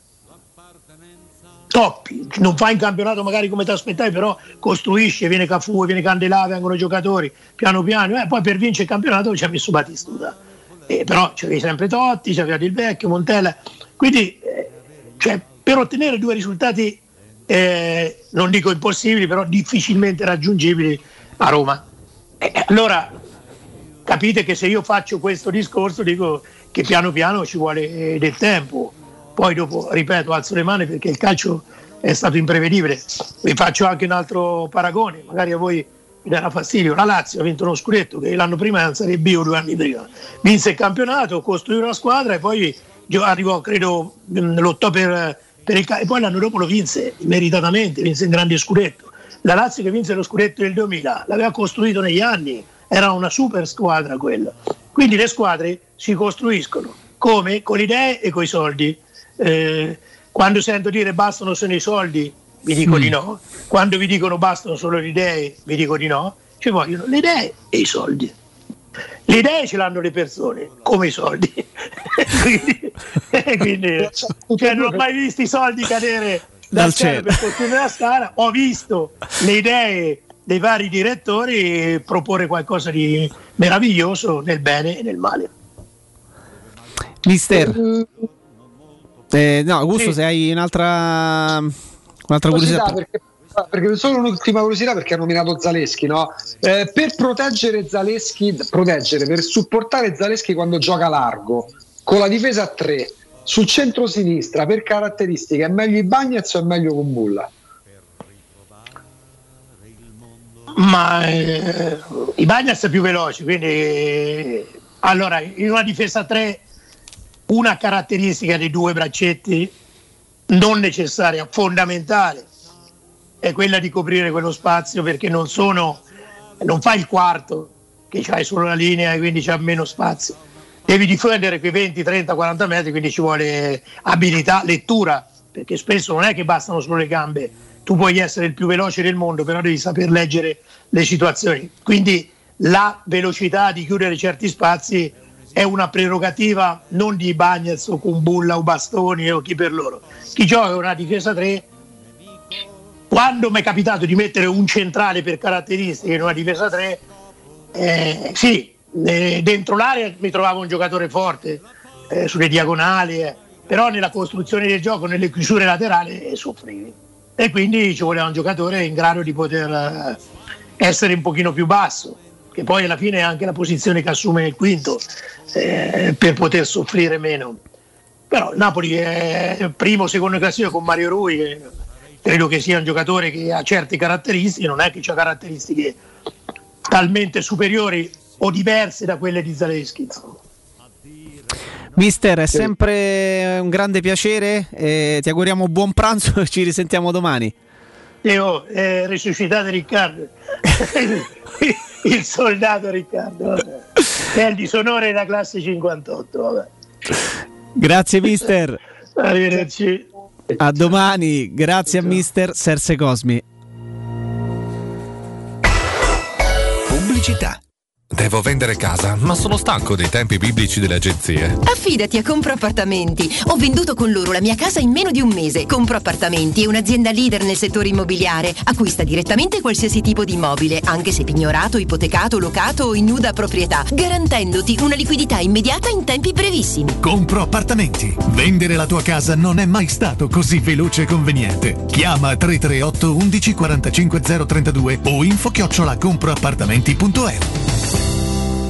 Toppi, non fa in campionato magari come ti aspettavi, però costruisce, viene Cafu, viene Candelà, vengono giocatori, piano piano, eh, poi per vincere il campionato ci ha messo Batistuta, eh, però c'avevi sempre Totti, c'avevi il Vecchio, Montella, quindi eh, cioè, per ottenere due risultati eh, non dico impossibili, però difficilmente raggiungibili a Roma. Eh, allora capite che se io faccio questo discorso dico che piano piano ci vuole del tempo, poi dopo, ripeto, alzo le mani perché il calcio è stato imprevedibile. Vi faccio anche un altro paragone, magari a voi mi darà fastidio. La Lazio ha vinto uno scudetto che l'anno prima era in Serie B o due anni prima, vinse il campionato, costruì una squadra e poi arrivò, credo, lottò per, per il e poi l'anno dopo lo vinse meritatamente, vinse un grande scudetto. La Lazio che vinse lo scudetto del duemila l'aveva costruito negli anni, era una super squadra quella. Quindi le squadre si costruiscono come? Con le idee e con i soldi. Eh, quando sento dire bastano solo i soldi vi dico mm. di no, quando vi dicono bastano solo le idee vi dico di no, ci vogliono le idee e i soldi. Le idee ce l'hanno le persone come i soldi. quindi, quindi cioè, non ho mai visto i soldi cadere dal cielo per costruire la scala, ho visto le idee dei vari direttori proporre qualcosa di meraviglioso nel bene e nel male. Mister, eh, no, Augusto, sì. Se hai un'altra, un'altra curiosità, curiosità perché, perché solo un'ultima curiosità, perché ha nominato Zaleschi, no? Eh, per proteggere Zaleschi, proteggere, per supportare Zaleschi quando gioca largo con la difesa a tre sul centro-sinistra, per caratteristiche è meglio Ibañez o è meglio Kumbulla? Ma eh, Ibañez è più veloce, quindi eh, allora in una difesa a tre una caratteristica dei due braccetti non necessaria, fondamentale, è quella di coprire quello spazio, perché non sono non fai il quarto che c'hai solo la linea e quindi c'ha meno spazio, devi difendere quei venti, trenta, quaranta metri, quindi ci vuole abilità, lettura, perché spesso non è che bastano solo le gambe. Tu puoi essere il più veloce del mondo, però devi saper leggere le situazioni. Quindi la velocità di chiudere certi spazi è una prerogativa non di Ibañez o Kumbulla o Bastoni o chi per loro. Chi gioca una difesa tre, quando mi è capitato di mettere un centrale per caratteristiche in una difesa tre, eh, sì, eh, dentro l'area mi trovavo un giocatore forte, eh, sulle diagonali, eh, però nella costruzione del gioco, nelle chiusure laterali, eh, soffrivi. E quindi ci voleva un giocatore in grado di poter essere un pochino più basso, che poi alla fine è anche la posizione che assume il quinto, eh, per poter soffrire meno. Però il Napoli è primo, secondo classifica con Mario Rui, che credo che sia un giocatore che ha certe caratteristiche, non è che ha caratteristiche talmente superiori o diverse da quelle di Zaleschi. Mister, è sempre un grande piacere, eh, ti auguriamo buon pranzo e ci risentiamo domani. Io, eh, risuscitate Riccardo, il soldato Riccardo, vabbè. È il disonore della classe cinquantotto. Vabbè. Grazie mister. Arrivederci. A domani, grazie a mister Serse Cosmi. Pubblicità. Devo vendere casa, ma sono stanco dei tempi biblici delle agenzie. Affidati a Compro Appartamenti. Ho venduto con loro la mia casa in meno di un mese. Compro Appartamenti è un'azienda leader nel settore immobiliare. Acquista direttamente qualsiasi tipo di immobile, anche se pignorato, ipotecato, locato o in nuda proprietà, garantendoti una liquidità immediata in tempi brevissimi. Compro Appartamenti. Vendere la tua casa non è mai stato così veloce e conveniente. Chiama tre tre otto undici quarantacinque zero trentadue o info chiocciola comproappartamenti punto e u.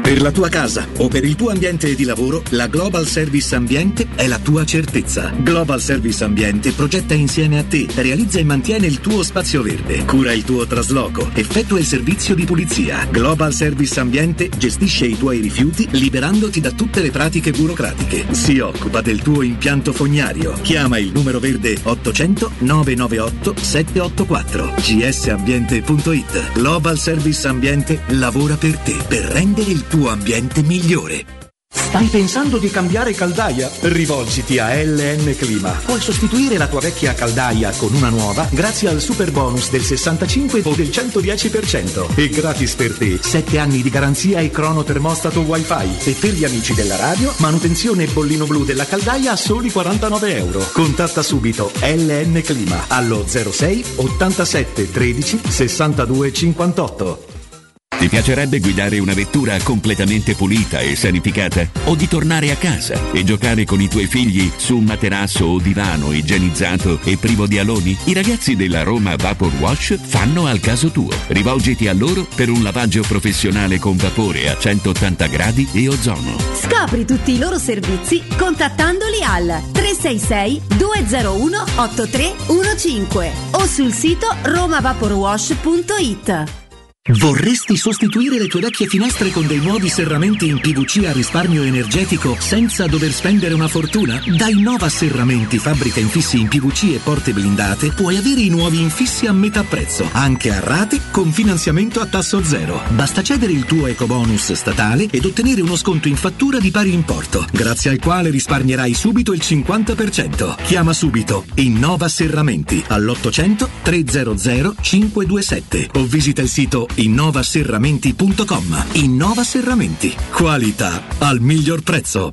Per la tua casa o per il tuo ambiente di lavoro, la Global Service Ambiente è la tua certezza. Global Service Ambiente progetta insieme a te, realizza e mantiene il tuo spazio verde, cura il tuo trasloco, effettua il servizio di pulizia. Global Service Ambiente gestisce i tuoi rifiuti liberandoti da tutte le pratiche burocratiche. Si occupa del tuo impianto fognario. Chiama il numero verde ottocento nove nove otto sette otto quattro g s ambiente punto i t. Global Service Ambiente lavora per te, per rendere il tuo ambiente migliore. Stai pensando di cambiare caldaia? Rivolgiti a L N Clima. Puoi sostituire la tua vecchia caldaia con una nuova grazie al super bonus del sessantacinque o del centodieci per cento. E gratis per te sette anni di garanzia e crono termostato wifi. E per gli amici della radio, manutenzione e bollino blu della caldaia a soli quarantanove euro. Contatta subito L N Clima allo zero sei ottantasette tredici sessantadue cinquantotto. Ti piacerebbe guidare una vettura completamente pulita e sanificata? O di tornare a casa e giocare con i tuoi figli su un materasso o divano igienizzato e privo di aloni? I ragazzi della Roma Vapor Wash fanno al caso tuo. Rivolgiti a loro per un lavaggio professionale con vapore a centottanta gradi e ozono. Scopri tutti i loro servizi contattandoli al tre sei sei due zero uno otto tre uno cinque o sul sito roma vapor wash punto i t. Vorresti sostituire le tue vecchie finestre con dei nuovi serramenti in P V C a risparmio energetico senza dover spendere una fortuna? Da Innova Serramenti, fabbrica infissi in P V C e porte blindate, puoi avere i nuovi infissi a metà prezzo, anche a rate con finanziamento a tasso zero. Basta cedere il tuo ecobonus statale ed ottenere uno sconto in fattura di pari importo, grazie al quale risparmierai subito il cinquanta per cento. Chiama subito Innova Serramenti all'ottocento trecento cinque due sette o visita il sito innova serramenti punto com. Innova Serramenti, qualità al miglior prezzo.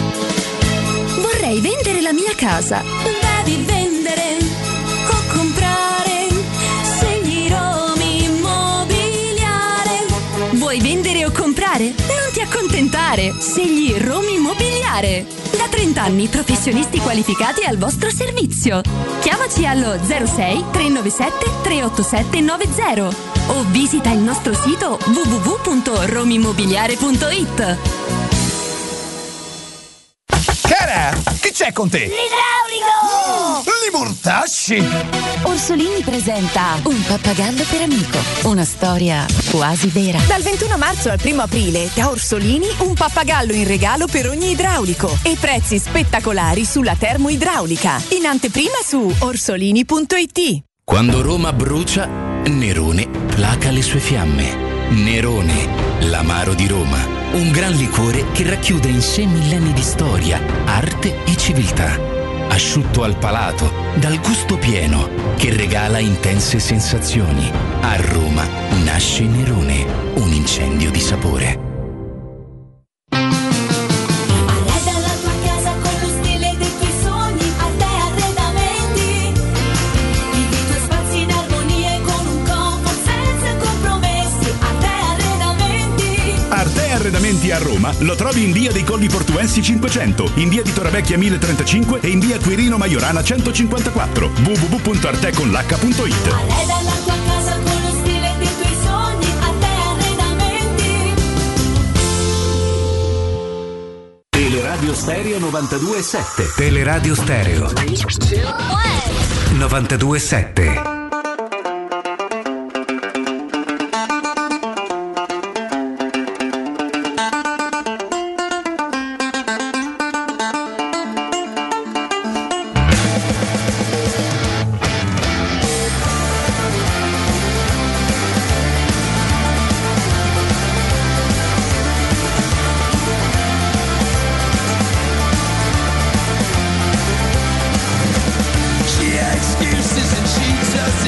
Vorrei vendere la mia casa. Devi vendere o comprare, scegli Romi Immobiliare. Vuoi vendere o comprare? Non ti accontentare, scegli Romi Immobiliare. Da trenta anni professionisti qualificati al vostro servizio. Chiamaci allo zero sei tre nove sette tre otto sette nove zero o visita il nostro sito w w w punto romi immobiliare punto i t. Cara, che c'è con te? L'idraulico! Li mortasci! Orsolini presenta Un pappagallo per amico, una storia quasi vera. Dal ventuno marzo al primo aprile da Orsolini un pappagallo in regalo per ogni idraulico e prezzi spettacolari sulla termoidraulica. In anteprima su orsolini punto i t. Quando Roma brucia, Nerone placa le sue fiamme. Nerone, l'amaro di Roma. Un gran liquore che racchiude in sé millenni di storia, arte e civiltà. Asciutto al palato, dal gusto pieno, che regala intense sensazioni. A Roma nasce Nerone, un incendio di sapore. Arredamenti a Roma lo trovi in via dei Colli Portuensi cinquecento, in via di Torrevecchia mille trentacinque e in via Quirino Maiorana centocinquantaquattro. w w w punto arte con l'h punto i t. Arreda la tua casa con lo stile dei tuoi sogni, Arte Arredamenti. Teleradio Stereo novantadue e sette. Teleradio Stereo novantadue e sette. Excuses and she just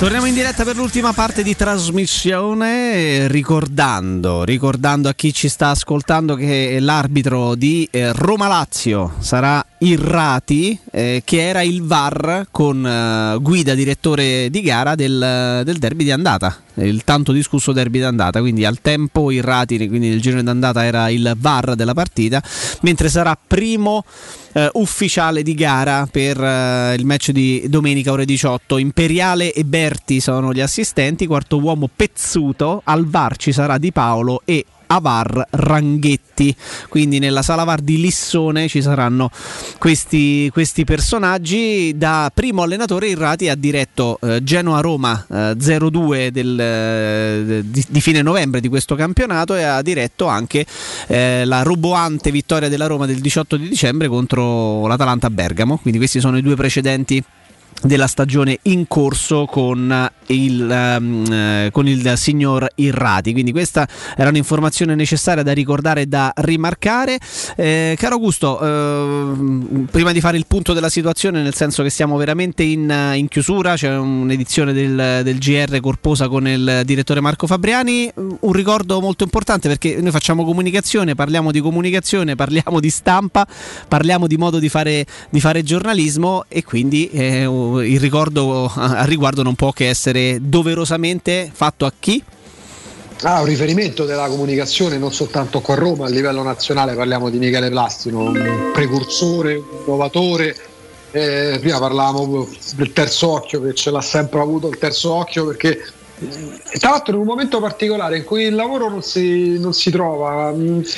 Torniamo in diretta per l'ultima parte di trasmissione, ricordando, ricordando a chi ci sta ascoltando che l'arbitro di eh, Roma-Lazio sarà Irrati, eh, che era il V A R con eh, guida direttore di gara del, del derby di andata, il tanto discusso derby di andata. Quindi al tempo Irrati, quindi nel girone d'andata, era il V A R della partita, mentre sarà primo eh, ufficiale di gara per eh, il match di domenica ore diciotto. Imperiale e Berti sono gli assistenti, quarto uomo Pezzuto, al V A R ci sarà Di Paolo e a V A R Ranghetti. Quindi nella sala V A R di Lissone ci saranno questi, questi personaggi. Da primo allenatore Irrati ha diretto eh, Genoa-Roma eh, zero due del, eh, di, di fine novembre di questo campionato, e ha diretto anche eh, la roboante vittoria della Roma del diciotto di dicembre contro l'Atalanta a Bergamo. Quindi questi sono i due precedenti della stagione in corso con il, um, con il signor Irrati. Quindi questa era un'informazione necessaria da ricordare e da rimarcare. Eh, caro Augusto, eh, prima di fare il punto della situazione, nel senso che siamo veramente in, in chiusura, c'è un'edizione del, del G R corposa con il direttore Marco Fabriani, un ricordo molto importante, perché noi facciamo comunicazione, parliamo di comunicazione, parliamo di stampa, parliamo di modo di fare, di fare giornalismo, e quindi eh, il ricordo a riguardo non può che essere doverosamente fatto a chi? Ah, un riferimento della comunicazione non soltanto qua a Roma, a livello nazionale. Parliamo di Michele Plastino, un precursore, un innovatore. Eh, prima parlavamo del terzo occhio, che ce l'ha sempre avuto il terzo occhio, perché tra l'altro in un momento particolare in cui il lavoro non si, non si trova,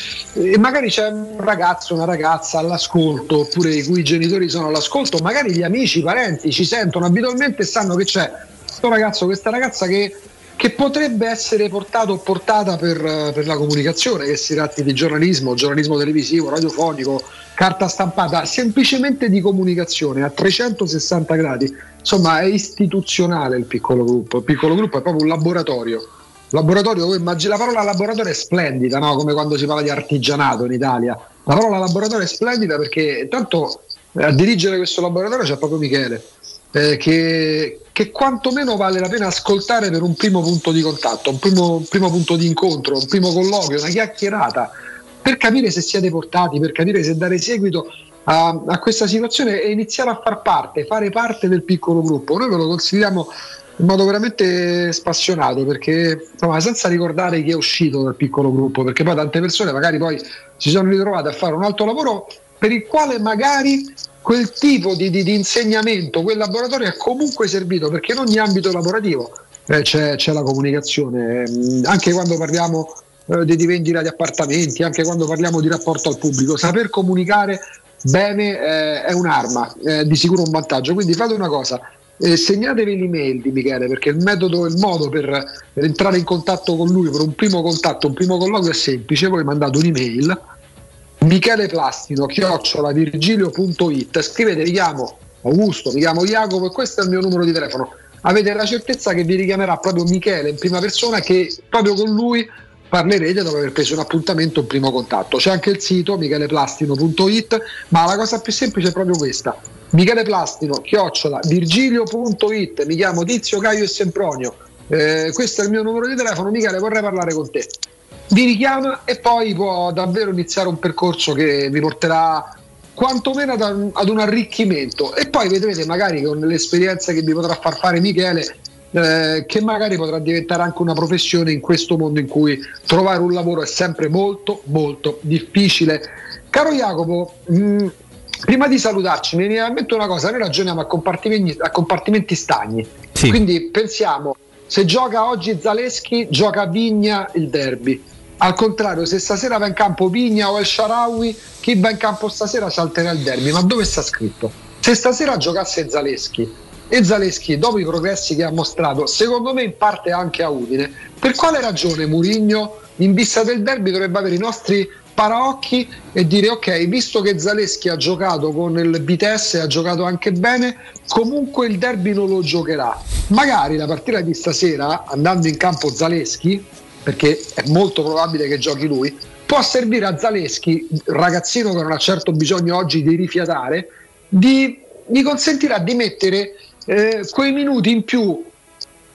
e magari c'è un ragazzo, una ragazza all'ascolto, oppure i cui genitori sono all'ascolto, magari gli amici, i parenti ci sentono abitualmente e sanno che c'è questo ragazzo, questa ragazza che, che potrebbe essere portato o portata per, per la comunicazione, che si tratti di giornalismo, giornalismo televisivo, radiofonico, carta stampata, semplicemente di comunicazione a trecentosessanta gradi. Insomma, è istituzionale il piccolo gruppo. Il piccolo gruppo è proprio un laboratorio. Laboratorio, voi immagini, la parola laboratorio è splendida, no? Come quando si parla di artigianato in Italia. La parola laboratorio è splendida perché intanto a dirigere questo laboratorio c'è proprio Michele, eh, che, che quantomeno vale la pena ascoltare per un primo punto di contatto, un primo, un primo punto di incontro, un primo colloquio, una chiacchierata, per capire se siete portati, per capire se dare seguito a, a questa situazione e iniziare a far parte, fare parte del piccolo gruppo. Noi ve lo consideriamo in modo veramente spassionato, perché insomma, senza ricordare chi è uscito dal piccolo gruppo, perché poi tante persone magari poi si sono ritrovate a fare un altro lavoro per il quale magari quel tipo di, di, di insegnamento, quel laboratorio è comunque servito, perché in ogni ambito lavorativo eh, c'è, c'è la comunicazione, anche quando parliamo eh, di vendita di appartamenti, anche quando parliamo di rapporto al pubblico. Saper comunicare bene eh, è un'arma, è di sicuro un vantaggio. Quindi fate una cosa, eh, segnatevi l'email di Michele, perché il metodo, il modo per, per entrare in contatto con lui, per un primo contatto, un primo colloquio è semplice. Voi mandate un'email Michele Plastino chiocciola virgilio punto it, scrivete: mi chiamo Augusto, mi chiamo Jacopo e questo è il mio numero di telefono. Avete la certezza che vi richiamerà proprio Michele in prima persona, che proprio con lui parlerete dopo aver preso un appuntamento, un primo contatto. C'è anche il sito michele plastino punto it, ma la cosa più semplice è proprio questa: Michele Plastino chiocciola virgilio punto it, mi chiamo Tizio, Caio e Sempronio, eh, questo è il mio numero di telefono, Michele, vorrei parlare con te. Vi richiama e poi può davvero iniziare un percorso che vi porterà quantomeno ad un, ad un arricchimento, e poi vedrete magari con le esperienze che vi potrà far fare Michele, eh, che magari potrà diventare anche una professione in questo mondo in cui trovare un lavoro è sempre molto molto difficile. Caro Jacopo, mh, prima di salutarci mi viene in mente una cosa: noi ragioniamo a compartimenti, a compartimenti stagni, sì. Quindi pensiamo, se gioca oggi Zaleschi, gioca a Vigna il derby. Al contrario, se stasera va in campo Vigna o El Shaarawy, chi va in campo stasera salterà il derby. Ma dove sta scritto? Se stasera giocasse Zaleschi, e Zaleschi dopo i progressi che ha mostrato, secondo me in parte anche a Udine, per quale ragione Mourinho in vista del derby dovrebbe avere i nostri paraocchi e dire: ok, visto che Zaleschi ha giocato con il Vitesse, ha giocato anche bene, comunque il derby non lo giocherà. Magari la partita di stasera, andando in campo Zaleschi, perché è molto probabile che giochi lui, può servire a Zaleschi, ragazzino che non ha certo bisogno oggi di rifiatare, di, gli consentirà di mettere eh, quei minuti in più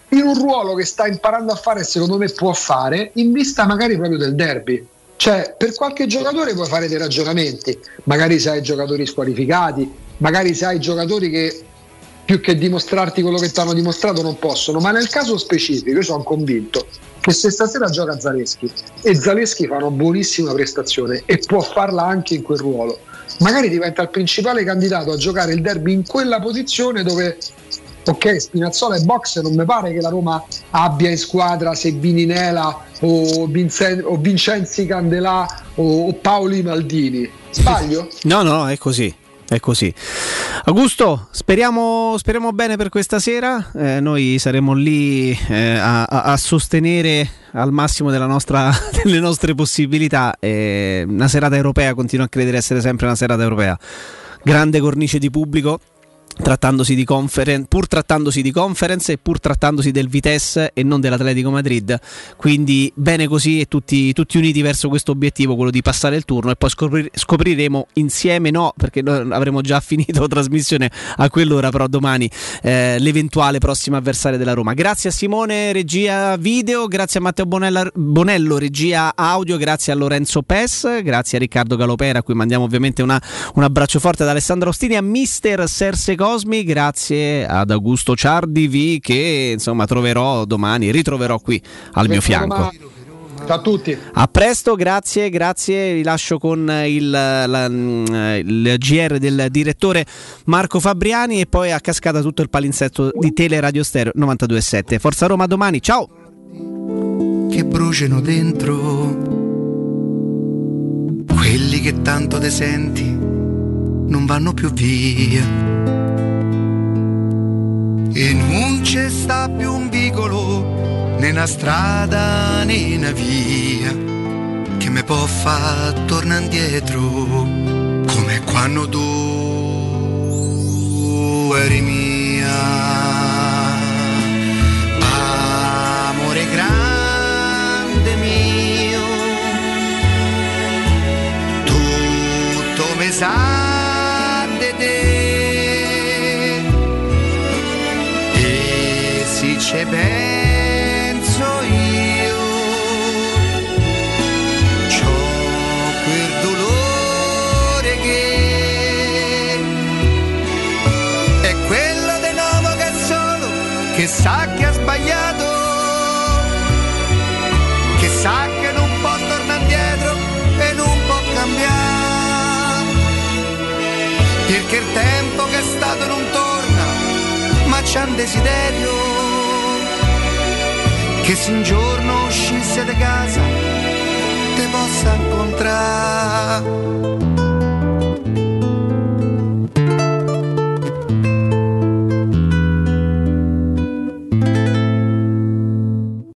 in un ruolo che sta imparando a fare e secondo me può fare, in vista magari proprio del derby. Cioè, per qualche giocatore puoi fare dei ragionamenti, magari se hai giocatori squalificati, magari se hai giocatori che più che dimostrarti quello che ti hanno dimostrato non possono, ma nel caso specifico io sono convinto che se stasera gioca Zaleschi e Zaleschi fa una buonissima prestazione e può farla anche in quel ruolo, magari diventa il principale candidato a giocare il derby in quella posizione dove, ok, Spinazzola e box, non mi pare che la Roma abbia in squadra Sebini Nela o, Vincen- o Vincenzi Candelà o, o Paoli Maldini. Sbaglio? No, no, è così. È così. Augusto, speriamo, speriamo bene per questa sera. Eh, noi saremo lì eh, a, a sostenere al massimo della nostra, delle nostre possibilità. Eh, una serata europea, continuo a credere essere sempre una serata europea. Grande cornice di pubblico. Trattandosi di conference, pur trattandosi di conference e pur trattandosi del Vitesse e non dell'Atletico Madrid, quindi bene così e tutti, tutti uniti verso questo obiettivo, quello di passare il turno, e poi scoprir- scopriremo insieme, no, perché noi avremo già finito la trasmissione a quell'ora, però domani eh, l'eventuale prossimo avversario della Roma. Grazie a Simone, regia video, grazie a Matteo Bonella, Bonello, regia audio, grazie a Lorenzo Pes, grazie a Riccardo Galopera, a cui mandiamo ovviamente una, un abbraccio forte, ad Alessandro Ostini, a mister Serse Cosmi, grazie ad Augusto Ciardivi, che insomma troverò domani, ritroverò qui al mio fianco. Ciao a tutti. A presto, grazie, grazie. Vi lascio con il, la, il G R del direttore Marco Fabriani e poi a cascata tutto il palinsesto di Teleradio Stereo novantadue virgola sette. Forza Roma domani, ciao! Che bruciano dentro, quelli che tanto te senti non vanno più via. E non c'è sta più un vicolo, né una strada né una via, che me può far tornare indietro, come quando tu eri mia. Amore grande mio, tutto me sa di te. Ci penso io, c'ho quel dolore che è quello di nuovo che è solo, che sa che ha sbagliato, che sa che non può tornare indietro e non può cambiare, perché il tempo che è stato non torna, ma c'è un desiderio che se un giorno uscisse da casa te possa incontrare.